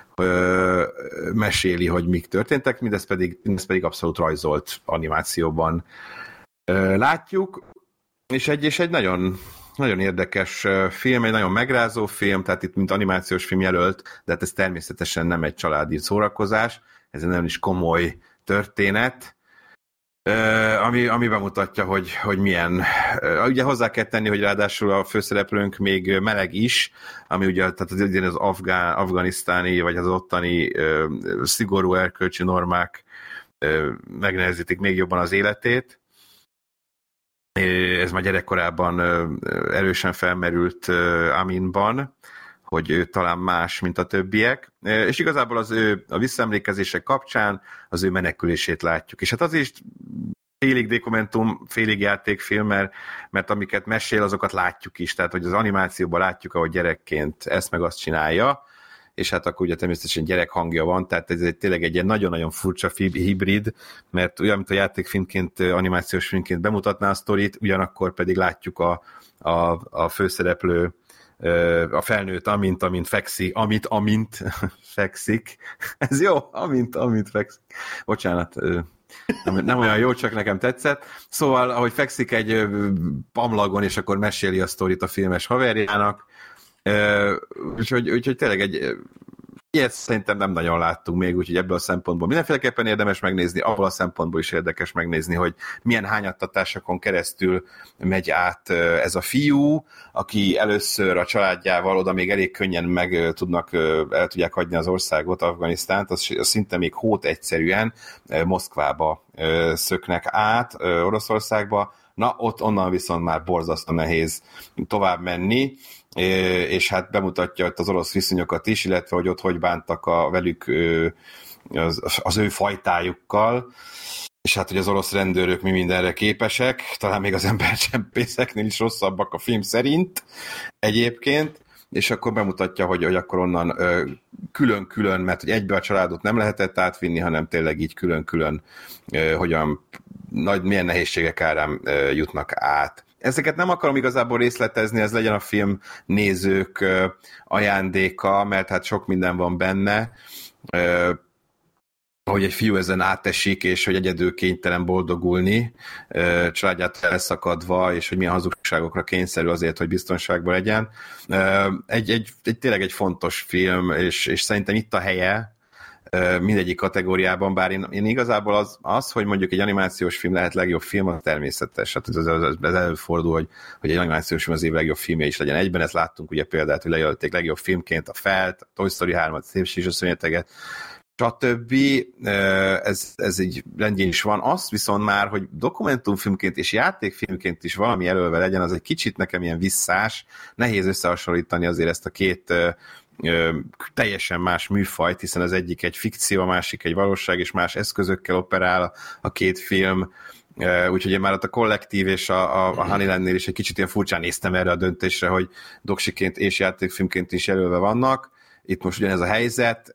meséli, hogy mik történtek, mindez pedig, mindez pedig abszolút rajzolt animációban látjuk, és egy, és egy nagyon Nagyon érdekes film, egy nagyon megrázó film, tehát itt mint animációs film jelölt, de hát ez természetesen nem egy családi szórakozás, ez egy nagyon is komoly történet, ami, ami bemutatja, hogy, hogy milyen. Ugye hozzá kell tenni, hogy ráadásul a főszereplőnk még meleg is, ami ugye tehát az, az afgán, afganisztáni, vagy az ottani szigorú erkölcsi normák megnehezítik még jobban az életét. Ez már gyerekkorában erősen felmerült Aminban, hogy ő talán más, mint a többiek, és igazából az ő a visszaemlékezések kapcsán az ő menekülését látjuk. És hát az is félig dokumentum, félig játékfilm, mert, mert amiket mesél, azokat látjuk is, tehát hogy az animációban látjuk, ahogy gyerekként ezt meg azt csinálja, és hát akkor ugye természetesen gyerek hangja van, tehát ez egy, tényleg egy ilyen nagyon-nagyon furcsa hibrid, mert olyan, mint a játékfilmként, animációs filmként bemutatná a sztorit, ugyanakkor pedig látjuk a, a, a főszereplő, a felnőtt amint, amint fekszik, amit, amint fekszik. Ez jó, amint, amint fekszik. Bocsánat, nem, nem olyan jó, csak nekem tetszett. Szóval, ahogy fekszik egy pamlagon, és akkor meséli a sztorit a filmes haverjának, Uh, úgyhogy, úgyhogy tényleg egy ilyet szerintem nem nagyon láttunk még, úgyhogy ebből a szempontból mindenféleképpen érdemes megnézni, abból a szempontból is érdekes megnézni, hogy milyen hányattatásokon keresztül megy át ez a fiú, aki először a családjával oda még elég könnyen meg tudnak, el tudják hagyni az országot, Afganisztánt, az, az szinte még hót egyszerűen Moszkvába szöknek át, Oroszországba, na ott onnan viszont már borzasztó nehéz tovább menni, és hát bemutatja ott az orosz viszonyokat is, illetve hogy ott hogy bántak a velük az, az ő fajtájukkal, és hát hogy az orosz rendőrök mi mindenre képesek, talán még az embercsempészeknél is rosszabbak a film szerint egyébként, és akkor bemutatja, hogy, hogy akkor onnan külön-külön, mert hogy egybe a családot nem lehetett átvinni, hanem tényleg így külön-külön hogyan, nagy, milyen nehézségek árán jutnak át. Ezeket nem akarom igazából részletezni, ez legyen a film nézők ajándéka, mert hát sok minden van benne, hogy egy fiú ezen átesik, és hogy egyedül kénytelen boldogulni, családját elszakadva, és hogy milyen hazugságokra kényszerül azért, hogy biztonságban legyen. Egy, egy, egy tényleg egy fontos film, és, és szerintem itt a helye, mindegyik kategóriában, bár én, én igazából az, az, hogy mondjuk egy animációs film lehet legjobb film, az természetes. Hát ez, ez, ez, ez előfordul, hogy, hogy egy animációs film az év legjobb filmje is legyen egyben. Ezt láttunk ugye példát, hogy lejelölték legjobb filmként a Felt, a Toy Story hármat, a Szépség és a Szörnyeteget, stb. Ez, ez így rendjén is van. Azt viszont már, hogy dokumentumfilmként és játékfilmként is valami jelölve legyen, az egy kicsit nekem ilyen visszás. Nehéz összehasonlítani azért ezt a két ö, teljesen más műfajt, hiszen az egyik egy fikció, a másik egy valóság, és más eszközökkel operál a két film. Úgyhogy én már ott a Kollektív és a, a, a Honeylandnél is egy kicsit ilyen furcsán néztem erre a döntésre, hogy doksiként és játékfilmként is jelölve vannak. Itt most ugyanez a helyzet.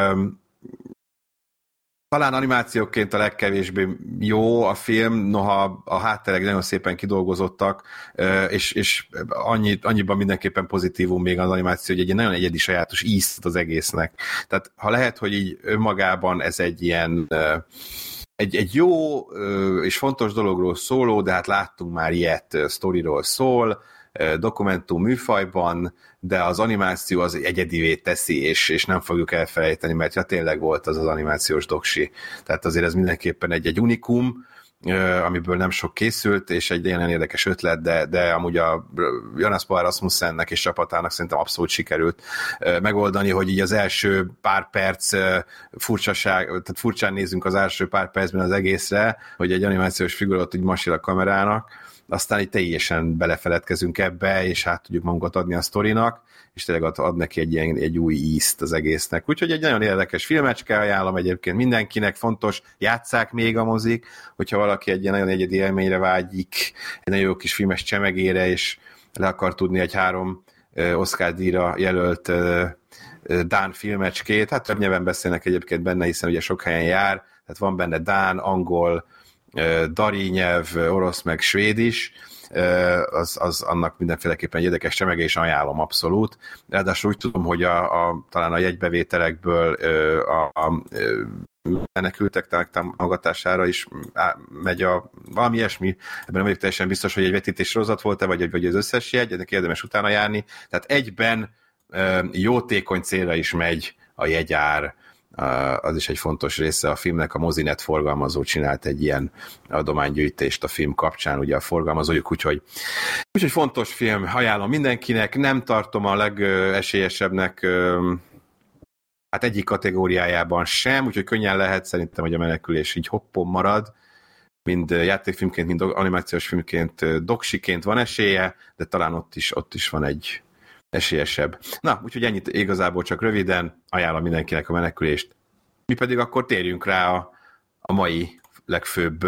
Talán animációként a legkevésbé jó a film, noha a hátterek nagyon szépen kidolgozottak, és, és annyi, annyiban mindenképpen pozitívum még az animáció, hogy egy nagyon egyedi sajátos ízt az egésznek. Tehát ha lehet, hogy így önmagában ez egy ilyen egy, egy jó és fontos dologról szóló, de hát láttunk már ilyet, sztoriról szól, dokumentum műfajban, de az animáció az egyedivé teszi, és, és nem fogjuk elfelejteni, mert ja, tényleg volt az az animációs doksi. Tehát azért ez mindenképpen egy, egy unikum, amiből nem sok készült, és egy ilyen érdekes ötlet, de, de amúgy a Jonas Poul Rasmussennek és csapatának szerintem abszolút sikerült megoldani, hogy így az első pár perc furcsaság, tehát furcsán nézünk az első pár percben az egészre, hogy egy animációs figura ott így masil a kamerának, aztán így teljesen belefeledkezünk ebbe, és hát tudjuk magunkat adni a sztorinak, és tényleg ad neki egy, ilyen, egy új ízt az egésznek. Úgyhogy egy nagyon érdekes filmecske, ajánlom egyébként mindenkinek, fontos, játsszák még a mozik, hogyha valaki egy ilyen nagyon egyedi élményre vágyik, egy nagyon jó kis filmes csemegére, és le akar tudni egy három Oscar-díjra jelölt dán filmecskét, hát több nyelven beszélnek egyébként benne, hiszen ugye sok helyen jár, tehát van benne dán, angol, dari nyelv, orosz meg svéd is, az, az annak mindenféleképpen érdekes csemege, és ajánlom abszolút. Ráadásul úgy tudom, hogy a, a, talán a jegybevételekből a, a menekültek támogatására is megy a valami ilyesmi, ebben nem vagyok teljesen biztos, hogy egy vetítés sorozat volt-e, vagy, vagy az összes jegy, ennek érdemes utána járni. Tehát egyben jótékony célra is megy a jegyár, az is egy fontos része a filmnek, a Mozinet forgalmazó csinált egy ilyen adománygyűjtést a film kapcsán, ugye a forgalmazójuk, úgyhogy, úgyhogy fontos film, ajánlom mindenkinek, nem tartom a legesélyesebbnek hát egyik kategóriájában sem, úgyhogy könnyen lehet szerintem, hogy a menekülés így hoppon marad, mind játékfilmként, mind animációs filmként, doksiként van esélye, de talán ott is, ott is van egy esélyesebb. Na, úgyhogy ennyit igazából csak röviden, ajánlom mindenkinek a menekülést. Mi pedig akkor térjünk rá a, a mai legfőbb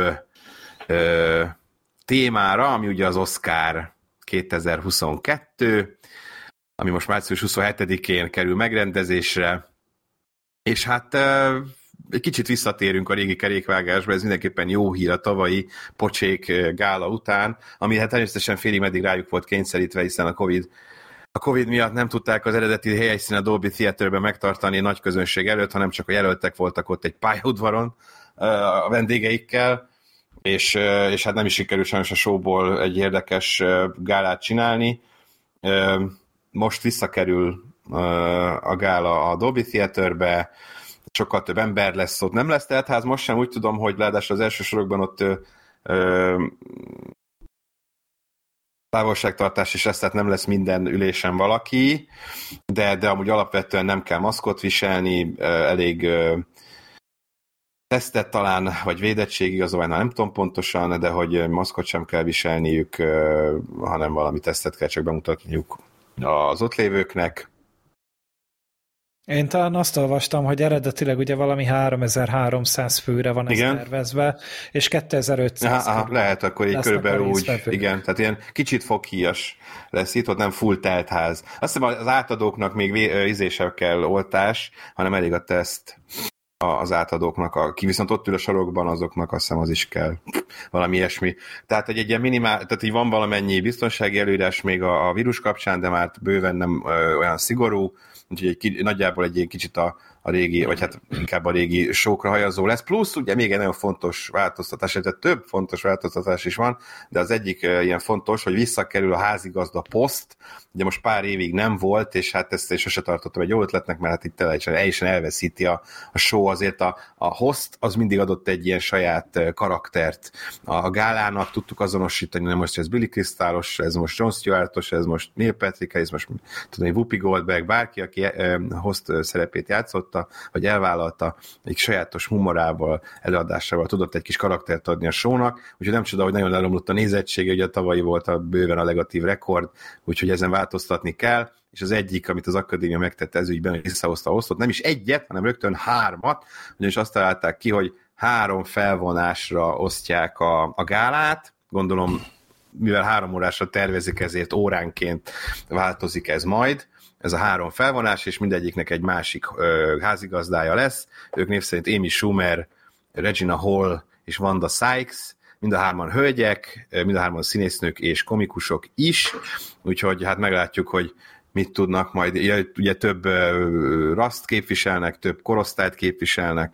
ö, témára, ami ugye az Oscar kétezer-huszonkettő, ami most március huszonhetedikén kerül megrendezésre, és hát ö, egy kicsit visszatérünk a régi kerékvágásba, ez mindenképpen jó hír a tavalyi pocsék gála után, ami hát természetesen félig meddig rájuk volt kényszerítve, hiszen a Covid A Covid miatt nem tudták az eredeti helyszín a Dolby Theaterben megtartani nagy közönség előtt, hanem csak a jelöltek voltak ott egy pályaudvaron a vendégeikkel, és, és hát nem is sikerült sajnos a showból egy érdekes gálát csinálni. Most visszakerül a gála a Dolby Theaterbe, sokkal több ember lesz ott, nem lesz teltház, most sem úgy tudom, hogy ráadásul az első sorokban ott távolságtartás is lesz, tehát nem lesz minden ülésen valaki, de, de amúgy alapvetően nem kell maszkot viselni, elég tesztet talán, vagy védettségigazolvány, nem tudom pontosan, de hogy maszkot sem kell viselniük, hanem valami tesztet kell csak bemutatniuk az ott lévőknek. Én talán azt olvastam, hogy eredetileg ugye valami háromezer-háromszáz főre van ez tervezve, és kétezer-ötszáz. Aha, aha, lehet, akkor így körülbelül úgy, igen, tehát ilyen kicsit foghíjas lesz itt, ott nem full teltház. Azt hiszem az átadóknak még ízésebb kell oltás, hanem elég a teszt az átadóknak, aki viszont ott ül a sarokban, azoknak azt hiszem az is kell. Valami ilyesmi. Tehát egy, egy ilyen minimál, tehát így van valamennyi biztonsági előírás még a, a vírus kapcsán, de már bőven nem ö, olyan szigorú, úgyhogy egy, nagyjából egy kicsit a, a régi, vagy hát inkább a régi showkra hajazó lesz. Plusz ugye még egy nagyon fontos változtatás, tehát több fontos változtatás is van, de az egyik ilyen fontos, hogy visszakerül a házigazda poszt, ugye most pár évig nem volt, és hát ezt én sose tartottam egy jó ötletnek, mert hát itt teljesen elveszíti a, a show, azért a, a host az mindig adott egy ilyen saját karaktert a, a gálának, tudtuk azonosítani, nem most ez Billy Crystal-os, ez most Jon Stewart-os, ez most Neil Patrick, ez most tudom, Whoopi Goldberg, bárki, aki host szerepét játszotta, vagy elvállalta, egy sajátos humorával, előadásával tudott egy kis karaktert adni a shownak, úgyhogy nem csoda, hogy nagyon leromlott a nézettsége, ugye a tavalyi volt a bőven a negatív rekord, úgyhogy ezen változtatni kell, és az egyik, amit az akadémia megtette ez ügyben, hogy visszahozta a hostot, nem is egyet, hanem rögtön hármat, ugyanis azt találták ki, hogy három felvonásra osztják a, a gálát, gondolom, mivel három órásra tervezik, ezért óránként változik ez majd, ez a három felvonás, és mindegyiknek egy másik ö, házigazdája lesz, ők név szerint Amy Schumer, Regina Hall és Wanda Sykes, mind a hárman hölgyek, mind a hárman színésznők és komikusok is, úgyhogy hát meglátjuk, hogy mit tudnak majd, ugye több uh, raszt képviselnek, több korosztályt képviselnek,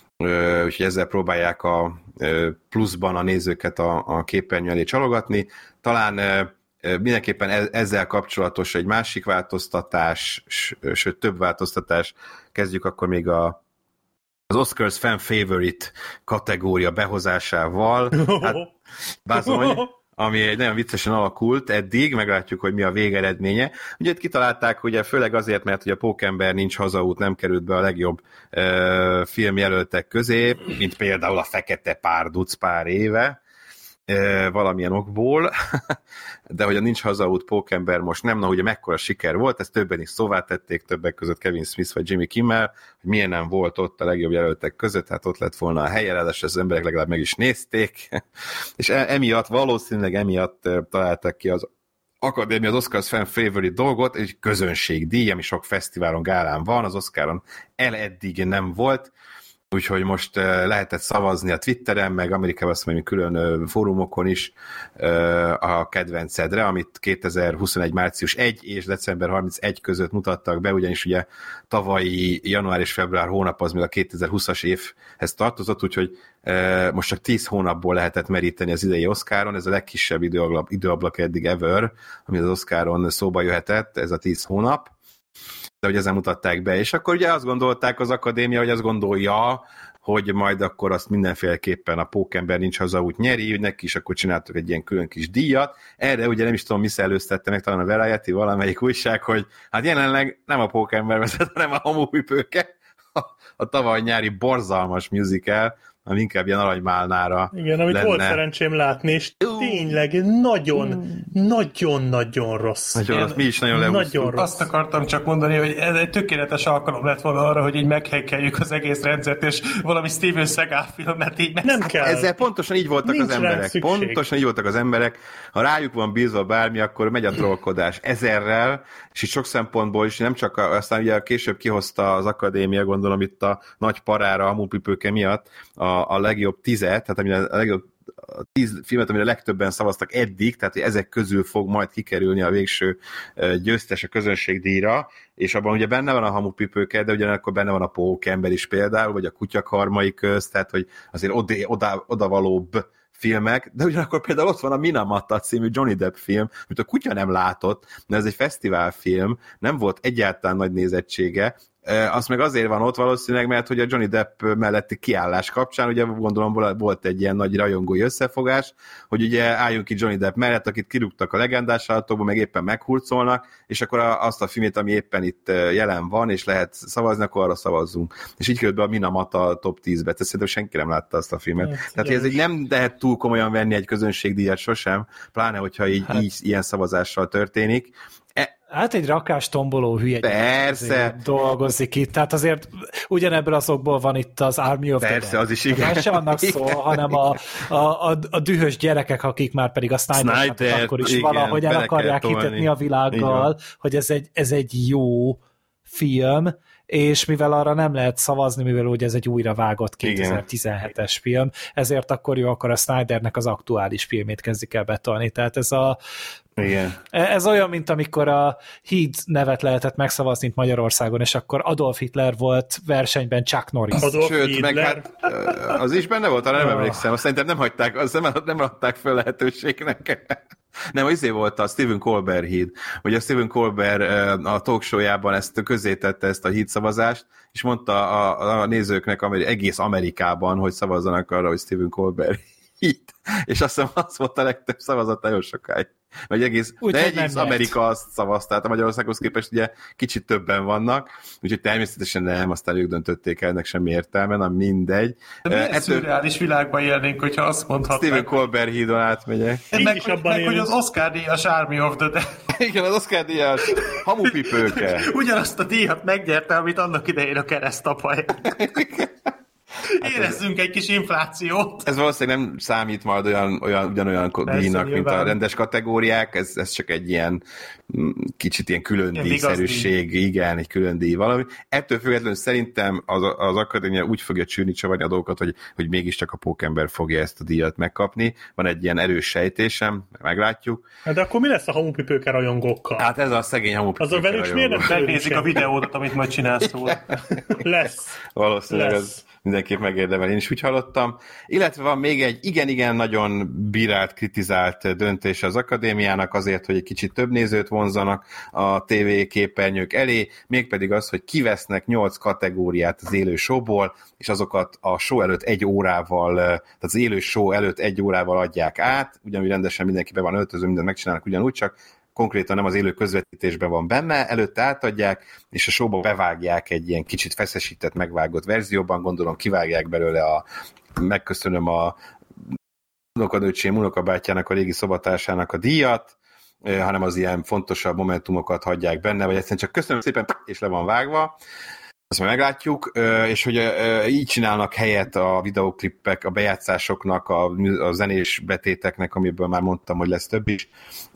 uh, úgyhogy ezzel próbálják a uh, pluszban a nézőket a, a képernyő elé csalogatni. Talán uh, mindenképpen ezzel kapcsolatos egy másik változtatás, sőt több változtatás, kezdjük akkor még a az Oscars Fan Favorite kategória behozásával, hát bázony, ami egy nagyon viccesen alakult eddig, meglátjuk, hogy mi a végeredménye. Ugye itt kitalálták, ugye főleg azért, mert ugye a Pókember nincs hazaút, nem került be a legjobb uh, filmjelöltek közé, mint például a Fekete Párduc pár éve, valamilyen okból, de hogy a Nincs hazaút Pókember most nem, na ugye mekkora siker volt, ezt többen is szóvá tették, többek között Kevin Smith vagy Jimmy Kimmel, hogy milyen nem volt ott a legjobb jelöltek között, hát ott lett volna a helye, ráadásul az emberek legalább meg is nézték, és emiatt, valószínűleg emiatt találtak ki az akadémia az Oscars Fan Favorite dolgot, egy közönségdíj, ami sok fesztiválon, gálán van, az Oscaron el eddig nem volt, úgyhogy most uh, lehetett szavazni a Twitteren, meg Amerikában azt mondjuk külön uh, fórumokon is uh, a kedvencedre, amit kétezer-huszonegy március elseje és december harmincegy között mutattak be, ugyanis ugye tavalyi január és február hónap az még a kétezer-húszas évhez tartozott, úgyhogy uh, most csak tíz hónapból lehetett meríteni az idei Oscaron, ez a legkisebb időablak, időablak eddig ever, ami az Oscaron szóba jöhetett, ez a tíz hónap, de hogy ezen mutatták be, és akkor ugye azt gondolták az akadémia, hogy azt gondolja, hogy majd akkor azt mindenféleképpen a Pókember Nincs hazaút nyeri, hogy neki is akkor csináltuk egy ilyen külön kis díjat. Erre ugye nem is tudom, mi szellőztette meg, talán a Variety, valamelyik újság, hogy hát jelenleg nem a Pókember vezet, hanem a Hamupipőke, a, a tavaly nyári borzalmas musical, ami inkább ilyen aranymálnára igen, amit lenne. Volt szerencsém látni, és tényleg nagyon, nagyon-nagyon rossz. Nagyon rossz, mi is nagyon leúsztuk. Azt akartam csak mondani, hogy ez egy tökéletes alkalom lett volna arra, hogy így meghekkeljük az egész rendszert, és valami Steven Seagal filmet így meg... Nem kell. Ezzel pontosan így voltak Nincs az emberek. Pontosan így voltak az emberek. Ha rájuk van bízva bármi, akkor megy a trollkodás ezerrel, és itt sok szempontból is, nem csak a, aztán ugye később kihozta az akadémia, gondolom itt a nagy parára, a Hamupipőke miatt, a a legjobb tizet, tehát ami a legjobb tíz filmet, amire legtöbben szavaztak eddig, tehát hogy ezek közül fog majd kikerülni a végső győztes a közönségdíjra, és abban ugye benne van a Hamupipőke, de ugyanakkor benne van a Pókember is például, vagy a Kutyakarmai köz, tehát hogy azért oda, oda, odavalóbb filmek, de ugyanakkor például ott van a Minamata című Johnny Depp film, amit a kutya nem látott, de ez egy fesztiválfilm, nem volt egyáltalán nagy nézettsége, azt meg azért van ott valószínűleg, mert hogy a Johnny Depp melletti kiállás kapcsán, ugye gondolom volt egy ilyen nagy rajongói összefogás, hogy ugye álljunk ki Johnny Depp mellett, akit kirúgtak a legendás állatokból, meg éppen meghurcolnak, és akkor azt a filmét, ami éppen itt jelen van, és lehet szavazni, akkor arra szavazzunk. És így került be a Minamata top tízbe, tehát szerintem senki nem látta azt a filmet. Hát, tehát ez egy nem lehet túl komolyan venni egy közönségdíjat sosem, pláne, hogyha így, hát. így ilyen szavazással történik. Hát egy rakás tomboló hülye Persze. dolgozik itt, tehát azért ugyanebből azokból van itt az Army of Persze, the Dead. az is igen. Nem sem annak szó, hanem a, a, a, a dühös gyerekek, akik már pedig a Snyder, Snyder akkor is igen, valahogy el akarják hitetni a világgal, hogy ez egy, ez egy jó film, és mivel arra nem lehet szavazni, mivel ugye ez egy újra vágott kétezer-tizenhetes igen. film, ezért akkor jó, akkor a Snydernek az aktuális filmét kezdik el betolni. Tehát ez a Igen. Ez olyan, mint amikor a Híd nevet lehetett megszavazni itt Magyarországon, és akkor Adolf Hitler volt versenyben Chuck Norris. Adolf Sőt, Hitler. meg hát az is benne volt, arra nem emlékszem. Azt szerintem nem hagyták, azt nem, nem adták fel lehetőségnek. Nem, az izé volt a Stephen Colbert híd. Ugye a Stephen Colbert a talk show-jában ezt közzétette, ezt a hídszavazást, és mondta a, a nézőknek amely, egész Amerikában, hogy szavazzanak arra, hogy Stephen Colbert híd. És azt hiszem, az volt a legtöbb szavazat nagyon sokáig. Vagy egész, úgy, de egész Amerika azt szavazta, tehát a Magyarországhoz képest ugye kicsit többen vannak, úgyhogy természetesen nem, aztán ők döntötték el, ennek semmi értelme, na mindegy. De milyen Ettől... szürreális világban élnénk, hogyha azt mondhatnánk. Stephen Colbert hídon átmegyek. Meg, is meg, meg hogy az Oscar díjas Army of the Dead. Igen, az Oscar díjas hamupipőke. Ugyanazt a díjat megnyerte, amit annak idején a keresztapaj. Érezzünk egy kis inflációt. Ez valószínűleg nem számít majd olyan, olyan, ugyanolyan Persze, díjnak, mint a rendes kategóriák, ez, ez csak egy ilyen kicsit ilyen külön ilyen díjszerűség, igen, egy külön díj valami. Ettől függetlenül szerintem az, az akadémia úgy fogja csűrni csavarni a dolgokat, hogy, hogy mégiscsak a Pókember fogja ezt a díjat megkapni. Van egy ilyen erős sejtésem, meglátjuk. De akkor mi lesz a hamupipőke rajongókkal? Hát ez a szegény hamupipőke az a velük miért nem megnézik a videódat, amit majd csinálsz róla. Lesz. Valószínűleg lesz. Az mindenképp megérdemel, én is úgy hallottam. Illetve van még egy igen-igen nagyon bírált, kritizált döntés az akadémiának azért, hogy egy kicsit több nézőt vonzanak a té vé-képernyők elé, mégpedig az, hogy kivesznek nyolc kategóriát az élő showból, és azokat a show előtt egy órával, tehát az élő show előtt egy órával adják át, ugyanúgy rendesen mindenki be van öltöző, mindent megcsinálnak ugyanúgy, csak konkrétan nem az élő közvetítésben van benne, előtte átadják, és a showba bevágják egy ilyen kicsit feszesített, megvágott verzióban, gondolom kivágják belőle a, megköszönöm a unokanőcsém, unokabátyjának, a régi szobatársának a díjat, hanem az ilyen fontosabb momentumokat hagyják benne, vagy egyszerűen csak köszönöm szépen, és le van vágva. Azt majd meglátjuk, és hogy így csinálnak helyet a videóklippek, a bejátszásoknak, a, a zenés betéteknek, amiből már mondtam, hogy lesz több is,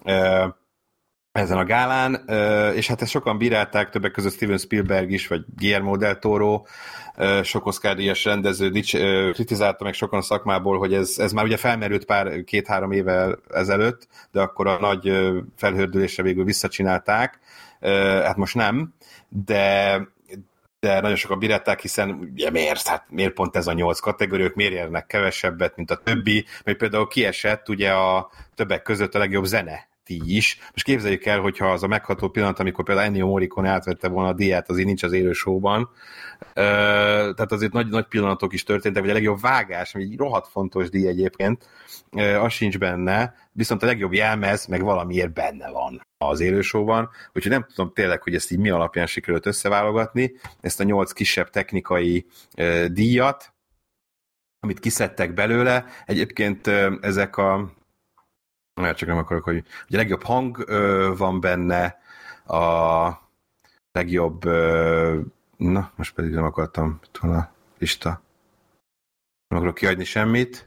ezen a gálán, és hát ezt sokan bírálták, többek között Steven Spielberg is, vagy Guillermo del Toro, sok Oscar-díjas rendező kritizálta meg sokan a szakmából, hogy ez, ez már ugye felmerült pár, két-három évvel ezelőtt, de akkor a nagy felhördülésre végül visszacsinálták, hát most nem, de de nagyon sokan bírálták, hiszen ugye miért, hát miért pont ez a nyolc kategóriák, miért érnek kevesebbet, mint a többi, mert például kiesett ugye a többek között a legjobb zene díj is. Most képzeljük el, hogyha az a megható pillanat, amikor például Ennio Morricone átvette volna a díját, azért nincs az élő showban. Tehát azért nagy, nagy pillanatok is történtek, vagy a legjobb vágás, ami egy rohadt fontos díj egyébként, az sincs benne, viszont a legjobb jelmez meg valamiért benne van az élő showban, úgyhogy nem tudom tényleg, hogy ezt így mi alapján sikerült összeválogatni, ezt a nyolc kisebb technikai díjat, amit kiszedtek belőle. Egyébként ezek a Már csak nem akarok, hogy ugye a legjobb hang ö, van benne, a legjobb, ö, na, most pedig nem akartam, itt van a lista. Nem akarok kiadni semmit.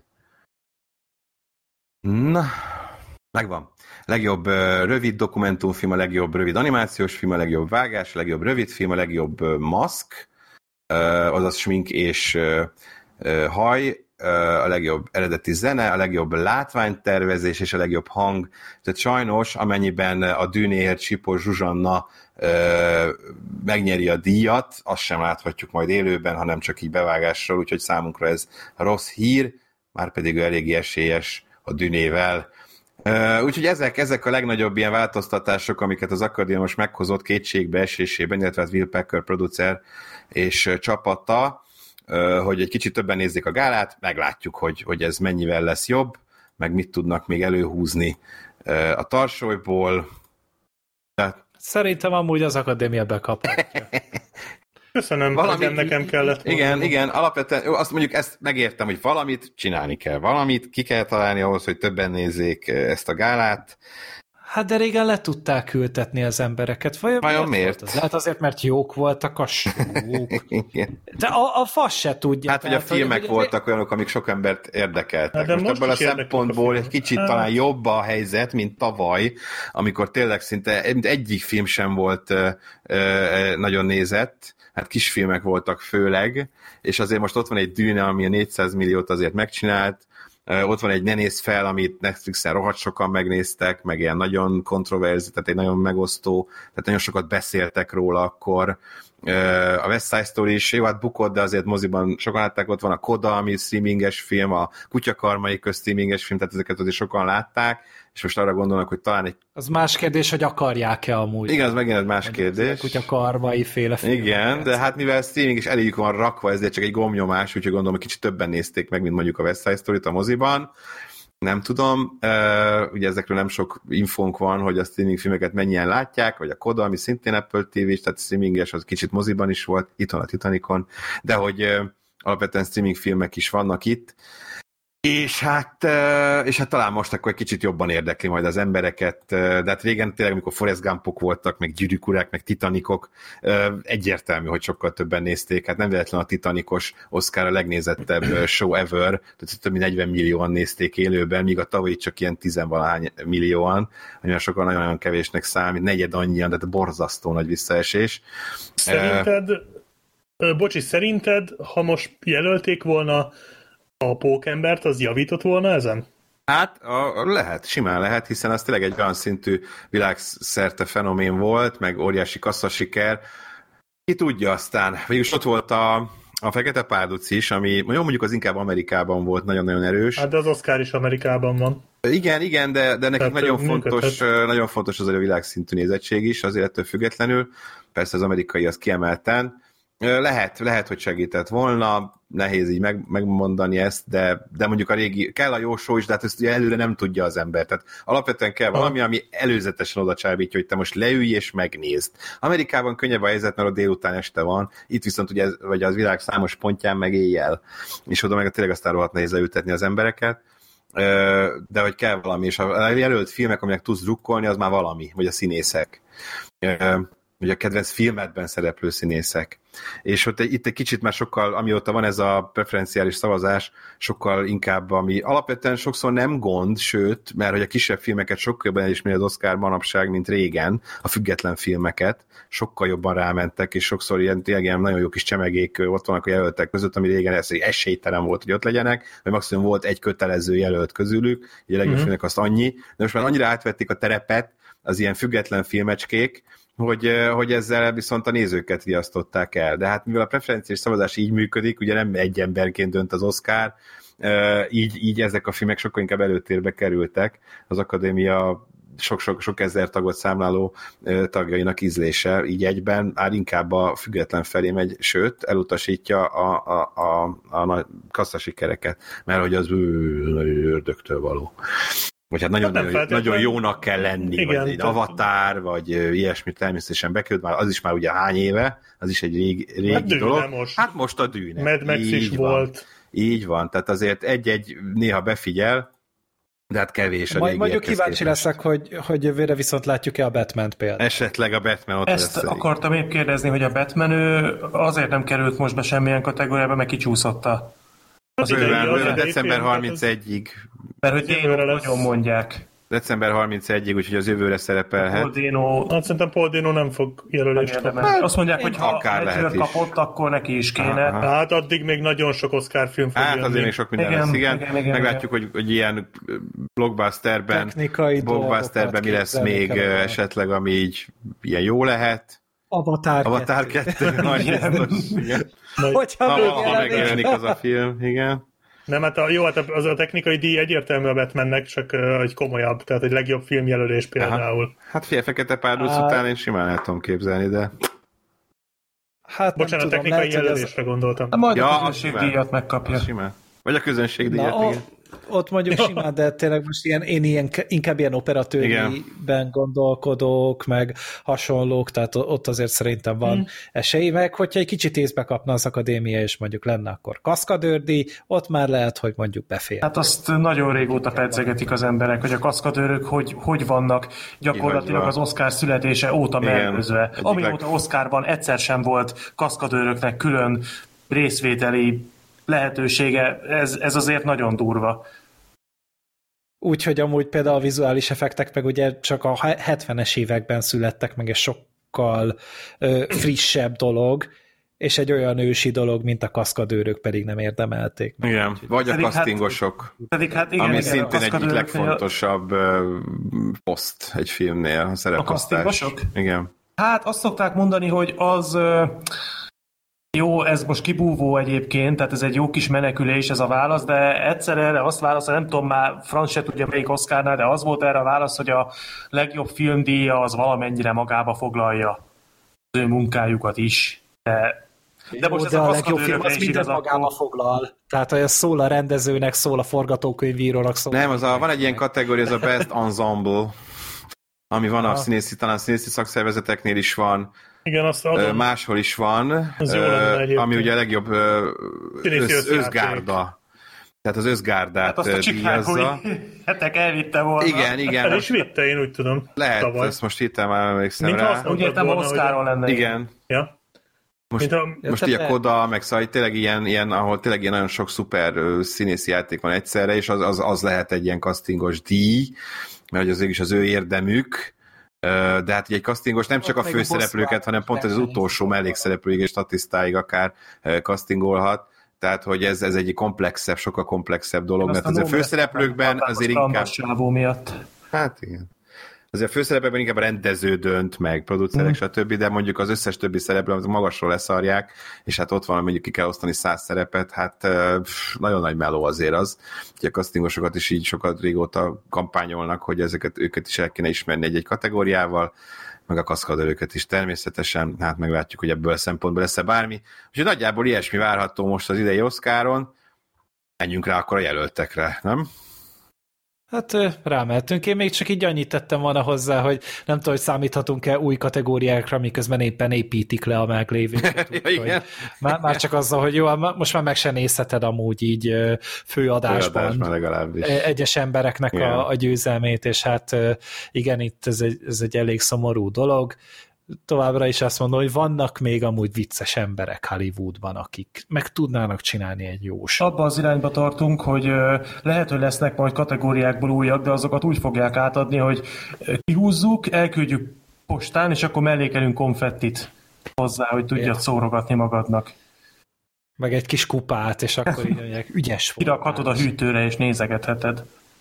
Na, megvan. Legjobb ö, rövid dokumentumfilm, a legjobb rövid animációs film, a legjobb vágás, a legjobb rövid film, a legjobb ö, maszk, ö, azaz smink és ö, ö, haj, a legjobb eredeti zene, a legjobb látványtervezés és a legjobb hang. Tehát sajnos, amennyiben a Dűnéért Sipos Zsuzsanna ö, megnyeri a díjat, azt sem láthatjuk majd élőben, hanem csak így bevágásról, úgyhogy számunkra ez rossz hír, már pedig eléggé esélyes a Dűnével. Uh, úgyhogy ezek, ezek a legnagyobb ilyen változtatások, amiket az akadémia most meghozott kétségbe esésében, illetve az Will Packer producer és uh, csapata, hogy egy kicsit többen nézzék a gálát, meglátjuk, hogy, hogy ez mennyivel lesz jobb, meg mit tudnak még előhúzni a tarsolyból. De... Szerintem amúgy az akadémia bekaphatja. Köszönöm, valami, hogy nekem kellett. Igen, mondani. igen, alapvetően jó, azt mondjuk ezt megértem, hogy valamit csinálni kell, valamit ki kell találni ahhoz, hogy többen nézzék ezt a gálát. Hát de régen le tudták ültetni az embereket. Vajon, Vajon miért? miért? Lehet azért, mert jók voltak a sók. De a, a fasz se tudja. Hát, hogy a filmek hogy, voltak hogy... olyanok, amik sok embert érdekeltek. Hát, most, most ebből a szempontból a egy kicsit hát. talán jobb a helyzet, mint tavaly, amikor tényleg szinte egyik film sem volt ö, ö, nagyon nézett, hát kisfilmek voltak főleg, és azért most ott van egy Dűne, ami a négyszáz milliót azért megcsinált, Ott van egy Ne nézz fel, amit Netflixen rohadt sokan megnéztek, meg ilyen nagyon kontroverzi, tehát egy nagyon megosztó, tehát nagyon sokat beszéltek róla akkor. A West Side Story is jó, hát bukott, de azért moziban sokan látták, ott van a Koda, ami streaminges film, a Kutyakarmai köz streaminges film, tehát ezeket azért sokan látták, és most arra gondolnak, hogy talán egy... Az más kérdés, hogy akarják-e amúgy. Igen, az megint egy más kérdés. Kutyakarmai féle film. Igen, de hát mivel streaming is eléjük van rakva, ezért csak egy gomnyomás, úgyhogy gondolom, hogy kicsit többen nézték meg, mint mondjuk a West Side Story-t a moziban. Nem tudom, uh, ugye ezekről nem sok infónk van, hogy a streaming filmeket mennyien látják, vagy a Koda, ami szintén Apple té vés, tehát streaminges, az kicsit moziban is volt, itt van a Titanicon, de hogy uh, alapvetően streaming filmek is vannak itt, és hát, uh, és hát talán most akkor egy kicsit jobban érdekli majd az embereket, uh, de hát régen tényleg, amikor Forrest Gumpok voltak, meg Gyűrűk urák, meg Titanicok, uh, egyértelmű, hogy sokkal többen nézték, hát nem véletlen a Titanicos Oscar a legnézettebb show ever, tehát több mint negyven millióan nézték élőben, míg a tavalyi csak ilyen tizenvalahány millióan, hogy sokkal nagyon-nagyon kevésnek számít, negyed annyian, de borzasztó nagy visszaesés. Szerinted, uh, bocsi, szerinted, ha most jelölték volna a Pókembert, az javított volna ezen? Hát a, a lehet, simán lehet, hiszen az tényleg egy olyan szintű világszerte fenomén volt, meg óriási kasszasiker. Ki tudja aztán, vagyis ott volt a, a Fekete Párduc is, ami jó, mondjuk az inkább Amerikában volt nagyon-nagyon erős. Hát de az Oscar is Amerikában van. Igen, igen, de, de nekik nagyon fontos, nagyon fontos az, hogy a világszintű nézettség is, azért ettől függetlenül. Persze az amerikai az kiemelten. Lehet, lehet, hogy segített volna, nehéz így meg, megmondani ezt, de, de mondjuk a régi, kell a jó show is, de hát ezt ugye előre nem tudja az ember. Tehát alapvetően kell valami, ami előzetesen oda csábítja, hogy te most leülj és megnézd. Amerikában könnyebb a helyzet, mert a délután este van, itt viszont ugye ez, vagy az világ számos pontján meg éjjel. És oda meg tényleg aztán rohadt nehéz leültetni az embereket. De hogy kell valami, és a jelölt filmek, aminek tudsz drukkolni, az már valami, vagy a színészek. Ugye a kedvenc filmedben szereplő színészek. És ott egy, itt egy kicsit már sokkal, amióta van ez a preferenciális szavazás, sokkal inkább, ami alapvetően sokszor nem gond, sőt, mert hogy a kisebb filmeket sokkal jobban elismeri az Oscar manapság, mint régen, a független filmeket, sokkal jobban rámentek, és sokszor ilyen, tényleg ilyen nagyon jó kis csemegék ott vannak a jelöltek között, ami régen ez esélytelen volt, hogy ott legyenek, vagy maximum volt egy kötelező jelölt közülük, ugye a legjobb mm-hmm. filmek azt annyi, de most már annyira átvették a terepet az ilyen független filmecskék, hogy, hogy ezzel viszont a nézőket riasztották el. De hát mivel a preferenciás szavazás így működik, ugye nem egy emberként dönt az Oscar, így, így ezek a filmek sokkal inkább előtérbe kerültek. Az akadémia sok-sok sok ezer tagot számláló tagjainak ízlése, így egyben már inkább a független felé megy, sőt, elutasítja a, a, a, a kasszasikereket, mert hogy az ő ördögtől való. Vagy hát nagyon, hát nagyon, nagyon jónak kell lenni, igen, vagy egy tehát... Avatar, vagy ilyesmi természetesen bekerült, már az is már ugye hány éve, az is egy régi, régi hát dolog. Most. Hát most a Dűne. Mad Max is van. Volt. Így van, tehát azért egy-egy néha befigyel, de hát kevés a Majd mondjuk kíváncsi leszek, hogy, hogy jövőre viszont látjuk-e a Batman-t például. Esetleg a Batman ott Ezt lesz akartam épp kérdezni, hogy a Batman ő azért nem került most be semmilyen kategóriába, meg kicsúszott a az ővel, december harmincegyig. Mert hogy Dino nagyon mondják. december harmincegyig, úgyhogy az jövőre szerepelhet. Paul Dino... Hát szerintem Paul Dino nem fog jelölést kapni. Hát, azt mondják, hogy ha Ledger kapott, akkor neki is kéne. Aha. Hát addig még nagyon sok Oscar film fog Hát jönni. azért még sok minden igen, lesz, igen. igen, igen Meglátjuk, igen. Hogy, hogy ilyen blockbusterben, blockbusterben mi lesz még kell esetleg, ami így ilyen jó lehet. Avatar, Avatar kettő. Nagy biztos, igen. Hogyha ha, ha megjelenik az a film, igen. Nem, hát a, jó, hát az a technikai díj egyértelmű a Batmannek, csak uh, egy komolyabb, tehát egy legjobb filmjelölés például. Aha. Hát fél Fekete Párduc uh, után én simán el tudom képzelni, de... Hát bocsánat, tudom, technikai lehet, jelölésre ez... gondoltam. Hát majd ja, a közönségdíjat megkapja. Simán. Vagy a közönségdíjat, Na, igen. Ott mondjuk simán, de tényleg most ilyen, én ilyen, inkább ilyen operatőriben gondolkodok, meg hasonlók, tehát ott azért szerintem van hmm. esély, meg hogyha egy kicsit észbe kapna az akadémia, és mondjuk lenne akkor kaszkadőrdíj, ott már lehet, hogy mondjuk befér. Hát azt nagyon régóta pedzegetik az emberek, hogy a kaszkadőrök hogy, hogy vannak gyakorlatilag az Oscar születése óta mellőzve. Amióta Oscarban egyszer sem volt kaszkadőröknek külön részvételi lehetősége, ez, ez azért nagyon durva. Úgyhogy amúgy például a vizuális effektek meg ugye csak a hetvenes években születtek meg, és sokkal ö, frissebb dolog, és egy olyan ősi dolog, mint a kaszkadőrök pedig nem érdemelték. Igen, vagy a kasztingosok, hát, pedig hát igen, ami igen, szintén egyik legfontosabb a... poszt egy filmnél, a szereposztás. A kasztingosok? Igen. Hát azt szokták mondani, hogy az... Jó, ez most kibúvó egyébként, tehát ez egy jó kis menekülés ez a válasz, de egyszer erre azt válasz, nem tudom már, Franz se tudja melyik Oscarnál, de az volt erre a válasz, hogy a legjobb filmdíja az valamennyire magába foglalja az ő munkájukat is. De, de jó, most de ez a, a legjobb film az mindent magába foglal. Tehát, hogy szól a rendezőnek, szól a forgatókönyvírónak, szól. Nem, az a, van egy ilyen kategória, ez a Best Ensemble, ami van a színészi, talán színészi szakszervezeteknél is van. Igen, azt adom. Máshol is van, ö, ami ugye a legjobb ö, össz, összgárda. Tehát az összgárdát hát azt a díjazza. Hetek elvitte volna. Igen, igen. El is vitte, én úgy tudom. Lehet, tavaly. Ezt most hittem, már emlékszem mint rá. Úgy értem, a Oscaron lenne. Igen. Ja. Most, a, most így a Koda, meg szóval tényleg ilyen, ilyen, ahol tényleg ilyen nagyon sok szuper színészi játék van egyszerre, és az, az, az lehet egy ilyen castingos díj, mert az is az ő érdemük, de hát egy castingos nem csak a főszereplőket, hanem pont az utolsó mellékszereplőig és statisztáig akár castingolhat, tehát hogy ez, ez egy komplexebb, sokkal komplexebb dolog, mert az a főszereplőkben azért inkább... miatt. Hát igen. Azért a főszerepekben inkább a rendező dönt meg, producerek, mm. stb., de mondjuk az összes többi szereplő, amit magasról leszarják, és hát ott van, mondjuk ki kell osztani száz szerepet, hát pff, nagyon nagy meló azért az. Ugye a castingosokat is így sokat régóta kampányolnak, hogy ezeket őket is el kéne ismerni egy-egy kategóriával, meg a kaszkadőröket is természetesen, hát meglátjuk, hogy ebből a szempontból lesz-e bármi. Úgyhogy nagyjából ilyesmi várható most az idei Oscaron. Menjünk rá akkor a jelöltekre, nem? Hát rámehetünk. Én még csak így annyit tettem volna hozzá, hogy nem tudom, hogy számíthatunk-e új kategóriákra, miközben éppen építik le a meglévőket. Ja, már, már csak azzal, hogy jó, most már meg se nézheted amúgy így főadásban, főadásban legalábbis egyes embereknek a, a győzelmét, és hát igen, itt ez egy, ez egy elég szomorú dolog. Továbbra is azt mondom, hogy vannak még amúgy vicces emberek Hollywoodban, akik meg tudnának csinálni egy jós. Abba az irányba tartunk, hogy lehet, hogy lesznek majd kategóriákból újak, de azokat úgy fogják átadni, hogy kihúzzuk, elküldjük postán, és akkor mellékelünk konfettit hozzá, hogy tudjad ja. szórogatni magadnak. Meg egy kis kupát, és akkor így mondják, ügyes volt. Kirakhatod a hűtőre, és nézegetheted.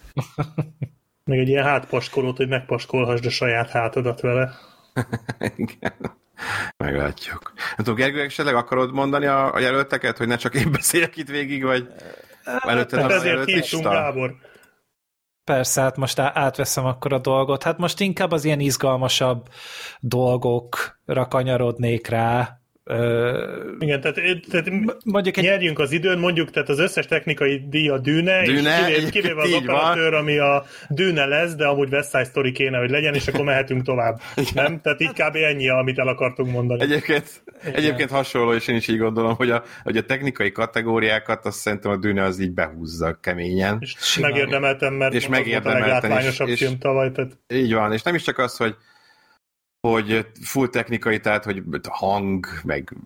Meg egy ilyen hátpaskolót, hogy megpaskolhassd a saját hátadat vele. Igen. Meglátjuk. Nem tudom, Gergő, esetleg akarod mondani a, a jelölteket, hogy ne csak én beszéljek itt végig, vagy előtted az a jelölt lista? Gábor. Persze, hát most átveszem akkor a dolgot. Hát most inkább az ilyen izgalmasabb dolgokra kanyarodnék rá. Uh, Igen, tehát, tehát mondjuk nyerjünk egy... az időn, mondjuk, tehát az összes technikai díj a Dűne, Dűne és kivéve az operatőr, van. Ami a Dűne lesz, de amúgy West Side Story kéne, hogy legyen, és akkor mehetünk tovább. Nem? Tehát így kb. Ennyi, amit el akartunk mondani. Egyébként, egyébként hasonló, és én is így gondolom, hogy a, hogy a technikai kategóriákat azt szerintem a Dűne az így behúzza keményen. És simán. Megérdemeltem, mert és megérdemeltem, a leglátványosabb és, film tavaly. Tehát... Így van, és nem is csak az, hogy hogy full technikai, tehát hogy hang, meg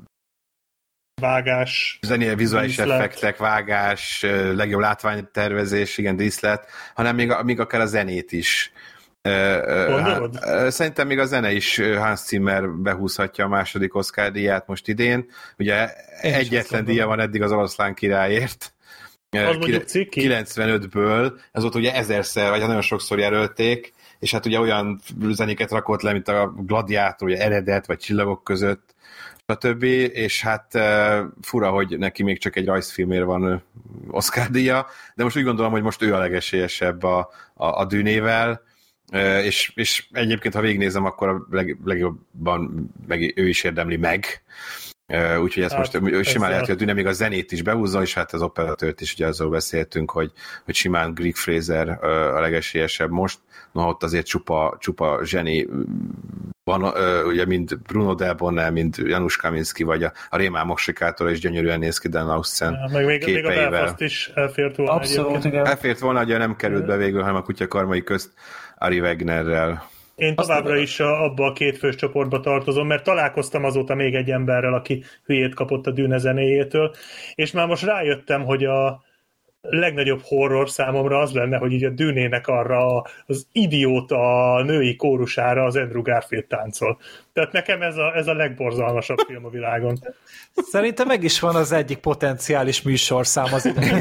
vágás, zenéje, vizuális díszlet. Effektek, vágás, legjobb látványtervezés, igen, díszlet, hanem még, még akár a zenét is. Gondolod? Szerintem még a zene is Hans Zimmer behúzhatja a második Oscar díját most idén. Ugye Én egyetlen díja van eddig az Oroszlán királyért. Az mondjuk ciki. kilencvenötből, ez ott ugye ezerszer, vagy nagyon sokszor jelölték, és hát ugye olyan zenéket rakott le, mint a Gladiátor, ugye Eredet, vagy Csillagok között, stb. És hát fura, hogy neki még csak egy rajzfilmért van Oscar-díja, de most úgy gondolom, hogy most ő a legesélyesebb a, a, a Dűnével, és, és egyébként, ha végignézem, akkor a leg, legjobban meg, ő is érdemli meg. Úgyhogy ezt hát, most simán lehet, hogy a Dűne még a zenét is behúzza, és hát az operatőrt is, ugye azzal beszéltünk, hogy, hogy simán Greig Fraser a legesélyesebb most. Na, ott azért csupa, csupa zseni van, ugye mind Bruno Del Bonne, mind Janusz Kaminski, vagy a, a Rémálmok sikátora is gyönyörűen néz ki Dan Laussen ja, meg még, képeivel. Még a Belfast is elfért volna. Abszolút, igen. Elfért volna, hogy nem került be végül, hanem a kutyakarmai közt Ari Wegnerrel. Én továbbra Aztán... is abba a két fős csoportba tartozom, mert találkoztam azóta még egy emberrel, aki hülyét kapott a Dűne zenéjétől, és már most rájöttem, hogy a legnagyobb horror számomra az lenne, hogy így a Dűnének arra az idióta női kórusára az Andrew Garfield táncol. Tehát nekem ez a, ez a legborzalmasabb film a világon. Szerintem meg is van az egyik potenciális műsorszám az ide.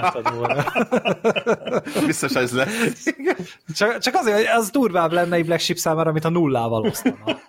Biztos ez lesz. Csak, csak azért, hogy az durvább lenne egy Black Sheep számára, amit a nullával osztana.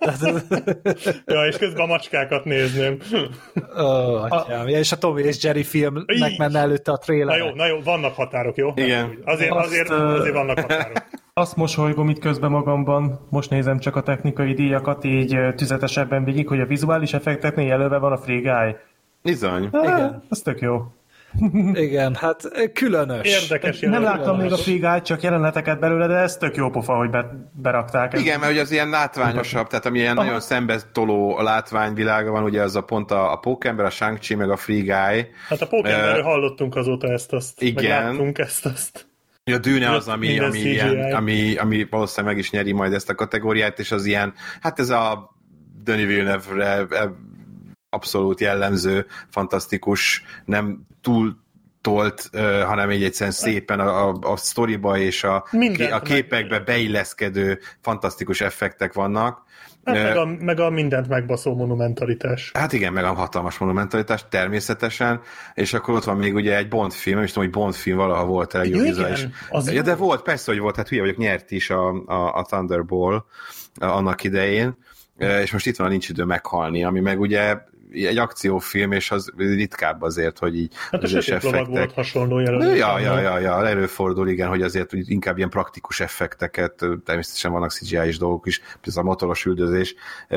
Ja, és közben a macskákat nézném. Ó, atyám. Ja, és a Tommy és Jerry filmnek Így. menne előtte a trailer. Na jó, na jó, vannak határok, jó? Igen. Azért, azért, azért vannak határok. Azt mosolygom itt közben magamban, most nézem csak a technikai díjakat így ö, tüzetesebben végig, hogy a vizuális effekteknél jelölve van a Free Guy. Bizony. Igen. Az tök jó. Igen, hát különös. Érdekes Nem jelent. láttam még a Free Guy, csak jeleneteket belőle, de ez tök jó pofa, hogy be, berakták. Igen, mert ugye az ilyen látványosabb, tehát ami ilyen nagyon szembetoló látványvilága van, ugye az a pont a, a Pókember, a Shang-Chi, meg a Free Guy. Hát a Pokémonről hallottunk azóta ezt-azt. Igen. Meg láttunk ezt-azt. A Dűne az, ami, Minden ami, cé gé í. ilyen, ami, ami valószínűleg meg is nyeri majd ezt a kategóriát, és az ilyen, hát ez a Denis Villeneuve-re abszolút jellemző, fantasztikus, nem túl tolt, uh, hanem így egyszerűen szépen a, a, a sztoriba és a, a képekbe meg... beilleszkedő fantasztikus effektek vannak. Hát uh, meg, a, meg a mindent megbaszó monumentalitás. Hát igen, meg a hatalmas monumentalitás természetesen, és akkor ott van még ugye egy Bond film, nem is tudom, hogy Bond film valaha volt a legjobb vizuális. Ja, de volt, persze, hogy volt, hát hülye vagyok, nyert is a, a, a Thunderball annak idején, és most itt van a Nincs idő meghalni, ami meg ugye egy akciófilm, és az ritkább azért, hogy így hát a Sötét Lovag volt hasonló jelölés. Ja, ja, ja, ja, előfordul, igen, hogy azért hogy inkább ilyen praktikus effekteket, természetesen vannak cé gé í-s dolgok is, például a motoros üldözés.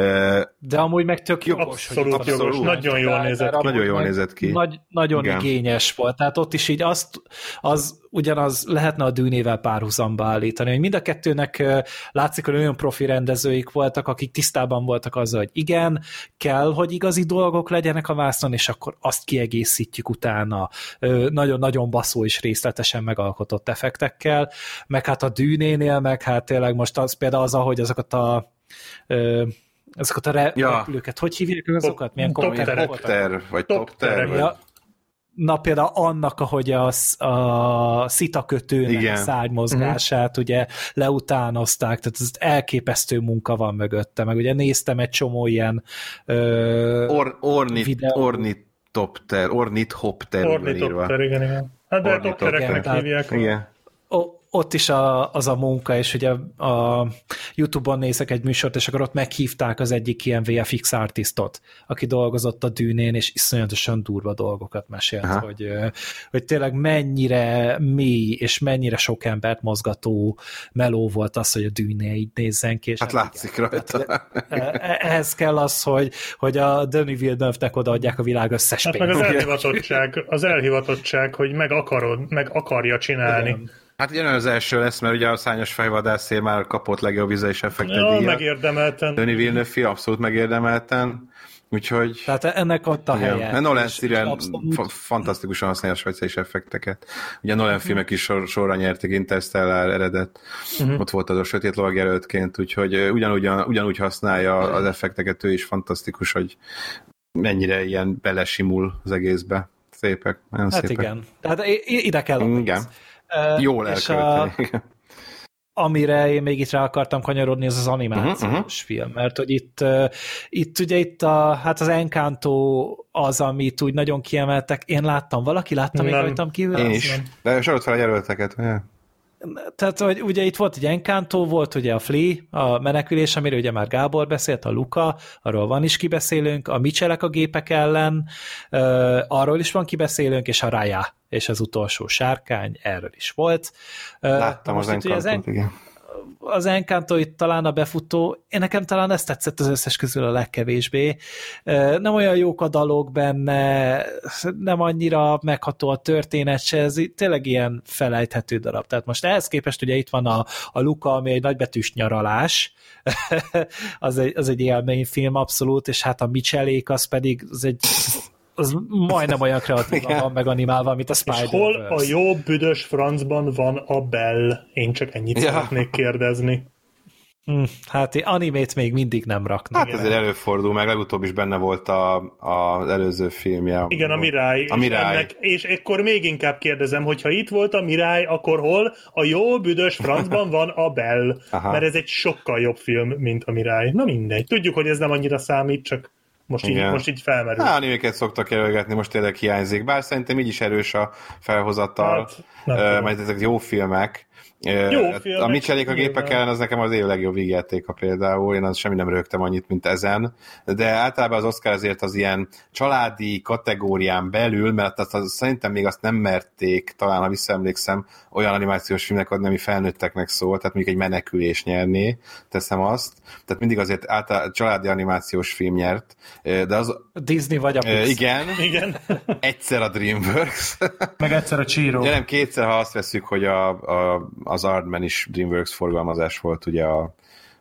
De amúgy meg tök jogos. Abszolút, abszolút jogos, nagyon jól nézett ki. Nagyon jól nézett ki. Nagy, nagyon igen. igényes volt, tehát ott is így azt, az ugyanaz lehetne a Dűnével párhuzamba állítani, hogy mind a kettőnek látszik, hogy olyan profi rendezőik voltak, akik tisztában voltak azzal, hogy igen, kell, hogy igazi dolgok legyenek a vásznon, és akkor azt kiegészítjük utána nagyon-nagyon baszó és részletesen megalkotott effektekkel, meg hát a Dűnénél, meg hát tényleg most az például az, ahogy azokat a azokat a re- ja. repülőket, hogy hívják azokat? Milyen Topter, vagy Topter, vagy... Ja. Na például annak, ahogy a, a szitakötőnek a szármozgását uh-huh. ugye leutánozták, tehát ez elképesztő munka van mögötte, meg ugye néztem egy csomó ilyen ö, Or, ornit, videó. Ornitopter, Ornithopter. Ornithopter, igen, igen. Hát de Toptereknek hívják. Igen. O, ott is a, az a munka, és ugye a YouTube-on nézek egy műsort, és akkor ott meghívták az egyik ilyen vé ef iksz artistot, aki dolgozott a Dűnén, és iszonyatosan durva dolgokat mesélt, hogy, hogy tényleg mennyire mély, és mennyire sok embert mozgató meló volt az, hogy a Dűné így nézzen ki. És hát látszik rajta. Ehhez kell az, hogy, hogy a Denis Villeneuve-nek odaadják a világ összes hát pénzt. meg az elhivatottság, az elhivatottság, hogy meg akarod, meg akarja csinálni. Igen. Hát ugye az első lesz, mert ugye a Szányos fejvadászé már kapott legjobb vizuális effektet ja, díjat. megérdemelten. Denis Villeneuve abszolút megérdemelten, úgyhogy... Tehát ennek ott a helye. Igen. Nolan szíren abszolút... fantasztikusan használja a speciális effekteket. Ugye Nolan uh-huh. filmek is sor, sorra nyertek, Interstellar eredet, uh-huh. ott volt az a Sötét Lovag jelöltként, úgyhogy ugyanúgy, ugyanúgy használja az effekteket, ő is fantasztikus, hogy mennyire ilyen belesimul az egészbe. Szépek, nagyon hát szépek. igen. Tehát ide kell. Igen. Uh, Jól elkölteni. A, amire én még itt rá akartam kanyarodni, az az animációs uh-huh, uh-huh. film, mert hogy itt, uh, itt ugye itt a, hát az Encanto az, amit úgy nagyon kiemeltek. Én láttam, valaki látta még rajtam kívül? Én is, nem. De sorolt fel a jelölteket. Ja. Tehát, hogy ugye itt volt egy Encanto, volt ugye a Flea, a menekülés, amiről ugye már Gábor beszélt, a Luca, arról van is kibeszélünk, a Michelek a gépek ellen, uh, arról is van kibeszélünk, és a Raya, és az utolsó sárkány, erről is volt. Láttam uh, az Encantót, en- igen. Az Encanto itt talán a befutó, én nekem talán ezt tetszett az összes közül a legkevésbé. Nem olyan jók a dalok benne, nem annyira megható a történet se, ez tényleg ilyen felejthető darab. Tehát most ehhez képest ugye itt van a, a Luca, ami egy nagybetűs nyaralás, az, egy, az egy élményfilm abszolút, és hát a Michelék az pedig az egy az majdnem olyan kreatívan van meganimálva, mint a Spider-Verse. És hol a jó büdös francban van a Bell? Én csak ennyit ja. szeretnék kérdezni. Hm, hát animét még mindig nem raknak. Hát ezért előfordul, meg legutóbb is benne volt a, a, az előző filmje. Igen, a Mirai. A Mirai. És, ennek, és ekkor még inkább kérdezem, hogyha itt volt a Mirai, akkor hol a jó büdös francban van a Bell? Aha. Mert ez egy sokkal jobb film, mint a Mirai. Na mindegy. Tudjuk, hogy ez nem annyira számít, csak most így, most így felmerül. Hát, animéket szoktak jelölgetni, most tényleg hiányzik. Bár szerintem így is erős a felhozatal, hát, uh, majd ezek jó filmek. Jó film, a Mitchellék a gépek ellen az nekem az év legjobb vígjátéka például, én az semmi nem rögtem annyit, mint ezen, de általában az Oscar azért az ilyen családi kategórián belül, mert az, az, szerintem még azt nem merték, talán ha visszaemlékszem, olyan animációs filmnek adni, ami felnőtteknek szól, tehát mondjuk egy menekülés nyerné, teszem azt, tehát mindig azért általában családi animációs film nyert, de az... Disney vagy a Pixar. Igen, igen. Egyszer a DreamWorks. Meg egyszer a Chiro. Ja, nem, kétszer, ha azt veszük, hogy a, a az Aardman is DreamWorks forgalmazás volt, ugye a...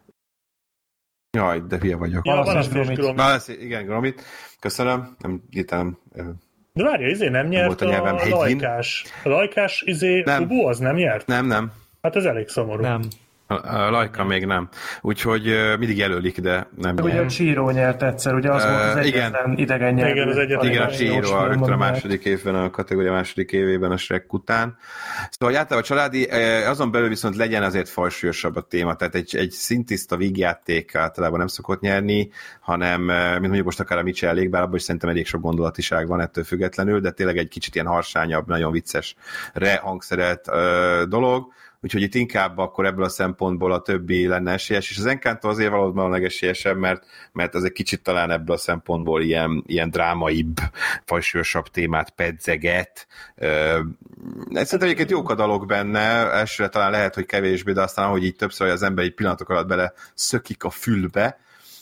Jaj, de hülye vagyok. Ja, van az Gromit. Gromit. Igen, Gromit. Köszönöm. Nem, írtam. De várja, izé nem nyert a, a, a Lajkás. A Lajkás izé nem. Ubu, az nem nyert? Nem, nem. Hát ez elég szomorú. Nem. A Laika még nem. Úgyhogy uh, mindig jelölik, de nem. Ugye a Chiro nyert egyszer, ugye az uh, volt az egyetlen idegen nyelvű. Igen, az egyetlen igen, a Chiro a rögtön a második évben, a kategória második évében a Shrek után. Szóval általában a családi, azon belül viszont legyen azért fajsúlyosabb a téma, tehát egy, egy szintiszta vígjáték általában nem szokott nyerni, hanem, mint mondjuk most akár a Mitchellék, bár abban is szerintem elég sok gondolatiság van ettől függetlenül, de tényleg egy kicsit ilyen harsányabb, nagyon vicces, rehangszerelt uh, dolog. Úgyhogy itt inkább akkor ebből a szempontból a többi lenne esélyes, és az Encanto azért valóban a legesélyesebb, mert, mert az egy kicsit talán ebből a szempontból ilyen, ilyen drámaibb, fajsúlyosabb témát pedzeget. Szerintem egyébként jók a dalok benne, elsőre talán lehet, hogy kevésbé, de aztán ahogy így többször, hogy az ember egy pillanatok alatt bele szökik a fülbe,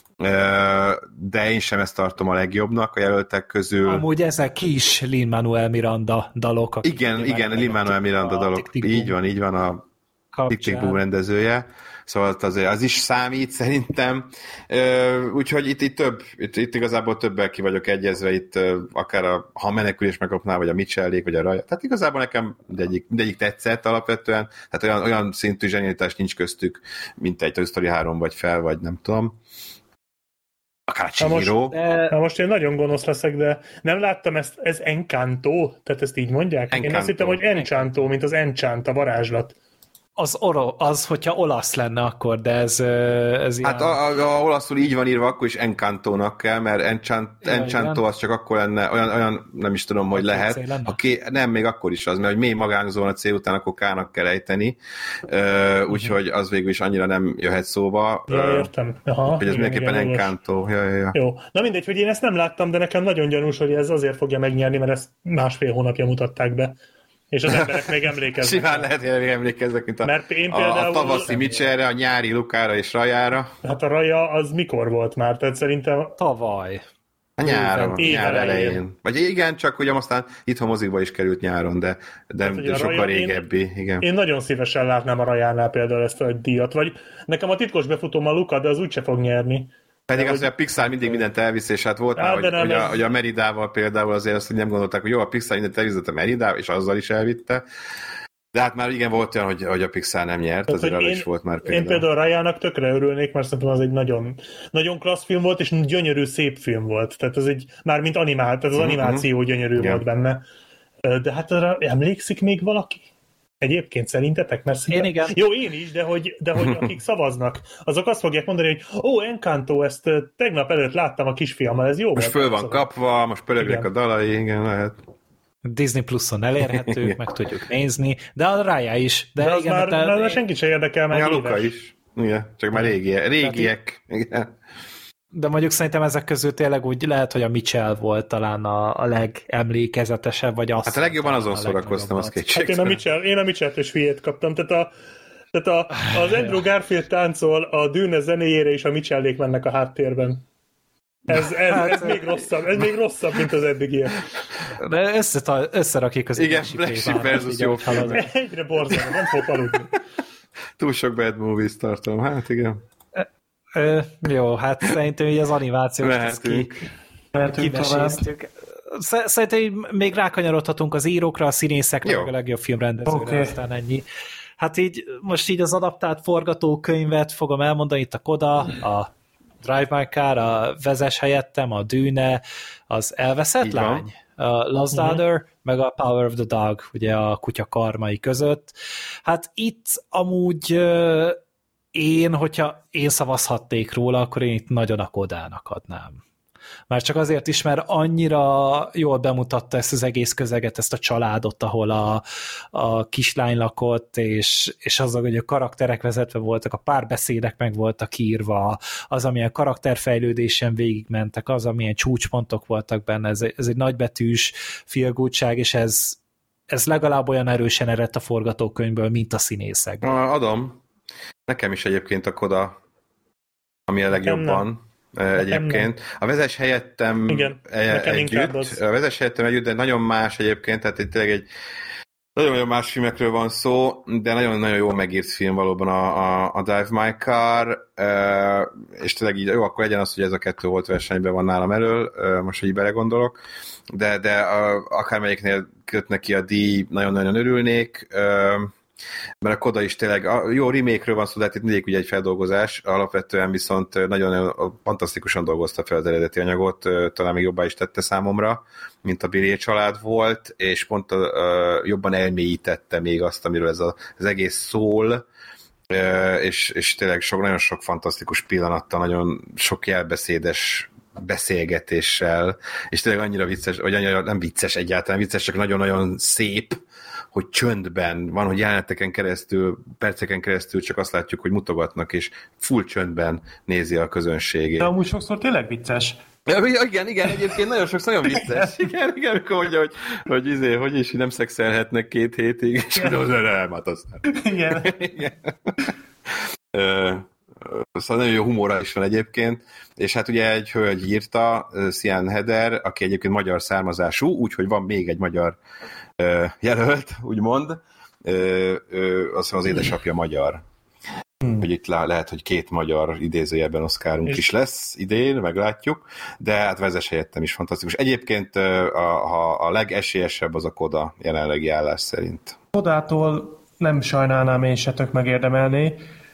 de én sem ezt tartom a legjobbnak a jelöltek közül. Amúgy ezek is Lin-Manuel Miranda dalok. Igen, igen, Lin-Manuel Miranda dalok. Így van, így van a Tick-Tick Boom rendezője, szóval azért az is számít szerintem, úgyhogy itt, itt több, itt, itt igazából többel ki vagyok egyezve, itt akár a, ha a menekülés megkapná, vagy a Mitchellék, vagy a Raja, tehát igazából nekem mindegyik, mindegyik tetszett alapvetően, tehát olyan, olyan szintű zsenialitás nincs köztük, mint egy Toy Story három, vagy fel, vagy nem tudom. Akár Chihiro. Most, most én nagyon gonosz leszek, de nem láttam ezt, ez Encanto, tehát ezt így mondják? Encanto. Én azt hittem, hogy Enchanto, mint az Enchant, a varázslat. Az, oro, az, hogyha olasz lenne akkor, de ez, ez hát ilyen... Hát ha olaszul így van írva, akkor is Encantónak kell, mert Enchant, ja, Enchanto az csak akkor lenne, olyan, olyan nem is tudom, hogy lehet. Ha ké, nem, még akkor is az, mert hogy mély magánzón a C után, akkor K-nak kell ejteni, uh, úgyhogy az végül is annyira nem jöhet szóba. Ja, értem. Aha, hogy ez mindenképpen Encanto. Ja, ja, ja. Jó. Na mindegy, hogy én ezt nem láttam, de nekem nagyon gyanús, hogy ez azért fogja megnyerni, mert ezt másfél hónapja mutatták be. És az emberek még emlékeznek. Simán lehet, hogy még emlékeznek, mint a, Mert én például... a, a tavaszi Mitchellre, a nyári Lukára és Rajára. Hát a Raja az mikor volt már? Tehát szerintem... Tavaly. A nyáron, nyár elején. elején. Vagy igen, csak ugye aztán itthon mozikba is került nyáron, de, de, hát, de sokkal Raja, régebbi. Én, igen. én nagyon szívesen látnám a Rajánál például ezt a díjat. Vagy nekem a titkos befutóm a Luka, de az úgyse fog nyerni. Pedig az, hogy a Pixar mindig mindent elvisz, és hát volt már, hogy, hogy, a, hogy a Meridával például azért azt, hogy nem gondolták, hogy jó, a Pixar mindent elviszett a Meridával, és azzal is elvitte. De hát már igen, volt olyan, hogy, hogy a Pixar nem nyert, tehát, azért arra is volt már például. Én például Rajának tökre örülnék, mert szerintem az egy nagyon, nagyon klassz film volt, és gyönyörű, szép film volt. Tehát az egy, már mint animált, tehát az uh-huh. animáció gyönyörű igen. volt benne. De hát arra emlékszik még valaki? Egyébként szerintetek? Mert én igen. Jó, én is, de hogy, de hogy akik szavaznak, azok azt fogják mondani, hogy ó, Encanto, ezt tegnap előtt láttam a kisfiammal, ez jó. Most föl van szavaz. Kapva, most pörögnek a dalai, igen, lehet. Disney Pluson elérhetők, meg tudjuk nézni, de a Raya is. De, de az igen, már, de, már senki sem érdekel, már a Luka is. Igen, csak már régiek. régiek. Igen. De mondjuk szerintem ezek közül tényleg úgy lehet, hogy a Mitchell volt talán a, a legemlékezetesebb, vagy azt. Hát a legjobban azon szórakoztam, az kétségtelen. Hát én a Mitchell, én a Mitchell-t és hülyét kaptam, tehát, a, tehát a, az Andrew Garfield táncol a Dune zenéjére, és a Mitchellék mennek a háttérben. Ez, ez, hát, ez, még rosszabb, ez még rosszabb, mint az eddigiek. De össze, összerakjuk az igen, Black Sheep versus jó film. Egyre borzalom, nem fogok aludni. Túl sok bad movies tartom, hát igen. Ö, jó, hát szerintem így az animációt kiveséztük. Szerintem még rákanyarodhatunk az írókra, a színészekre, a legjobb filmrendezőre, okay. Aztán ennyi. Hát így, most így az adaptált forgatókönyvet fogom elmondani, itt a Koda, a Drive My Car, a Vezess helyettem, a Dűne, az Elveszett Így lány, a Lost Mhm. Daughter, meg a Power of the Dog, ugye a kutya karmai között. Hát itt amúgy ö, én, hogyha én szavazhatnék róla, akkor én itt nagyon a Kodának adnám. Már csak azért is, mert annyira jól bemutatta ezt az egész közeget, ezt a családot, ahol a, a kislány lakott, és, és azzal, hogy a karakterek vezetve voltak, a párbeszédek meg voltak írva, az, amilyen karakterfejlődésen végigmentek, az, amilyen csúcspontok voltak benne, ez, ez egy nagybetűs feel-goodság, és ez, ez legalább olyan erősen eredt a forgatókönyvből, mint a színészek. Adom. Nekem is egyébként a Koda, ami a legjobban. Egyébként. A Vezess helyettem Igen, nekem inkább az. együtt, a Vezess helyettem együtt, de nagyon más egyébként, tehát itt tényleg egy nagyon-nagyon más filmekről van szó, de nagyon-nagyon jól megírt film valóban a, a, a Drive My Car, és tényleg így, jó, akkor legyen az, hogy ez a kettő volt versenyben van nálam elől, most, hogy így belegondolok, de, de akármelyiknél kötnek ki a díj, nagyon-nagyon örülnék, mert a Koda is tényleg, a jó remake-ről van szó, de hát itt mindig ugye egy feldolgozás, alapvetően viszont nagyon fantasztikusan dolgozta fel az eredeti anyagot, talán még jobbá is tette számomra, mint a Billy család volt, és pont a, a, jobban elmélyítette még azt, amiről ez a, az egész szól, és, és tényleg sok, nagyon sok fantasztikus pillanattal, nagyon sok jelbeszédes beszélgetéssel, és tényleg annyira vicces, vagy annyira nem vicces egyáltalán, vicces, csak nagyon-nagyon szép, hogy csöndben van, hogy jeleneteken keresztül, perceken keresztül csak azt látjuk, hogy mutogatnak, és full csöndben nézi a közönségét. De amúgy sokszor tényleg vicces. Ja, igen, igen, egyébként nagyon sokszor nagyon vicces. Igen, igen, amikor mondja, hogy, hogy, izé, hogy is nem szexelhetnek két hétig, és az nem, hát aztán. Igen. Igen. Szóval nagyon jó humora is van egyébként, és hát ugye egy hölgy írta, Sian Heder, aki egyébként magyar származású, úgyhogy van még egy magyar jelölt, úgymond, azt hiszem az édesapja magyar. Hmm. Hogy itt lehet, hogy két magyar idézőjelben Oscarunk is lesz idén, meglátjuk, de hát Vezess helyettem is fantasztikus. Egyébként a, a, a legesélyesebb az a Koda jelenlegi állás szerint. Kodától nem sajnálnám én se tök megérdemelni.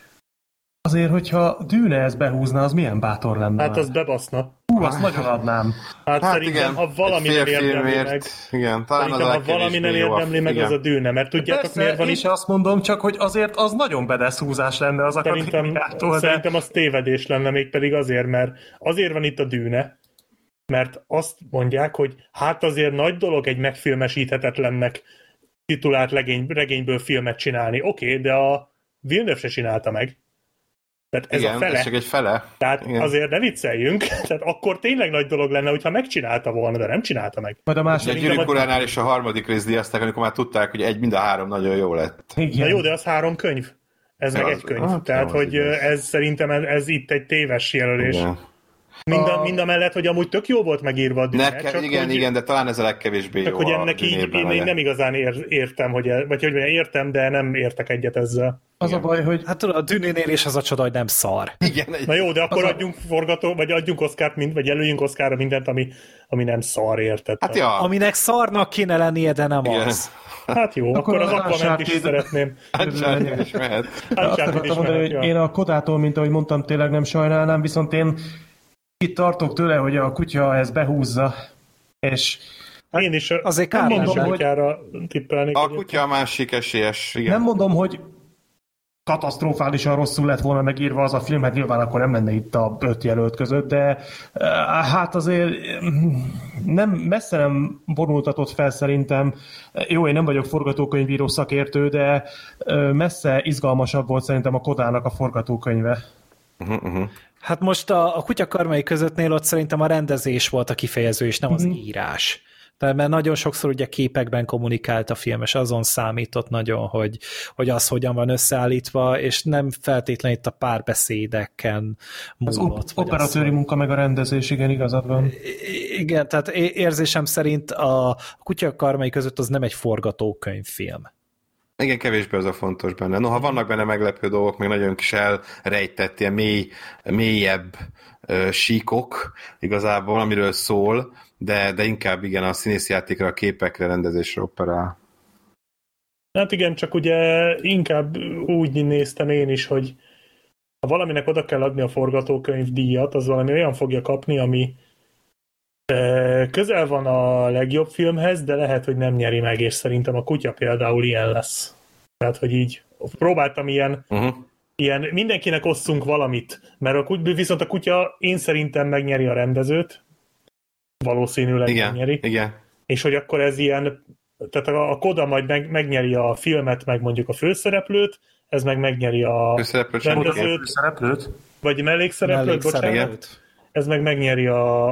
Azért, hogyha Dűne ezt behúzna, az milyen bátor lenne? Hát az bebaszna. Hú, azt nagyon adnám. Hát, hát szerintem, igen, ha valami nem érdemli meg, igen, talán szerintem, ha valami nem érdemli meg, az a Dűne, mert tudjátok, persze, miért van én itt? is azt mondom, csak hogy azért az nagyon bedeszhúzás lenne az akadémiától. De... Szerintem az tévedés lenne, mégpedig azért, mert azért van itt a Dűne, mert azt mondják, hogy hát azért nagy dolog egy megfilmesíthetetlennek titulált legény, regényből filmet csinálni. Oké, okay, de a Villeneuve se csinálta meg. Tehát ez igen, a fele. Ez csak egy fele. Tehát igen. Azért ne vicceljünk. Tehát akkor tényleg nagy dolog lenne, hogyha megcsinálta volna, de nem csinálta meg. Majd a második. A Gyűrűk uránál is a harmadik részt díjazták, amikor már tudták, hogy egy mind a három nagyon jó lett. Igen. Na jó, de az három könyv. Ez ja, meg az, egy könyv. Ah, Tehát, hogy igaz. ez szerintem ez, ez itt egy téves jelölés. Igen. Mind a, mind a mellett, hogy amúgy tök jó volt megírva a Dűne. Csak igen, hogy, igen, de talán ez a legkevésbé csak jó. Csak hogy ennek így, én még nem igazán ér, értem, hogy, vagy hogy mondjam, értem, de nem értek egyet ezzel. Az igen. A baj, hogy... Hát tudod, a Dűnénél is az a csoda, hogy nem szar. Igen, na jó, de akkor adjunk a... forgató, vagy adjunk Oscart, mind, vagy jelöljünk Oscarra mindent, ami, ami nem szar, érted? Hát ja. Aminek szarnak kéne lennie, de nem igen. Az. Hát jó, akkor, akkor az Aquaman is szeretném. Uncharted is mehet. Uncharted is mehet, ja. Én a Kodától, mint ahogy mondtam, tényleg nem sajnálnám, viszont én itt tartok tőle, hogy a kutya ezt behúzza, és hát én is azért nem mondom, hogy kutyára tippelnék. A kutya a másik esélyes, igen. Nem mondom, hogy katasztrofálisan rosszul lett volna megírva az a film, hát nyilván akkor nem lenne itt a öt jelölt között, de hát azért nem, messze nem vonultatott fel szerintem. Jó, én nem vagyok forgatókönyvíró szakértő, de messze izgalmasabb volt szerintem a Kodának a forgatókönyve. Uh-huh, uh-huh. Hát most a, a kutya karmai közöttnél ott szerintem a rendezés volt a kifejező, és nem az uh-huh. írás. Tehát mert nagyon sokszor ugye képekben kommunikált a film, és azon számított nagyon, hogy, hogy az hogyan van összeállítva, és nem feltétlenül itt a párbeszédeken múlott. Az op- operatőri munka meg a rendezés, igen, igazad van. Igen, tehát érzésem szerint a kutya karmai között az nem egy forgatókönyvfilm. Igen, kevésbé az a fontos benne. Noha vannak benne meglepő dolgok, meg nagyon kis elrejtett, ilyen mély, mélyebb uh, síkok igazából, amiről szól, de, de inkább igen a színészjátékra, a képekre, rendezésre operál. Hát igen, csak ugye inkább úgy néztem én is, hogy ha valaminek oda kell adni a forgatókönyv díjat, az valami olyan fogja kapni, ami közel van a legjobb filmhez, de lehet, hogy nem nyeri meg, és szerintem a Kutya például ilyen lesz. Tehát, hogy így próbáltam ilyen, uh-huh. ilyen mindenkinek osszunk valamit, mert a Kutya, viszont a Kutya én szerintem megnyeri a rendezőt, valószínűleg igen, megnyeri. Igen. És hogy akkor ez ilyen, tehát a, a Koda majd meg, megnyeri a filmet, meg mondjuk a főszereplőt, ez meg megnyeri a rendezőt, főszereplőt, vagy mellékszereplőt, bocsánat, ez meg megnyeri a,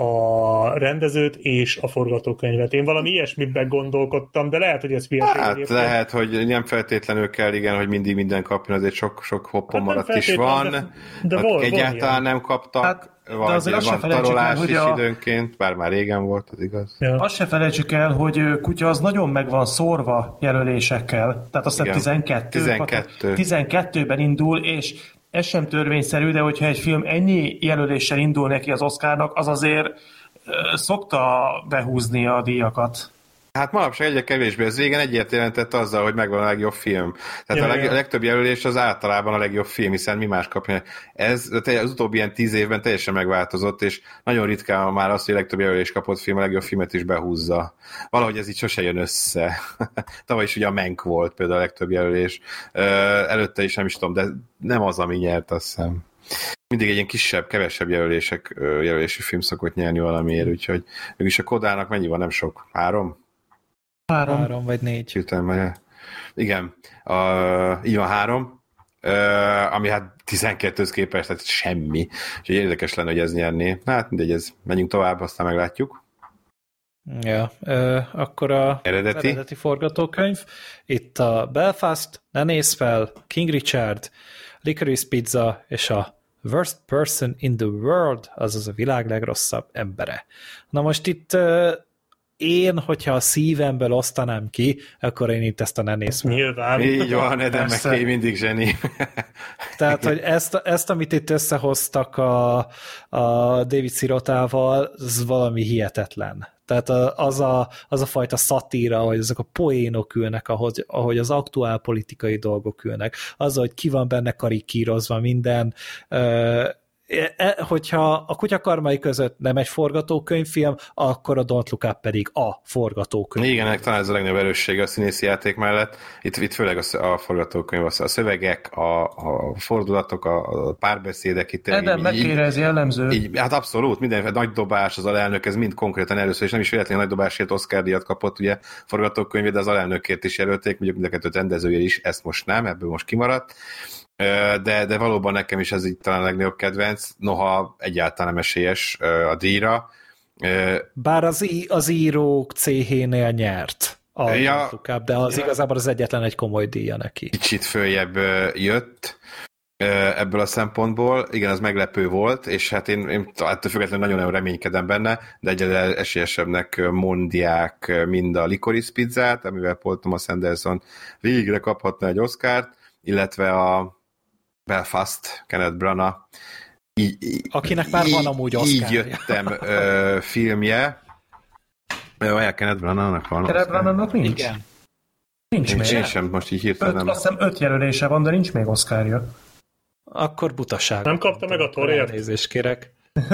a rendezőt és a forgatókönyvet. Én valami ilyesmiben gondolkodtam, de lehet, hogy ez hülyeség. Hát egyébként. Lehet, hogy nem feltétlenül kell, igen, hogy mindig minden kapjon, azért sok, sok hoppon hát maradt is van. De, de vol, egyáltalán nem kaptak, hát, vagy azért van tarolás is a... időnként, bár már régen volt, az igaz. Ja. Azt se felejtsük el, hogy Kutya az nagyon meg van szórva jelölésekkel. Tehát azt hiszem tizenkettő, tizenkettő. tizenkettőben indul, és ez sem törvényszerű, de hogyha egy film ennyi jelöléssel indul neki az Oscarnak, az azért szokta behúzni a díjakat. Hát manapság egyre kevésbé, ez régen egyért jelentett azzal, hogy megvan a legjobb film. Tehát ja, a, leg, a legtöbb jelölés az általában a legjobb film, hiszen mi más kapja. Ez az utóbbi ilyen tíz évben teljesen megváltozott, és nagyon ritkán már az, hogy a legtöbb jelölés kapott film, a legjobb filmet is behúzza. Valahogy ez így sose jön össze. Tavaly is ugye a Mank volt például a legtöbb jelölés. Előtte is nem is tudom, de nem az, ami nyert, azt hiszem. Mindig egy ilyen kisebb, kevesebb jelölések, jelölési film szokott nyerni valamiért, úgyhogy mégis a Kodának mennyi van, nem sok? Három? Három. Három vagy négy. Jutam, igen, uh, így van három, uh, ami hát tizenkettőhöz képest, tehát semmi. Úgyhogy érdekes lenne, hogy ez nyerné. Hát mindegy, ez, menjünk tovább, aztán meglátjuk. Ja, uh, akkor a eredeti. eredeti forgatókönyv. Itt a Belfast, Ne nézz fel, King Richard, Licorice Pizza és a Worst Person in the World, azaz a világ legrosszabb embere. Na most itt uh, én, hogyha a szívemből osztanám ki, akkor én itt ezt a Ne nézz fel. Nyilván. Így van, Eden McKay mindig zseni. Tehát, hogy ezt, ezt, amit itt összehoztak a, a David Sirotával, az valami hihetetlen. Tehát az a, az a fajta szatíra, hogy ezek a poénok ülnek, ahogy, ahogy az aktuál politikai dolgok ülnek. Az, hogy ki van benne karikírozva minden, hogyha a Kutyakarmai között nem egy forgatókönyvfilm, akkor a Don't Look Up pedig a forgatókönyv. Igen, talán ez a legnagyobb erőssége a színészi játék mellett. Itt, itt főleg a, a forgatókönyv, a szövegek, a, a fordulatok, a, a párbeszédek. Itt Eden McKayre ez jellemző. Így, hát abszolút, minden nagy dobás, az alelnök, ez mind konkrétan először, és nem is véletlenül nagy dobásért Oscar-díjat kapott, ugye forgatókönyvét, de az alelnökért is jelölték, mondjuk mind a kettőt rendezője is, ezt most nem, ebből most kimaradt. De, de valóban nekem is ez így talán a legnagyobb kedvenc, noha egyáltalán nem esélyes a díjra. Bár az, az írók céhénél nyert a ja, Lukább, de az ja. igazából az egyetlen egy komoly díja neki. Kicsit följebb jött ebből a szempontból. Igen, az meglepő volt, és hát én, én ettől függetlenül nagyon reménykedem benne, de egyre esélyesebbnek mondják mind a Licorice Pizzát, amivel Paul Thomas Anderson végre kaphatna egy Oscart, illetve a Belfast, Kenneth Branagh. Így, akinek már van amúgy Oscarja. Így jöttem ö, filmje. Olyan Kenneth Branagh-nak van. Kenneth Branagh-nak nincs? Igen. Nincs, nincs még. Én sem most így hirtelen nem. Azt hiszem öt jelölése van, de nincs még Oscarja. Akkor butaság. Nem kapta meg a Torért? Elnézést kérek.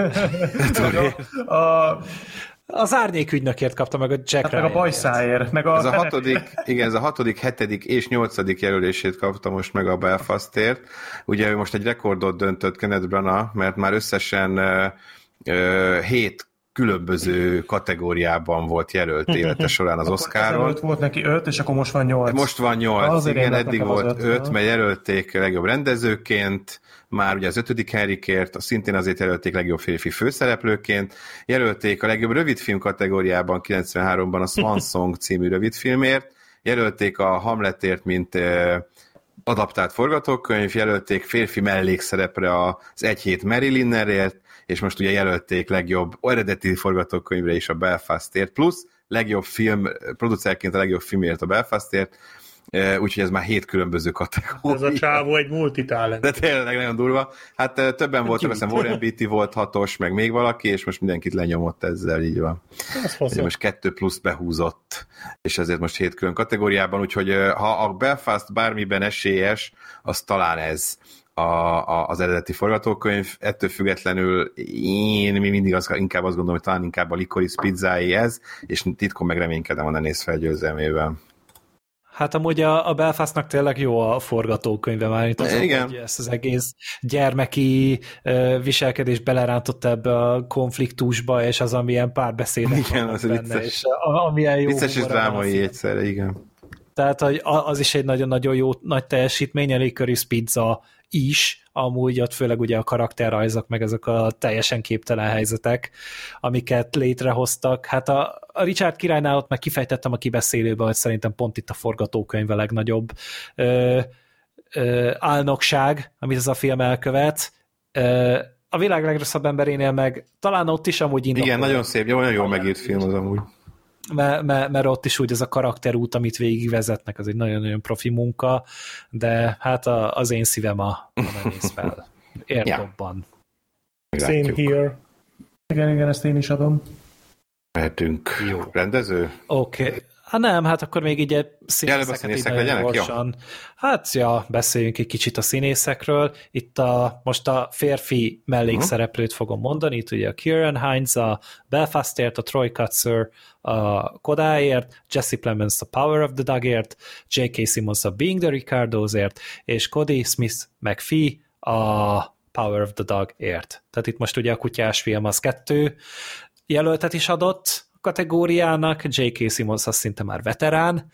a, a... Az árnyékügynökért kapta meg a Jack hát meg a bajszáért. Meg a ez, a hatodik, igen, ez a hatodik, hetedik és nyolcadik jelölését kapta most meg a Belfastért. Ugye ő most egy rekordot döntött Kenneth Branagh, mert már összesen uh, uh, hét különböző kategóriában volt jelölt élete során az Oscaron. Öt volt neki öt, és akkor most van nyolc. Most van nyolc, igen, eddig volt öt, mert jelölték legjobb rendezőként, már ugye az ötödik Henrikért, szintén azért jelölték legjobb férfi főszereplőként, jelölték a legjobb rövidfilm kategóriában kilencvenháromban a Swan Song című rövidfilmért, jelölték a Hamletért, mint adaptált forgatókönyv, jelölték férfi mellékszerepre az Egy hét Marilynnerért, és most ugye jelölték legjobb eredeti forgatókönyvre is a Belfastért, plusz legjobb film, producerként a legjobb filmért a Belfastért, úgyhogy ez már hét különböző kategória. Ez a csávó egy multitalent. De tényleg nagyon durva. Hát többen voltak, azt hiszem Warren Beatty volt hatos, meg még valaki, és most mindenkit lenyomott ezzel, így van. Most kettő plusz behúzott, és ezért most hét külön kategóriában, úgyhogy ha a Belfast bármiben esélyes, az talán ez. A, a, az eredeti forgatókönyv, ettől függetlenül én mi mindig az, inkább azt gondolom, hogy talán inkább a Licorice Pizzáé ez, és titkon meg reménykedem a Ne nézz fel győzelmével. Hát amúgy a, a Belfastnak tényleg jó a forgatókönyve már, itt azon, igen. hogy ezt az egész gyermeki uh, viselkedés belerántott ebbe a konfliktusba, és az, amilyen párbeszédek igen, az benne, vicces. és a, amilyen jó vicces és drámai egyszerre, igen. Tehát az is egy nagyon-nagyon jó nagy teljesítmény, a Licorice Pizza is, amúgy ott főleg ugye a karakterrajzok, meg ezek a teljesen képtelen helyzetek, amiket létrehoztak. Hát a, a Richard királynál ott meg kifejtettem a kibeszélőben, hogy szerintem pont itt a forgatókönyv a legnagyobb ö, ö, álnokság, amit ez a film elkövet. Ö, a világ legrosszabb emberénél meg talán ott is amúgy indokolt. Igen, nagyon szép, jó, nagyon jól megírt film az amúgy. Mert, mert, mert ott is úgy ez a karakterút, amit végigvezetnek, az egy nagyon-nagyon profi munka, de hát a, az én szívem a, a Ne nézz fel. Értobban. Same here. Igen, igen, ezt én is adom. Mehetünk. Jó. Rendező? Oké. Okay. Hát nem, hát akkor még így egy színészeket színészek így legyenek, gyorsan. Jó? Hát ja, beszéljünk egy kicsit a színészekről. Itt a, most a férfi mellékszereplőt fogom mondani, itt ugye a Ciarán Hinds, a Belfastért, a Troy Kotsur, a Kodáért, Jesse Plemons a Power of the Dogért, J K. Simmons a Being the Ricardo'sért, és Cody Smith McPhee a Power of the Dogért. Tehát itt most ugye a kutyás film az kettő jelöltet is adott kategóriának, J K. Simmons az szinte már veterán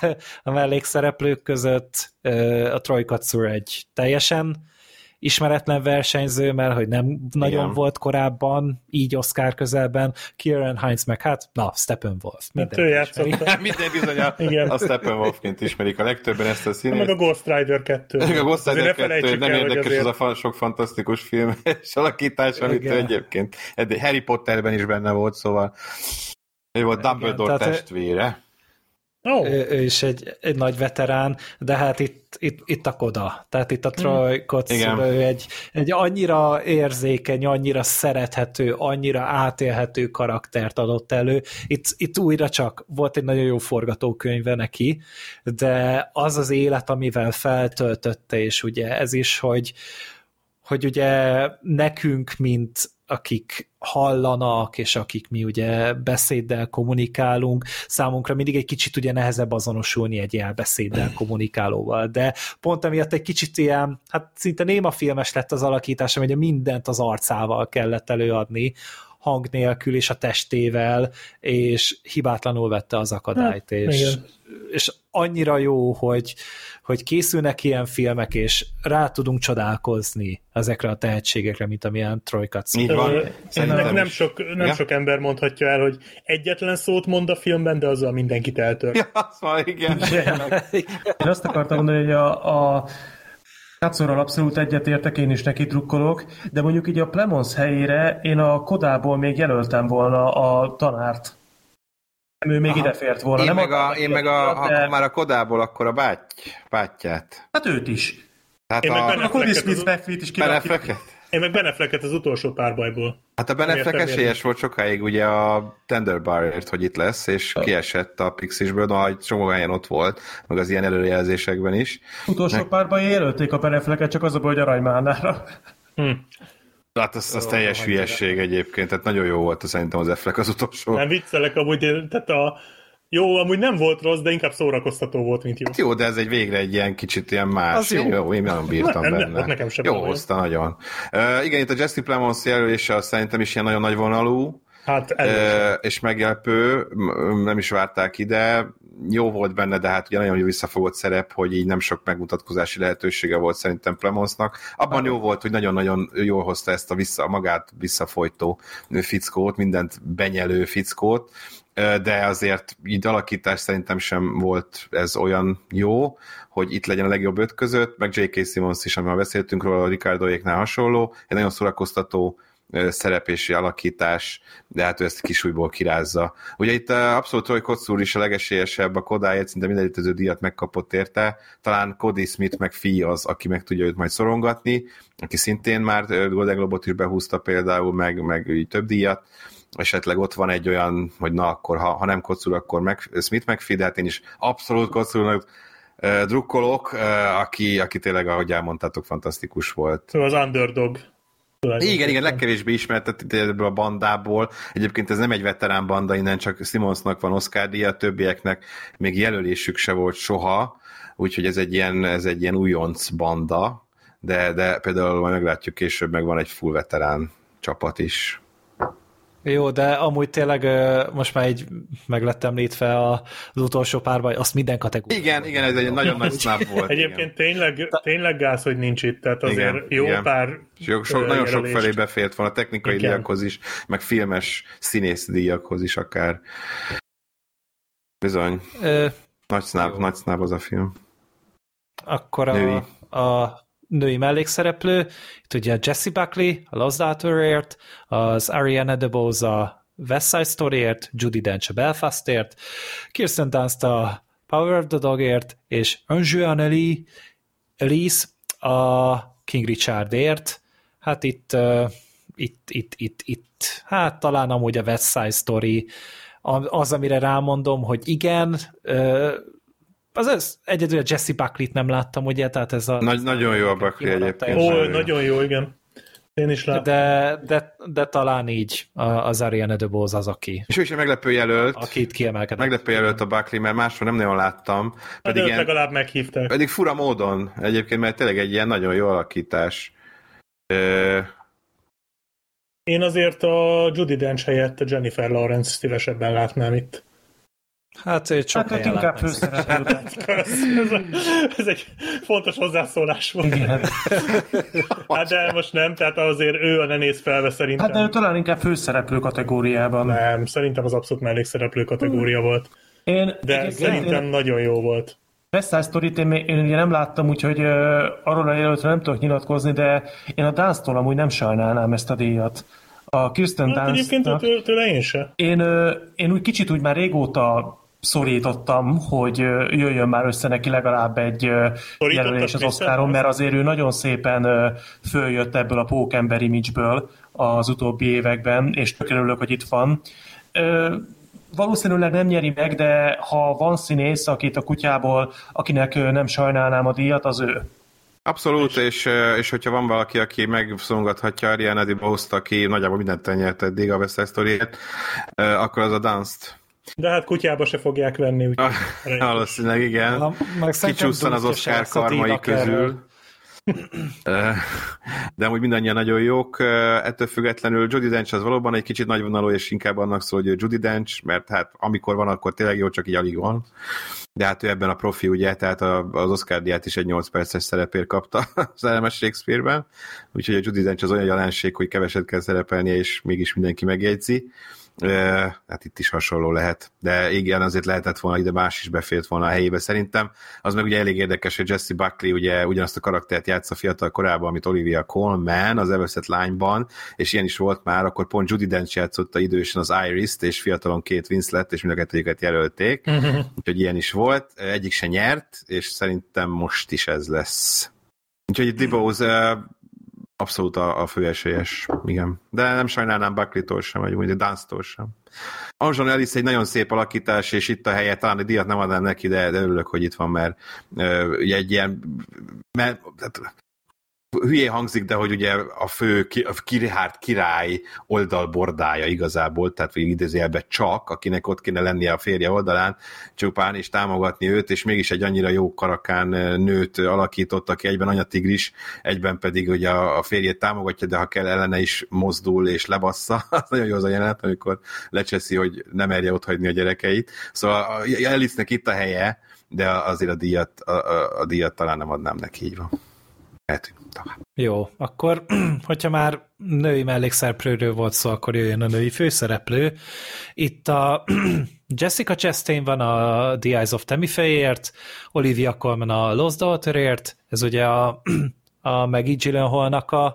a mellékszereplők között, a Troy Kotsur egy teljesen ismeretlen versenyző, mert hogy nem nagyon igen. volt korábban így Oscar közelben, Ciarán Hinds meg hát, na, Steppenwolf. Hát ő játszott. Minden bizony a, a Steppenwolfként ismerik a legtöbben ezt a színét. Meg a Ghost Rider kettő. Meg a Ghost Rider kettő, nem el, érdekes azért... az a sok fantasztikus film és alakítás, amit ő egyébként Harry Potterben is benne volt, szóval ő volt Dumbledore igen, testvére. Oh. Ő, ő is egy, egy nagy veterán, de hát itt, itt, itt a Koda. Tehát itt a Troy Kotsur, ő egy, egy annyira érzékeny, annyira szerethető, annyira átélhető karaktert adott elő. Itt, itt újra csak volt egy nagyon jó forgatókönyve neki, de az az élet, amivel feltöltötte, és ugye ez is, hogy, hogy ugye nekünk, mint akik hallanak, és akik mi ugye beszéddel kommunikálunk, számunkra mindig egy kicsit ugye nehezebb azonosulni egy ilyen beszéddel kommunikálóval, de pont emiatt egy kicsit ilyen, hát szinte némafilmes lett az alakítás, hogy mindent az arcával kellett előadni, hang nélkül és a testével, és hibátlanul vette az akadályt, hát, és, és annyira jó, hogy, hogy készülnek ilyen filmek, és rá tudunk csodálkozni ezekre a tehetségekre, mint amilyen Troy Kotsur. Így van. Szerintem nem, sok, nem sok ember mondhatja el, hogy egyetlen szót mond a filmben, de azzal mindenkit eltör. Ja, az van, igen. Én azt akartam mondani, hogy a, a Kotsurral abszolút egyetértek, én is neki drukkolok, de mondjuk így a Plemons helyére én a Kodából még jelöltem volna a tanárt. Ő még aha. ide fért volna. Én nem meg, a, én meg a, de... már a Kodából akkor a báty, bátyját. Hát őt is. Hát én a... meg a Cody Smith McPhee-t is kirakjuk. Én meg Ben Afflecket az utolsó párbajból. Hát a Ben Affleck esélyes volt sokáig ugye a Tender Barért, hogy itt lesz, és oh. kiesett a Pixisből, de egy csomó helyen ott volt, meg az ilyen előrejelzésekben is. Utolsó meg... párban jelölték a Ben Afflecket, csak az a baj, hogy aranymálnára. Hm. Hát az, az oh, teljes hülyesség egyébként, tehát nagyon jó volt szerintem az Affleck az utolsó. Nem viccelek, amúgy, tehát a jó, amúgy nem volt rossz, de inkább szórakoztató volt, mint jó. Hát jó, de ez egy végre egy ilyen kicsit ilyen más. Az jó. jó, én nagyon bírtam nem, benne. Nem, nekem sem jó hozta nagyon. Uh, igen, itt a Jesse Plemons jelölése az szerintem is ilyen nagyon nagy vonalú. Hát uh, és meglepő, nem is várták ide. Jó volt benne, de hát ugye nagyon jó visszafogott szerep, hogy így nem sok megmutatkozási lehetősége volt szerintem Plemonsnak. Abban jó volt, hogy nagyon-nagyon jól hozta ezt a vissza, magát visszafolytó fickót, mindent benyelő fickót, de azért így alakítás szerintem sem volt ez olyan jó, hogy itt legyen a legjobb öt között, meg J K. Simmons is, amivel beszéltünk róla, a Ricardoéknál hasonló, egy nagyon szórakoztató szerepési alakítás, de hát ő ezt kisújból kirázza. Ugye itt abszolút Roy Kotsur is a legesélyesebb, a Kodályért szinte minden létező díjat megkapott érte, talán Cody Smith meg Fee az, aki meg tudja őt majd szorongatni, aki szintén már Golden Globot is behúzta például, meg, meg így több díjat, esetleg ott van egy olyan, hogy na akkor, ha, ha nem Kotsur, akkor meg, Smith meg Fee, de hát én is abszolút Kotsurnak uh, drukkolok, uh, aki, aki tényleg, ahogy elmondtátok, fantasztikus volt. Ő az underdog. Igen, igen, legkevésbé ismertett ebből a bandából. Egyébként ez nem egy veterán banda, innen csak Simmonsnak van Oscar-díja, a többieknek még jelölésük se volt soha, úgyhogy ez egy ilyen, ez egy ilyen újonc banda, de, de például majd meglátjuk később, meg van egy full veterán csapat is. Jó, de amúgy tényleg most már így meg lett említve az utolsó párban, azt minden kategóriában. Igen, igen, ez egy nagyon nagy snap volt. Egyébként tényleg, tényleg gáz, hogy nincs itt, tehát azért igen, jó igen. pár so, so, nagyon sok felé befért volna, a technikai igen. díjakhoz is, meg filmes színész díjakhoz is akár. Bizony. Ö, nagy snap, nagy snap az a film. Akkor a, a női mellékszereplő, itt ugye Jessie Buckley, a Lost Daughterért, az Ariana DeBose a West Side Storyért, Judi Dench a Belfastért, Kirsten Dunst a Power of the Dogért, és Anjou Elise a King Richardért. Hát itt, uh, itt, itt, itt, itt, hát talán amúgy a West Side Story az, amire rámondom, hogy igen, uh, az ez, egyedül a Jessie Buckley-t nem láttam, ugye, tehát ez a... Nagy, nagyon jó a Buckley egyébként. Ó, nagyon, nagyon jó, igen. Én is láttam. De, de, de talán így az Ariana DeBose az, aki... És ő is egy meglepő jelölt. Akit kiemelkedett. Meglepő jelölt a Buckley, mert máshol nem nagyon láttam. Pedig ilyen, legalább meghívták. Pedig fura módon egyébként, mert tényleg egy ilyen nagyon jó alakítás. Én azért a Judi Dench helyett a Jennifer Lawrence szívesebben látnám itt. Hát egy sok hát inkább főszereplő. ez, ez egy fontos hozzászólás volt. Hát de most nem, tehát azért ő a ne néz felve szerintem. Hát de ő talán inkább főszereplő kategóriában. Nem, szerintem az abszolút mellékszereplő kategória hmm. volt. Én, de én, szerintem én, nagyon jó volt. West Side Story-t én, én ugye nem láttam, úgyhogy uh, arról a jelöltre nem tudok nyilatkozni, de én a Dunst-tól amúgy nem sajnálnám ezt a díjat. A Kirsten hát Dunstnak... Egyébként tőle én se. Én, uh, én úgy kicsit úgy már régóta szorítottam, hogy jöjjön már össze neki legalább egy jelölés az Oscaron, mert azért ő nagyon szépen följött ebből a pókember image-ből az utóbbi években, és tök örülök, hogy itt van. Valószínűleg nem nyeri meg, de ha van színész, akit a kutyából, akinek nem sajnálnám a díjat, az ő. Abszolút, és, és hogyha van valaki, aki megszongathatja Ariana DeBose-t, aki nagyjából mindent nyert eddig a West Side Story-ét, akkor az a Dunst. De hát kutyába se fogják venni. Úgy valószínűleg igen. Kicsúsztan az Oscar karmai közül. De amúgy mindannyian nagyon jók. Ettől függetlenül Judi Dench az valóban egy kicsit nagyvonalú, és inkább annak szól, hogy Judi Dench, mert hát amikor van, akkor tényleg jó, csak így alig van. De hát ő ebben a profi, ugye, tehát az Oscar-díját is egy nyolc perces szerepért kapta az Elmes Shakespeare-ben, úgyhogy a Judi Dench az olyan jelenség, hogy keveset kell szerepelnie, és mégis mindenki megjegyzi. Hát itt is hasonló lehet, de igen, azért lehetett volna ide más is befért volna a helyébe szerintem. Az meg ugye elég érdekes, hogy Jessie Buckley ugye ugyanazt a karaktert játsza fiatal korában, amit Olivia Colman az Everset Lányban, és ilyen is volt már, akkor pont Judi Dench játszotta idősen az Iris-t, és fiatalon Kate Winslet, és mind a kettőjüket jelölték, uh-huh. úgyhogy ilyen is volt. Egyik se nyert, és szerintem most is ez lesz. Úgyhogy itt DeBose abszolút a, a főesélyes, igen. De nem sajnálnám Buckley-tól sem, vagy úgy Dunst-tól sem. Anjou Elise egy nagyon szép alakítás, és itt a helye, talán a díjat nem adnám neki, de, de örülök, hogy itt van, mert uh, ugye egy ilyen mert, hülyén hangzik, de hogy ugye a fő a Richard király oldalbordája igazából, tehát vagy idézőjelben csak, akinek ott kéne lennie a férje oldalán csupán, és támogatni őt, és mégis egy annyira jó karakán nőt alakított, aki egyben anyatigris, egyben pedig ugye a férjét támogatja, de ha kell ellene is mozdul és lebassza. Az nagyon jó az a jelenet, amikor lecseszi, hogy nem merje otthagyni a gyerekeit. Szóval Elise-nek itt a helye, de azért a díjat, a, a, a díjat talán nem adnám neki, így van. Jó, akkor, hogyha már női mellékszereplőről volt szó, akkor jöjjön a női főszereplő. Itt a Jessica Chastain van a The Eyes of Tammy-Fayeért, Olivia Colman a Lost Daughterért, ez ugye a, a Maggie Gyllenhaalnak a, a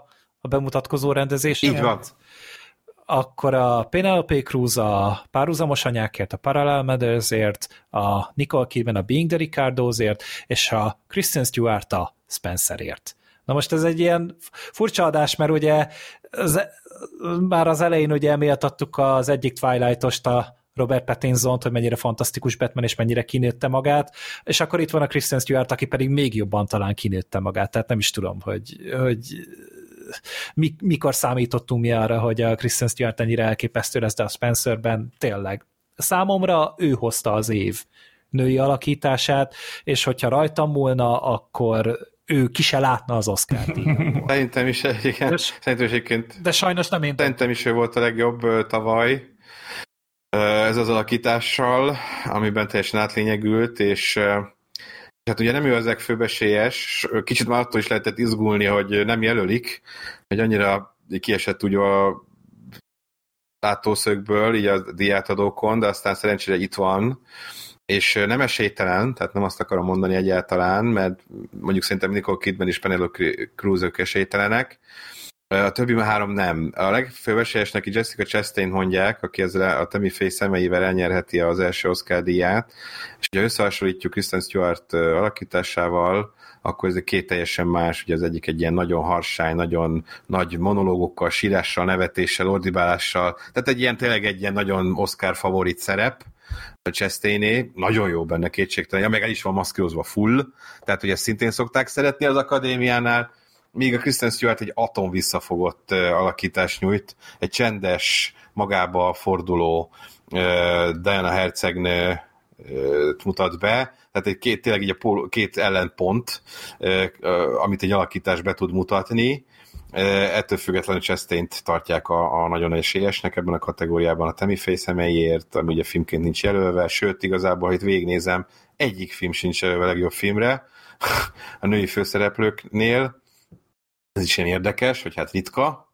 a bemutatkozó rendezésért. Így van. Akkor a Penelope Cruz a Párhuzamos anyákért, a Parallel Mothersért, a Nicole Kidman a Being the Ricardo'sért, és a Kristen Stewart a Spencerért. Na most ez egy ilyen furcsa adás, mert ugye az, már az elején ugye méltattuk az egyik Twilight-ost, a Robert Pattinson-t, hogy mennyire fantasztikus Batman, és mennyire kinőtte magát, és akkor itt van a Kristen Stewart, aki pedig még jobban talán kinőtte magát, tehát nem is tudom, hogy, hogy mikor számítottunk mi arra, hogy a Kristen Stewart ennyire elképesztő lesz, de a Spencerben tényleg. Számomra ő hozta az év női alakítását, és hogyha rajtam múlna, akkor ő ki se látna az Oscar-t. Szerintem is, igen. De, Szerintem is egyébként. De sajnos nem én. Szerintem is ő volt a legjobb tavaly ez az alakítással, amiben teljesen átlényegült, és hát ugye nem ő az legfőbb-esélyes, kicsit már attól is lehetett izgulni, hogy nem jelölik, hogy annyira kiesett ugye a látószögből, így a díjátadókon, de aztán szerencsére itt van, és nem esélytelen, tehát nem azt akarom mondani egyáltalán, mert mondjuk szerintem Nicole Kidman és Penelope Cruz ők esélytelenek, a többi már három nem. A legfőbb esélyesnek Jessica Chastain mondják, aki ezzel a Tammy Faye szemeivel elnyerheti az első Oscar díját, és ha összehasonlítjuk Kristen Stewart alakításával, akkor ez egy két teljesen más, ugye az egyik egy ilyen nagyon harsány, nagyon nagy monológokkal, sírással, nevetéssel, ordibálással, tehát egy ilyen tényleg egy ilyen nagyon Oscar favorit szerep, a Chastainé, nagyon jó benne kétségtelen, ja, meg el is van maszkírozva full, tehát ugye ezt szintén szokták szeretni az akadémiánál, míg a Kristen Stewart egy atom visszafogott uh, alakítást nyújt, egy csendes, magába forduló uh, Diana hercegnő uh, mutat be, tehát egy két, tényleg így a pól, két ellenpont, uh, uh, amit egy alakítás be tud mutatni, uh, ettől függetlenül Chastaint tartják a, a nagyon esélyesnek ebben a kategóriában a Tammy Faye személyért, ami ugye filmként nincs jelölve, sőt igazából, ha itt végignézem, egyik film sincs jelölve a legjobb filmre a női főszereplőknél. Ez is ilyen érdekes, hogy hát ritka,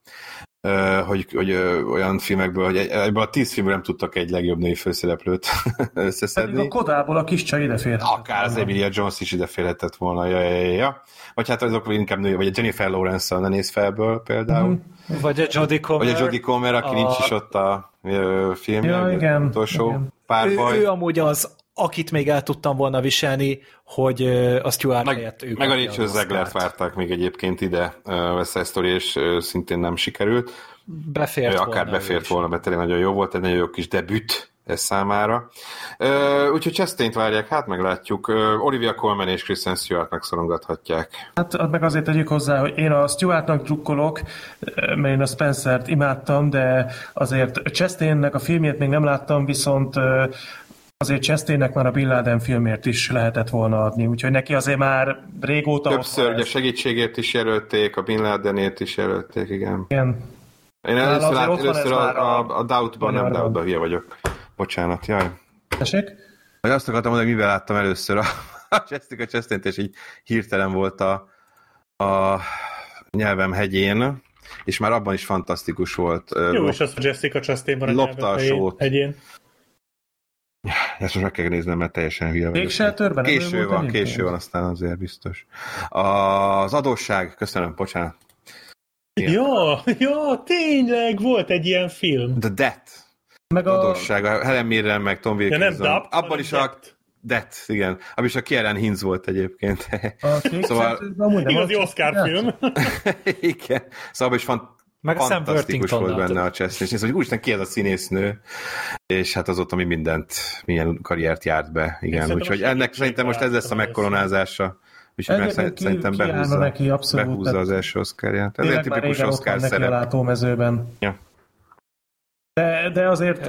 hogy, hogy olyan filmekből, hogy ebből a tíz filmből nem tudtak egy legjobb női főszereplőt összeszedni. Pedig a Kodából a kis csaj ideférhetett. Akár az Emilia Jones is ideférhetett volna, ja, ja, ja, ja. Vagy hát azok inkább női, vagy a Jennifer Lawrence-szal ne néz felből például. Mm-hmm. Vagy a Jodie Comer. Vagy a Jodie Comer, aki a... nincs is ott a filmben. Ja, igen. Utolsó igen. párbaj. Ő, ő amúgy az, akit még el tudtam volna viselni, hogy a Stewart meg, helyett ő meg a Rachel Zeglert várták még egyébként ide West Side Story, és szintén nem sikerült. Befért Akár volna befért volna, mert tényleg nagyon jó volt, egy nagyon jó kis debüt ez számára. Úgyhogy Chastaint várják, hát meglátjuk. Olivia Colman és Kristen Stewart megszorongathatják. Hát meg azért tegyük hozzá, hogy én a Stewartnak drukkolok, mert én a Spencert imádtam, de azért Chastainnek a filmjét még nem láttam, viszont azért Chastainnek már a Bin Laden filmért is lehetett volna adni, úgyhogy neki azért már régóta... Többször, ugye segítségért is jelölték, a Bin Ladenért is jelölték, igen. Igen. Én először, lát, először a, a, a Doubt-ban, nem Doubt-ban hülye vagyok. Bocsánat, jaj. Tessék? Azt akartam mondani, hogy mivel láttam először a, a Jessica Chastaint, és így hirtelen volt a, a nyelvem hegyén, és már abban is fantasztikus volt. Jó, Lop, és azt a Jessica Chastain van a nyelvem hegyén. Ezt most meg kell néznem, mert teljesen hülye vagyok. Kéksejtőrben? Késő van, késő van, aztán azért biztos. Az adósság, köszönöm, bocsánat. Ja, ja, tényleg volt egy ilyen film. The Debt. Meg a... adósság, a Helen Mirren, meg Tom Wilkinson. Ja, abban is a Debt, igen. Abban is a Kieran Hinz volt egyébként. Szóval... Igazi Oscar film. Igen. Szóval is fan... meg fantasztikus volt benne a Chastain. És hogy úristen, ki ez a színésznő? És hát azóta mi mindent, milyen karriert járt be. Igen, úgyhogy ennek szerintem most ez lesz a megkoronázása. Úgyhogy meg szerintem behúzza, neki abszolút, behúzza az első Oscarját. Ez egy tipikus Oscar szerep. A látómezőben. Ja. De, de azért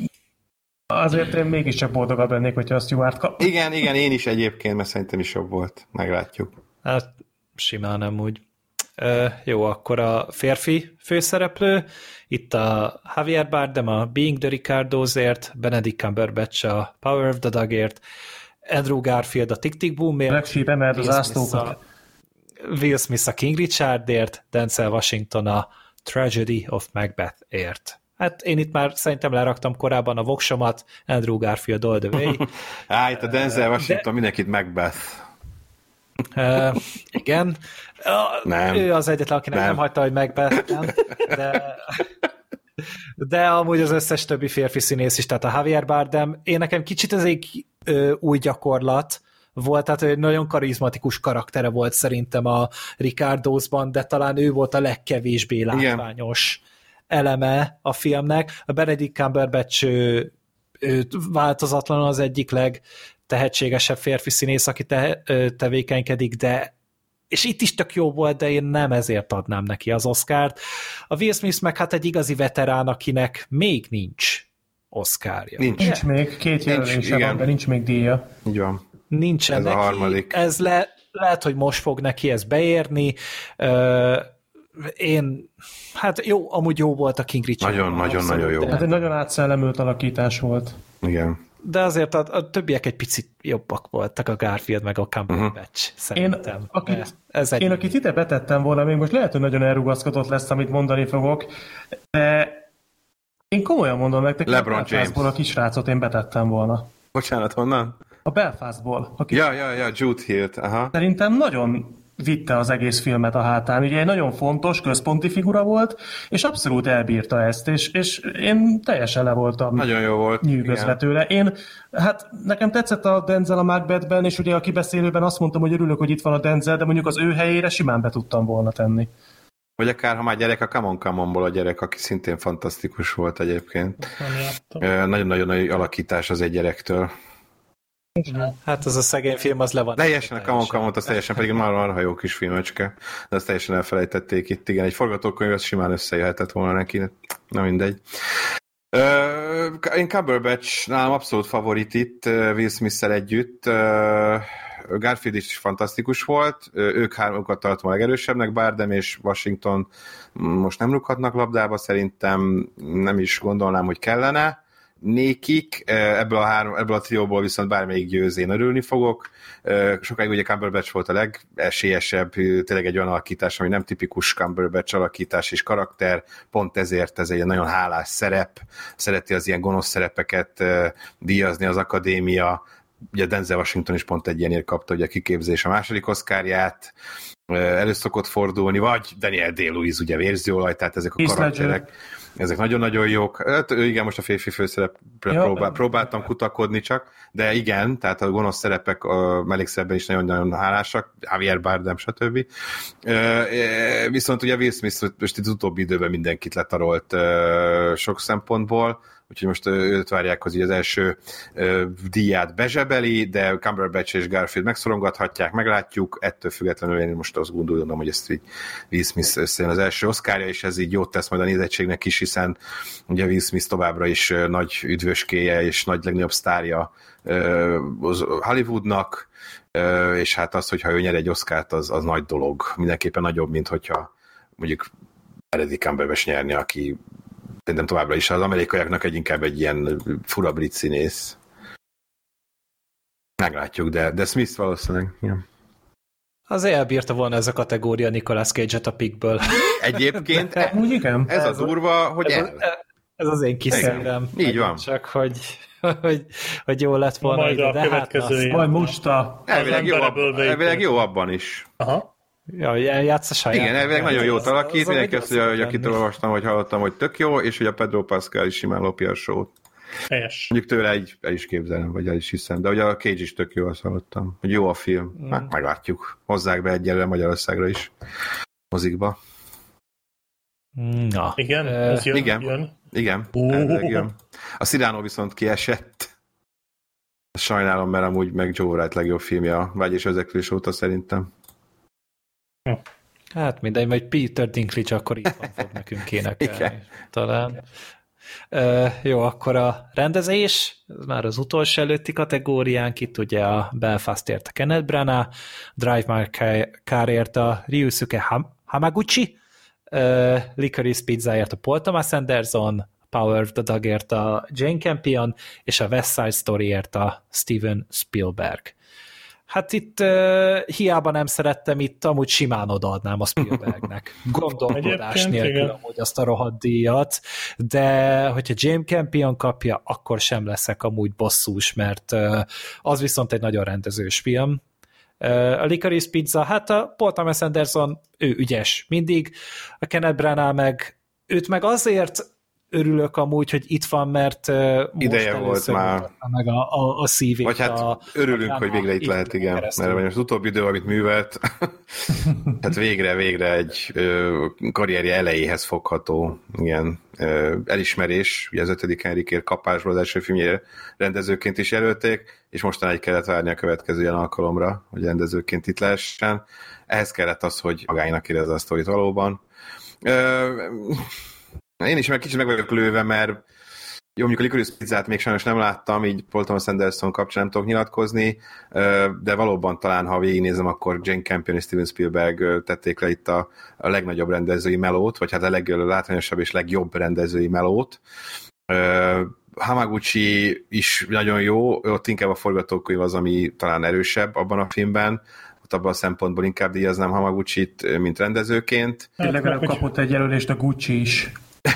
azért én mégiscsak boldogabb lennék, hogyha a Stewart kap. Igen, igen, én is egyébként, mert szerintem is jobb volt. Meglátjuk. Hát simán nem úgy. Uh, jó, akkor a férfi főszereplő, itt a Javier Bardem a Being the Ricardo'sért, Benedict Cumberbatch a Power of the Dogért, Andrew Garfield a Tick Tick Boomért, Black Sheep emelt az ászlókat, Will Smith a King Richardért, Denzel Washington a Tragedy of Macbethért. Hát én itt már szerintem leraktam korábban a voksomat, Andrew Garfield all the way. Á, itt a Denzel Washington, de... mindenkit Macbeth. Uh, igen. Nem. Ő az egyetlen, akinek nem, nem hagyta, hogy megbettem, de... De amúgy az összes többi férfi színész is, tehát a Javier Bardem, én nekem kicsit ez egy ö, új gyakorlat volt, tehát egy nagyon karizmatikus karaktere volt szerintem a Ricardos-ban, de talán ő volt a legkevésbé látványos Igen. eleme a filmnek. A Benedict Cumberbatch ő, ő változatlanul az egyik legtehetségesebb férfi színész, aki te, tevékenykedik, de és itt is tök jó volt, de én nem ezért adnám neki az Oscart. A Will Smith meg hát egy igazi veterán, akinek még nincs Oscarja. Nincs. Nincs még, két jelölése van, de nincs még díja. Így van. Nincsen ez neki. A harmadik. Ez le, lehet, hogy most fog neki ez beérni. Uh, én, hát jó, amúgy jó volt a King Richard. Nagyon-nagyon-nagyon jó. Hát egy nagyon átszellemült alakítás volt. Igen. De azért a, a többiek egy picit jobbak voltak, a Garfield meg a Cumberbatch, uh-huh. szerintem. Én, aki, ez egy... én akit ide betettem volna, még most lehet, hogy nagyon elrugaszkodott lesz, amit mondani fogok, de én komolyan mondom nektek, a Belfastból a kisrácot én betettem volna. Bocsánat, honnan? A Belfastból. A ja, ja, ja, Jude Hill-t, aha. Szerintem nagyon vitte az egész filmet a hátán. Ugye egy nagyon fontos, központi figura volt, és abszolút elbírta ezt, és, és én teljesen le voltam nagyon jó volt, nyűgözve tőle. Én, hát nekem tetszett a Denzel a Macbethben, és ugye a kibeszélőben azt mondtam, hogy örülök, hogy itt van a Denzel, de mondjuk az ő helyére simán be tudtam volna tenni. Vagy akár, ha már gyerek, a Come on, Come onból a gyerek, aki szintén fantasztikus volt egyébként. Nagyon-nagyon nagy alakítás az egy gyerektől. Hát az a szegény film, az le van. Teljesen a Come on, Come on, az teljesen, pedig már marha jó kis filmecske, de azt teljesen elfelejtették itt. Igen, egy forgatókönyv, az simán összejöhetett volna neki, na mindegy. Uh, én Cumberbatch nálam abszolút favorit itt, Will Smith-szel együtt. Uh, Garfield is fantasztikus volt, ők hármukat tartom a legerősebbnek, Bardem és Washington most nem rúghatnak labdába, szerintem nem is gondolnám, hogy kellene nékik, ebből a, három, ebből a trióból viszont bármelyik győz, én örülni fogok. Sokáig ugye Cumberbatch volt a legesélyesebb, tényleg egy olyan alakítás, ami nem tipikus Cumberbatch alakítás és karakter, pont ezért ez egy nagyon hálás szerep, szereti az ilyen gonosz szerepeket díjazni az akadémia. Ugye Denzel Washington is pont egy ilyenért kapta, ugye a kiképzés a második Oscarját, elő szokott fordulni, vagy Daniel Day-Lewis, ugye vérzőolaj, tehát ezek a karakterek, ezek nagyon-nagyon jók. Hát, igen, most a férfi főszerepre ja, próbál, próbáltam kutakodni csak, de igen, tehát a gonosz szerepek a mellékszerepben is nagyon-nagyon hálásak, Javier Bardem, stb. Viszont ugye Will Smith most itt az utóbbi időben mindenkit letarolt sok szempontból, úgyhogy most őt várják, hogy az első díját bezsebeli, de Cumberbatch és Garfield megszorongathatják, meglátjuk, ettől függetlenül én most azt gondolom, hogy ezt így Will Smith összejön az első Oscarja, és ez így jót tesz majd a nézettségnek is, hiszen ugye Will Smith továbbra is nagy üdvöskéje és nagy legnagyobb sztárja Hollywoodnak, és hát az, hogyha ő nyer egy Oscart, az, az nagy dolog. Mindenképpen nagyobb, mint hogyha mondjuk Benedict Cumberbatch nyerni, aki szerintem továbbra is az amerikaiaknak egy inkább egy ilyen fura brit színész. Meglátjuk, de, de Smith valószínűleg. Ja. Azért elbírta volna ez a kategória Nicolas Cage-et a Pickből. Egyébként de, ez, ez a durva, hogy ez, el. Ez az én kis szívem. Így van. Csak, hogy, hogy, hogy jó lett volna. Majd ide, a de következő hát, majd most a... Elvileg jó, ab, elvileg jó abban is. Aha. Ja, játsz a saját. Igen, elvileg nagyon jót alakít. Mindenki azt mondja, hogy akit olvastam, hogy hallottam, hogy tök jó, és hogy a Pedro Pascal is simán lopja a show-t. Helyes. Mondjuk tőle egy, el is képzelem, vagy el is hiszem. De ugye a Cage is tök jó, azt hallottam. Hogy jó a film. Mm. Hát, meglátjuk. Hozzák be egyelőre Magyarországra is. Mozikba. Na. Igen? Ez jön? Igen. Jön? Igen. Uh. Jön. A Cyrano viszont kiesett. Sajnálom, mert amúgy meg Joe Wright legjobb filmje a Vágy és Vezeklés óta szerintem. Hm. Hát mindegy, majd Peter Dinklage akkor itt van, fog nekünk énekelni. Talán. Uh, jó, akkor a rendezés, ez már az utolsó előtti kategóriánk, itt ugye a Belfastért a Kenneth Branagh, Drive My Carért a Ryusuke Ham- Hamaguchi, uh, Licorice Pizzaért a Paul Thomas Anderson, Power of the Dogért a Jane Campion, és a West Side Storyért a Steven Spielberg. Hát itt uh, hiába nem szerettem, itt amúgy simán odaadnám a Spielbergnek. Gondolkodás nélkül igen. Amúgy azt a rohadt díjat, de hogyha Jane Campion kapja, akkor sem leszek amúgy bosszús, mert uh, az viszont egy nagyon rendezős film, A Licorice Pizza, hát a Paul Thomas Anderson, ő ügyes mindig, a Kenneth Branagh meg, őt meg azért örülök amúgy, hogy itt van, mert most ideje volt már. Meg a, a, a szívét. Vagy hát a, örülünk, a hogy végre itt lehet, igen. Keresztül. Mert az utóbbi idő, amit művelt, hát végre, végre egy ö, karrierje elejéhez fogható ilyen ö, elismerés. Ugye az ötödik Henrikért kapásból az első filmjére rendezőként is jelölték, és mostanáig kellett várni a következő ilyen alkalomra, hogy rendezőként itt lehessen. Ehhez kellett az, hogy magáinak érezze a sztorit valóban. Ö, Én is meg kicsit meg vagyok lőve, mert jó, mondjuk a Licorice Pizzát még sajnos nem láttam, így Paul Thomas Anderson kapcsán nem tudok nyilatkozni, de valóban talán, ha végignézem, akkor Jane Campion és Steven Spielberg tették le itt a, a legnagyobb rendezői melót, vagy hát a leglátványosabb és legjobb rendezői melót. Hamaguchi is nagyon jó, ott inkább a forgatókönyv az, ami talán erősebb abban a filmben, ott abban a szempontból inkább díjaznám Hamaguchit, mint rendezőként. Legalább kapott egy jelölést a Gucci is.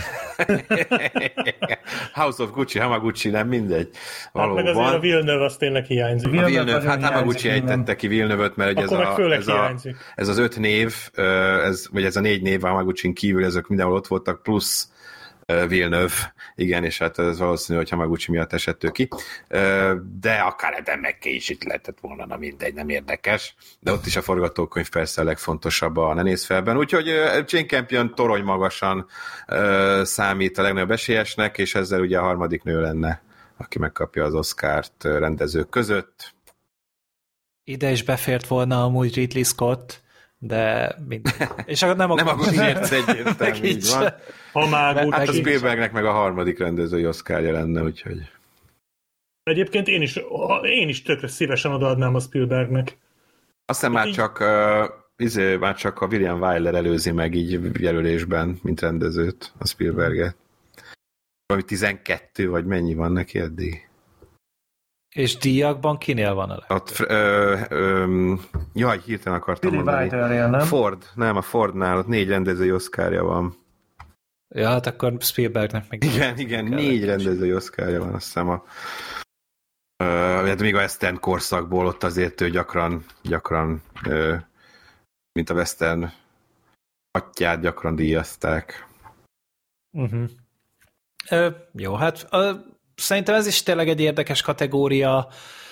House of Gucci, Hamaguchi, nem mindegy. Valóban. Hát meg azért a Villeneuve az tényleg hiányzik. A Villeneuve, hát Hamaguchi ejtette ki Villeneuve-t, mert ez, a, ez, a, ez az öt név, ez, vagy ez a négy név a Hamaguchin kívül, ezek mindenhol ott voltak, plusz Villeneuve, igen, és hát ez valószínű, hogy Hamaguchi miatt esett ő ki. De akár Adam McKay is itt lehetett volna, na mindegy, nem érdekes. De ott is a forgatókönyv persze a legfontosabb a Ne nézz felben. Úgyhogy Jane Campion torony magasan számít a legnagyobb esélyesnek, és ezzel ugye a harmadik nő lenne, aki megkapja az Oscart rendezők között. Ide is befért volna amúgy Ridley Scott, de mindegy. És akkor nem a nem akkor miért egyértelmű, így van. Ha már hát a Spielbergnek meg a harmadik rendezői Oscarja lenne, úgyhogy... Egyébként én is, én is tökre szívesen odaadnám a Spielbergnek. Azt hiszem már csak, uh, izé, már csak a William Wyler előzi meg így jelölésben, mint rendezőt, a Spielberget. Valami tizenkettő, vagy mennyi van neki eddig? És díjakban kinél van a leg? Ott, ö, ö, jaj, hirtelen akartam Billy mondani. Wilder-nél, nem? Ford, nem, a Fordnál, ott négy rendezői Oscarja van. Ja, hát akkor Spielbergnek meg... Igen, igen, négy rendezői Oscarja van, azt hiszem a... Uh, még a western korszakból ott azért ő gyakran, gyakran uh, mint a western atyát gyakran díjazták. Uh-huh. Ö, jó, hát ö, szerintem ez is tényleg egy érdekes kategória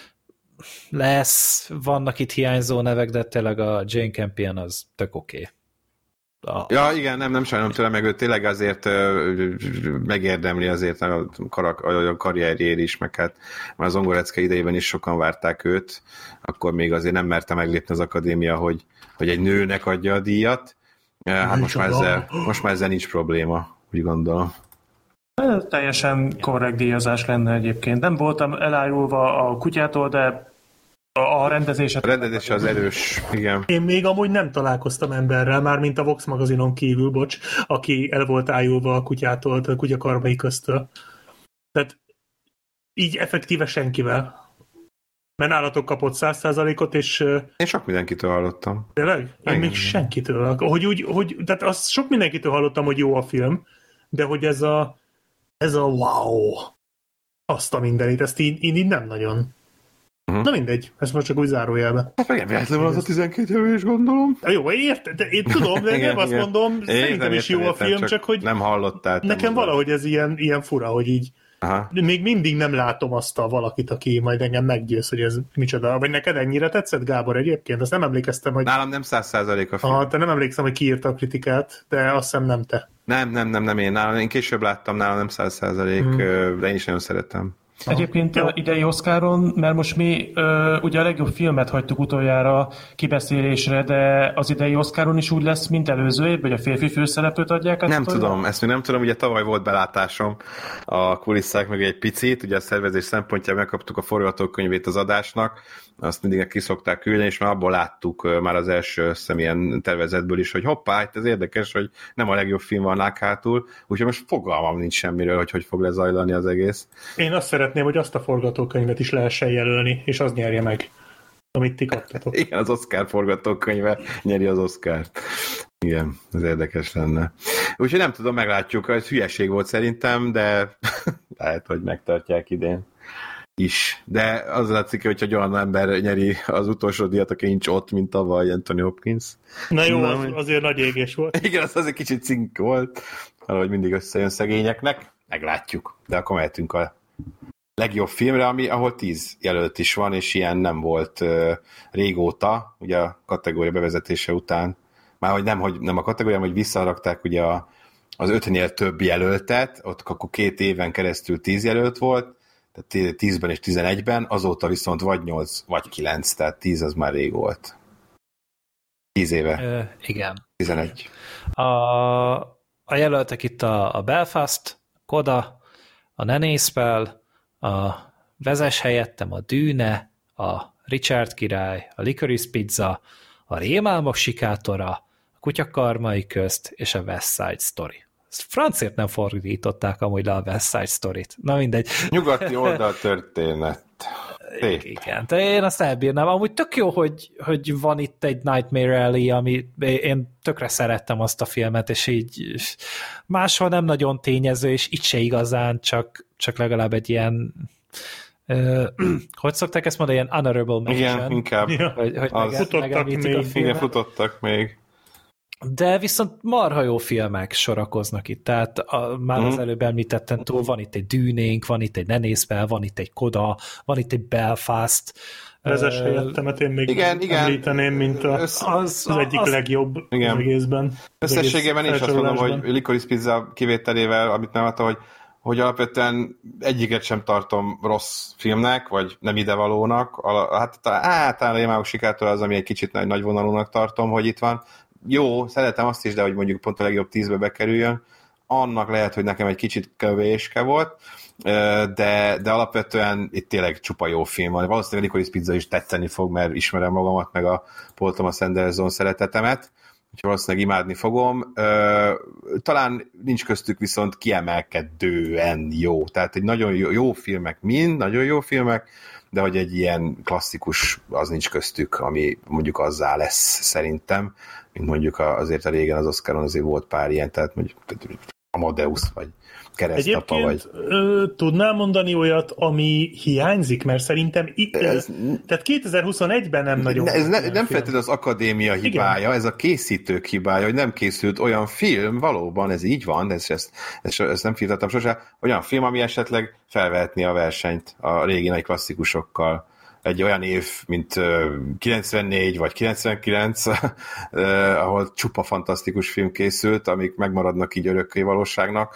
lesz, vannak itt hiányzó nevek, de tényleg a Jane Campion az tök oké. Okay. A... Ja, igen, nem, nem sajnálom tőle, meg ő tényleg azért uh, megérdemli azért a, karak, a karrierjér is, meg hát már az Zongorecke idejében is sokan várták őt, akkor még azért nem merte meglépni az akadémia, hogy, hogy egy nőnek adja a díjat. Uh, hát most már, ezzel, most már ezzel nincs probléma, úgy gondolom. Ez teljesen korrekt díjazás lenne egyébként. Nem voltam elájulva a kutyától, de a rendezés... A rendezés az erős, igen. Én még amúgy nem találkoztam emberrel, már mint a Vox magazinon kívül, bocs, aki el volt ájulva a kutyától, a kutyakarmai köztől. Tehát így effektíve senkivel. Mert nálatok kapott száz százalékot, és... Én sok mindenkitől hallottam. Tényleg? Én igen, még igen. Senkitől. Hogy úgy, hogy, tehát azt sok mindenkitől hallottam, hogy jó a film, de hogy ez a ez a wow, azt a mindenit, ezt így, így nem nagyon. Uh-huh. Na mindegy, ezt most csak úgy zárójelbe. Hát meg nem véletlenül az a tizenkét jelölés, gondolom. Jó, érted, de én tudom, de igen, nem azt mondom, én szerintem is jó értem, a film, csak, csak hogy nem hallottál. Nekem valahogy ez ilyen, ilyen fura, hogy így aha. Még mindig nem látom azt a valakit, aki majd engem meggyőz, hogy ez micsoda. Vagy neked ennyire tetszett, Gábor, egyébként? Azt nem emlékeztem, hogy... Nálam nem száz százalék a film. Aha, te nem emlékszem, hogy kiírta a kritikát, de azt hiszem nem te. Nem, nem, nem, nem én. Nálam, én később láttam, nálam nem száz százalék, hmm. de én is nagyon szeretem. Egyébként a idei Oscaron, mert most mi ö, ugye a legjobb filmet hagytuk utoljára kibeszélésre, de az idei Oscaron is úgy lesz, mint előző évben, hogy a férfi főszereplőt adják? Nem tudom, olyan? Ezt még nem tudom, ugye tavaly volt belátásom a kulisszák meg egy picit, ugye a szervezés szempontjából megkaptuk a forgatókönyvét az adásnak, azt mindig ki szokták küldeni, és már abból láttuk már az első személyen tervezetből is, hogy hoppá, itt ez érdekes, hogy nem a legjobb film van hátul, úgyhogy most fogalmam nincs semmiről, hogy hogy fog lezajlani az egész. Én azt szeretném, hogy azt a forgatókönyvet is lehessen jelölni, és az nyerje meg, amit ti kaptatok. Igen, az Oscar forgatókönyve nyeri az Oscart. Igen, ez érdekes lenne. Úgyhogy nem tudom, meglátjuk, ez hülyeség volt szerintem, de lehet, hogy megtartják idén. is. De az látszik, hogy egy olyan ember nyeri az utolsó díjat, aki nincs ott, mint tavaly Anthony Hopkins. Na jó, Na, az, azért nagy égés volt. Igen, az azért kicsit cink volt, valahogy mindig összejön szegényeknek. Meglátjuk. De akkor mehetünk a legjobb filmre, ami, ahol tíz jelölt is van, és ilyen nem volt uh, régóta, ugye a kategória bevezetése után. Már hogy nem, hogy nem a kategóriában, hogy visszarakták ugye a, az ötnél több jelöltet, ott akkor két éven keresztül tíz jelölt volt, tehát tízben és tizenegyben, azóta viszont vagy nyolc, vagy kilenc, tehát tíz az már rég volt. Tíz éve. Ö, igen. tizenegy. A, a jelöltek itt a, a Belfast, a Coda, a Ne nézz fel, a Vezess helyettem, a Dűne, a Richard király, a Licorice Pizza, a Rémálmok sikátora, a Kutyakarmai közt és a West Side Story. Ezt francért nem fordították amúgy le a West Side Story-t. Na mindegy. Nyugati oldal történet. Szép. Igen, de én azt elbírnám. Amúgy tök jó, hogy, hogy van itt egy Nightmare Alley, ami én tökre szerettem azt a filmet, és így máshol nem nagyon tényező, és itt se igazán, csak, csak legalább egy ilyen uh, hogy szokták ezt mondani, ilyen honorable mention. Igen, inkább. Ja. Hogy, hogy az meg, futottak még. a Igen, futottak még. De viszont marha jó filmek sorakoznak itt, tehát a, már mm. az előbb említettem túl, van itt egy Dűnénk, van itt egy Ne nézz fel, van itt egy Coda, van itt egy Belfast. Vezess helyettemet én még igen, említeném, mint a, az, az, az egyik az, legjobb igen. az egészben. Összességében én is azt mondom, hogy Licorice Pizza kivételével, amit nem adta, hogy, hogy alapvetően egyiket sem tartom rossz filmnek, vagy nem idevalónak. Hát talán a Rémálmok sikátora az, ami egy kicsit nagy, nagy vonalúnak tartom, hogy itt van. Jó, szeretem azt is, de hogy mondjuk pont a legjobb tízbe bekerüljön, annak lehet, hogy nekem egy kicsit kövéske volt, de, de alapvetően itt tényleg csupa jó film van. Valószínűleg a Licorice Pizza is tetszeni fog, mert ismerem magamat, meg a Paul Thomas Anderson szeretetemet, úgyhogy valószínűleg imádni fogom. Talán nincs köztük viszont kiemelkedően jó. Tehát egy nagyon jó, jó filmek mind, nagyon jó filmek, de hogy egy ilyen klasszikus az nincs köztük, ami mondjuk azzá lesz szerintem, mint mondjuk azért a régen az Oscaron azért volt pár ilyen, tehát mondjuk Amadeus, vagy Keresztapa, vagy... Ö, tudnál mondani olyat, ami hiányzik? Mert szerintem itt, ez, tehát kétezer-huszonegyben nem nagyon... Ne, ez ne, nem feltétlenül az akadémia hibája, igen. Ez a készítők hibája, hogy nem készült olyan film, valóban ez így van, ezt, ezt, ezt, ezt nem firtattam sose, olyan film, ami esetleg felvehetné a versenyt a régi nagy klasszikusokkal. Egy olyan év, mint kilencvennégy vagy kilencvenkilenc, ahol csupa fantasztikus film készült, amik megmaradnak így örökké valóságnak.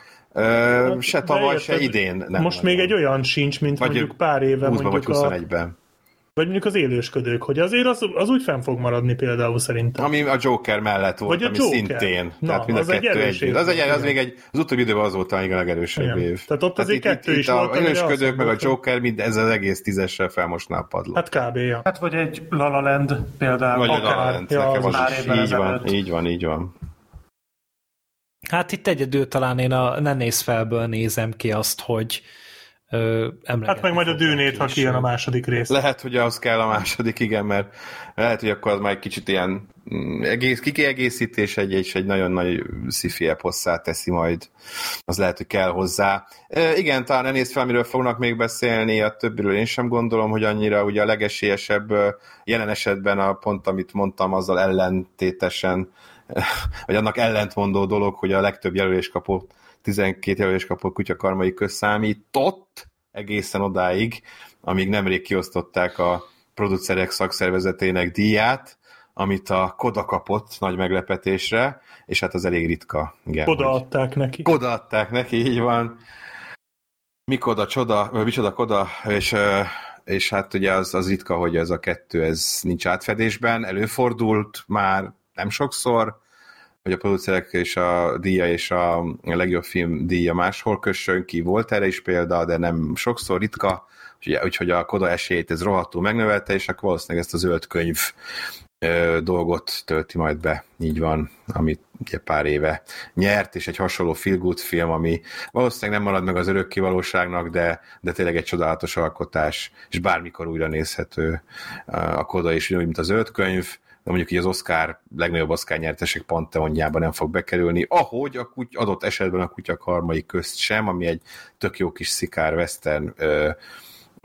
Se tavaly, se idén nem. Most még egy olyan sincs, mint vagy mondjuk pár éve mondjuk vagy huszonegyben. Vagy mondjuk az Élősködők, hogy azért az, az úgy fenn fog maradni például szerintem. Ami a Joker mellett volt, ami Joker. Szintén. Na, tehát mind a az kettő egy egy. Az, egy, az még egy, az utóbbi időben az volt talán a legerősebb igen. év. Tehát ott azért tehát kettő itt, is itt volt. A Élősködők meg a Joker, mind ez az egész tízessel felmosná a padlót. Hát kb. Ja. Hát vagy egy La La Land például. Vagy a La La Land, ja, nekem az, az is így van, így van, így van. Hát itt egyedül talán én a Ne nézz felből nézem ki azt, hogy Ö, hát meg majd a Dűnét, ha kijön a második rész. Lehet, hogy az kell a második, igen, mert lehet, hogy akkor az már egy kicsit ilyen egész, kikiegészítés, egy, és egy nagyon nagy sci-fi eposszá teszi majd. Az lehet, hogy kell hozzá. E, igen, talán Ne nézz fel, miről fognak még beszélni, a többiről én sem gondolom, hogy annyira ugye a legesélyesebb jelen esetben a pont, amit mondtam, azzal ellentétesen, vagy annak ellentmondó dolog, hogy a legtöbb jelölés kapott tizenkét jelölés kapott Kutyakarmai köz számított egészen odáig, amíg nemrég kiosztották a producerek szakszervezetének díját, amit a Coda kapott nagy meglepetésre, és hát az elég ritka. Igen, Coda adták neki. Coda adták neki, így van. Mi Coda, csoda, vagy micsoda Coda, és, és hát ugye az, az ritka, hogy ez a kettő ez nincs átfedésben, előfordult már nem sokszor, hogy a producerek és a díja és a legjobb film díja máshol kössön ki. Volt erre is példa, de nem sokszor, ritka, úgyhogy a Coda esélyét ez rohadtul megnövelte, és akkor valószínűleg ezt a zöld könyv ö, dolgot tölti majd be. Így van, amit ugye pár éve nyert, és egy hasonló feel good film, ami valószínűleg nem marad meg az örökké valóságnak, de, de tényleg egy csodálatos alkotás, és bármikor újra nézhető a Coda is, úgy, mint a zöld könyv, de mondjuk így az Oscar, legnagyobb Oscar nyertesek panteonjába nem fog bekerülni, ahogy a kuty, adott esetben a Kutyakarmai közt sem, ami egy tök jó kis szikár western ö,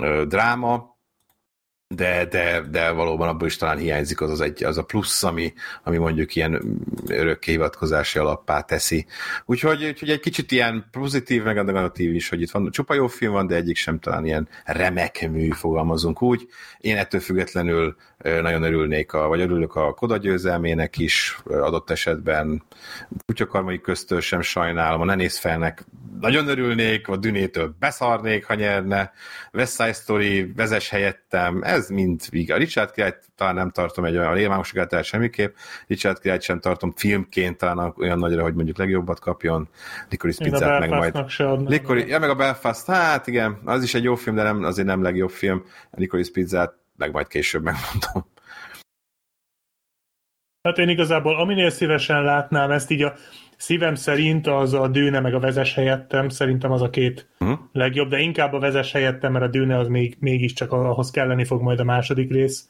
ö, dráma, de, de, de valóban abból is talán hiányzik az, az, egy, az a plusz, ami, ami mondjuk ilyen örökké hivatkozási alappá teszi. Úgyhogy, úgyhogy egy kicsit ilyen pozitív, meg a negatív is, hogy itt van, csupa jó film van, de egyik sem talán ilyen remek mű, fogalmazunk úgy. Én ettől függetlenül nagyon örülnék, a, vagy örülök a Koda győzelmének is, adott esetben Kutyakarmai köztől sem sajnálom, a Ne nézz felnek nagyon örülnék, a Dünétől beszarnék, ha nyerne, West Side Story, vezess helyettem, ez mind víg. A Richard királyt talán nem tartom egy olyan élmámosokat el semmiképp, Richard királyt sem tartom filmként talán olyan nagyra, hogy mondjuk legjobbat kapjon, Licorice Pizzát meg majd. Licorice, ja, meg a Belfast, hát igen, az is egy jó film, de nem, azért nem legjobb film, a Licorice Pizzát meg majd később megmondom. Hát én igazából aminél szívesen látnám ezt így a szívem szerint, az a Dűne meg a Vezess helyettem, szerintem az a két uh-huh. legjobb, de inkább a Vezess helyettem, mert a Dűne az még, mégiscsak ahhoz kelleni fog majd a második rész.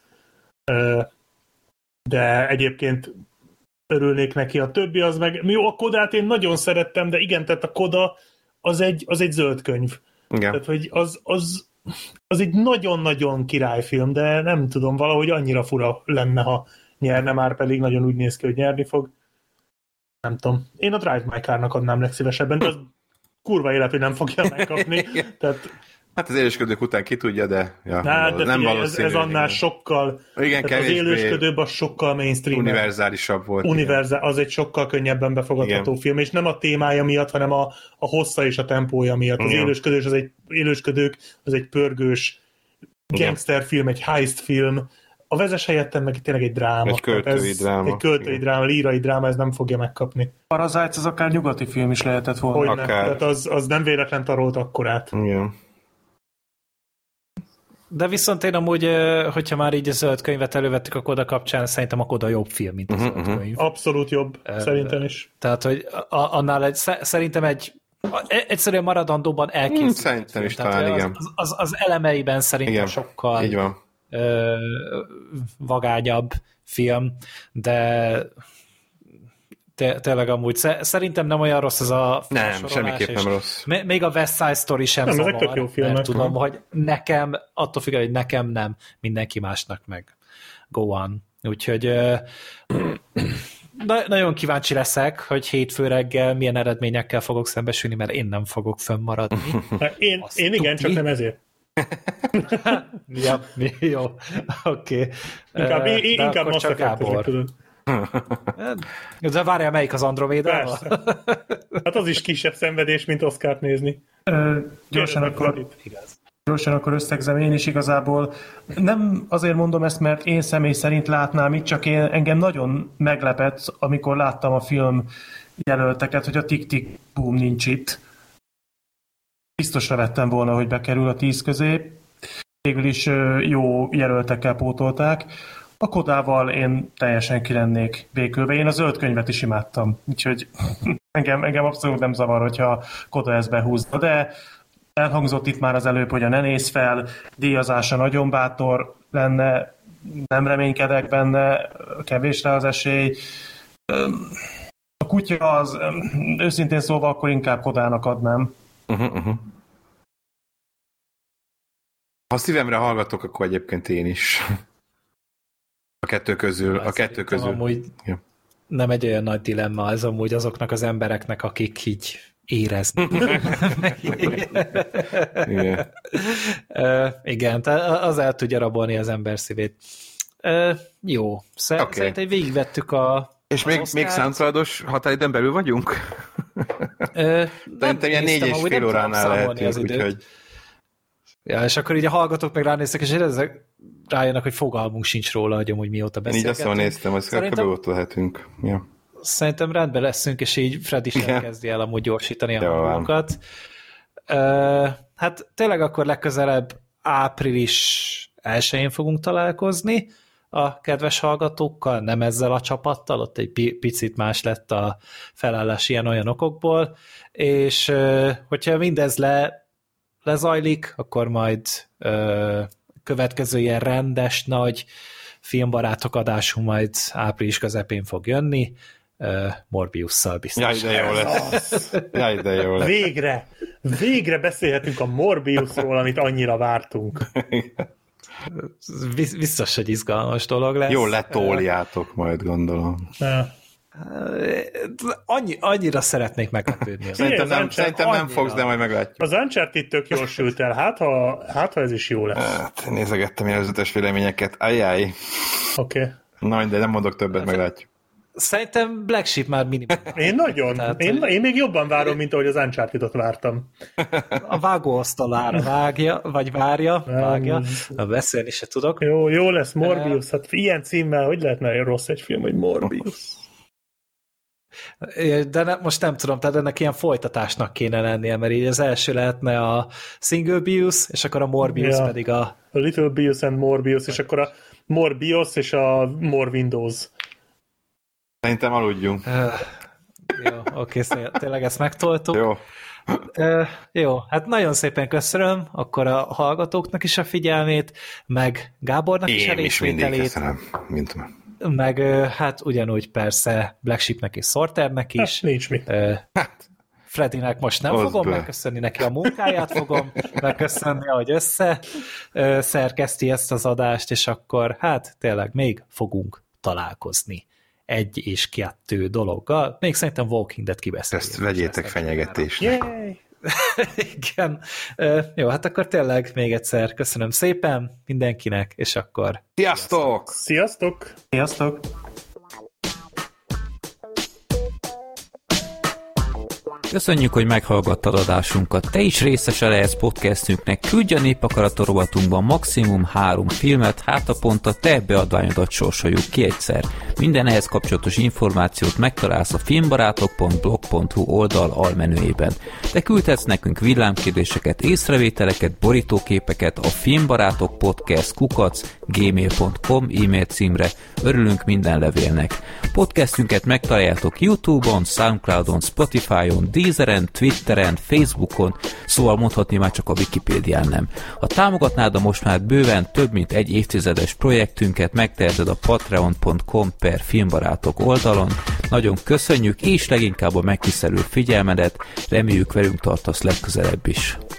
De egyébként örülnék neki, a többi az meg... Jó, a Kodát én nagyon szerettem, de igen, tehát a Koda az egy, az egy zöld könyv. Igen. Tehát, hogy az, az, az egy nagyon-nagyon királyfilm, de nem tudom, valahogy annyira fura lenne, ha nyerne, már pedig nagyon úgy néz ki, hogy nyerni fog. Nem tudom. Én a Drive My Car-nak adnám legszívesebben, de az kurva élet, hogy nem fogja megkapni. Tehát... Hát az élősködők után ki tudja, de, ja, Na, nem, de nem figyelj, valószínű. Ez, ez annál sokkal... Igen, az élősködőbb az sokkal mainstream. Univerzálisabb volt. Univerzál, az egy sokkal könnyebben befogadható igen. film, és nem a témája miatt, hanem a, a hossza és a tempója miatt. Az élősködős, az egy, élősködők az egy pörgős gangsterfilm, egy heist film. A Vezess helyettem meg tényleg egy dráma. Egy költői ez, dráma. Egy költői igen. dráma, lírai dráma, ez nem fogja megkapni. Parasites az akár nyugati film is lehetett volna. Hogyne, tehát az, az nem véletlen tarolt akkorát. Igen. De viszont én amúgy, hogyha már így a zöld könyvet elővettük a Koda kapcsán, szerintem a Koda jobb film, mint a zöld uh-huh. könyv. Abszolút jobb, uh, szerintem is. Tehát, hogy a, annál egy, szerintem egy egyszerűen maradandóban elkészült. Szerintem is talán, az, igen. Az, az, az elemeiben szerintem igen. sokkal így van. Ö, vagányabb film, de te, tényleg amúgy szerintem nem olyan rossz ez a nem, semmiképp nem rossz. Még a West Side Story sem nem, zavar, jó filmek, mert tudom, hogy nekem, attól függ, hogy nekem nem, mindenki másnak meg go on. Úgyhogy ö, na, nagyon kíváncsi leszek, hogy hétfő reggel milyen eredményekkel fogok szembesülni, mert én nem fogok fönnmaradni. én, én igen, csak nem ezért. ja, jó, oké. Okay. Inkább, uh, inkább Mass Effect-esek, tudod. De várjál, melyik az Andromédával? Hát az is kisebb szenvedés, mint Oscart nézni. Ö, gyorsan, akkor, gyorsan akkor összegzem én is igazából. Nem azért mondom ezt, mert én személy szerint látnám itt, csak én, engem nagyon meglepett, amikor láttam a film jelölteket, hogy a Tick-Tick Boom nincs itt. Biztosra vettem volna, hogy bekerül a tíz közé. Végül is jó jelöltekkel pótolták. A Kodával én teljesen ki lennék békülve. Én a zöld könyvet is imádtam, úgyhogy engem, engem abszolút nem zavar, hogyha Koda ezt behúzna. De elhangzott itt már az előbb, hogy a Ne nézz fel, díjazása nagyon bátor lenne, nem reménykedek benne, kevésre az esély. A kutya az, őszintén szólva, akkor inkább Kodának adnám. Uh-huh, uh-huh. Ha szívemre hallgatok, akkor egyébként én is. A kettő közül. A kettő közül. Amúgy ja. Nem egy olyan nagy dilemma, ez amúgy azoknak az embereknek, akik így éreznek. igen. uh, igen, az el tudja rabolni az ember szívét. Uh, jó, Szer- okay. Szerintem végigvettük a És még, még SoundCloud-os határidőn belül vagyunk? Uh, Szerintem ilyen négy és fél óránál lehetünk, úgyhogy... Ja, és akkor így a hallgatók meg ránéztek, és ezek rájönnek, hogy fogalmunk sincs róla, hogy amúgy mióta beszélgetünk. Így azt néztem, azt szerintem... ott lehetünk. Ja. Szerintem rendben leszünk, és így Fred is elkezdi el amúgy gyorsítani a hangunkat. Uh, hát tényleg akkor legközelebb április elsején fogunk találkozni a kedves hallgatókkal, nem ezzel a csapattal, ott egy picit más lett a felállás ilyen-olyan okokból, és uh, hogyha mindez le lezajlik, akkor majd ö, következő ilyen rendes, nagy filmbarátok adásunk majd április közepén fog jönni. uh, Morbiusszal biztos. Jaj, de jó lesz. Jaj, de jó lesz. Végre! Végre beszélhetünk a Morbiusról, amit annyira vártunk. Biztos, hogy izgalmas dolog lesz. Jó, letoljátok majd, gondolom. Ne. Annyi, annyira szeretnék meglepődni. Szerintem nem, szerintem nem fogsz, de majd meglátjuk. Az Uncharted tök jól sült el, hát ha, hát, ha ez is jó lesz. Hát, nézegettem előzetes véleményeket. Ajjaj. Oké. Okay. Na, de nem mondok többet, meglátjuk. Szerintem Black Sheep már minimum. Én nagyon. Tehát, én, hogy... én még jobban várom, mint ahogy az Uncharted-ot vártam. A vágóasztalára vágja, vagy várja, vágja. Na, beszélni se tudok. Jó, jó lesz Morbius. Hát ilyen címmel, hogy lehetne rossz egy film, hogy Morbius? De ne, most nem tudom, tehát ennek ilyen folytatásnak kéne lennie, mert így az első lehetne a Single Bius, és akkor a Morbius ja. pedig a... A Little Bius and Morbius, és akkor a Morbius és a More Windows. Szerintem aludjunk. Uh, jó, oké, okay, tényleg ezt megtoltuk. Jó. Uh, jó, hát nagyon szépen köszönöm akkor a hallgatóknak is a figyelmét, meg Gábornak Én is a részvételét. Én is mindig köszönöm, mint meg hát ugyanúgy persze Black Sheepnek és Sorternek is. Hát, nincs mit. Uh, hát. Fredinek most nem Oszd fogom be. megköszönni, neki a munkáját fogom megköszönni, hogy össze uh, szerkeszti ezt az adást, és akkor hát tényleg még fogunk találkozni egy és kettő dologgal. Még szerintem Walking Dead kibeszéljük. Ezt vegyétek fenyegetésnek. Igen. Uh, jó, hát akkor tényleg még egyszer köszönöm szépen mindenkinek, és akkor... Sziasztok! Sziasztok! Sziasztok! Köszönjük, hogy meghallgattad adásunkat. Te is részese lehetsz podcastünknek. Küldj a Népakarat rovatunkban maximum három filmet, hát a pont a te beadványodat sorsoljuk ki egyszer. Minden ehhez kapcsolatos információt megtalálsz a filmbarátok pont blog pont hu oldal almenüjében. Te küldhetsz nekünk villámkérdéseket, észrevételeket, borítóképeket a filmbarátok podcast kukac gmail pont com e-mail címre. Örülünk minden levélnek. Podcastünket megtaláljátok YouTube-on, Soundcloud-on, Spotify-on, Deezeren, Twitteren, Facebookon, szóval mondhatni már csak a Wikipédián nem. Ha támogatnád a most már bőven több mint egy évtizedes projektünket, megteheted a patreon pont com per filmbarátok oldalon. Nagyon köszönjük, és leginkább a megtisztelő figyelmedet, reméljük velünk tartasz legközelebb is.